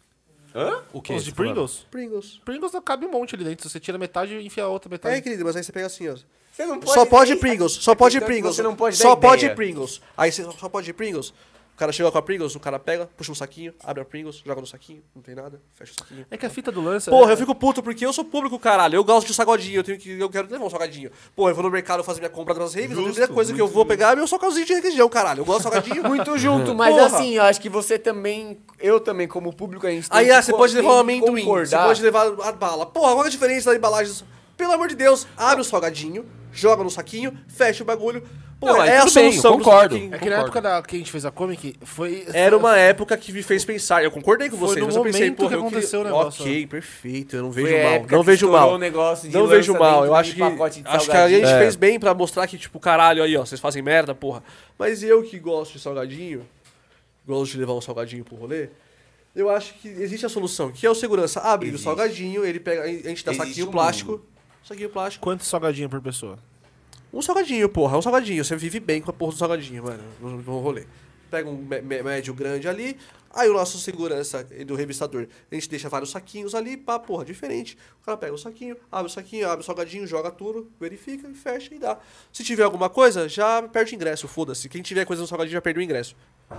Hã? O que? Os de Pringles? Pringles. Pringles cabe um monte ali dentro. Você tira metade e enfia a outra metade. É, querido, mas aí você pega assim, ó. Você não Só pode nem- Pringles, só É pode porque Pringles. Você não pode só dar pode ideia. Pringles. Aí você só pode Pringles. O cara chega com a Pringles, o cara pega, puxa um saquinho, abre a Pringles, joga no saquinho, não tem nada, fecha o saquinho. É que a fita do lance... Porra, é... eu fico puto porque eu sou público, caralho. Eu gosto de salgadinho, eu tenho que eu quero levar um salgadinho. Porra, eu vou no mercado fazer minha compra das revistas, a primeira coisa que eu vou pegar é meu salgadinho de região, caralho. Eu gosto de salgadinho. Muito junto, mas Porra. assim, eu acho que você também, eu também, como público, a gente tem Aí que ah, você co- pode tem levar um que amendoim, você concordar. pode levar a bala. Porra, qual é a diferença da embalagem? Pelo amor de Deus, abre o salgadinho, joga no saquinho, fecha o bagulho. Pô, Não, aí é a tudo bem, solução eu pro concordo. salgadinho. É que na época da, que a gente fez a Comic, foi... Era uma época que me fez pensar. Eu concordei com Foi vocês, no mas eu pensei, momento porra, que eu aconteceu queria... o negócio, Ok, perfeito, eu não Foi vejo a mal. época Não que vejo estourou mal. o negócio de Não vejo lançamento mal. Eu de acho que, pacote de acho que a salgadinho. gente É. fez bem pra mostrar que, tipo, caralho, aí, ó, vocês fazem merda, porra. Mas eu que gosto de salgadinho, gosto de levar um salgadinho pro rolê, eu acho que existe a solução, que é o segurança abrir o Existe. salgadinho, ele pega, a gente dá Existe saquinho um plástico, mundo. saquinho plástico. Quanto salgadinho por pessoa? Um salgadinho, porra, é um salgadinho. Você vive bem com a porra do salgadinho, mano, no, no rolê. Pega um mé- mé- médio grande ali, aí o nosso segurança do revistador, a gente deixa vários saquinhos ali, pá, porra, diferente. O cara pega o saquinho, abre o saquinho, abre o salgadinho, joga tudo, verifica e fecha e dá. Se tiver alguma coisa, já perde o ingresso, foda-se. Quem tiver coisa no salgadinho já perdeu o ingresso.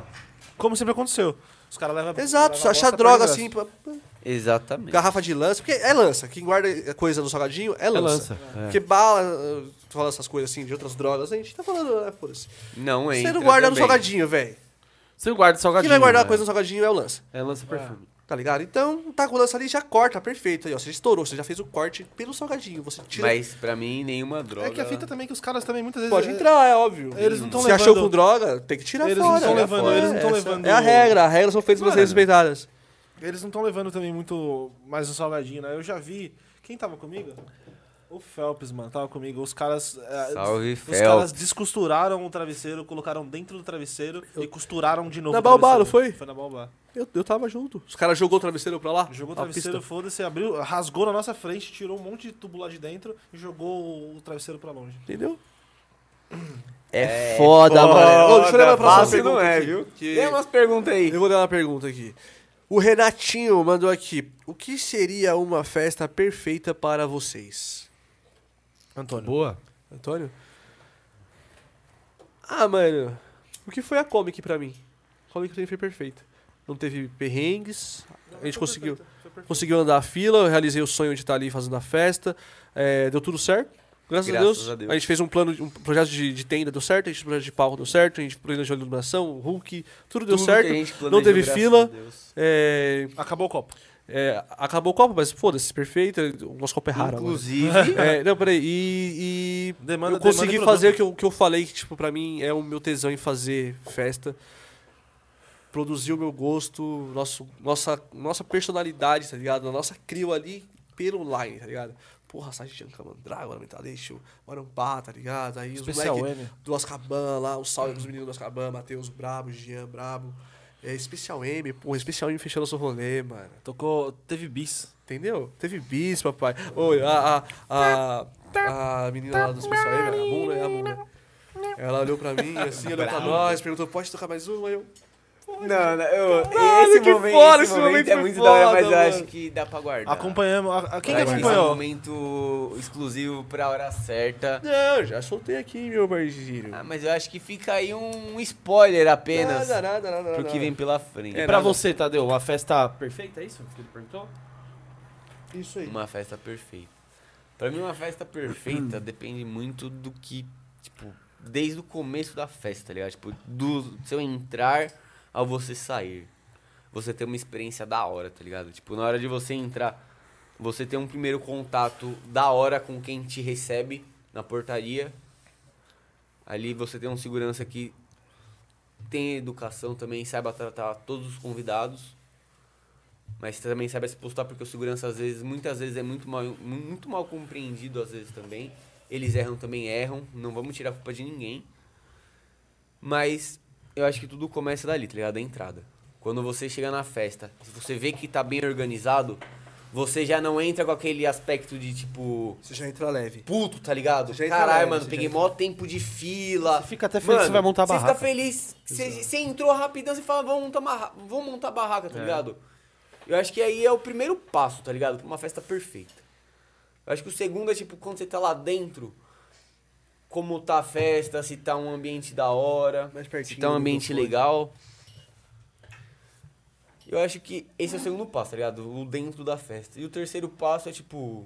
Como sempre aconteceu. Os caras levam... Exato, levam se a achar bosta, droga perde o assim, pá, Exatamente. garrafa de lança, porque é lança. Quem guarda coisa no salgadinho é É lança. lança. é. Porque bala, uh, tu fala essas coisas assim de outras drogas, a gente tá falando, né, foda-se. Não Você entra não guarda no também. salgadinho, velho. Você guarda Quem salgadinho. vai guardar velho. coisa no salgadinho é o lança. É lança perfume. Tá ligado? Então, tá com o lança ali, já corta, perfeito. Aí, ó, você estourou, você já fez o corte pelo salgadinho. Você tira. Mas pra mim, nenhuma droga... É que a fita também que os caras também muitas vezes... Pode é- entrar, é óbvio. Eles não tão Se levando- achou com droga, tem que tirar Eles fora. não tão né? levando- Fora. eles não tão Essa levando- É a regra, as regras são feitas para ser Mano. respeitadas. Eles não estão levando também muito mais o salgadinho, né? Eu já vi... Quem tava comigo? O Phelps, mano, tava comigo. Os caras... é, Salve, Os Phelps. caras descosturaram o travesseiro, colocaram dentro do travesseiro e costuraram de novo Na o Baobá, travesseiro. não foi? Foi na Baobá. Eu, eu tava junto. Os caras jogou o travesseiro pra lá? Jogou o na travesseiro, pista. foda-se, abriu, rasgou na nossa frente, tirou um monte de tubo lá de dentro e jogou o travesseiro pra longe. Entendeu? É foda, mano. Ô, deixa eu ler uma próxima Fácil pergunta não é, aqui, viu? que- Tem umas perguntas aí. Eu vou dar uma pergunta aqui. O Renatinho mandou aqui. O que seria uma festa perfeita para vocês? Antônio. Boa. Antônio? Ah, mano. O que foi a Comic pra mim? A Comic pra mim foi perfeita. Não teve perrengues. A gente conseguiu, conseguiu andar a fila. Eu realizei o sonho de estar ali fazendo a festa. É, deu tudo certo. Graças, a, Graças Deus. a Deus. A gente fez um plano, um projeto de, de tenda, deu certo. A gente fez um projeto de palco, deu certo. A gente planejou de iluminação, Hulk, tudo deu Tudo que certo. a gente Não planejou, teve graças fila. a Deus. É, Acabou o copo. é, acabou o copo, mas foda-se, perfeito. O nosso copo é raro. agora. Inclusive, É, não, peraí. E, e Demanda- eu consegui demanda e fazer o produto. que eu, que eu falei, que, tipo, pra mim é o meu tesão em fazer festa. Produzir o meu gosto, nosso, nossa, nossa personalidade, tá ligado? A nossa crio ali pelo line, tá ligado? Porra, Sajanka, Mandrágora, Mentaleixo, Marumpá, tá ligado? Aí os Especial moleque M. do Azkaban lá, um salve pros meninos do Azkaban, Matheus Brabo, Jean Brabo. É, Especial M, porra, Especial M fechando nosso rolê, mano. Tocou... Teve bis. Entendeu? Teve bis, papai. Oi, a, a, a, a menina lá do Especial M, a Muna, é a Muna. Ela olhou pra mim, assim, olhou pra nós, perguntou, pode tocar mais uma? Aí eu, não, não, eu, Caralho, esse que momento, foda, esse esse momento momento é foi muito da hora, foda, mas eu mano. acho que dá pra guardar. Acompanhamos. A, a, quem que Eu acho esse acompanhou? momento exclusivo pra hora certa. não, já soltei aqui, meu parceiro. Ah, mas eu acho que fica aí um spoiler apenas Nada, nada, nada, pro nada. que vem pela frente. É, E pra nada. você, Tadeu, uma festa perfeita, é isso que ele perguntou? Isso aí. Uma festa perfeita. Pra mim, uma festa perfeita depende muito do que, tipo, desde o começo da festa, tá ligado? Tipo, do seu entrar ao você sair. Você ter uma experiência da hora, tá ligado? Tipo, na hora de você entrar, você ter um primeiro contato da hora com quem te recebe na portaria. Ali você tem um segurança que tem educação também, saiba tratar todos os convidados. Mas também saiba se postar, porque o segurança, às vezes, muitas vezes é muito mal, muito mal compreendido, às vezes também. Eles erram também, erram. Não vamos tirar a culpa de ninguém. Mas eu acho que tudo começa dali, tá ligado? Da entrada. Quando você chega na festa, se você vê que tá bem organizado, você já não entra com aquele aspecto de tipo... Você já entra leve. puto, tá ligado? Já entra Caralho, leve, mano, você peguei já mó tempo de fila. Você fica até feliz que você vai montar a Você barraca. fica feliz. Você, você entrou rapidão, você fala, vamos montar, uma, vamos montar a barraca, tá É. ligado? Eu acho que aí é o primeiro passo, tá ligado? Pra uma festa perfeita. Eu acho que o segundo é tipo, quando você tá lá dentro, como tá a festa, se tá um ambiente da hora, Mais pertinho se tá um do ambiente microfone. legal. Eu acho que esse é o segundo passo, tá ligado? O dentro da festa. E o terceiro passo é tipo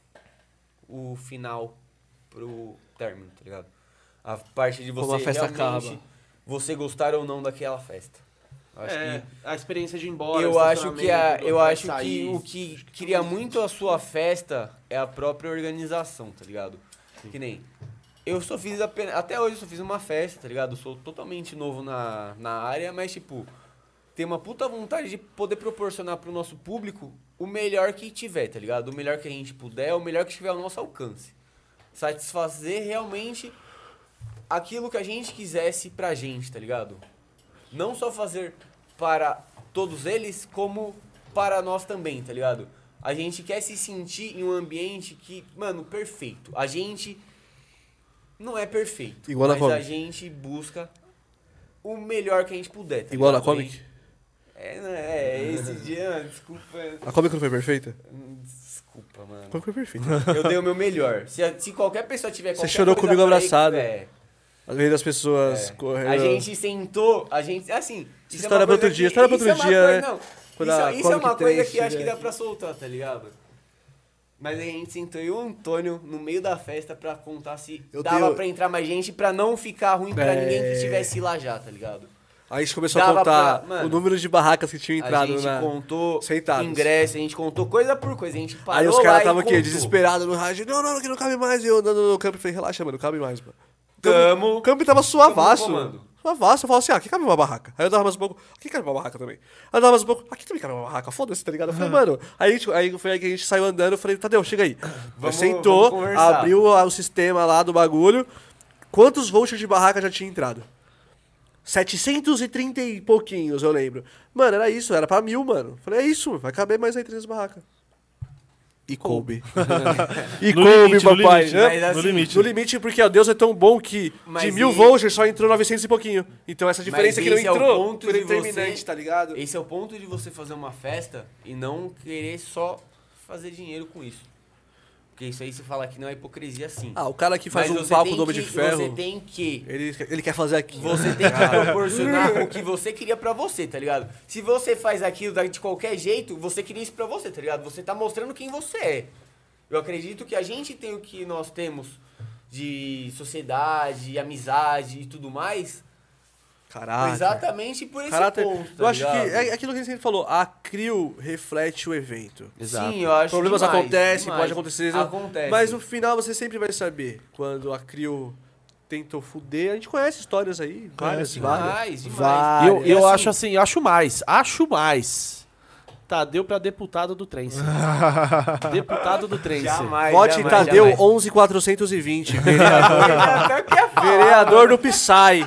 o final pro término, tá ligado? A parte de você Como a festa realmente acaba. você gostar ou não daquela festa. Eu acho É, que a experiência de ir embora. eu acho que a, estacionamento, eu vai acho que sair. o que cria muito a sua festa é a própria organização, tá ligado? Que nem eu só fiz apenas, até hoje eu só fiz uma festa, tá ligado? Eu sou totalmente novo na, na área, mas tipo, tem uma puta vontade de poder proporcionar pro nosso público o melhor que tiver, tá ligado? O melhor que a gente puder, o melhor que estiver ao nosso alcance. Satisfazer realmente aquilo que a gente quisesse pra gente, tá ligado? Não só fazer para todos eles, como para nós também, tá ligado? A gente quer se sentir em um ambiente que, mano, perfeito. A gente não é perfeito, Igual na mas a Comic. gente busca o melhor que a gente puder, tá Igual na ligado? Comic. É, não é, esse dia, desculpa, A Comic não foi perfeita? desculpa, mano. A Comic foi perfeita. Eu dei o meu melhor. Se, a- se qualquer pessoa tiver Você qualquer chorou coisa comigo pra abraçado. É, Às vezes as pessoas é. correndo. A gente sentou, a gente, assim... Essa isso é história uma pra outro coisa dia, que- história pra isso é outro uma dia, coisa- né? não, Quando isso, a isso é Comic uma coisa três que eu acho que tiver dá pra soltar, tá ligado? Mas a gente sentou eu e o Antônio no meio da festa pra contar se Eu dava tenho- pra entrar mais gente, pra não ficar ruim pra É. ninguém que estivesse lá já, tá ligado? Aí a gente começou a Dava contar pra- mano, o número de barracas que tinham A entrado gente na. contou sentados. ingresso, a gente contou coisa por coisa, a gente parou Aí os lá caras e estavam o quê? contou. Desesperados no rádio. Não, não, que não cabe mais. E eu andando no campo e falei, relaxa, mano, não cabe mais, mano. Tamo. O campo tava suavaço. Tamo no comando. Suavaço. Eu falava assim, ah, aqui cabe uma barraca. Aí eu dava mais um pouco, aqui cabe uma barraca também. Aí eu dava mais um pouco, aqui também cabe uma barraca. Foda-se, tá ligado? Eu falei, mano. Aí, a gente- aí foi aí que a gente saiu andando. Eu falei, Tadeu, chega aí. Vamos- Sentou, vamos conversar. abriu o, o sistema lá do bagulho. Quantos vouchers de barraca já tinha entrado? setecentos e trinta e pouquinhos, eu lembro. Mano, era isso, era pra mil, mano. Falei, é isso, vai caber mais aí três barracas. E coube. e No coube, limite, no papai. limite, Hã? Mas assim, No limite. No limite, porque ó, Deus é tão bom que Mas de mil e- vouchers só entrou novecentos e pouquinho. Então essa diferença que não esse é o entrou ponto foi de determinante, você- tá ligado? Esse é o ponto de você fazer uma festa e não querer só fazer dinheiro com isso. Porque isso aí você fala que não é hipocrisia assim. Ah, o cara que faz Mas um você palco tem do Homem que- de Ferro, Você tem que ele, ele quer fazer aqui. Você tem que proporcionar o que você queria pra você, tá ligado? Se você faz aquilo da- de qualquer jeito, você queria isso pra você, tá ligado? Você tá mostrando quem você é. Eu acredito que a gente tem o que nós temos de sociedade, amizade e tudo mais, Caraca. exatamente por esse Caráter. ponto, tá eu acho que ligado? é aquilo que a gente sempre falou, a CRIO reflete o evento. Exato. Sim, eu acho Problemas demais, acontecem, demais. pode acontecer. Acontece. Mas no final você sempre vai saber. Quando a CRIO tentou fuder, a gente conhece histórias aí, várias, sim. várias. Demais, demais. Várias. Eu, eu E assim- acho assim, acho mais, acho mais. Tadeu pra deputado do Trense. deputado do Trense. Jamais, Vote jamais, Tadeu jamais. onze mil quatrocentos e vinte. Vereador, que é vereador do Psy.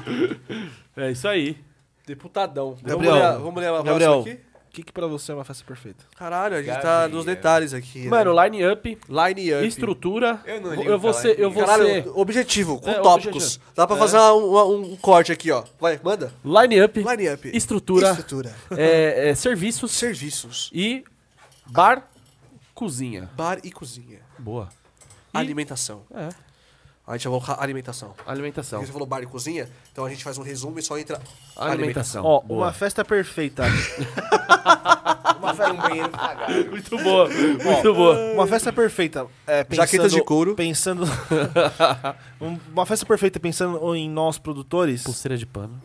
É isso aí. Deputadão. Gabriel, vamos ler, vamos ler a Gabriel, próxima aqui? O que, que pra você é uma festa perfeita? Caralho, a gente tá Gabriel. nos detalhes aqui. Mano, né? line up, Line up. estrutura. Eu não eu, ligo vou pra ser, line eu up. vou Caralho, ser objetivo, com É, tópicos. objetivo. Dá pra É. fazer um, um corte aqui, ó. Vai, manda. line up, Line up. estrutura, Estrutura. é, é, serviços Serviços. e bar, cozinha. Bar e cozinha. Boa. E- Alimentação. É, A gente vai colocar alimentação. alimentação. Porque você falou bar e cozinha, então a gente faz um resumo e só entra Alimentação. Ó, Boa. uma festa perfeita. Uma festa um banheiro cagado. Muito boa, muito boa. Uma festa perfeita. É, pensando, Jaquetas de couro. Pensando. Um- uma festa perfeita pensando em nós produtores. Pulseira de pano.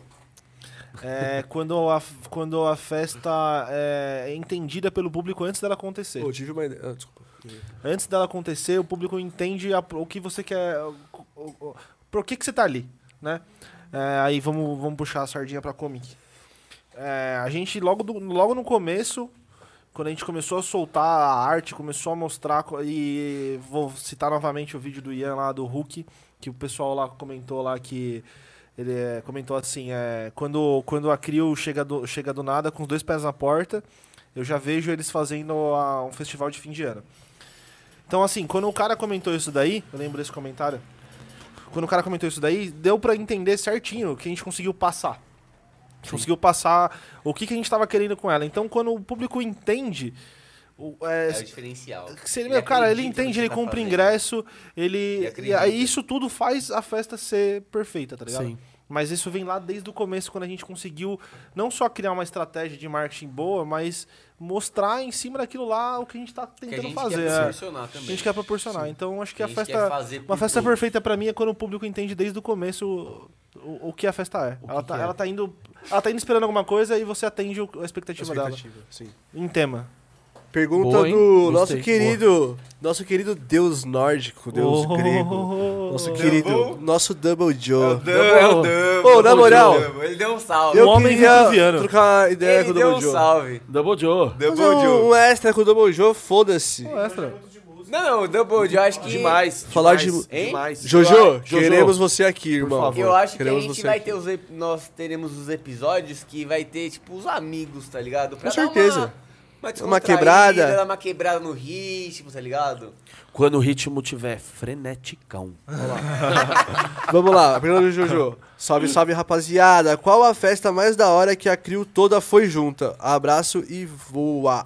É quando a, quando a festa é entendida pelo público antes dela acontecer. Pô, eu tive uma ideia. Ah, desculpa. Antes dela acontecer, o público entende a- o que você quer. O, o, o, por que, que você tá ali, né? É, aí vamos, vamos puxar a sardinha pra comic. É, a gente, logo, do- logo no começo, quando a gente começou a soltar a arte, começou a mostrar. co- E vou citar novamente o vídeo do Ian lá do Hulk, que o pessoal lá comentou lá que Ele é, comentou assim, é, quando, quando a Crio chega do, chega do nada com os dois pés na porta, eu já vejo eles fazendo a, um festival de fim de ano. Então, assim, quando o cara comentou isso daí, eu lembro desse comentário, quando o cara comentou isso daí, deu pra entender certinho o que a gente conseguiu passar. A gente conseguiu passar o que, que a gente tava querendo com ela. Então, quando o público entende... O, é, É o diferencial. se ele, Ele meu, cara, ele acredita no entende, que ele tá compra fazendo. ingresso, ele. Ele E acredita. aí isso tudo faz a festa ser perfeita, tá ligado? Sim. Mas isso vem lá desde o começo, quando a gente conseguiu não só criar uma estratégia de marketing boa, mas mostrar em cima daquilo lá o que a gente tá Que a tentando gente fazer. quer é. proporcionar A também. gente quer proporcionar. Então acho que A a, gente quer festa. fazer Uma por festa tudo. perfeita pra mim é quando o público entende desde o começo o, o, o que a festa é. Ela tá, que é. ela tá indo. Ela tá indo esperando alguma coisa e você atende o- a expectativa, Expectativa, sim. dela. Em tema. Pergunta Boa, hein? do Gostei. nosso querido, nosso querido deus nórdico, deus Oh. grego. Nosso Double? querido, nosso Double Joe. Deu, Ô, na moral, Ele deu um salve. eu Um homem queria vitruviano. trocar ideia com Ele o deu Double um Joe. salve. Double Joe. Double Fazer um, Joe. um extra com o Double Joe, foda-se. Um extra. Não, não, o Double Joe, acho que... Demais. Falar demais, de- Hein? demais. Jojo, Jojo, queremos você aqui, irmão. favor. Eu acho que a Queremos gente você vai aqui. ter os... ep- Nós teremos os episódios que vai ter, tipo, os amigos, tá ligado? Pra Com dar certeza. Uma, uma, Uma descontraída, quebrada. Dar uma quebrada no ritmo, tá ligado? Quando o ritmo tiver freneticão. Vamos lá, pergunta do Jojo. Salve, salve, rapaziada. Qual a festa mais da hora que a Crio toda foi junta? Abraço e voa.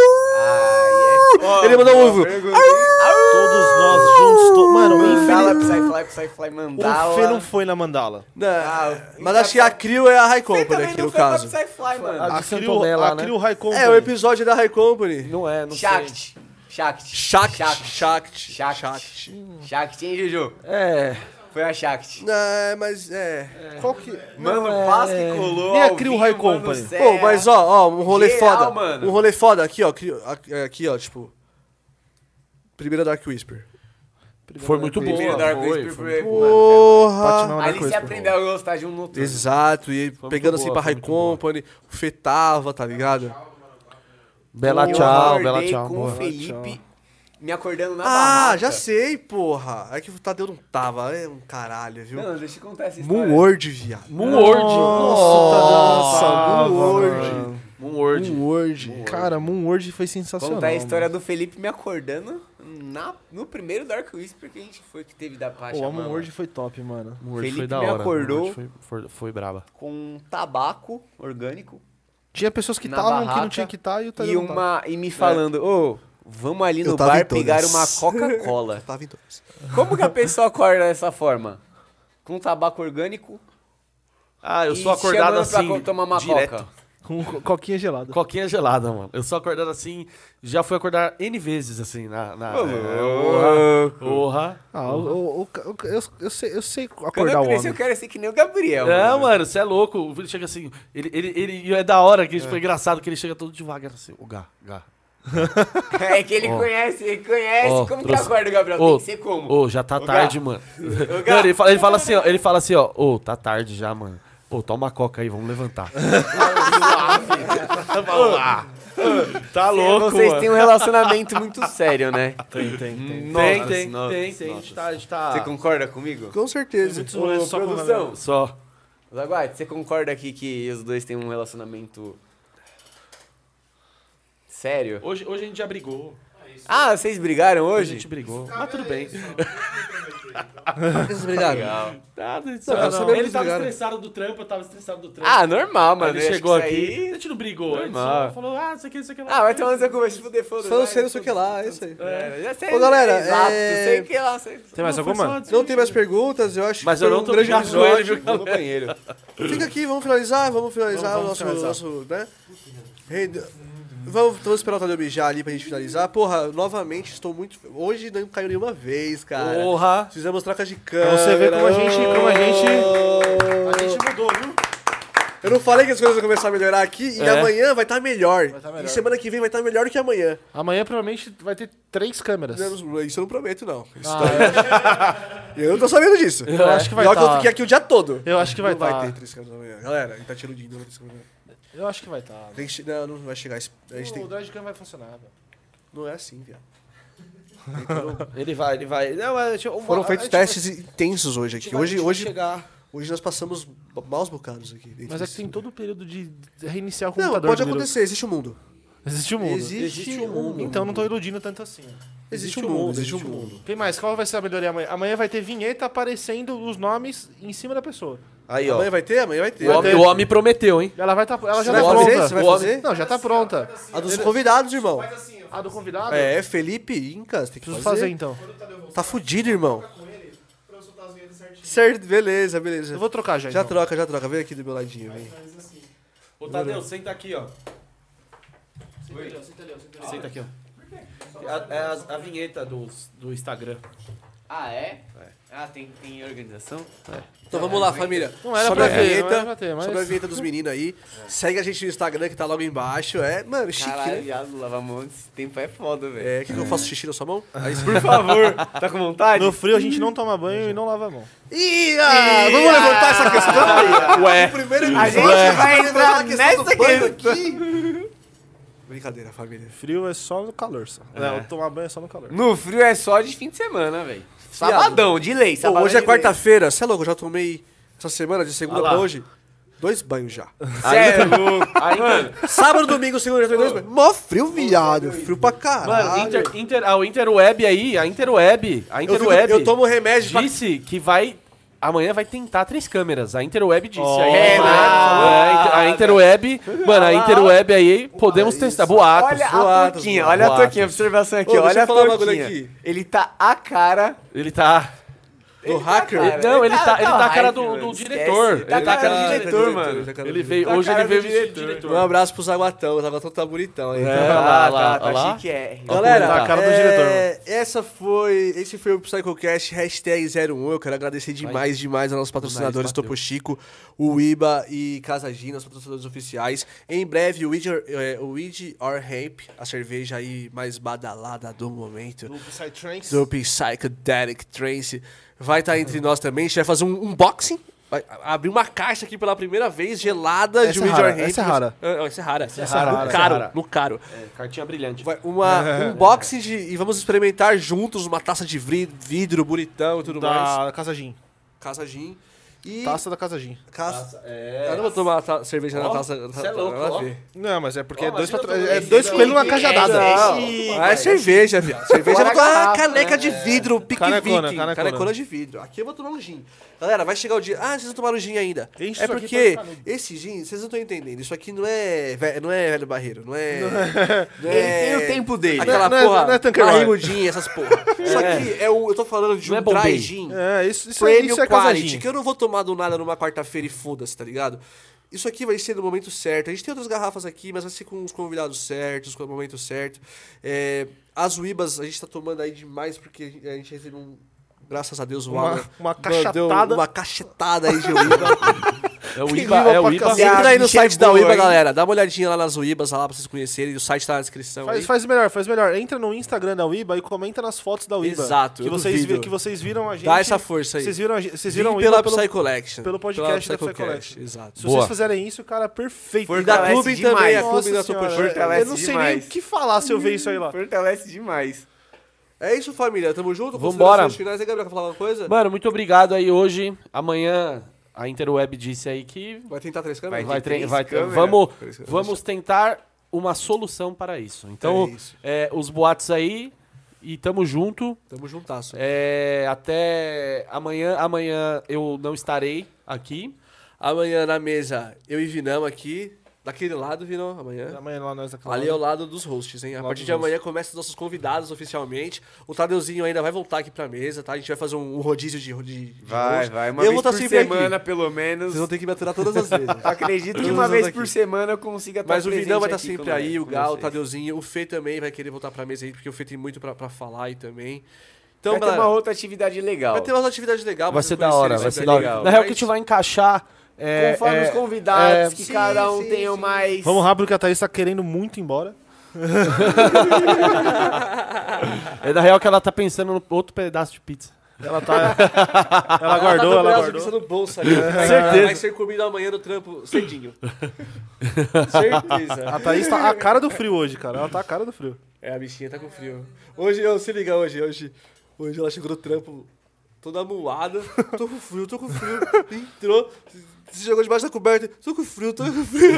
Ai, Ele mandou um ovo. Todos nós juntos. To... Mano, o Mandala, Fê, Psyfly, Psyfly, Mandala. o Fê não foi na mandala. Não, Ah, mas acho que a Crio é a High Você Company também aqui não no foi pra caso. Psyfly, mano. Ah, A de Santo Crio, Tomé lá, a né? Crio High Company. É, o episódio da High Company. Não é, não Shakt. Shakt. Shakt. Shakt. Shakt. Shakt. Shakt. Shakt, hein, Juju? sei. É. Foi a Shakt. Não, é, mas é. Qual que... Mano, é. passa que colou. E a ao Crio vivo, High mano, Company? Serra. Pô, mas ó, ó, um rolê Geral, foda. mano. Um rolê foda aqui, ó. Crio- aqui, aqui, ó, tipo. Primeira Dark Whisper. Foi muito boa. Primeiro Dark foi, Whisper foi. foi... Porra! Patinão na Ali você coisa. aprendeu a gostar de um noturno. Exato, e Foi pegando muito assim boa, pra foi High muito boa. Company, o Fetava, tá ligado? Bela Eu tchau, acordei bela tchau. com boa. o Felipe me acordando na Ah, barraca. já sei, porra. É que o Tadeu não tava, é um caralho, viu? Não, deixa eu contar essa história. Moonward, viado. Moonward. Nossa, Nossa, Moonward. mano. Moonward. Moonward. Cara, Moonward foi sensacional. Contar a história do Felipe me acordando na, no primeiro Dark Whisper que a gente foi, que teve da Pacha. Pô, a mano. Moonward foi top, mano. Moonward Felipe foi da me hora. acordou. Moonward Foi, foi, foi braba. Com tabaco orgânico Tinha pessoas que Na estavam, que barraca não tinha que estar e o e, Tadeu não tava. uma, e me falando, ô, vamos ali Eu no tava em bar pegar todas. uma Coca-Cola. Tava em todas. Como que a pessoa acorda dessa forma? Com tabaco orgânico Ah, eu e sou acordado chamando pra assim. co- tomar uma direto. Coca. Com co- coquinha gelada. Coquinha gelada, mano. Eu sou acordado assim. Já fui acordar N vezes assim na. na Ô, é, porra. Porra. Ah, o, o, o, o- eu, eu, sei, eu sei Quando acordar eu o crescer, homem. eu quero ser que nem o Gabriel. Não, mano, você é louco. O Vini chega assim. Ele, ele, ele, e é da hora que foi engraçado que ele chega todo devagar assim. O Gá, Gá. É que ele Ó. conhece, ele conhece. Ó, Como trouxe- que acorda o Gabriel? Ô, Tem que ser como? Ô, já tá Ô, tarde, Gá. mano. Ô, Gá. Não, ele, fala, ele fala assim, ó. Ele fala assim, ó. Ô, tá tarde já, mano. Ô, toma uma coca aí, vamos levantar. Vamos lá. Tá louco, Vocês mano. têm um relacionamento muito sério, né? Tem, tem, tem. Nossa, Tem, tem, nossa, tem, tem. A gente tá, a gente tá... Você concorda comigo? Com certeza. Ô, Só com produção, Só. Zaguate, você concorda aqui que os dois têm um relacionamento sério? Hoje, hoje a gente já brigou. Ah, vocês brigaram Hoje a hoje? gente brigou. Mas tudo bem. Vocês brigaram? Legal. Nada, Não, não, eu sabia que Ele eles tava brigaram. estressado do trampo, eu tava estressado do trampo. Ah, normal, Aí mano. ele eu acho chegou que aqui, isso aí- a gente não brigou. A gente Normal. só falou, ah, isso aqui, isso aqui lá. Ah, vai tomando essa conversa, se fuder, foda-se. Só não vai, sei, não sei o que foda-se. lá, é isso aí. É, já sei, Ô, galera, exato, é- sei o que lá. Sei. Tem mais Não, foi alguma? só Não tem mais perguntas, eu acho Mas que eu foi não um tô grande ligado episódio. ele, viu? Vou no banheiro. Fica aqui, vamos finalizar, vamos finalizar Vamos, o nosso, vamos finalizar. nosso, né? Rende- Vamos, vamos esperar o Tadeu mijar ali pra gente finalizar. Porra, novamente estou muito... Hoje não caiu nenhuma vez, cara. Porra. Fizemos trocas de câmera. você ver como a gente- como a gente- A gente mudou, viu? Eu não falei que as coisas vão começar a melhorar aqui e É. amanhã vai estar melhor. Vai tá melhor. E semana que vem vai estar melhor do que amanhã. Amanhã provavelmente vai ter três câmeras. Eu não- Isso eu não prometo, não. Isso Ah, daí- Eu não tô sabendo disso. eu acho que vai Pior que eu tá. fiquei aqui o dia todo. Eu acho que vai Não vai tá. ter três câmeras amanhã. Galera, a gente tá te iludindo. não vai ter três câmeras amanhã. Eu acho que vai estar. Tem que che- Não, não vai chegar. esse- A gente O tem... Dodgecam vai funcionar, velho. Não é assim, viado. Ele vai, ele vai. Não, mas, deixa eu- uma- Foram a feitos gente vai- testes intensos hoje a gente aqui. vai- Hoje, a gente vai hoje, chegar. Hoje nós passamos maus bocados aqui. dentro Mas é que desse- tem todo o período de reiniciar o Não, computador. pode do Biruta. acontecer, existe o mundo. Existe o mundo. Existe, Existe o o mundo. mundo. Então não tô iludindo tanto assim. Existe o mundo, existe o mundo. Quem mais? Qual vai ser a melhoria amanhã? Amanhã vai ter vinheta aparecendo os nomes em cima da pessoa. Aí, ó. Amanhã vai ter? Amanhã vai ter. O homem, o homem prometeu, hein? Ela vai tá, ela Você já vai tá fazer? pronta. Você vai O homem- fazer? Não, já tá pronta. A dos convidados, irmão. Faz assim, ó. A do convidado? É, Felipe Incas, tem que Preciso fazer. fazer então. Quando o Tadeu voltar, Tá fudido, irmão. com ele, pra eu soltar as vinhetas certinho. Certo, beleza, beleza. Eu vou trocar já. Já então. troca, já troca. Vem aqui do meu ladinho, vem. Mas assim, Ô, Tadeu, senta aqui, ó. Senta ali, ó, senta ali, ó, senta ali. Senta aqui, ó. É a, é a- a vinheta do, do Instagram. Ah, é? Ah, tem, tem organização? Então vamos lá, família. Não era Sobre a pra ter, vinheta, não era pra ter, mas- sobre a vinheta dos meninos aí. Segue a gente no Instagram que tá logo embaixo. É, mano, chique, Caralho, né? viado, lavar a mão nesse tempo é foda, velho. É, quer que eu faça xixi na sua mão? Aí, Por favor, tá com vontade? No frio a gente não toma banho e não lava a mão. Ih, ah, vamos levantar essa questão aí? Ué. O primeiro A gente episódio, vai vamos entrar levantar a questão nessa do banho questão. aqui. Brincadeira, família. Frio é só no calor, só. Não, tomar banho é só no calor. No frio é só de fim de semana, velho. Sabadão, de lei. Pô, Sabadão hoje é de lei. quarta-feira. Você é louco? Eu já tomei essa semana, de segunda Ah lá. pra hoje, dois banhos já. Cê é louco. Aí, Sábado, domingo, segunda, já tomei dois banhos. Mó frio, viado. Frio pra caralho. mano, Inter, Inter, a Interweb aí, a Interweb, a eu, fico- Interweb eu tomo remédio pra... disse que vai... Amanhã vai tentar três câmeras. A Interweb disse. Oh, aí, é mano, nada. é, a Inter- a Interweb, mano, a Interweb aí, podemos testar. Boatos. Olha a Boatos, toquinha, boatos. olha a toquinha, observação aqui, Ô, deixa olha eu a falar um bagulho toquinha. aqui. Ele tá a cara... Ele tá... Do hacker? cara, não, ele tá, ele tá a cara hype, do, mano, do esquece. diretor. Tá Ele a tá a cara cara do do diretor, diretor, mano. tá cara do Ele diretor. veio, Tá a hoje cara ele veio do vestido de diretor. diretor. Um abraço pro Zaguatão. O Zaguatão tá bonitão aí. É. Ah, lá, tá, lá, tá lá. chique, é. Galera, Tá a cara do é, essa foi, esse foi o PsychoCast hashtag zero um. Eu quero agradecer demais, demais aos nossos patrocinadores bateu. Topo Chico, o Iba e Casagina, os patrocinadores oficiais. Em breve, o Weed, é, o Weed or Hemp, a cerveja aí mais badalada do momento. Do Psytrance. Do Psychedelic Trance. Vai estar entre nós também. A gente vai fazer um unboxing. Vai abrir uma caixa aqui pela primeira vez, gelada Essa de é Weed rara, or Hemp. essa é rara. Ah, não, essa é rara. Essa é rara, No essa é caro, rara. no caro. É, cartinha brilhante. Vai, uma, um unboxing de, e vamos experimentar juntos uma taça de vri- vidro bonitão e tudo mais. Da Casa Gin. Casa Gin. E. Taça da Casa Gin. Casa. É. Eu não vou tomar ta- cerveja na Ó, taça. cê é louco, nada a ó. ver. Não, mas é porque Ó, é dois, imagina patro... todo é mundo dois isso. coelhos numa É, cajadada. não. Não, ah, é cerveja, viado. Cerveja Fora é uma garrafa, caneca né? de vidro, pique Canecona, viking. canecona. Canecona de vidro. Aqui eu vou tomar um gin. Galera, vai chegar o dia. Ah, vocês não tomaram gin ainda. Enche É isso aqui porque pra ficar no- esse gin, vocês não estão entendendo. Isso aqui não é, ve- não é velho barreiro, não é. Não Ele tem o tempo dele. Aquela Não é- porra, não é Tanqueray. barrigudinha, essas porra. Isso aqui é o. Eu tô falando de Não um é Bombay. dry gin. É, isso, isso, é, Premium isso é Casa quality, Gin. que eu não vou tomar do nada numa quarta-feira e foda-se, tá ligado? Isso aqui vai ser no momento certo. A gente tem outras garrafas aqui, mas vai ser com os convidados certos, com o momento certo. É, as Uibas a gente tá tomando aí demais, porque a gente recebeu um... Graças a Deus, o Uma- Alan uma mandou cachetada. uma cachetada aí de Uiba. É o Que Iba, viva é o pra Iba. cacete. Entra aí no bicha é site da boa, Uiba, hein? galera. Dá uma olhadinha lá nas Uibas, lá pra vocês conhecerem. O site tá na descrição Faz, aí. faz melhor, faz melhor. Entra no Instagram da Uiba e comenta nas fotos da Uiba. Exato, Que eu vocês, duvido. vi- que vocês viram a gente. Dá essa força aí. Vocês viram, a gente- vocês Vim viram a pela Uiba pelo, Psy Collection. pelo podcast Pela da Psy Psy Collection. Exato. Se Boa. vocês fizerem isso, cara, perfeito. E da Fortalece Clube demais. também, a Nossa Clube da Topo senhora, Chico. Fortalece eu não sei demais. nem o que falar se eu ver isso aí lá. Fortalece demais. É isso, família. Tamo junto? Vambora. Considerações finais aí, Gabriel, quer falar alguma coisa? Mano, muito obrigado aí hoje. Amanhã a Interweb disse aí que Vai tentar três câmeras? vai, ter tre- três vai câmeras. vamos, Três câmeras. vamos tentar uma solução para isso. Então, É isso. é, os boatos aí e tamo junto. Tamo juntasso. É, até amanhã. Amanhã eu não estarei aqui. Amanhã na mesa, eu e Vinão aqui. Daquele lado, Vinão, amanhã. Amanhã lá nós daquela Ali é o lado dos hosts, hein? A Lado partir dos de amanhã começam os nossos convidados oficialmente. O Tadeuzinho ainda vai voltar aqui pra mesa, tá? A gente vai fazer um, um rodízio de, de, de Vai, host. vai. Uma eu vez vou estar por sempre semana, aqui. pelo menos. Vocês vão ter que me aturar todas as vezes. Acredito que Todos uma os vez aqui. por semana eu consiga estar Mas o Vinão vai estar presente sempre aqui aí, com- o com Gal, o vocês. Tadeuzinho. O Fê também vai querer voltar pra mesa aí, porque o Fê tem muito pra, pra falar aí também. Então, Vai ter galera, uma outra atividade legal. vai ter umas atividades legais. Vai pra ser vocês da hora, conhecerem, vai isso ser é da hora. legal. Na real, Mas- que a gente vai encaixar. É, Conforme é, os convidados, é, que sim, cada um sim, tenha sim, mais... Vamos rápido que a Thaís tá querendo muito ir embora. é na real que ela tá pensando no outro pedaço de pizza. Ela tá. Ela guardou, tá com o ela braço guardou. no bolso ali. Vai, Certeza. vai ser comida amanhã no trampo cedinho. Certeza. A Thaís tá a cara do frio hoje, cara. Ela tá a cara do frio. É, a bichinha tá com frio. Hoje, eu, se liga hoje, hoje. Hoje ela chegou no trampo toda moada. Tô com frio, tô com frio. Entrou, se jogou debaixo da coberta. Tô com frio, tô com frio.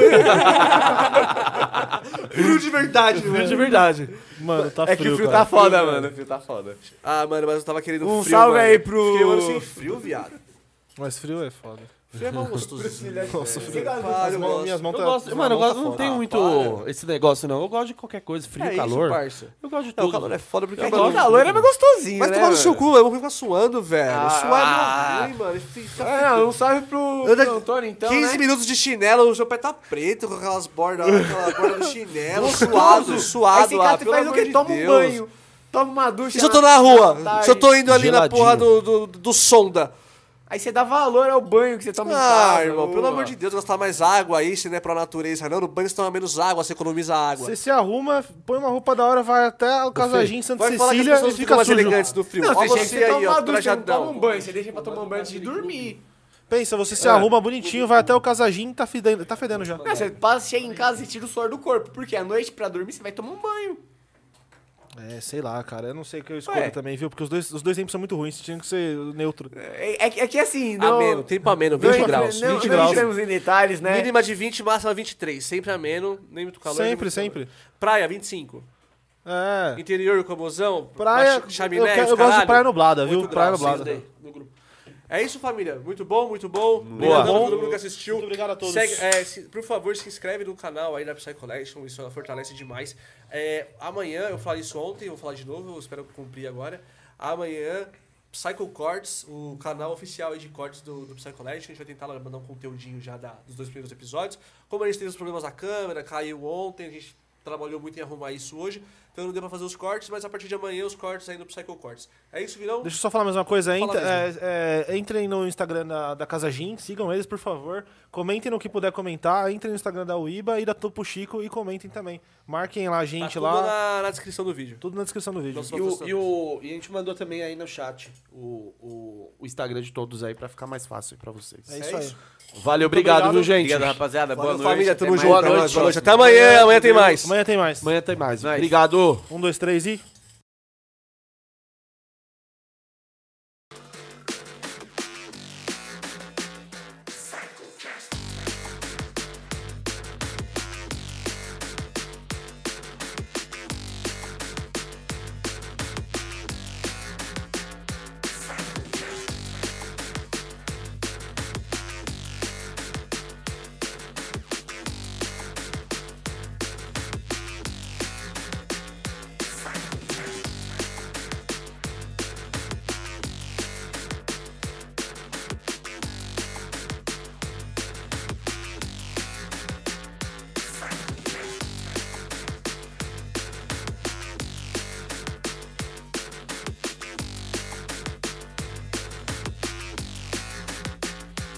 Frio de verdade, Frio mano. de verdade. Mano, tá É frio, que o frio cara. tá foda, mano. O frio tá foda. Ah, mano, mas eu tava querendo Um frio, salve mano. aí pro- Fiquei, mano, sem frio, viado. Mas frio é foda. Frio é mal gostosinho. Nossa, frio. Para, eu mãos- gosto. minhas mãos Eu tá- gosto, minha mano, eu mão tá gosto, não foda. tenho Ah, muito para. esse negócio, não. Eu gosto de qualquer coisa, frio, É isso, calor. parça. Eu gosto de Não, tudo. o calor é foda porque, Eu mano, O calor é mais gostosinho, Mas né? tomar no seu mano? cu, eu vou ficar suando, velho. Ah. Suar é ruim, mano. Fica Ah, não, um salve pro, Anda pro Antônio, então, quinze né? minutos de chinelo, o seu pé tá preto com aquelas bordas, aquela borda do chinelo, suado, suado Aí lá, você pelo faz o amor quê? de Toma um Deus. banho, toma uma ducha. E se eu tô na rua? tarde. Se eu tô indo ali na Geladinho. porra do, do, do sonda? Aí você dá valor ao banho que você toma em Ah, casa. irmão, pelo boa. amor de Deus, gastar mais água aí, se não é pra natureza, não. No banho você toma menos água, você economiza água. Você se arruma, põe uma roupa da hora, vai até o casadinho em Santa Vai falar que as Cecília pessoas e ficam fica mais sujo. elegantes no frio. Não, Ó você chega, você você aí, toma ó, uma ducha, você não toma trajadão. um banho, você deixa pra tomar um banho antes de dormir. Pensa, você se arruma bonitinho, vai até o casadinho e tá fedendo, tá fedendo já. Não, você passa, chega em casa e tira o suor do corpo, porque à noite pra dormir você vai tomar um banho. É, sei lá, cara. Eu não sei o que eu escolho Ué. também, viu? Porque os dois, os dois tempos são muito ruins. Tinha que ser neutro. É, é, que- é que assim, não... Ameno, tempo ameno, não vinte entra- graus. Não, vinte não graus. entramos em detalhes, né? Mínima de vinte, máxima vinte e três. Sempre ameno, nem muito calor. nem Sempre, muito calor. sempre. Praia, vinte e cinco. É. Interior, comozão. Praia. ch- chaminé, eu, quero- os eu gosto de caralho. praia nublada, viu? Oito Praia graus, nublada. seis daí, no grupo. É isso, família. Muito bom, muito bom. Boa. Obrigadão a todo mundo que assistiu. Muito obrigado a todos. Segue- é, se- por favor, se inscreve no canal aí da Psy Collection. Isso fortalece demais. É, amanhã, eu falei isso ontem, vou falar de novo. Eu espero cumprir agora. Amanhã, Psycho Cortes, o canal oficial aí de cortes do, do Psy Collection. A gente vai tentar lá mandar um conteúdinho já da- dos dois primeiros episódios. Como a gente teve os problemas da câmera, caiu ontem, a gente trabalhou muito em arrumar isso hoje. Então não deu pra fazer os cortes, mas a partir de amanhã os cortes aí no Psycho Cortes. É isso, Virão? Deixa eu só falar mais uma coisa. Fala Entra, mesmo. é, é, entrem no Instagram da, da Casa Gin, sigam eles, por favor. Comentem no que puder comentar. Entrem no Instagram da Uiba e da Topo Chico e comentem também. Marquem lá a Tá gente tudo lá. na, na descrição do vídeo. Tudo na descrição do vídeo. Nossa. E, o, e, o, e a gente mandou também aí no chat o, o, o Instagram de todos aí pra ficar mais fácil aí pra vocês. É isso aí. Valeu, obrigado, obrigado. viu, gente? Obrigado, rapaziada. Boa Valeu, noite. família. até Tamo mais. junto. Boa Boa noite, noite. Boa noite. próximo. Até amanhã. Amanhã tem mais. Amanhã tem mais. Amanhã tem mais. Nice. Obrigado. Um, dois, três e.